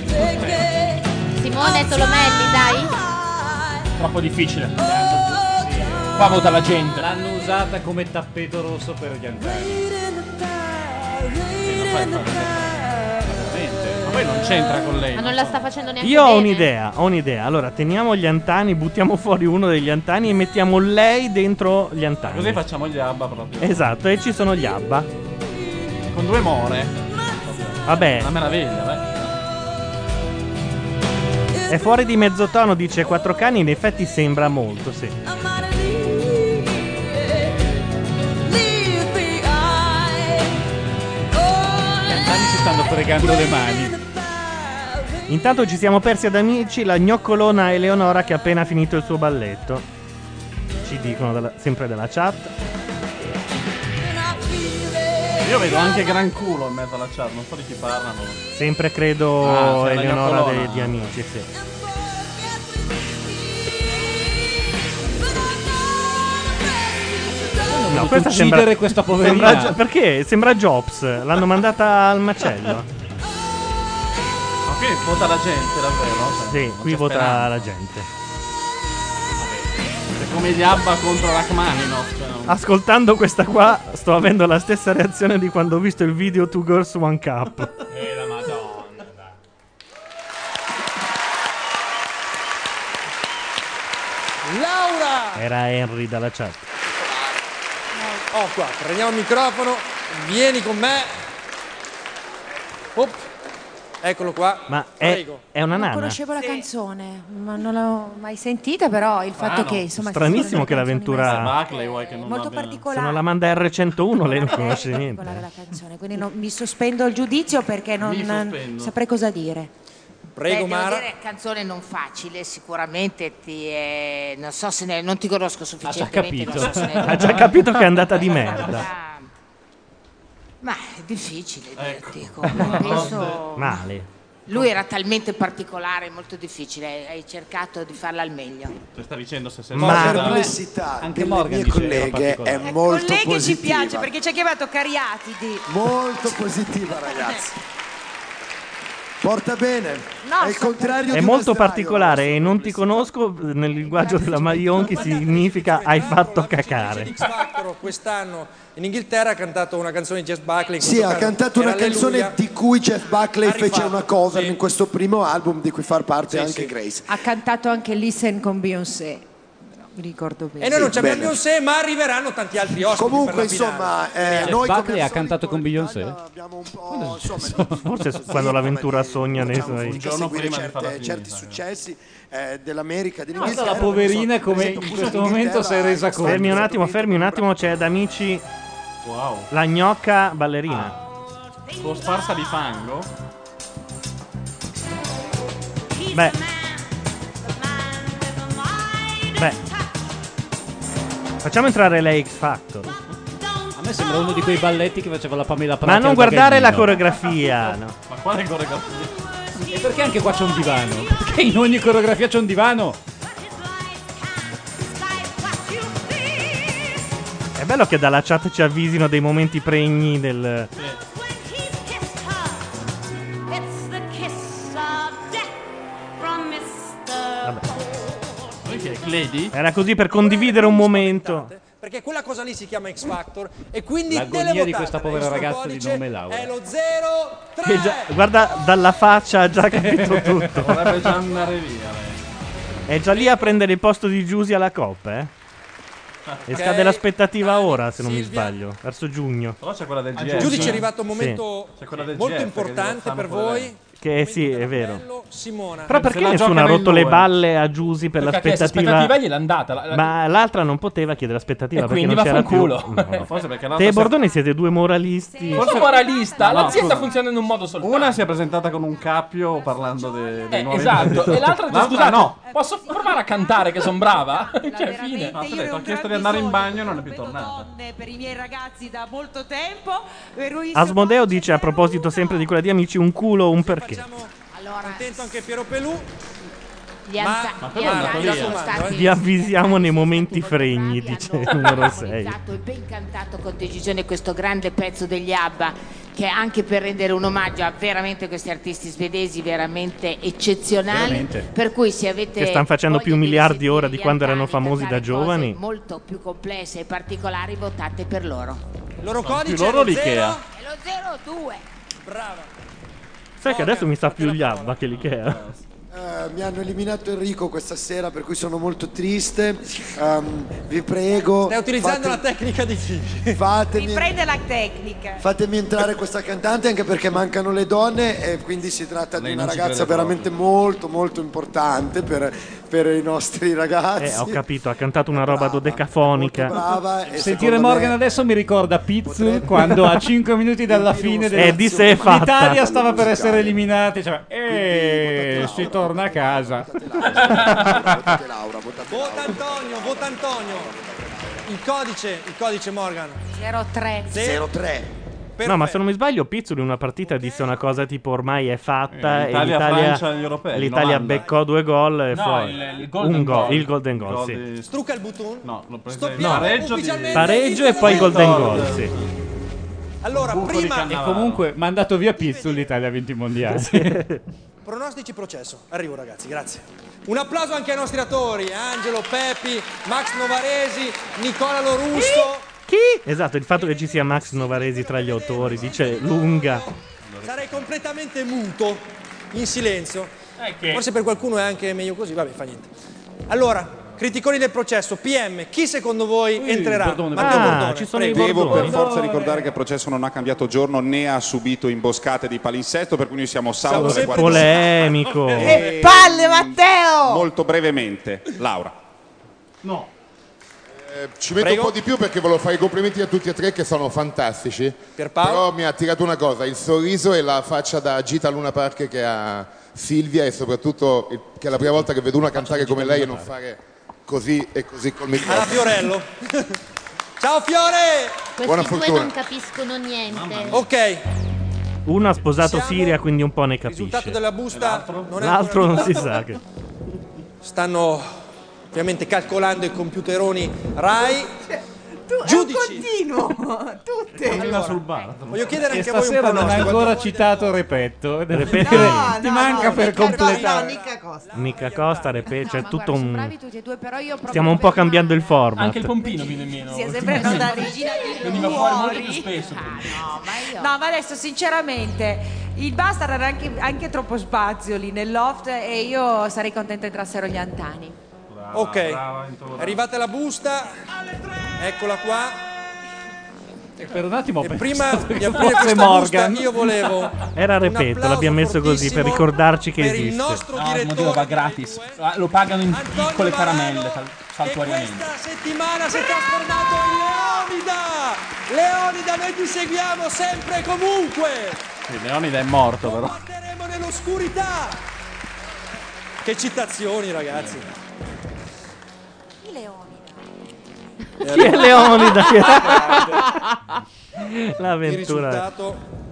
Simone Tolomelli, dai. Troppo difficile. Qua vota la gente. L'hanno usata come tappeto rosso per gli altari. Ma poi non c'entra con lei. Ma non la sta facendo neanche Io ho bene. un'idea, ho un'idea. Allora, teniamo gli antani, buttiamo fuori uno degli antani e mettiamo lei dentro gli antani. Così facciamo gli ABBA proprio. Esatto, e ci sono gli ABBA. Con due more. Vabbè. Una meraviglia, beh. È fuori di mezzotono, dice Quattro Cani, in effetti sembra molto, sì. Gli altari si stanno fregando le mani. Intanto ci siamo persi ad amici la gnoccolona Eleonora che ha appena finito il suo balletto. Ci dicono dalla- sempre dalla chat. Io vedo anche gran culo in mezzo alla chat, non so di chi parlano. Sempre credo Ah, sei la Eleonora gnoccolona. de- di amici, sì. No, questa uccidere sembra, questa poverina. sembra- perché? Sembra Jobs, l'hanno mandata al macello. Ma qui vota la gente davvero? Cioè, Sì, non qui c'è vota speranza. la gente. È come gli ABBA contro Rachmaninoff. Cioè, non- Ascoltando questa qua, sto avendo la stessa reazione di quando ho visto il video Two Girls One Cup. Eh, la madonna. Laura! Era Henry dalla chat. Oh, qua, prendiamo il microfono, vieni con me. Op. Eccolo qua. Ma è, Prego. è una Non nana? conoscevo la canzone, ma non l'ho mai sentita, però il fatto che insomma Stranissimo che l'avventura. Buckley vuoi che non molto abbia- Se particolare non la manda R centouno, lei non conosce la niente. canzone, quindi non- mi sospendo il giudizio perché non Mi sospendo. saprei cosa dire. Prego, Beh, devo Mara. dire, canzone non facile, sicuramente ti è... non so se ne... non ti conosco sufficientemente. capito. non so se ne- Ha già capito che è andata di merda. Ah, ma è difficile dirti, Ecco. come penso... Male. Lui era talmente particolare, molto difficile, hai cercato di farla al meglio. Ti sta dicendo se sei Ma morta. la perplessità Anche delle Morgan mie dice era colleghe è particolare. molto Colleghe ci positiva. piace perché ci ha chiamato Cariatidi. Molto positiva, ragazzi. Porta bene. No, è il so- contrario È di molto un astraio. particolare e non ti conosco. Nel linguaggio della Maionchi significa hai fatto cacare. X Factor quest'anno in Inghilterra ha cantato una canzone di Jeff Buckley. in Sì, questo ha caso cantato una era canzone Alleluia. di cui Jeff Buckley Ha fece rifatto, una cover sì. in questo primo album di cui far parte Sì, anche sì. Grace. Ha cantato anche Listen con Beyoncé. Mi ricordo bene. E noi non Sì, abbiamo bene. Beyoncé, ma arriveranno tanti altri ospiti. Comunque, per la finale. insomma, eh, Speriamo. noi come Buckley ha cantato con Beyoncé? Forse quando l'avventura sogna nei suoi. Un giorno prima certe, certi successi eh, dell'America, Guarda dell'Inghilterra. la poverina non so, come per esempio, in pure questo l'Inghilterra momento si è resa ha- conto. Fermi un attimo, fermi un attimo, c'è da amici Wow. la gnocca ballerina. Cosparsa di fango. Beh. Beh. Facciamo entrare lei X Factor. A me sembra uno di quei balletti che faceva la Pamela Prati. Ma non al guardare la bagaglino. coreografia, no. Ma quale coreografia? E perché anche qua c'è un divano? Perché in ogni coreografia c'è un divano? È bello che dalla chat ci avvisino dei momenti pregni del. the kiss of death from mister Lady? Era così per condividere un momento. Perché quella cosa lì si chiama X Factor e quindi L'agonia di televotate. questa povera Il suo ragazza di codice nome Laura. È lo zero tre. Che già- guarda, dalla faccia ha già capito tutto. Vorrebbe già andare via. lei. È già lì a prendere il posto di Giusy alla Coppa, eh? E Ok. scade l'aspettativa ora, se non mi Silvia. sbaglio, verso giugno. Però c'è quella del A G F. Giudice è arrivato un momento C'è quella del molto G F che importante lo per fanno pure voi. lei. Che sì, è vero. Simona. Però Se perché la nessuno ha giocano in rotto le due. balle a Giusy per Perché ha chiesto l'aspettativa? aspettativa e gliel'ha andata. La- la- Ma l'altra non poteva chiedere l'aspettativa E perché quindi non c'era più. vaffanculo. No, no. Forse perché Te l'altra e si è- Bordoni siete due moralisti. Forse moralista, No, l'azienda scusa. funziona in un modo soltanto. Una si è presentata con un cappio parlando de- dei Eh, nuovi esatto, imprenditori. e l'altra ha detto, L'altra scusate, no. posso provare a cantare che son brava? Cioè, fine. No, ha detto, ho chiesto di andare in bagno e non è più tornata. Per i miei ragazzi da molto tempo. Per lui Asmodeo dice a proposito sempre di quella di Amici, un culo, un perché. Contento anche Piero Pelù. Gli Ma- anza- ma gli però anziani mi sono raccomando, stati Vi avvisiamo nei momenti fregni, dice il numero sei. Esatto, e ben cantato con decisione questo grande pezzo degli ABBA, che anche per rendere un omaggio a veramente questi artisti svedesi veramente eccezionali. Veramente. Per cui se avete Che stanno facendo voglia più di miliardi ora di sentirli quando erano cantare famosi da cose giovani. molto più complesse e particolari, votate per loro. Il loro Più codice loro è lo l'Ikea. zero. È lo zero due. Brava. Sai che adesso mi sa più gli Abba che l'Ikea. Eh, mi hanno eliminato Enrico questa sera, per cui sono molto triste. Ehm, vi prego. Stai utilizzando fate- la tecnica di Gigi. Fatemi, Riprende la tecnica. fatemi entrare questa cantante anche perché mancano le donne e quindi si tratta Lei di una non ci ragazza crede veramente molto molto importante per, per i nostri ragazzi. Eh, ho capito, ha cantato una roba dodecafonica. Brava e Sentire secondo Morgan me- adesso mi ricorda Pizzul quando a cinque minuti dalla fine della Eh, di sé è fatta. l'Italia stava per essere eliminata. Cioè, e si torna a casa. Vota Antonio, vota Antonio. Il codice, il codice Morgan. zero tre. zero tre. No, ma se non mi sbaglio, Pizzoli in una partita disse una cosa tipo ormai è fatta. Eh, e Italia, l'Italia, Francia agli europei, l'Italia novanta. beccò due gol e No, fuori. il- il golden un gol, goal. il golden goal, Gol sì. di- Strucca il button. No, l'ho preso Stoppiamo in pareggio di... ufficialmente. Pareggio e poi golden goal, sì. Allora, prima E comunque mandato via Pizzul, l'Italia ha vinto i mondiali. pronostici processo. Arrivo ragazzi, grazie. Un applauso anche ai nostri attori, Angelo, Peppi, Max Novaresi, Nicola Lorusso. Chi? Esatto, il fatto che ci sia Max Novaresi tra gli autori dice lunga. Sarei completamente muto, in silenzio. Eh, che- Forse per qualcuno è anche meglio così, vabbè, fa niente. Allora, criticoni del processo, P M, chi secondo voi entrerà? Bordone, Matteo Ah, Bordone, ci sono prego. i Devo per Bordoni. forza ricordare che il processo non ha cambiato giorno né ha subito imboscate di palinsesto, per cui noi siamo salvo dalle quattro. Polemico. Che palle, Matteo! Molto brevemente, Laura. No. Eh, ci metto Prego. un po' di più perché volevo fare i complimenti a tutti e tre che sono fantastici. Pierpaolo? Però mi ha attirato una cosa, il sorriso e la faccia da Gita Luna Park che ha Silvia e soprattutto il- che è la prima volta che vedo una cantare come lei e non fare così e così col Alla microfono. Fiorello. Ciao Fiore! Buona Questi due fortuna. non capiscono niente. Ok, Uno ha sposato Siamo- Siria, quindi un po' ne risultato capisce. della busta non è L'altro ancora non si arrivato. sa che. Stanno ovviamente calcolando i computeroni Rai. Tu, Giudici. è un continuo, tutte. Allora, sul bar. voglio chiedere E anche a voi un stasera non ha pronostico. ancora citato Repetto. Devo Repetto. dire, No, ti no, manca no, per Nicca Costa, completare. no, Nicca Costa. Nicca Costa, Repe, c'è Ma tutto guarda, sono un... bravi tutti e due, però io proprio Stiamo un po' per cambiando il una- format. Anche il pompino viene meno. Sì, è sempre non da regina di Veniva fuori molto Ruoli. più spesso. No, ma io- No, ma adesso sinceramente il Bastard era anche, anche troppo spazio lì nel loft e io sarei contenta entrassero gli Antani. Ok, è arrivata la busta. Eccola qua. E per un attimo ho E pensato prima che di aprire fosse questa Morgan. busta io volevo Era un Repetto, applauso l'abbiamo messo così per fortissimo ricordarci che per il esiste. nostro No, il modello direttore va gratis. Ah, Lo pagano in piccole caramelle sal- che saltuariamente. questa settimana si è trasformato in Leonida. Leonida, noi ti seguiamo sempre e comunque. Sì, Leonida è morto però. Combatteremo nell'oscurità. Che citazioni, ragazzi. I Leonida. Chi è Leonida? Chi è- Il L'avventura. risultato.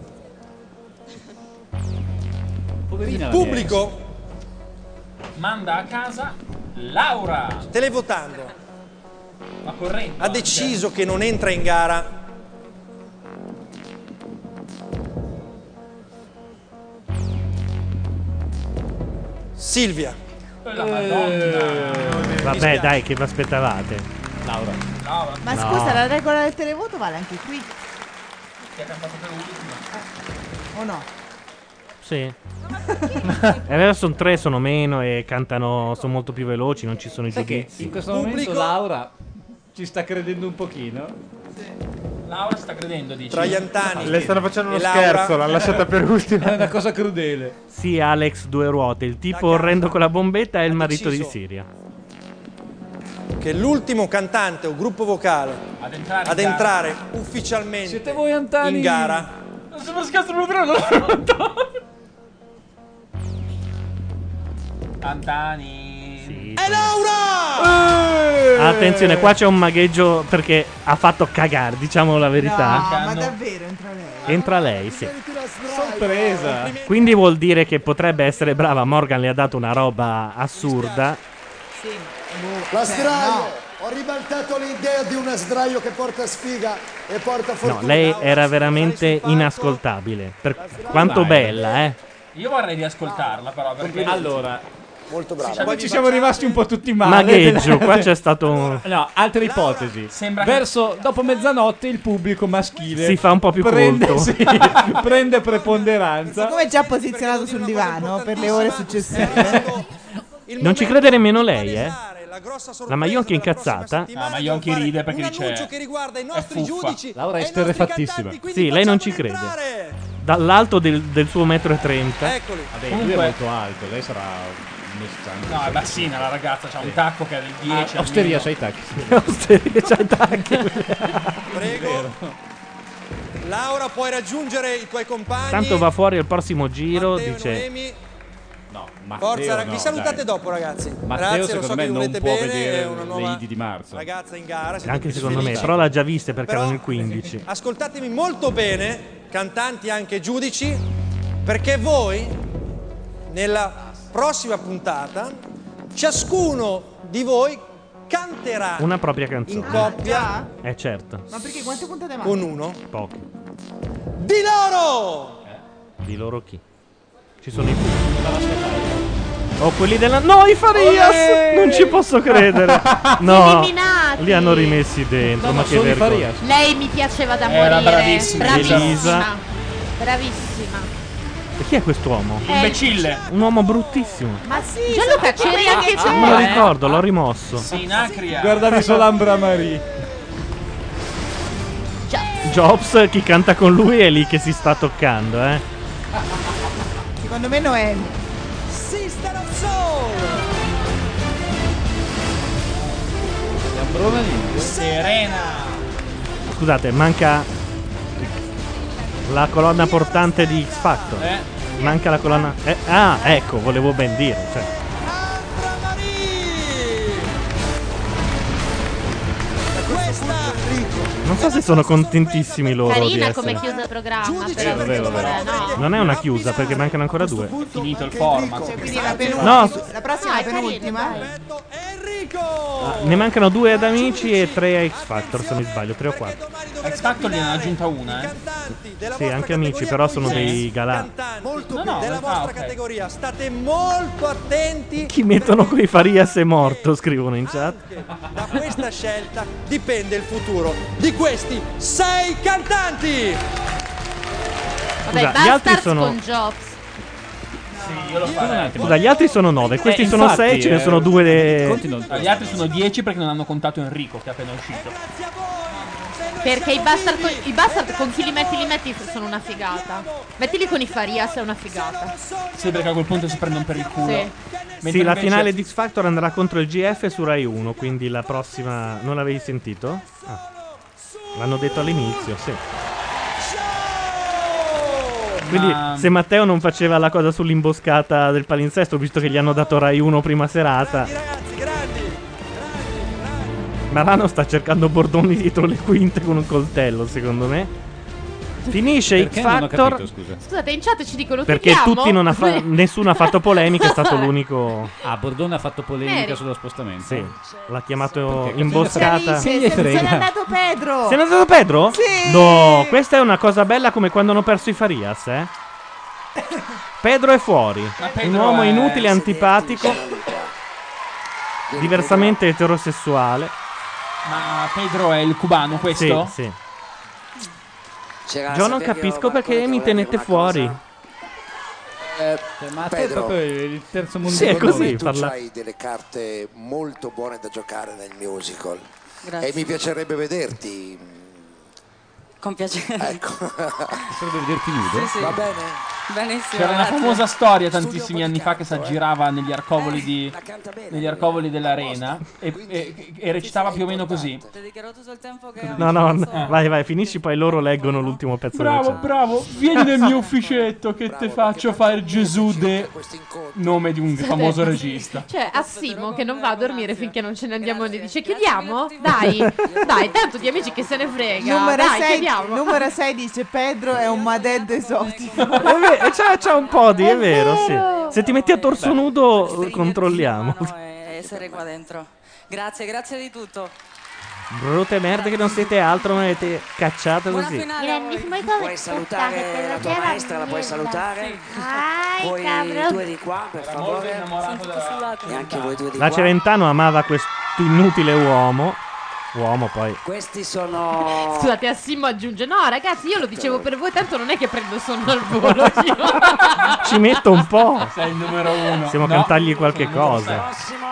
Poverina Il la pubblico Manda a casa Laura. televotando Ma corretto. ha deciso che non entra in gara Silvia. Vabbè, dai, che vi aspettavate? Laura. Ma No. scusa, la regola del televoto vale anche qui? Chi ha cantato per ultimo? O no? Sì. E adesso sono tre, sono meno e cantano, sono molto più veloci, non ci sono i Sai che giudizi. in questo momento Laura ci sta credendo un pochino. Laura sta credendo, dici? Tra gli antani. Le stanno facendo uno E Laura? scherzo, l'hanno lasciata per ultima. È una cosa crudele. Sì, Alex due ruote, il tipo orrendo con la bombetta è il marito di Siria. Che l'ultimo cantante o gruppo vocale Ad entrare, ad in entrare gara. ufficialmente Siete voi antani. in gara Sono scherzo proprio, non l'ho fatto. Antani. è Laura! Attenzione, qua c'è un magheggio perché ha fatto cagare, diciamo la verità. No, ma davvero entra lei? Entra lei, sì. Sorpresa. Quindi vuol dire che potrebbe essere brava. Morgan le ha dato una roba assurda. Sì. La Cioè, sdraio. no. Ho ribaltato l'idea di una sdraio che porta sfiga e porta No, fortuna. lei era veramente inascoltabile. Per quanto Vai. bella, eh. Io vorrei riascoltarla, però. Perché Allora, molto bravo. poi ci siamo rimasti un po' tutti male. Magheggio, qua c'è stato un... No, altre ipotesi. Sembra che- Verso dopo mezzanotte il pubblico maschile Si fa un po' più prende, colto. sì, prende preponderanza. Siccome è già posizionato sul divano per le ore successive. Non ci crede nemmeno lei, eh. La Maionchi è incazzata. Ah, ma Yonchi ride perché dice che riguarda i è nostri fuffa. giudici. Laura è e i nostri esterrefattissima. cantanti, quindi Sì, lei non ci facciamoli crede. entrare. Dall'alto del, del suo metro e trenta. Eccoli. Vabbè, Comunque- lui è molto alto, lei sarà un messante. No, è bassina la ragazza, c'ha un tacco che è del dieci. Ah, osteria, almeno. c'hai i tacchi. Osteria, c'ha i tacchi. Prego. Laura, puoi raggiungere i tuoi compagni. Tanto va fuori al prossimo giro, Matteo e dice... Noemi. No, Matteo, Forza, no, vi salutate dai. dopo, ragazzi. Matteo, Grazie, lo secondo so me che non volete può bene. vedere È una le nuova Idi di marzo. ragazza in gara. siete Anche tutti secondo me, felici. però l'ha già viste perché Però- erano il quindici. Ascoltatemi molto bene, cantanti e anche giudici, perché voi, nella prossima puntata, ciascuno di voi canterà Una propria in canzone. coppia Eh certo, Ma perché quante puntate con mancano? uno pochi. di loro. Di loro chi? Ci sono i punti. Oh, quelli della... No, i Farias! Olè! Non ci posso credere. No, Eliminati. li hanno rimessi dentro. No, ma no, che sono i vergogna. Farias. Lei mi piaceva da Era morire. bravissima. Bravissima. Elisa. Bravissima. E chi è quest'uomo? Imbecille. Un uomo bruttissimo. Ma sì, Gianluca, c'eri anche tu. Non me lo eh. ricordo, l'ho rimosso. Sinacria. Guardavi solo Ambra Marie. Jobs, chi canta con lui è lì che si sta toccando, eh. Secondo me Noemi. Sister of Soul. Ambrona lì. Serena. Scusate, manca la colonna portante di X Factor. Eh. Manca la colonna... eh, ah, ecco, volevo ben dire. Cioè. Non so se sono contentissimi loro di Carina essere. come chiusa programma, Sì, però vabbè, vabbè. eh, no. Non è una chiusa perché mancano ancora due. È finito il format. Cioè, quindi la penultima. No, La prossima No, è è la penultima. carino, Ah, ne mancano due ad Amici e tre a X Factor, se non mi sbaglio, tre o quattro. X Factor ne hanno aggiunta una, eh. Sì, anche Amici, però sono dei galà. Molto No, bene, no, della ah, vostra ok. categoria. State molto attenti. Chi mettono quei Farias è morto, scrivono in chat. Da questa scelta dipende il futuro di questi sei cantanti. Vabbè, Scusa, gli altri Bastards sono- con Jobs. Sì, io lo farei. Scusa, gli altri sono nove, questi Eh, sono infatti, sei, ce ne eh, sono due. de- No, gli altri sono dieci perché non hanno contato Enrico che è appena uscito. Perché i bastard, con, i bastard con chi li metti li metti sono una figata. Mettili con i Farias è una figata. Sì, perché a quel punto si prendono per il culo. Sì. Mentre Sì, la invece- finale di X Factor andrà contro il G F su Rai uno, quindi la prossima... Non l'avevi sentito? Ah. L'hanno detto all'inizio, sì. Quindi Ma- se Matteo non faceva la cosa sull'imboscata del palinsesto, visto che gli hanno dato Rai uno prima serata... Marano sta cercando Bordoni dietro le quinte con un coltello, secondo me. Finisce Perché X non ho Factor... capito, scusa. Scusate, in chat ci dicono Perché chiudiamo? tutti non ha fa- nessuno ha fatto polemica, è stato l'unico. Ah, Bordone ha fatto polemica Mary. sullo spostamento. Sì, l'ha chiamato Perché? imboscata. Sì, gli Se, se frega. n'è andato Pedro. Se n'è andato Pedro? Sì. No, questa è una cosa bella come quando hanno perso i Farias, eh? Pedro è fuori. Pedro Un uomo è- inutile, antipatico, diversamente eterosessuale. Ma Pedro è il cubano questo? Sì, sì. Io non capisco perché mi tenete fuori. Eh, ma a te è Pedro, proprio il terzo mondo. Sì, è economico. così, tu parla- hai delle carte molto buone da giocare nel musical. Grazie. E mi piacerebbe vederti. Con piacere. Ecco. Piacerebbe vederti nudo? Sì, sì. Va bene? Benissimo. C'era una grazie. famosa storia tantissimi anni fa che si aggirava negli arcovoli, di, negli arcovoli dell'arena e, e- e recitava più o meno così. Dedicherò tutto il tempo che ho. No, no, no, vai, vai, finisci, poi loro leggono l'ultimo pezzo Bravo, del chat. bravo, vieni nel mio ufficetto che te faccio fare Gesù de nome di un famoso regista. Cioè, Assimo che non va a dormire finché non ce ne andiamo e dice chiudiamo? Dai, dai, tanto di amici che se ne frega. Numero Dai, sei, chiudiamo. numero sei dice Pedro è un maded esotico. È vero, c'è, c'è un po' di, è vero, sì. Se ti metti a torso nudo, eh, controlliamo. E essere qua dentro. Grazie, grazie di tutto. Brutte merde che non siete altro, mi avete cacciato così. Grandissimo Puoi salutare la tua maestra, la puoi salutare? Voi due di qua, per favore. E anche voi due di La qua. Celentano amava questo inutile uomo. Uomo poi. Questi sono... Scusate, Assimo aggiunge: no, ragazzi, io lo dicevo per voi, tanto non è che prendo sonno al volo. io. Ci metto un po'. Sei il numero uno. Possiamo No. cantargli qualche cosa.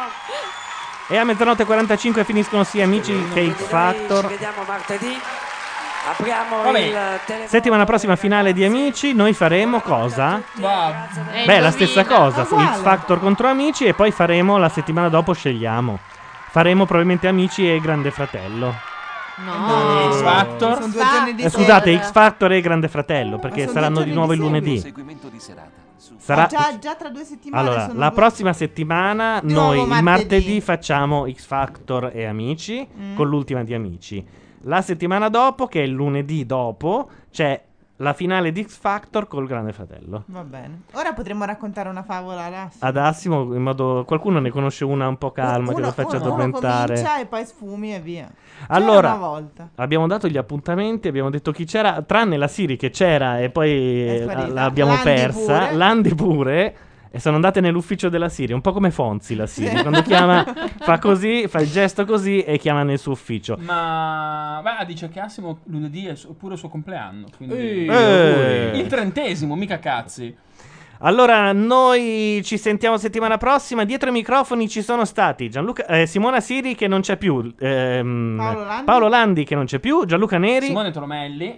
E a mezzanotte e quarantacinque finiscono sia Amici che X Factor. Ci vediamo martedì. Apriamo Vabbè. il telefono. Settimana prossima finale di Amici. Noi faremo cosa? Va. Eh, Beh, la indovina. stessa cosa. Uguale. X Factor contro Amici. E poi faremo la settimana dopo, scegliamo. Faremo probabilmente Amici e Grande Fratello. No. X Factor. Sono due giorni di Eh, scusate, sera. X Factor e Grande Fratello, perché sono saranno due di giorni nuovo di il lunedì. Seguimento di serata. Su- Sarà... Ah, già, già tra due settimane Allora, sono la due- prossima settimana Di noi nuovo il martedì. martedì facciamo X Factor e Amici Mm. con l'ultima di Amici. La settimana dopo, che è il lunedì dopo, c'è la finale di X Factor col Grande Fratello. Va bene. Ora potremmo raccontare una favola adesso. Ad Assimo, in modo qualcuno ne conosce una un po' calma che Uno- lo faccia uno- addormentare. Uno comincia e poi sfumi e via. C'era Allora, una volta. abbiamo dato gli appuntamenti, abbiamo detto chi c'era, tranne la Siri che c'era e poi È eh, sparita. l'abbiamo Landi persa, pure. Landi pure, e sono andate nell'ufficio della Siri, un po' come Fonzi la Siri, quando chiama fa così, fa il gesto così e chiama nel suo ufficio. Ma beh, dice che Assimo lunedì è su- pure il suo compleanno. Quindi... Eh. Il trentesimo, mica cazzi. Allora, noi ci sentiamo settimana prossima. Dietro i microfoni ci sono stati Gianluca, eh, Simona Siri che non c'è più, ehm, Paolo Landi. Paolo Landi che non c'è più, Gianluca Neri. Simone Tolomelli.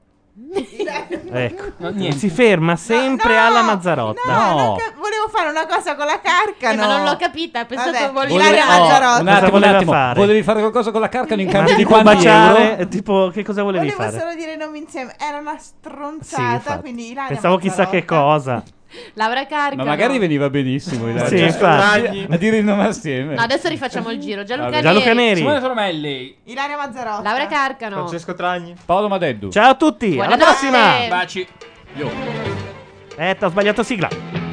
Ecco, No, niente. si ferma sempre No, alla Mazzarotta. No, non cap- volevo fare una cosa con la carcano. Eh, ma non l'ho capita, penso Vabbè, che volevi Ilaria fare- Mazzarotta. Un attimo, Cosa un voleva attimo. fare? Volevi fare qualcosa con la carcano in Ma cambio di tipo quanti baciare, euro? eh, tipo che cosa volevi Volevo fare? solo dire i nomi insieme. Era una Sì, stronzata, infatti. quindi Ilaria Pensavo chissà che Mazzarotta. cosa. Laura Carcano. Ma magari veniva benissimo. Ilaria. Sì, Cioè, infatti. a dire il nome assieme. No, adesso rifacciamo il giro. Gianluca, Vabbè. Gianluca Neri. Neri. Simone Tolomelli. Ilaria Mazzarotta. Laura Carcano. Francesco Tragni. Paolo Madeddu. Ciao a tutti, alla Buonanotte. prossima. Baci. Io. Eh, t'ho sbagliato sigla.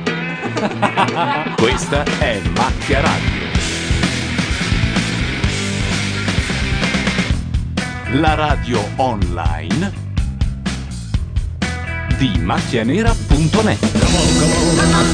Questa è Macchia Radio. La radio online di macchianera punto net.